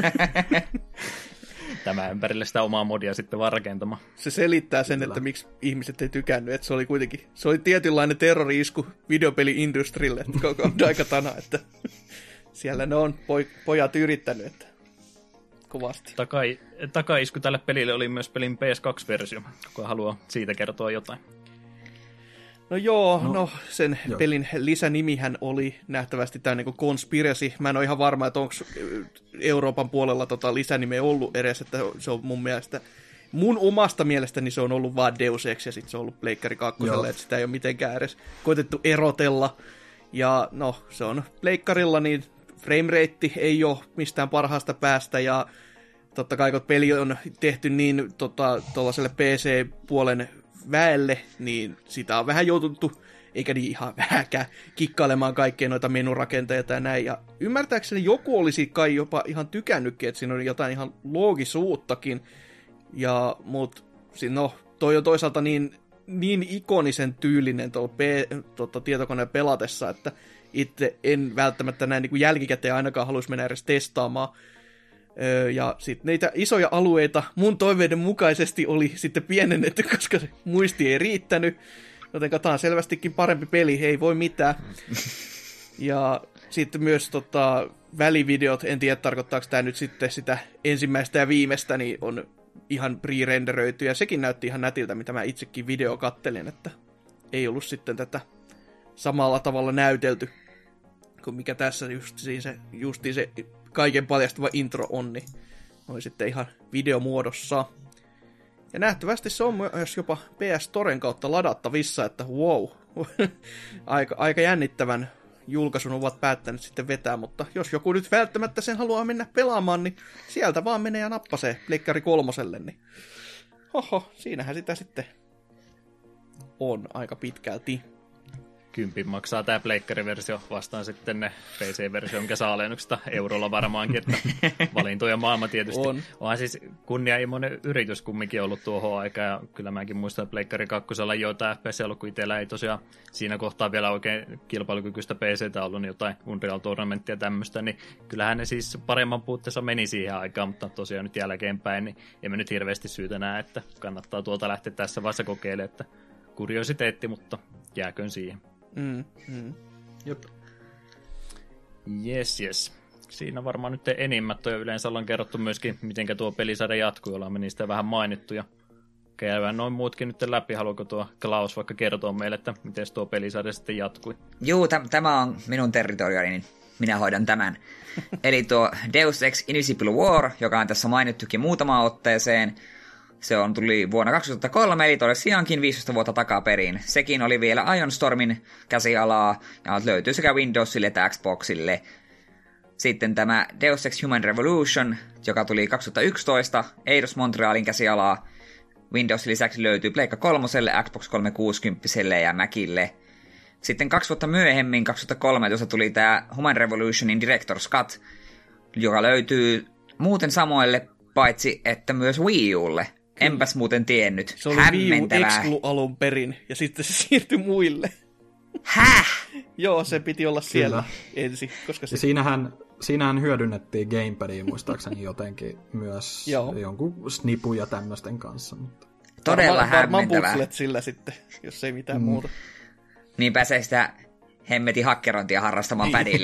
Tämä ympärille sitä omaa modia sitten vaan rakentamaan. Se selittää sen, että miksi ihmiset ei tykännyt, että se oli tietynlainen terrori-isku videopeli-industrille, koko Daikatana, että siellä ne on pojat yrittänyt, että kovasti. Takaisku tälle pelille oli myös pelin PS2-versio, kuka haluaa siitä kertoa jotain. No joo, sen pelin lisänimihän oli nähtävästi tämä niinku Conspiracy. Mä en ole ihan varma, että onko Euroopan puolella lisänimeä ollut edes, että se on mun omasta mielestäni se on ollut vaan Deus Ex ja sitten se on ollut Pleikkari 2, että sitä ei ole mitenkään edes koetettu erotella. Ja no, se on Pleikkarilla, niin framerate ei ole mistään parhaasta päästä ja totta kai kun peli on tehty niin tuollaiselle PC-puolen väelle, niin sitä on vähän joututtu, eikä niin ihan vähäkään, kikkailemaan kaikkea noita menurakenteita ja näin. Ja ymmärtääkseni joku olisi kai jopa ihan tykännytkin, että siinä on jotain ihan loogisuuttakin. Mutta no, toi on toisaalta niin ikonisen tyylinen tietokoneen pelatessa, että itse en välttämättä näin niin kuin jälkikäteen ainakaan haluaisi mennä edes testaamaan. Ja sitten niitä isoja alueita mun toiveiden mukaisesti oli sitten pienennetty, koska se muisti ei riittänyt. Joten tämä on selvästikin parempi peli, ei voi mitään. Ja sitten myös välivideot, en tiedä tarkoittaako tämä nyt sitten sitä ensimmäistä ja viimeistä, niin on ihan pre-renderöity. Ja sekin näytti ihan nätiltä, mitä mä itsekin video kattelin, että ei ollut sitten tätä samalla tavalla näytelty kuin mikä tässä justiin se kaiken paljastava intro on, niin on sitten ihan videomuodossa. Ja nähtävästi se on myös jopa PS Storen kautta ladattavissa, että wow, aika jännittävän julkaisun ovat päättäneet sitten vetää, mutta jos joku nyt välttämättä sen haluaa mennä pelaamaan, niin sieltä vaan menee ja nappasee Pleikkari 3:lle, niin siinähän sitä sitten on aika pitkälti. 10 maksaa tämä pleikkariversio vastaan sitten ne PC-versio, mikä saa alennuksesta eurolla varmaankin, että valintoja maailma tietysti. Onhan siis kunnianhimoinen yritys kumminkin ollut tuohon aikaan, ja kyllä mäkin muistan, että pleikkari 2 jotain FPS ollut, kun itsellä ei tosiaan siinä kohtaa vielä oikein kilpailukykyistä PC:tä ollut, niin jotain Unreal Tournamenttia ja tämmöistä, niin kyllähän ne siis paremman puutteessa meni siihen aikaan, mutta tosiaan nyt jälkeenpäin, niin emme nyt hirveästi syytä näe, että kannattaa tuolta lähteä tässä vaiheessa kokeilemaan, että kuriositeetti, mutta jääköön siihen. Jep. Yes. Siinä varmaan nyt enimmät on, ja yleensä ollaan kerrottu myöskin, miten tuo pelisarja jatkuu, ollaan me niistä vähän mainittu, ja käydään noin muutkin nyt läpi. Haluatko tuo Klaus vaikka kertoa meille, että miten tuo pelisarja sitten jatkui? Juu, tämä on minun territorioni, niin minä hoidan tämän. Eli tuo Deus Ex Invisible War, joka on tässä mainittukin muutamaan otteeseen, se tuli vuonna 2003, eli tosiaankin 15 vuotta takaperin. Sekin oli vielä Ion Stormin käsialaa, ja löytyy sekä Windowsille että Xboxille. Sitten tämä Deus Ex Human Revolution, joka tuli 2011, Eidos Montrealin käsialaa. Windowsin lisäksi löytyy Pleikka 3:lle, Xbox 360 ja Macille. Sitten 2 vuotta myöhemmin, 2013, tuli tämä Human Revolutionin Director's Cut, joka löytyy muuten samoille, paitsi että myös Wii Ulle. Enpäs muuten tiennyt. Se oli Wii U Exclu alun perin, ja sitten se siirtyi muille. Häh? Joo, se piti olla siellä ensin. Koska ja siinähän hyödynnettiin gamepadia muistaakseni jotenkin myös jonkun snipun ja tämmöisten kanssa. Mutta... Todella hämmentävää. Varmaan putslet sillä sitten, jos ei mitään muuta. Niin pääsee sitä hemmetin hakkerointia harrastamaan padilla.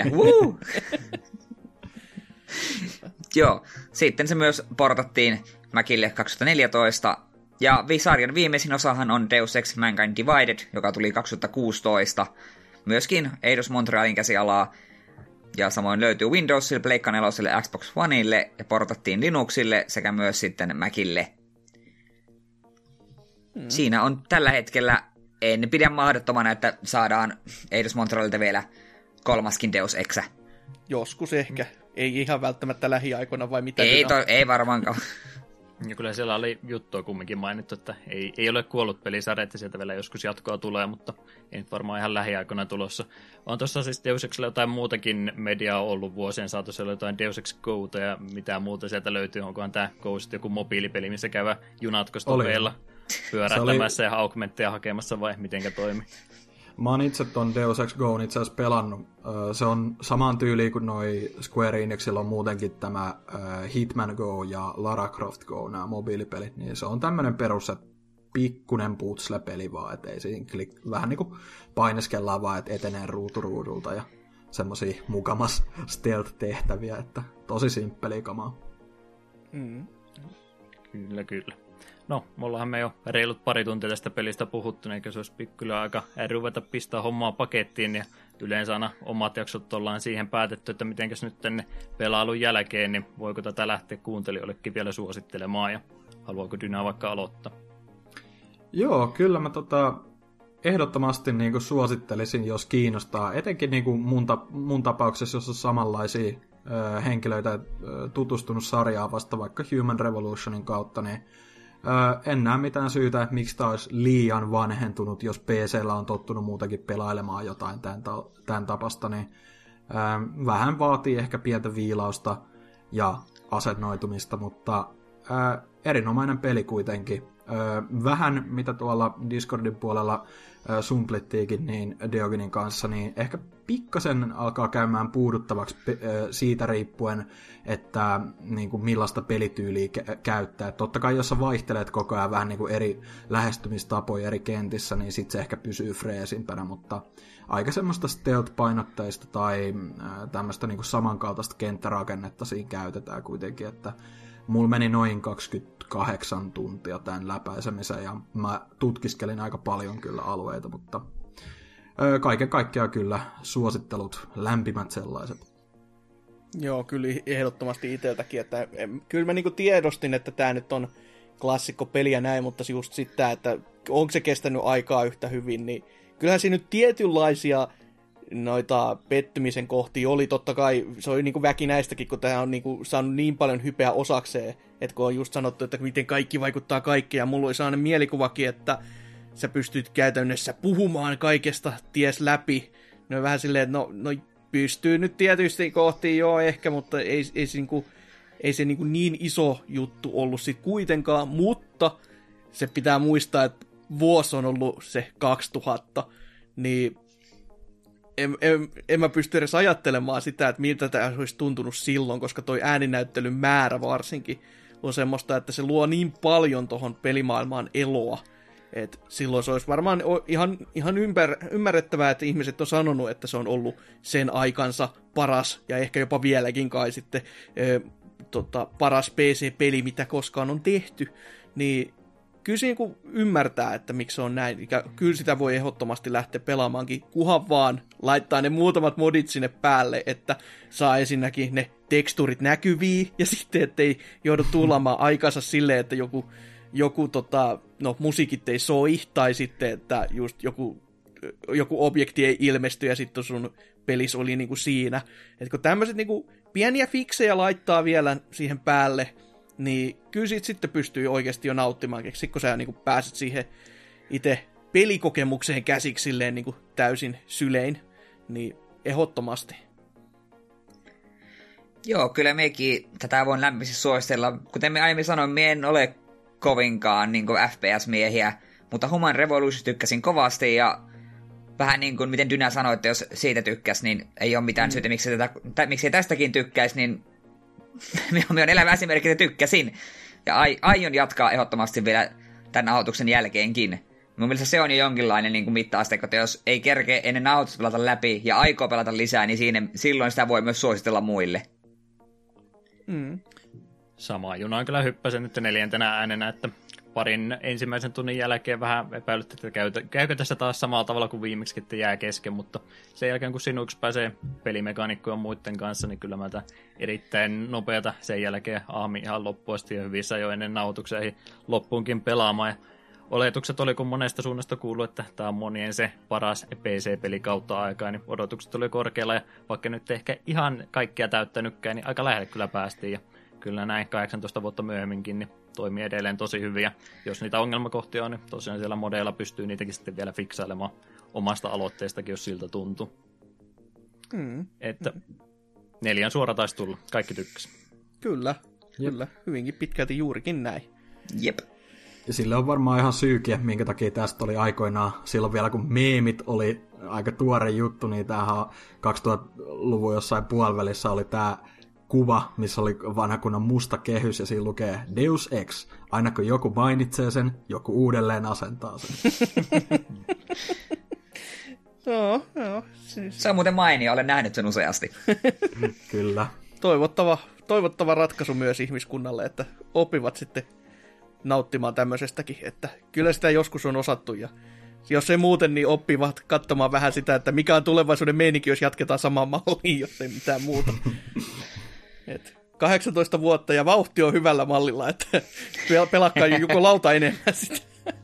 Joo, sitten se myös portattiin Macille 2014, ja sarjan viimeisin osahan on Deus Ex Mankind Divided, joka tuli 2016, myöskin Eidos Montrealin käsialaa, ja samoin löytyy Windowsille, Pleikka 4:lle, Xbox Oneille, ja portattiin Linuxille sekä myös sitten Macille. Siinä on tällä hetkellä en pidä mahdottomana, että saadaan Eidos Montrealilta vielä kolmaskin Deus Ex. Joskus ehkä. Ei ihan välttämättä lähiaikoina vai mitä? Ei varmaankaan. Ja kyllä siellä oli juttua kumminkin mainittu, että ei ole kuollut pelisarja, että sieltä vielä joskus jatkoa tulee, mutta ei nyt varmaan ihan lähiaikoina tulossa. On tuossa siis Deus Exillä jotain muutakin mediaa ollut vuosien saatossa, jotain Deus Ex Gota ja mitä muuta sieltä löytyy. Onkohan tämä Go sitten joku mobiilipeli, missä käyvä junatkostopeilla pyörähtämässä ja augmentteja hakemassa vai mitenkä toimi? Mä oon itse ton Deus Ex Go'n itse asiassa pelannut. Se on samaan tyyliin kuin noi Square Enixillä on muutenkin tämä Hitman Go ja Lara Croft Go, nämä mobiilipelit. Niin se on tämmönen perus, että pikkunen putsle-peli vaan, että ei siinä vähän niinku paineskellaan vaan, että etenee ruudulta ja semmosia mukamas stealth-tehtäviä, että tosi simppeliä kamaa. Kyllä. No, mullahan me jo reilut pari tuntia tästä pelistä puhuttu, eikä se olisi pikkuilla aika ruveta pistää hommaa pakettiin, ja yleensä aina omat jaksot ollaan siihen päätetty, että mitenkäs nyt tänne pelailun jälkeen, niin voiko tätä lähteä kuuntelijoillekin vielä suosittelemaan, ja haluaako Dynä vaikka aloittaa? Joo, kyllä mä ehdottomasti niinku suosittelisin, jos kiinnostaa, etenkin niinku mun tapauksessa, jos on samanlaisia henkilöitä tutustunut sarjaa vasta vaikka Human Revolutionin kautta, niin en näe mitään syytä, että miksi tämä olisi liian vanhentunut, jos PC:llä on tottunut muutakin pelailemaan jotain tämän tapasta, niin vähän vaatii ehkä pientä viilausta ja asennoitumista, mutta erinomainen peli kuitenkin. Vähän, mitä tuolla Discordin puolella sumplittiikin niin Diogenin kanssa, niin ehkä pikkasen alkaa käymään puuduttavaksi siitä riippuen, että niin kuin millaista pelityyliä käyttää. Totta kai jos sä vaihtelet koko ajan vähän niin kuin eri lähestymistapoja eri kentissä, niin sit se ehkä pysyy freesimpänä, mutta aika semmoista stealth-painotteista tai tämmöistä niin kuin samankaltaista kenttärakennetta siinä käytetään kuitenkin, että mulla meni noin 28 tuntia tämän läpäisemiseen ja mä tutkiskelin aika paljon kyllä alueita, mutta kaiken kaikkiaan kyllä suosittelut, lämpimät sellaiset. Joo, kyllä ehdottomasti itseltäkin, että kyllä mä niinku tiedostin, että tää nyt on klassikko peli ja näin, mutta just sitä, että onko se kestänyt aikaa yhtä hyvin, niin kyllähän siinä nyt tietynlaisia noita pettymisen kohti oli, totta kai se oli niinku väkinäistäkin, kun tämä on niinku saanut niin paljon hypeä osakseen, että kun on just sanottu, että miten kaikki vaikuttaa kaikkeen, ja mulla oli sellainen mielikuvakin, että sä pystyt käytännössä puhumaan kaikesta ties läpi. No vähän silleen, että no pystyy nyt tietysti kohti joo ehkä, mutta ei se niin iso juttu ollut sit kuitenkaan, mutta se pitää muistaa, että vuosi on ollut se 2000, niin en mä pysty edes ajattelemaan sitä, että miltä tämä olisi tuntunut silloin, koska toi ääninäyttelyn määrä varsinkin on semmoista, että se luo niin paljon tohon pelimaailmaan eloa, että silloin se olisi varmaan ihan ymmärrettävää, että ihmiset on sanonut, että se on ollut sen aikansa paras, ja ehkä jopa vieläkin kai sitten paras PC-peli, mitä koskaan on tehty, niin kyllä siinä ymmärtää, että miksi se on näin. Kyllä sitä voi ehdottomasti lähteä pelaamaankin, kunhan vaan laittaa ne muutamat modit sinne päälle, että saa ensinnäkin ne teksturit näkyviin, ja sitten ettei joudu tuulamaan aikansa silleen, että joku musiikit ei soi, tai sitten, että just joku objekti ei ilmesty, ja sitten sun pelis oli niinku siinä. Että kun tämmöiset niinku pieniä fiksejä laittaa vielä siihen päälle, niin kyllä siitä sitten pystyy oikeasti jo nauttimaan, sitten kun sä niin kuin pääset siihen itse pelikokemukseen käsiksi silleen niin kuin täysin sylein, niin ehdottomasti. Joo, kyllä mekin tätä voin lämpimästi suositella. Kuten me aiemmin sanoin, mie en ole kovinkaan niin kuin FPS-miehiä, mutta Human Revolution tykkäsin kovasti, ja vähän niin kuin miten Dynä sanoi, että jos siitä tykkäsi, niin ei ole mitään syytä, miksi tästäkin tykkäisi, niin minä olen elävä esimerkki, että tykkäsin. Ja aion jatkaa ehdottomasti vielä tämän nauhoituksen jälkeenkin. Mun mielestä se on jo jonkinlainen niin kuin mitta-asteikko, että jos ei kerkeä ennen nauhoitusta pelata läpi ja aikoo pelata lisää, niin silloin sitä voi myös suositella muille. Samaa junaa kyllä hyppäsen nyt 4. äänenä, että parin ensimmäisen tunnin jälkeen vähän epäilytti, että käykö tässä taas samalla tavalla kuin viimeksi, että jää kesken, mutta sen jälkeen kun sinuiksi pääsee pelimekaanikkojen muiden kanssa, niin kyllä mä erittäin nopeata sen jälkeen ihan loppuun asti ja hyvissä jo ennen nauhoituksia loppuunkin pelaamaan. Ja oletukset oli, kun monesta suunnasta kuullut, että tämä on monien se paras PC-peli kautta aikaa, niin odotukset oli korkealla, ja vaikka nyt ehkä ihan kaikkia täyttänytkään, niin aika lähelle kyllä päästiin, ja kyllä näin 18 vuotta myöhemminkin, niin toimii edelleen tosi hyvin, ja jos niitä ongelmakohtia on, niin tosiaan siellä modeilla pystyy niitäkin sitten vielä fiksailemaan omasta aloitteestakin, jos siltä tuntuu. Että 4 suora taisi tulla, kaikki tykkäsi. Kyllä, kyllä, hyvinkin pitkälti juurikin näin. Jep. Ja sille on varmaan ihan syykin, minkä takia tästä oli aikoinaan, silloin vielä kun meemit oli aika tuore juttu, niin tämähän 2000-luvun jossain puolivälissä oli tämä kuva, missä oli vanha kunnon musta kehys, ja siinä lukee Deus Ex. Aina kun joku mainitsee sen, joku uudelleen asentaa sen. Joo. Siis. Se on muuten mainio, olen nähnyt sen useasti. Kyllä. Toivottava ratkaisu myös ihmiskunnalle, että oppivat sitten nauttimaan tämmöisestäkin, että kyllä sitä joskus on osattu, ja jos ei muuten, niin oppivat katsomaan vähän sitä, että mikä on tulevaisuuden meininki, jos jatketaan samaan malliin, jos ei mitään muuta. 18 vuotta ja vauhti on hyvällä mallilla, että pelakkaa joku lauta enemmän sitä.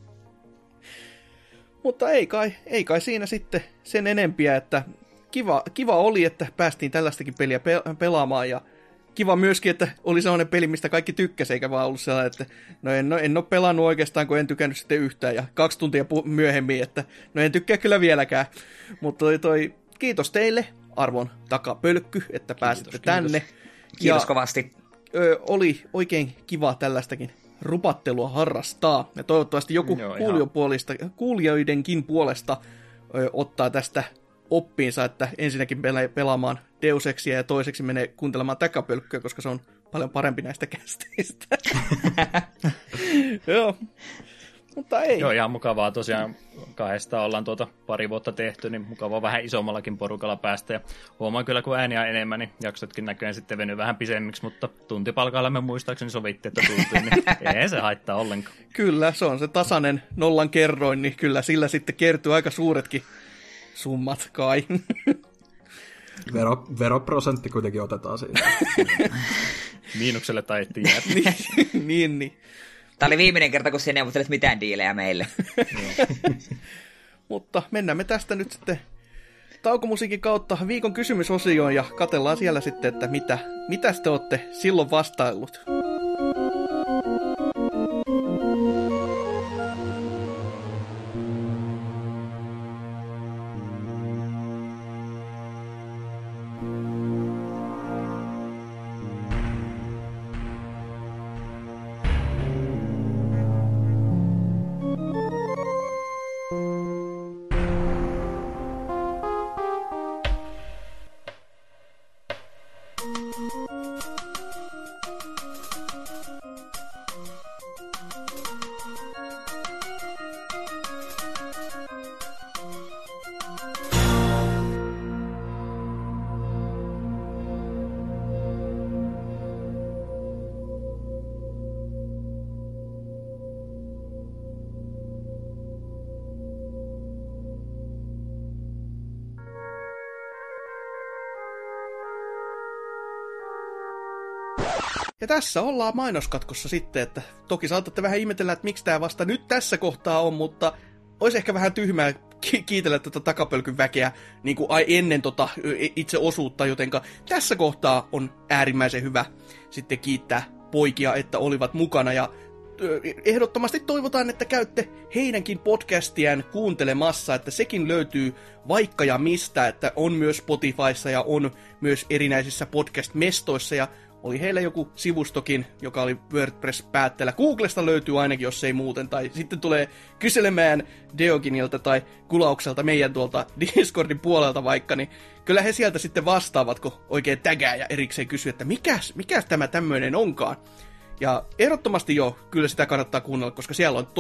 Mutta ei kai siinä sitten sen enempiä, että kiva oli, että päästiin tällaistakin peliä pelaamaan, ja kiva myöskin, että oli sellainen peli, mistä kaikki tykkäsi, eikä vaan ollut sellainen, että en ole pelannut oikeastaan, kun en tykännyt sitten yhtään, ja 2 tuntia myöhemmin, että en tykkää kyllä vieläkään. Mutta kiitos teille, arvon takapölkky, että pääsitte tänne. Kiitos kovasti. Oli oikein kiva tällaistakin rupattelua harrastaa, ja toivottavasti joku kuulijoidenkin puolesta ottaa tästä oppiinsa, että ensinnäkin pelaamaan Deus Exia ja toiseksi menee kuuntelemaan takapölkkyä, koska se on paljon parempi näistä kästeistä. Joo. Mutta ei. Joo, ihan mukavaa tosiaan. 2 ollaan pari vuotta tehty, niin mukavaa vähän isommallakin porukalla päästä. Ja huomaan kyllä, kun ääniä enemmän, niin jaksotkin näköjään sitten venyy vähän pisemmiksi, mutta tuntipalkalla me muistaakseni sovittiin, että tuntiin, niin ei se haittaa ollenkaan. Kyllä, se on se tasainen nollan kerroin, niin kyllä sillä sitten kertyy aika suuretkin summat kai. Veroprosentti kuitenkin otetaan siitä. Miinukselle taittiin jäädä. niin. Tämä oli viimeinen kerta, kun sinä neuvottelet mitään diilejä meille. Mutta mennään me tästä nyt sitten taukomusiikin kautta viikon kysymysosioon ja katsellaan siellä sitten, että mitä te olette silloin vastaillut. Ja tässä ollaan mainoskatkossa sitten, että toki saatatte vähän ihmetellä, että miksi tämä vasta nyt tässä kohtaa on, mutta olisi ehkä vähän tyhmää kiitellä tätä takapölkyn väkeä niin kuin ennen itse osuutta, jotenka tässä kohtaa on äärimmäisen hyvä sitten kiittää poikia, että olivat mukana, ja ehdottomasti toivotaan, että käytte heidänkin podcastiaan kuuntelemassa, että sekin löytyy vaikka ja mistä, että on myös Spotifyssa ja on myös erinäisissä podcast-mestoissa, ja oli heillä joku sivustokin, joka oli WordPress-päätteellä. Googlesta löytyy ainakin, jos ei muuten. Tai sitten tulee kyselemään Diogenilta tai Kulaukselta meidän tuolta Discordin puolelta vaikka, niin kyllä he sieltä sitten vastaavat, kun oikein tägää ja erikseen kysyy, että mikäs tämä tämmöinen onkaan. Ja ehdottomasti kyllä sitä kannattaa kuunnella, koska siellä on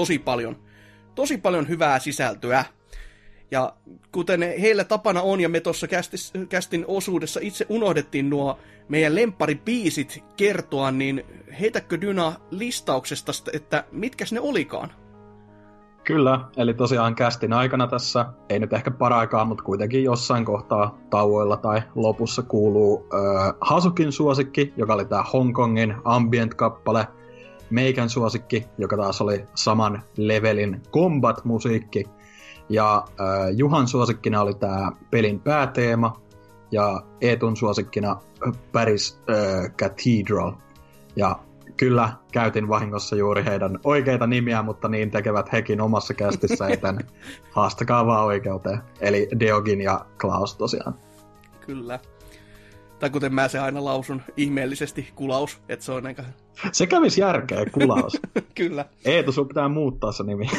tosi paljon hyvää sisältöä. Ja kuten heillä tapana on, ja me tuossa kästin osuudessa itse unohdettiin nuo meidän lempparibiisit kertoa, niin heitäkö Dyna listauksesta, että mitkäs ne olikaan? Kyllä, eli tosiaan kästin aikana tässä, ei nyt ehkä paraikaa, mutta kuitenkin jossain kohtaa tauoilla tai lopussa kuuluu Hasukin suosikki, joka oli tää Hongkongin ambient-kappale. meikän suosikki, joka taas oli saman levelin combat-musiikki. Ja Juhan suosikkina oli tää pelin pääteema, ja Eetun suosikkina Paris Cathedral. Ja kyllä käytin vahingossa juuri heidän oikeita nimiä, mutta niin tekevät hekin omassa kästissä, joten haastakaa vaan oikeuteen. Eli Deogin ja Klaus tosiaan. Kyllä. Tai kuten mä se aina lausun ihmeellisesti, Kulaus, että se on aika... Se kävisi järkeä, Kulaus. Kyllä. Eetu, sun pitää muuttaa se nimi.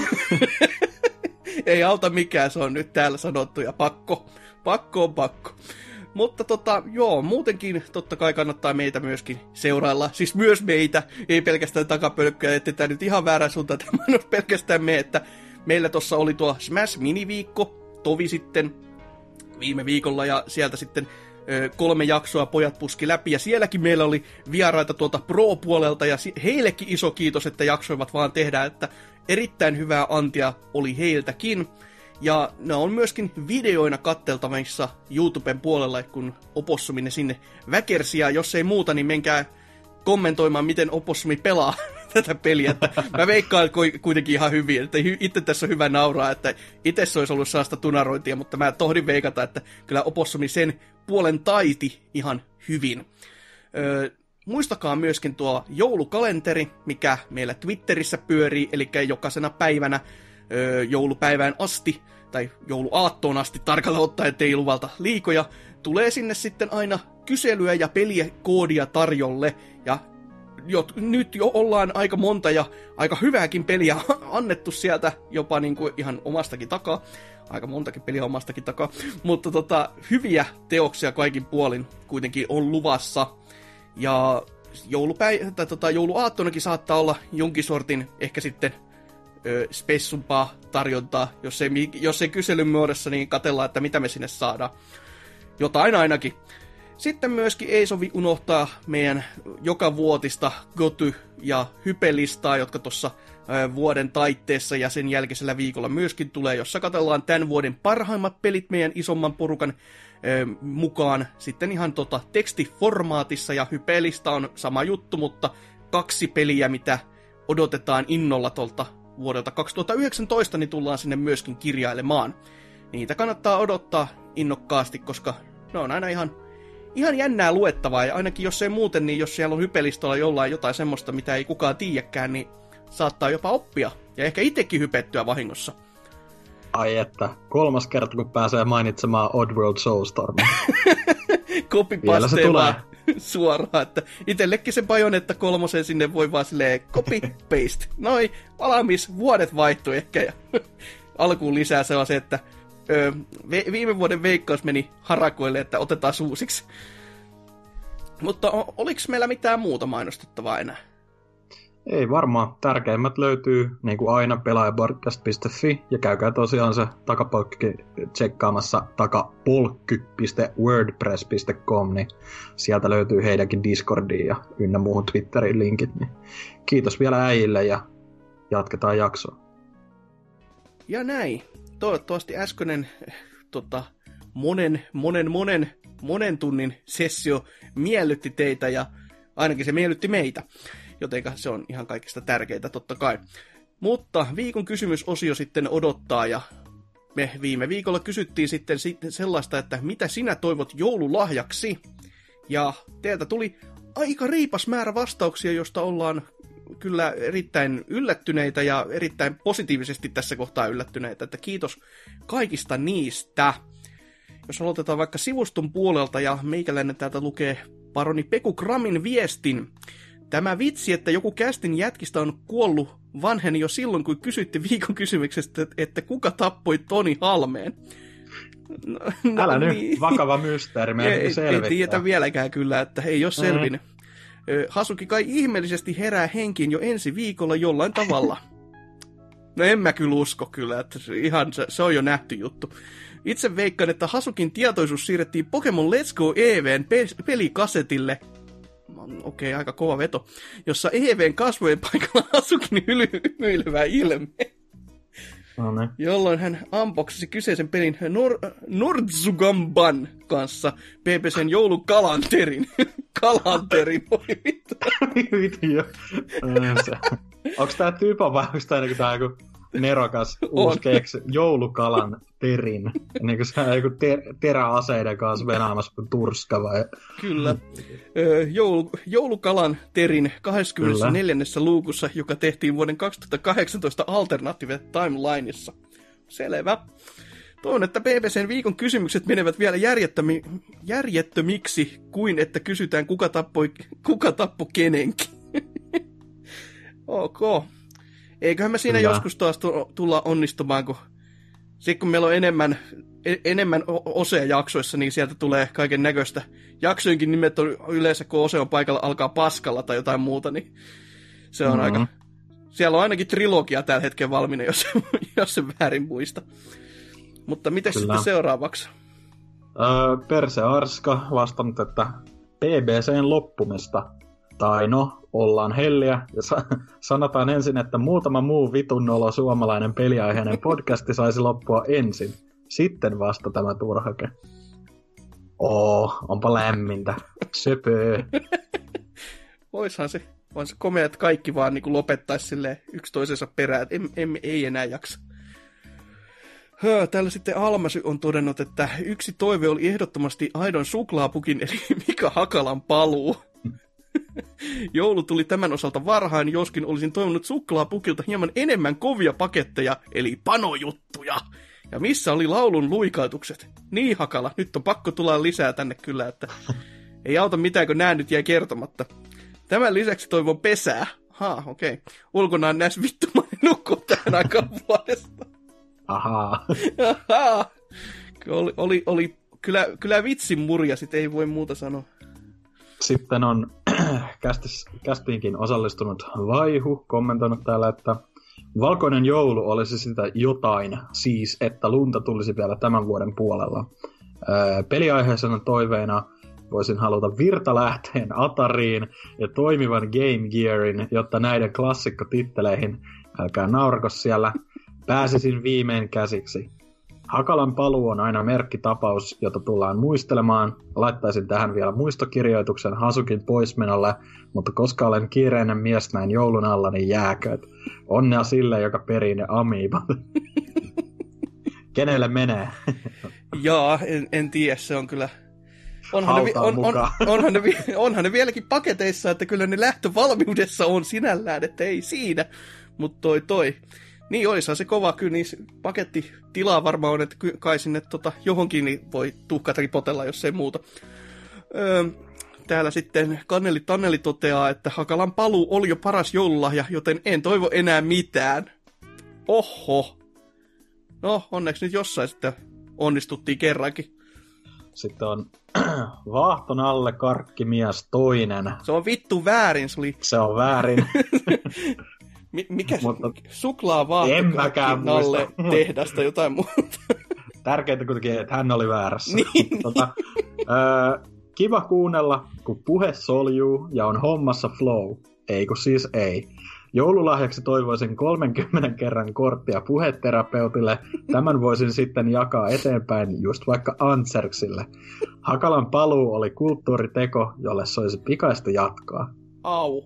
Ei auta mikään, se on nyt täällä sanottu ja pakko. Pakko on pakko. Mutta joo, muutenkin totta kai kannattaa meitä myöskin seurailla. Siis myös meitä, ei pelkästään takapölkkyä, ettei tää nyt ihan väärä suuntaan, tämä on pelkästään me, että meillä tossa oli tuo Smash-miniviikko, tovi sitten viime viikolla, ja sieltä sitten 3 jaksoa pojat puski läpi, ja sielläkin meillä oli vieraita tuolta Pro-puolelta, ja heillekin iso kiitos, että jaksoivat vaan tehdä, että erittäin hyvää antia oli heiltäkin. Ja ne on myöskin videoina katteltavissa YouTuben puolella, kun Opossumi ne sinne väkersi, ja jos ei muuta, niin menkää kommentoimaan, miten Opossumi pelaa tätä peliä. Että mä veikkaan kuitenkin ihan hyvin, että itse tässä on hyvä nauraa, että itse se olisi ollut sellaista tunarointia, mutta mä tohdin veikata, että kyllä Opossumi sen puolen taiti ihan hyvin. Muistakaa myöskin tuo joulukalenteri, mikä meillä Twitterissä pyörii, eli jokaisena päivänä joulupäivään asti, tai jouluaattoon asti tarkalleen ottaen, ettei luvalta liikoja, tulee sinne sitten aina kyselyä ja pelikoodia tarjolle, ja nyt jo ollaan aika monta ja aika hyvääkin peliä annettu sieltä, jopa niin kuin ihan omastakin takaa, aika montakin peliä omastakin takaa, mutta hyviä teoksia kaikin puolin kuitenkin on luvassa, ja jouluaattonakin saattaa olla jonkin sortin ehkä sitten spessumpaa tarjontaa, jos ei kyselyn muodossa, niin katsellaan, että mitä me sinne saadaan. Jotain ainakin. Sitten myöskin ei sovi unohtaa meidän jokavuotista Goty- ja Hype-listaa, jotka tuossa vuoden taitteessa ja sen jälkeisellä viikolla myöskin tulee, jossa katsellaan tämän vuoden parhaimmat pelit meidän isomman porukan mukaan. Sitten ihan tekstiformaatissa, ja Hype-lista on sama juttu, mutta 2 peliä, mitä odotetaan innolla tuolta vuodelta 2019, niin tullaan sinne myöskin kirjailemaan. Niitä kannattaa odottaa innokkaasti, koska ne on aina ihan jännää luettavaa, ja ainakin jos ei muuten, niin jos siellä on Hype-listalla jotain semmoista, mitä ei kukaan tiedäkään, niin saattaa jopa oppia, ja ehkä itsekin hypettyä vahingossa. Ai että, 3. kerta kun pääsee mainitsemaan Oddworld Soulstormia. Copy-pasteen vaan suoraan, että itsellekin se Bayonetta 3 sinne voi vaan silleen copy-paste. Noi, valmis, vuodet vaihtui ehkä, ja alkuun lisää se on se, että viime vuoden veikkaus meni harakoille, että otetaan uusiksi. Mutta oliko meillä mitään muuta mainostettavaa enää? Ei varmaan. Tärkeimmät löytyy niin kuin aina pelaajabarcast.fi, ja käykää tosiaan se takapolkki tsekkaamassa takapolkky.wordpress.com, niin sieltä löytyy heidänkin Discordiin ja ynnä muuhun Twitterin linkit. Niin kiitos vielä äijille ja jatketaan jaksoa. Ja näin. Toivottavasti äskeinen monen tunnin sessio miellytti teitä, ja ainakin se miellytti meitä. Jotenka se on ihan kaikista tärkeintä totta kai. Mutta viikon kysymysosio sitten odottaa, ja me viime viikolla kysyttiin sitten sellaista, että mitä sinä toivot joululahjaksi? Ja teiltä tuli aika riipas määrä vastauksia, josta ollaan kyllä erittäin yllättyneitä ja erittäin positiivisesti tässä kohtaa yllättyneitä, että kiitos kaikista niistä. Jos aloitetaan vaikka sivuston puolelta, ja meikäläinen täältä lukee paroni Peku Kramin viestin. Tämä vitsi, että joku kästin jätkistä on kuollut, vanheni jo silloin, kun kysytti viikon kysymyksestä, että kuka tappoi Toni Halmeen. Älä nyt, vakava mysteeri, meidän piti selvittää. Ei tiedä vieläkään kyllä, että ei ole selvinnyt. Hasuki kai ihmeellisesti herää henkiin jo ensi viikolla jollain tavalla. No en mä kyllä usko kyllä, että se on jo nähty juttu. Itse veikkaan, että Hasukin tietoisuus siirrettiin Pokemon Let's Go EV:n pelikasetille. Okei, aika kova veto. Jossa EV:n kasvojen paikalla Hasukin hymyilevä ilme. No, jolloin hän unboxasi kyseisen pelin Nordzugamban kanssa PPCn joulukalanterin. Kalanterin, voi vittu. Vittu jo. Onks tää typo vai onks tää niinku tää joku nerokas uusi keksi? Joulukalan terin. Niinku se on joku teräaseiden kanssa venaamassa kuin turska vai? Kyllä. Joulukalan terin 24. luukussa, joka tehtiin vuoden 2018 Alternative Timelineissa. Selvä. Toivon, että BBCn viikon kysymykset menevät vielä järjettömiksi kuin että kysytään, kuka tappoi kenenkin. Ok. Eiköhän me siinä joskus taas tulla onnistumaan, kun meillä on enemmän Osea jaksoissa, niin sieltä tulee kaiken näköistä. Jaksoinkin nimet on yleensä, kun Ose on paikalla, alkaa paskalla tai jotain muuta, niin se on aika... Siellä on ainakin trilogia tällä hetkellä valmiina, jos se väärin muista. Mutta miten sitten seuraavaksi? Perse Arska vastannut, että BBCn loppumista. Tai no, ollaan helliä. Ja sanotaan ensin, että muutama muu vitun nolo suomalainen peliaiheinen podcasti saisi loppua ensin. Sitten vasta tämä turhake. Onpa lämmintä. Söpöö. Voishan se komea, että kaikki vaan niin lopettaisi silleen yksi toisensa perään. Ei enää jaksa. Täällä sitten Almasy on todennut, että yksi toive oli ehdottomasti aidon suklaapukin, eli Mika Hakalan paluu. Joulu tuli tämän osalta varhain, joskin olisin toivonut suklaapukilta hieman enemmän kovia paketteja, eli panojuttuja. Ja missä oli laulun luikautukset? Niin, Hakala, nyt on pakko tulla lisää tänne kyllä, että ei auta mitään, kun nää nyt jäi kertomatta. Tämän lisäksi toivon pesää. Okei. Ulkonaan näis vittumainen nukkuu tähän aikaan vuodesta. Ahaa. Oli kyllä vitsin murjasit, ei voi muuta sanoa. Sitten on kästiinkin osallistunut Vaihu kommentoinut täällä, että valkoinen joulu olisi sitä jotain, siis että lunta tulisi vielä tämän vuoden puolella. Peliaiheisena toiveena voisin haluta virtalähteen Atariin ja toimivan Game Gearin, jotta näiden klassikkotitteleihin, älkää naurako siellä, pääsisin viimein käsiksi. Hakalan paluu on aina merkkitapaus, jota tullaan muistelemaan. Laittaisin tähän vielä muistokirjoituksen Hasukin poismenolle, mutta koska olen kiireinen mies näin joulun alla, niin jääkööt. Onnea sille, joka perii ne amiibat. Kenelle menee? Jaa, en tiedä, se on kyllä... Onhan ne vieläkin paketeissa, että kyllä ne lähtövalmiudessa on sinällään, että ei siinä. Mutta toi. Niin oishan se kova, kyllä niin pakettitilaa varmaan on, että kai sinne johonkin niin voi tuhkat ripotella, jos ei muuta. Täällä sitten Kanneli Tanneli toteaa, että Hakalan paluu oli jo paras joululahja, joten en toivo enää mitään. Oho. No, onneksi nyt jossain sitten onnistuttiin kerrankin. Sitten on Vaahton alle karkkimies toinen. Se on vittu väärin, Se on väärin. Mikä suklaa vaahtokarkki alle tehdasta jotain muuta? Tärkeintä kuitenkin, että hän oli väärässä. Niin. Kiva kuunnella, kun puhe soljuu ja on hommassa flow. Ei kun siis ei. Joululahjaksi toivoisin 30 kerran korttia puheterapeutille. Tämän voisin sitten jakaa eteenpäin just vaikka Antserksille. Hakalan paluu oli kulttuuriteko, jolle soisi pikaista jatkaa. Au.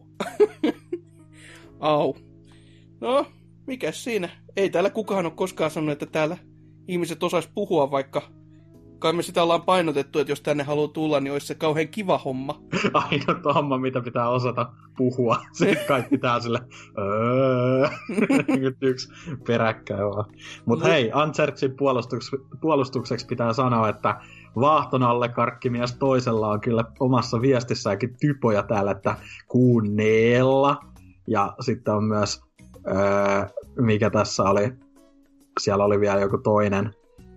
Au. No, mikäs siinä? Ei täällä kukaan ole koskaan sanonut, että täällä ihmiset osais puhua, vaikka kai me sitä ollaan painotettu, että jos tänne haluaa tulla, niin olisi se kauhean kiva homma. Ainut homma, mitä pitää osata puhua. Se kaikki pitää sille yksi peräkkäin vaan. Mutta hei, Antserksin puolustukseksi pitää sanoa, että Vaahton alle karkkimies toisella on kyllä omassa viestissäänkin typoja täällä, että kuunnella. Ja sitten on myös, mikä tässä oli, siellä oli vielä joku toinen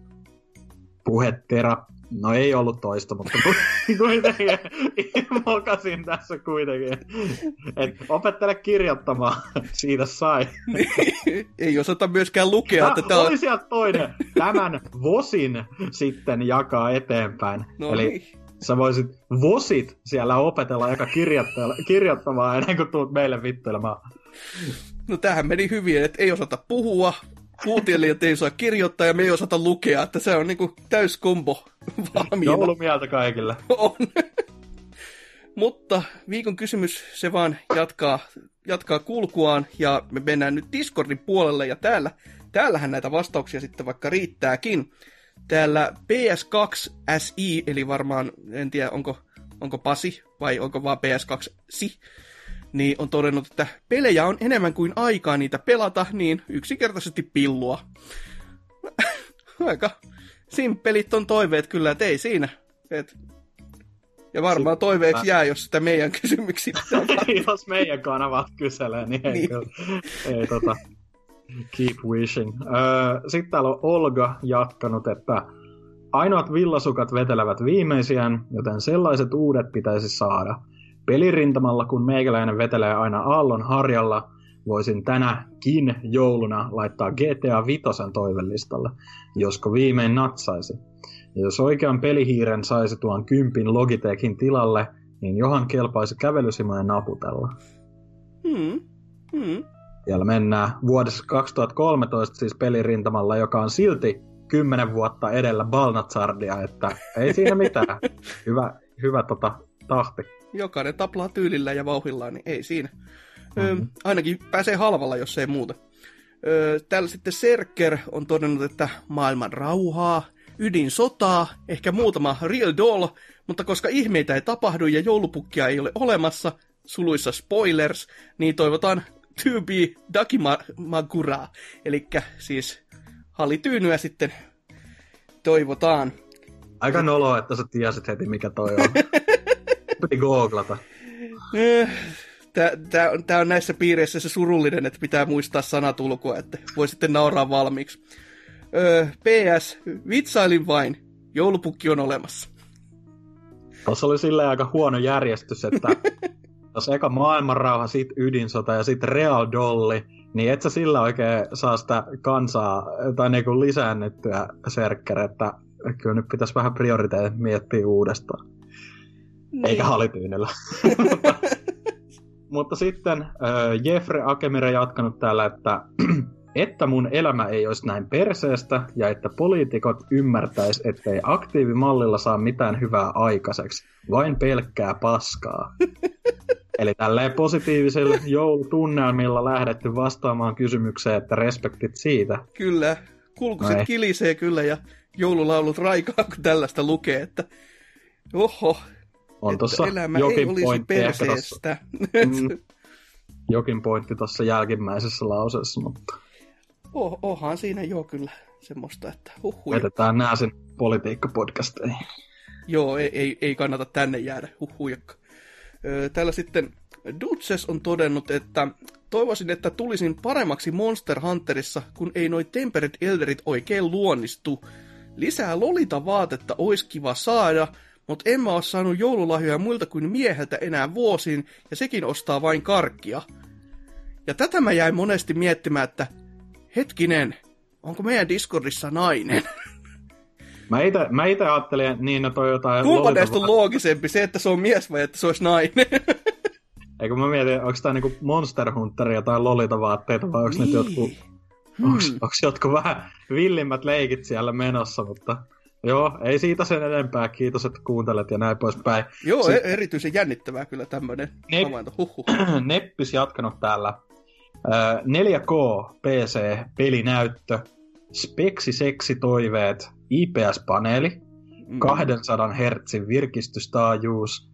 no ei ollut toista, mutta kuitenkin mokasin tässä kuitenkin. Et opettele kirjoittamaan, siitä sai. Ei osata myöskään lukea. Oli sieltä toinen. Tämän vosin sitten jakaa eteenpäin. No eli niin. Sä voisit vosit siellä opetella eka kirjoittamaan ennen kuin tulet meille vittelemaan. No tämähän meni hyvin, että ei osata puhua, kuuntelijat ei saa kirjoittaa ja me ei osata lukea, että se on niinku täyskombo valmiina. Joulumieltä kaikille. On. Mutta viikon kysymys, se vaan jatkaa kulkuaan, ja me mennään nyt Discordin puolelle, ja täällähän näitä vastauksia sitten vaikka riittääkin. Täällä PS2 SI, eli varmaan, en tiedä onko Pasi vai onko vaan PS2 SI, niin on todennut, että pelejä on enemmän kuin aikaa niitä pelata, niin yksinkertaisesti pillua. Aika simppelit on toiveet kyllä, et ei siinä. Ja varmaan toiveeksi jää, jos sitä meidän kysymyksiä. Jos meidän kanavat kyselee, niin ei kyllä. Ei keep wishing. Sitten täällä on Olga jatkanut, että ainoat villasukat vetelevät viimeisiään, joten sellaiset uudet pitäisi saada. Pelirintamalla, kun meikäläinen vetelee aina aallon harjalla, voisin tänäkin jouluna laittaa GTA 5 toivelistalle, josko viimein natsaisi. Ja jos oikean pelihiiren saisi tuon 10 Logitechin tilalle, niin johan kelpaisi kävelysimojen naputella. Siellä mennään vuodessa 2013 siis pelirintamalla, joka on silti 10 vuotta edellä Balnazardia, että ei siinä mitään. Hyvä tahti. Jokainen taplaa tyylillä ja vauhillaan, niin ei siinä. Ainakin pääsee halvalla, jos ei muuta. Täällä sitten Serker on todennut, että maailman rauhaa, ydinsotaa, ehkä muutama real doll, mutta koska ihmeitä ei tapahdu ja joulupukkia ei ole olemassa, suluissa spoilers, niin toivotaan to be Dakimaguraa. Elikkä siis hallityynyä sitten toivotaan. Aika noloa, että sä tiesit heti mikä toi on. Piti googlata. Tää on näissä piireissä se surullinen, että pitää muistaa sanatulkoa, että voi sitten nauraa valmiiksi. PS, vitsailin vain. Joulupukki on olemassa. Tuossa oli silleen aika huono järjestys, että jos eka maailmanrauha, sit ydinsota ja sit real dolli, niin et sä sillä oikein saa sitä kansaa tai niinku lisäännyttyä Serkker, että kyllä nyt pitäisi vähän prioriteetit miettiä uudestaan. Niin. Eikä halityynellä. Mutta sitten Jeffrey Akemire jatkanut täällä, että mun elämä ei olisi näin perseestä ja että poliitikot ymmärtäis, ettei aktiivimallilla saa mitään hyvää aikaiseksi, vain pelkkää paskaa. Eli tälleen positiivisella joulutunnelmilla lähdetty vastaamaan kysymykseen, että respektit siitä. Kyllä, kulkuset kilisee kyllä ja joululaulut raikaa, kun tällaista lukee, että oho, on että elämä ei olisi perseestä. Jokin pointti tuossa jälkimmäisessä lauseessa, mutta onhan siinä jo kyllä semmoista, että jätetään nää sen politiikkapodcasteihin. Joo, ei kannata tänne jäädä, huhujakka. Täällä sitten Dutses on todennut, että toivoisin, että tulisin paremmaksi Monster Hunterissa, kun ei noi Tempered Elderit oikein luonnistu. Lisää Lolita-vaatetta ois kiva saada, mutta en mä oo saanut joululahjoja muilta kuin mieheltä enää vuosiin, ja sekin ostaa vain karkkia. Ja tätä mä jäin monesti miettimään, että hetkinen, onko meidän Discordissa nainen? Mä ite ajattelin, niin no toi jotain... Kumpa näistä on loogisempi, se, että se on mies vai että se olisi nainen? Eikö mä mietin, onko tää niinku Monster Hunteria tai Lolita-vaatteita, vai onko nyt jotkut... Onko jotkut vähän villimmät leikit siellä menossa, mutta... Joo, ei siitä sen enempää. Kiitos, että kuuntelet ja näin poispäin. Joo, erityisen jännittävää kyllä tämmönen havainto. Neppis jatkanut täällä. 4K PC-pelinäyttö, speksiseksitoiveet, IPS-paneeli, 200 Hz virkistystaajuus,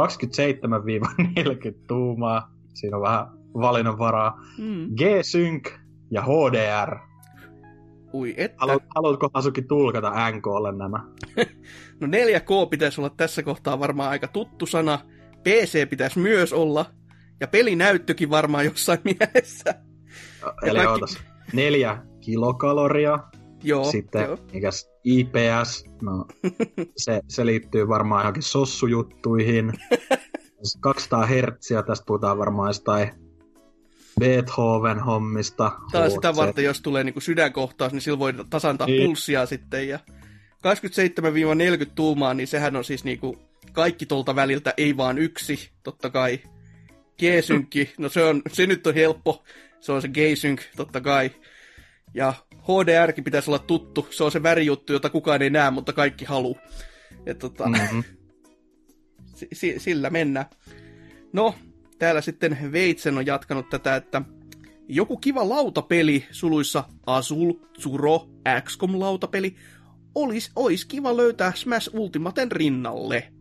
27-40 tuumaa, siinä on vähän valinnanvaraa, G-Sync ja HDR. Ui, että... Haluatko Hasuki tulkata NK:lle nämä? No 4K pitäisi olla tässä kohtaa varmaan aika tuttu sana. PC pitäisi myös olla. Ja pelinäyttökin varmaan jossain mielessä. Eli kaikki... ootas, 4 kilokaloria. Joo, sitten mikäs IPS, no se liittyy varmaan johonkin sossujuttuihin. 200 hertsiä, tästä puhutaan varmaan jostain Beethoven-hommista. Tämä on sitä varten, jos tulee niinku sydänkohtaus, niin sillä voi tasantaa pulssia sitten. Ja 27-40 tuumaa, niin sehän on siis niinku kaikki tuolta väliltä, ei vaan yksi, totta kai. G-synkki, no se nyt on helppo, se on se G-synk, totta kai. Ja HDRkin pitäisi olla tuttu, se on se värijuttu, jota kukaan ei näe, mutta kaikki haluu. Sillä mennään. No, täällä sitten Veitsen on jatkanut tätä, että joku kiva lautapeli, suluissa Azul, Tsuro, XCOM lautapeli, olis kiva löytää Smash Ultimaten rinnalle.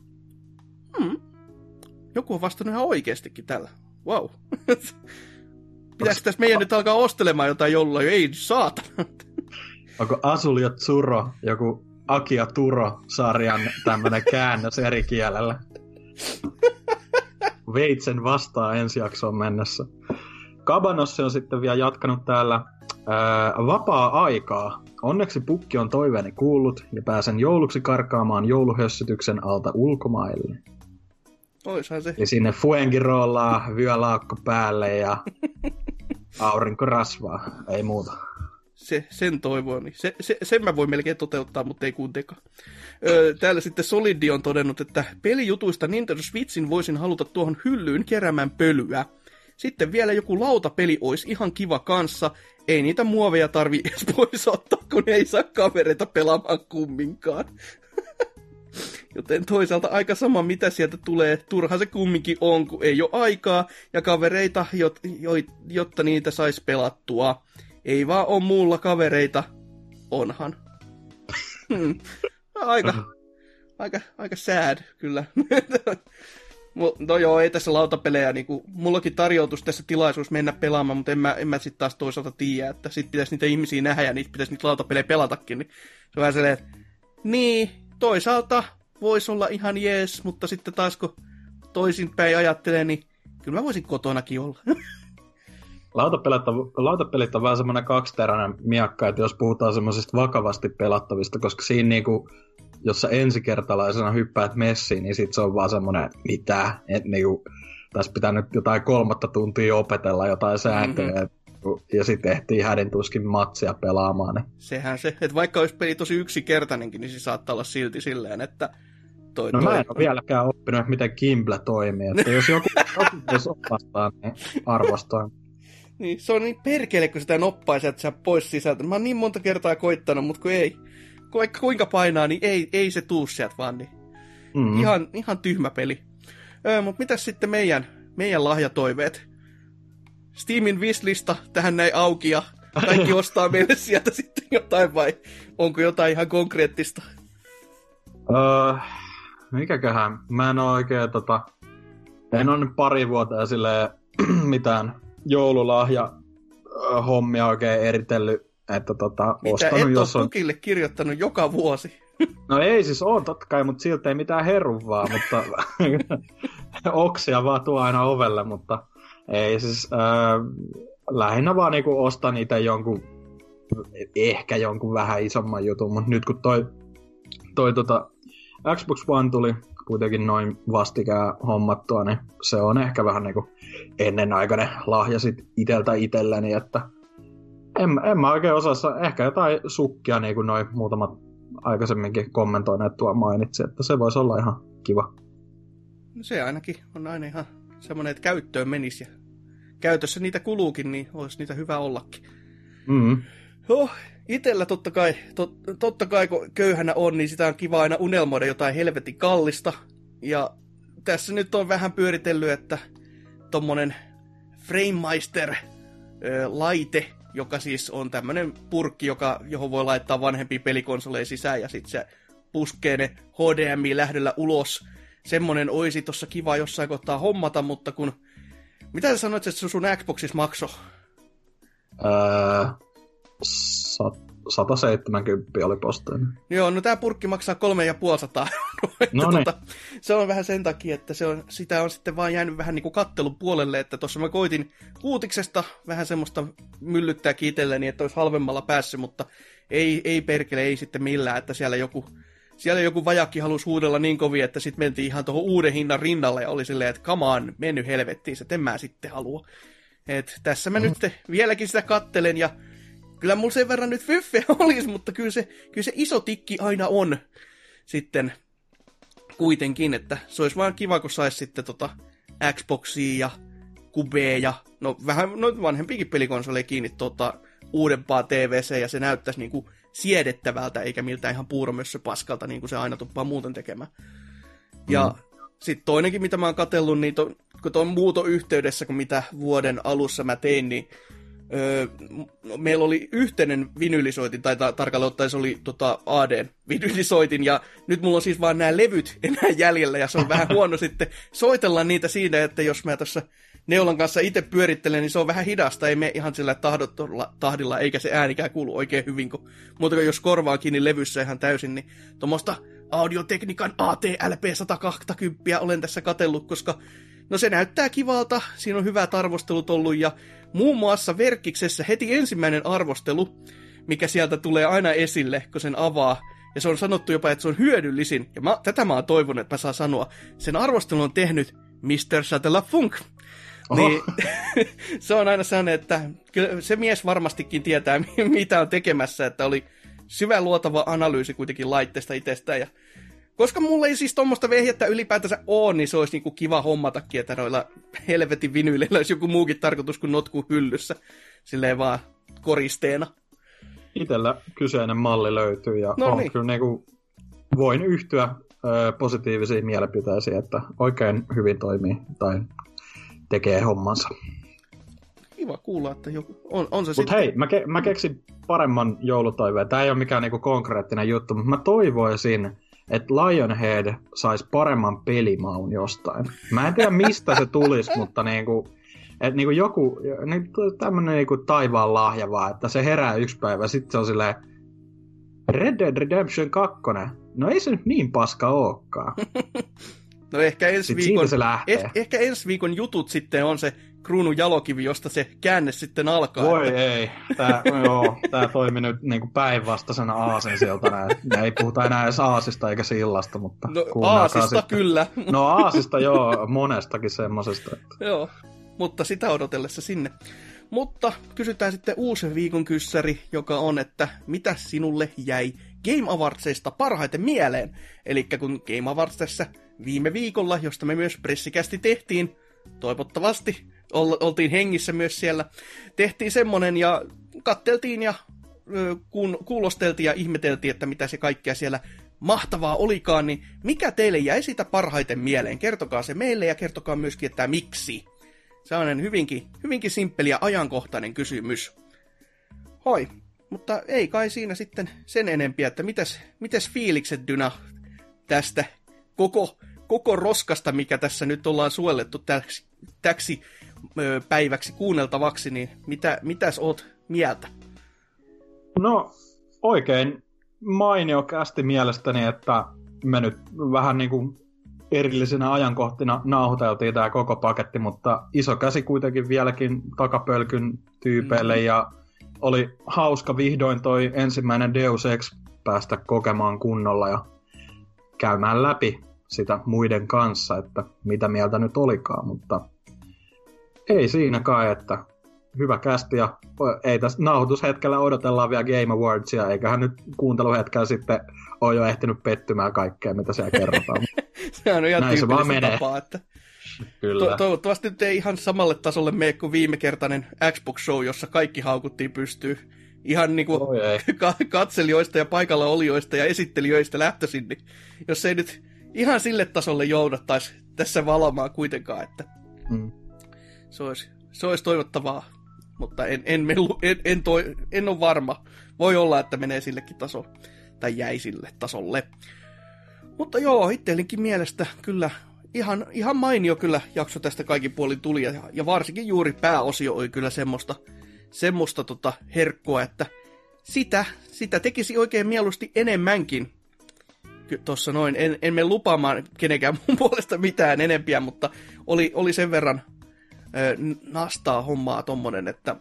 Joku on vastannut ihan oikeastikin tällä. Wow. Pitäisikö tässä meidän nyt alkaa ostelemaan jotain joulua? Ei saatana. Onko Azul ja Tsuro joku Aki ja Turo-sarjan tämmönen käännös eri kielellä? Veitsen vastaa ensi jaksoon mennessä. Kabanossi on sitten vielä jatkanut täällä vapaa-aikaa. Onneksi pukki on toiveeni kuullut ja pääsen jouluksi karkaamaan jouluhössytyksen alta ulkomaille. Oishan se. Ja sinne Fuengirollaa, vyölaakko päälle ja aurinko rasvaa. Ei muuta. Sen toivoa, niin sen mä voin melkein toteuttaa, mutta ei kuitenkaan. Täällä sitten Solidi on todennut, että pelijutuista Nintendo Switchin voisin haluta tuohon hyllyyn keräämään pölyä. Sitten vielä joku lautapeli olisi ihan kiva kanssa. Ei niitä muoveja tarvi edes pois ottaa, kun ei saa kavereita pelaamaan kumminkaan. Joten toisaalta aika sama, mitä sieltä tulee. Turha se kumminkin on, kun ei ole aikaa ja kavereita, jotta niitä saisi pelattua. Ei vaan ole muulla kavereita. Onhan. Aika sad, kyllä. No joo, ei tässä lautapelejä. Niinku, mullakin tarjoutus tässä tilaisuus mennä pelaamaan, mutta en mä sitten taas toisaalta tiedä, että sit pitäisi niitä ihmisiä nähdä ja pitäisi niitä lautapelejä pelatakin. Niin se on vähän silleen, että niin, toisaalta voisi olla ihan jees, mutta sitten taas kun toisinpäin ajattelee, niin kyllä mä voisin kotonakin olla. Lautapelit on vähän semmoinen kaksiteräinen miakka, että jos puhutaan semmoisista vakavasti pelattavista, koska siinä niinku, jos sä ensikertalaisena hyppäät messiin, niin sit se on vaan semmoinen, mitä, että niinku, tässä pitää nyt jotain 3 tuntia opetella jotain sääntöjä, ja sitten ehtii hädintuskin matsia pelaamaan. Niin. Sehän se, että vaikka olisi peli tosi yksinkertainenkin, niin se saattaa olla silti silleen, että mä en ole vieläkään oppinut, miten Kimble toimii, että jos joku voisi opastaa, niin arvostaa. Niin, se on niin perkele, kun sitä noppaisi, että sä pois sisältä. Mä oon niin monta kertaa koittanut, mutta kun ei. Vaikka kuinka painaa, niin ei se tuu sieltä vaan. Niin. Ihan tyhmä peli. Mutta mitäs sitten meidän lahjatoiveet? Steamin wishlista tähän näin auki ja kaikki ostaa meille sieltä sitten jotain vai onko jotain ihan konkreettista? Mikäköhän? Mä en oo oikein en oo nyt pari vuotta silleen mitään joululahja hommia oikein eritellyt, että mitä et ole pukille kirjoittanut joka vuosi? No ei siis on totta kai, mutta siltä ei mitään heruvaa, mutta oksia vaan tuo aina ovelle, mutta ei siis lähinnä vaan niinku ostan itse ehkä jonkun vähän isomman jutun, mutta nyt kun toi Xbox One tuli kuitenkin noin vastikään hommattua, niin se on ehkä vähän niinku ennenaikainen lahja sit iteltä itselleni, että en mä oikein osaa, ehkä jotain sukkia niin kuin noin muutamat aikaisemminkin kommentoineet tuo mainitsi, että se voisi olla ihan kiva. No se ainakin on aina ihan semmoinen, että käyttöön menisi ja käytössä niitä kuluukin, niin olisi niitä hyvä ollakin. Itellä totta kai kun köyhänä on, niin sitä on kiva aina unelmoida jotain helvetin kallista. Ja tässä nyt on vähän pyöritellyt, että tommonen Framemeister-laite, joka siis on tämmönen purkki, johon voi laittaa vanhempia pelikonsoleja sisään ja sitten se puskee ne HDMI-lähdöllä ulos. Semmonen olisi tossa kiva jossain kohtaa hommata, mutta kun... Mitä sä sanoit, että sun Xboxissa maksoi? 170 oli posteina. Joo, no tää purkki maksaa 350 €. No niin. Se on vähän sen takia, että sitä on sitten vaan jäänyt vähän niinku kattelun puolelle, että tuossa mä koitin Kuutiksesta vähän semmoista myllyttääkin itselleni, että olisi halvemmalla päässyt, mutta ei perkele, ei sitten millään, että siellä joku vajakki halusi huudella niin kovin, että sitten mentiin ihan tuohon uuden hinnan rinnalle ja oli silleen, että come on, mennyt helvettiin, että en mä sitten halua. Et tässä mä nyt vieläkin sitä kattelen ja kyllä mulla sen verran nyt fyffeä olisi, mutta kyllä se iso tikki aina on sitten kuitenkin, että se olisi vaan kiva, kun saisi sitten Xboxia ja Cubea ja vähän vanhempiakin pelikonsoleja kiinni uudempaa TVC ja se näyttäisi niinku siedettävältä eikä miltään ihan puuromössöpaskalta, niin kuin se aina tuppaa muuten tekemään. Ja sitten toinenkin, mitä mä oon katsellut, niin kun tuon muuton yhteydessä, kun mitä vuoden alussa mä tein, niin meillä oli yhteinen vinylisoitin, tai tarkalleen ottaen se oli AD:n vinylisoitin, ja nyt mulla on siis vaan nämä levyt enää jäljellä, ja se on vähän huono sitten soitella niitä siinä, että jos mä tässä neulan kanssa itse pyörittelen, niin se on vähän hidasta, ei mene ihan sillä tahdilla, eikä se äänikään kuulu oikein hyvin, muuta kuin jos korvaa kiinni levyssä ihan täysin, niin tuommoista Audio-Technican AT-LP-120 olen tässä katsellut, koska no se näyttää kivalta, siinä on hyvät arvostelut ollut, ja muun muassa Verkkiksessä heti ensimmäinen arvostelu, mikä sieltä tulee aina esille, kun sen avaa, ja se on sanottu jopa, että se on hyödyllisin, ja tätä mä oon toivonut, että mä saan sanoa, sen arvostelun on tehnyt Mr. Satellafunk. Niin, se on aina sellainen, että se mies varmastikin tietää, mitä on tekemässä, että oli syvä luotava analyysi kuitenkin laitteesta itsestään, ja koska mulla ei siis tommoista vehjettä ylipäätänsä ole, niin se olisi niinku kiva hommatakin, että noilla helvetin vinyyleillä olisi joku muukin tarkoitus kuin notkuu hyllyssä. Silleen vaan koristeena. Itellä kyseinen malli löytyy ja kyllä niinku voin yhtyä positiivisiin mielipiteisiin, että oikein hyvin toimii tai tekee hommansa. Kiva kuulla, että joku on se. Mutta hei, mä keksin paremman joulutoiveen. Tää ei ole mikään niinku konkreettinen juttu, mutta mä toivoisin, että Lionhead saisi paremman pelimaun jostain. Mä en tiedä, mistä se tulisi, mutta niinku joku tämmönen niinku taivaan lahja vaan, että se herää yksi päivä, sitten se on silleen Red Dead Redemption 2. No ei se nyt niin paska ookaan. No ehkä ensi viikon jutut sitten on se kruunun jalokivi, josta se käänne sitten alkaa. Voi ei. Tää toimi nyt niinku päinvastaisena aasinsiltana. Ei puhuta enää edes aasista eikä sillasta, mutta no, aasista sitten. Kyllä. No aasista joo, monestakin semmosesta. Että. Joo, mutta sitä odotellessa sinne. Mutta kysytään sitten uusi viikon kyssäri, joka on, että mitä sinulle jäi Game Awardsista parhaiten mieleen? Elikkä kun Game Awards tässä viime viikolla, josta me myös pressikästi tehtiin, toivottavasti oltiin hengissä myös siellä, tehtiin semmonen ja katteltiin ja kuulosteltiin ja ihmeteltiin, että mitä se kaikkea siellä mahtavaa olikaan, niin mikä teille jäi sitä parhaiten mieleen? Kertokaa se meille ja kertokaa myöskin, että miksi. Se on hyvinkin simppeli ja ajankohtainen kysymys. Hoi, mutta ei kai siinä sitten sen enempiä, että mitäs fiilikset Dyna tästä koko roskasta, mikä tässä nyt ollaan suojellettu täksi päiväksi kuunneltavaksi, niin mitäs oot mieltä? No oikein mainio kästi mielestäni, että me nyt vähän niin kuin erillisenä ajankohtina nauhoiteltiin tämä koko paketti, mutta iso käsi kuitenkin vieläkin takapölkyn tyypeille ja oli hauska vihdoin toi ensimmäinen Deus Ex päästä kokemaan kunnolla ja käymään läpi sitä muiden kanssa, että mitä mieltä nyt olikaan, mutta ei siinä kai, että hyvä kästi ja ei tässä nauhoitushetkellä odotellaan vielä Game Awardsia, eiköhän nyt kuunteluhetkellä sitten ole jo ehtinyt pettymään kaikkea, mitä siellä kerrotaan. Se on ihan tyypillistä tapaa, että kyllä. Toivottavasti nyt ei ihan samalle tasolle mene kuin viimekertainen Xbox-show, jossa kaikki haukuttiin pystyyn. Ihan niinku katselijoista ja paikalla olijoista ja esittelijöistä lähtöisin, niin jos ei nyt ihan sille tasolle joudattaisi tässä valamaan kuitenkaan, että se olisi toivottavaa, mutta en ole varma. Voi olla, että menee sillekin tasolle, tai jäi sille tasolle. Mutta joo, itsellekin mielestä kyllä ihan mainio kyllä jakso tästä kaikin puolin tuli, ja varsinkin juuri pääosio oli kyllä semmoista herkkua, että sitä tekisi oikein mieluusti enemmänkin. Tuossa noin, en mene lupaamaan kenenkään mun puolesta mitään enempiä, mutta oli sen verran nastaa hommaa tommonen, että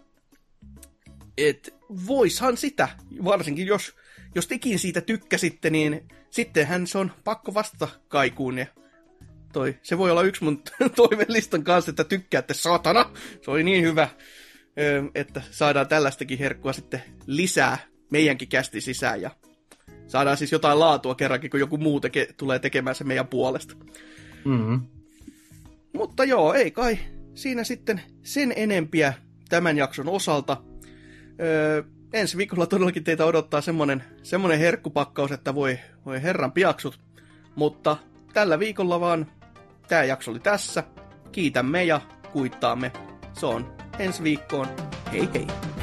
voishan sitä, varsinkin jos tekin siitä tykkäsitte, niin sittenhän se on pakko vastata kaikuun. Ja se voi olla yksi mun toivelistan kanssa, että tykkäätte saatana. Se oli niin hyvä, että saadaan tällaistakin herkkua sitten lisää meidänkin kästi sisään. Ja saadaan siis jotain laatua kerrankin, kun joku muu tulee tekemään se meidän puolesta. Mm-hmm. Mutta joo, ei kai siinä sitten sen enempiä tämän jakson osalta. Ensi viikolla todellakin teitä odottaa semmonen herkkupakkaus, että voi herran piaksut. Mutta tällä viikolla vaan Tämä jakso oli tässä. Kiitämme ja kuittaamme. Se on ensi viikkoon. Hei hei!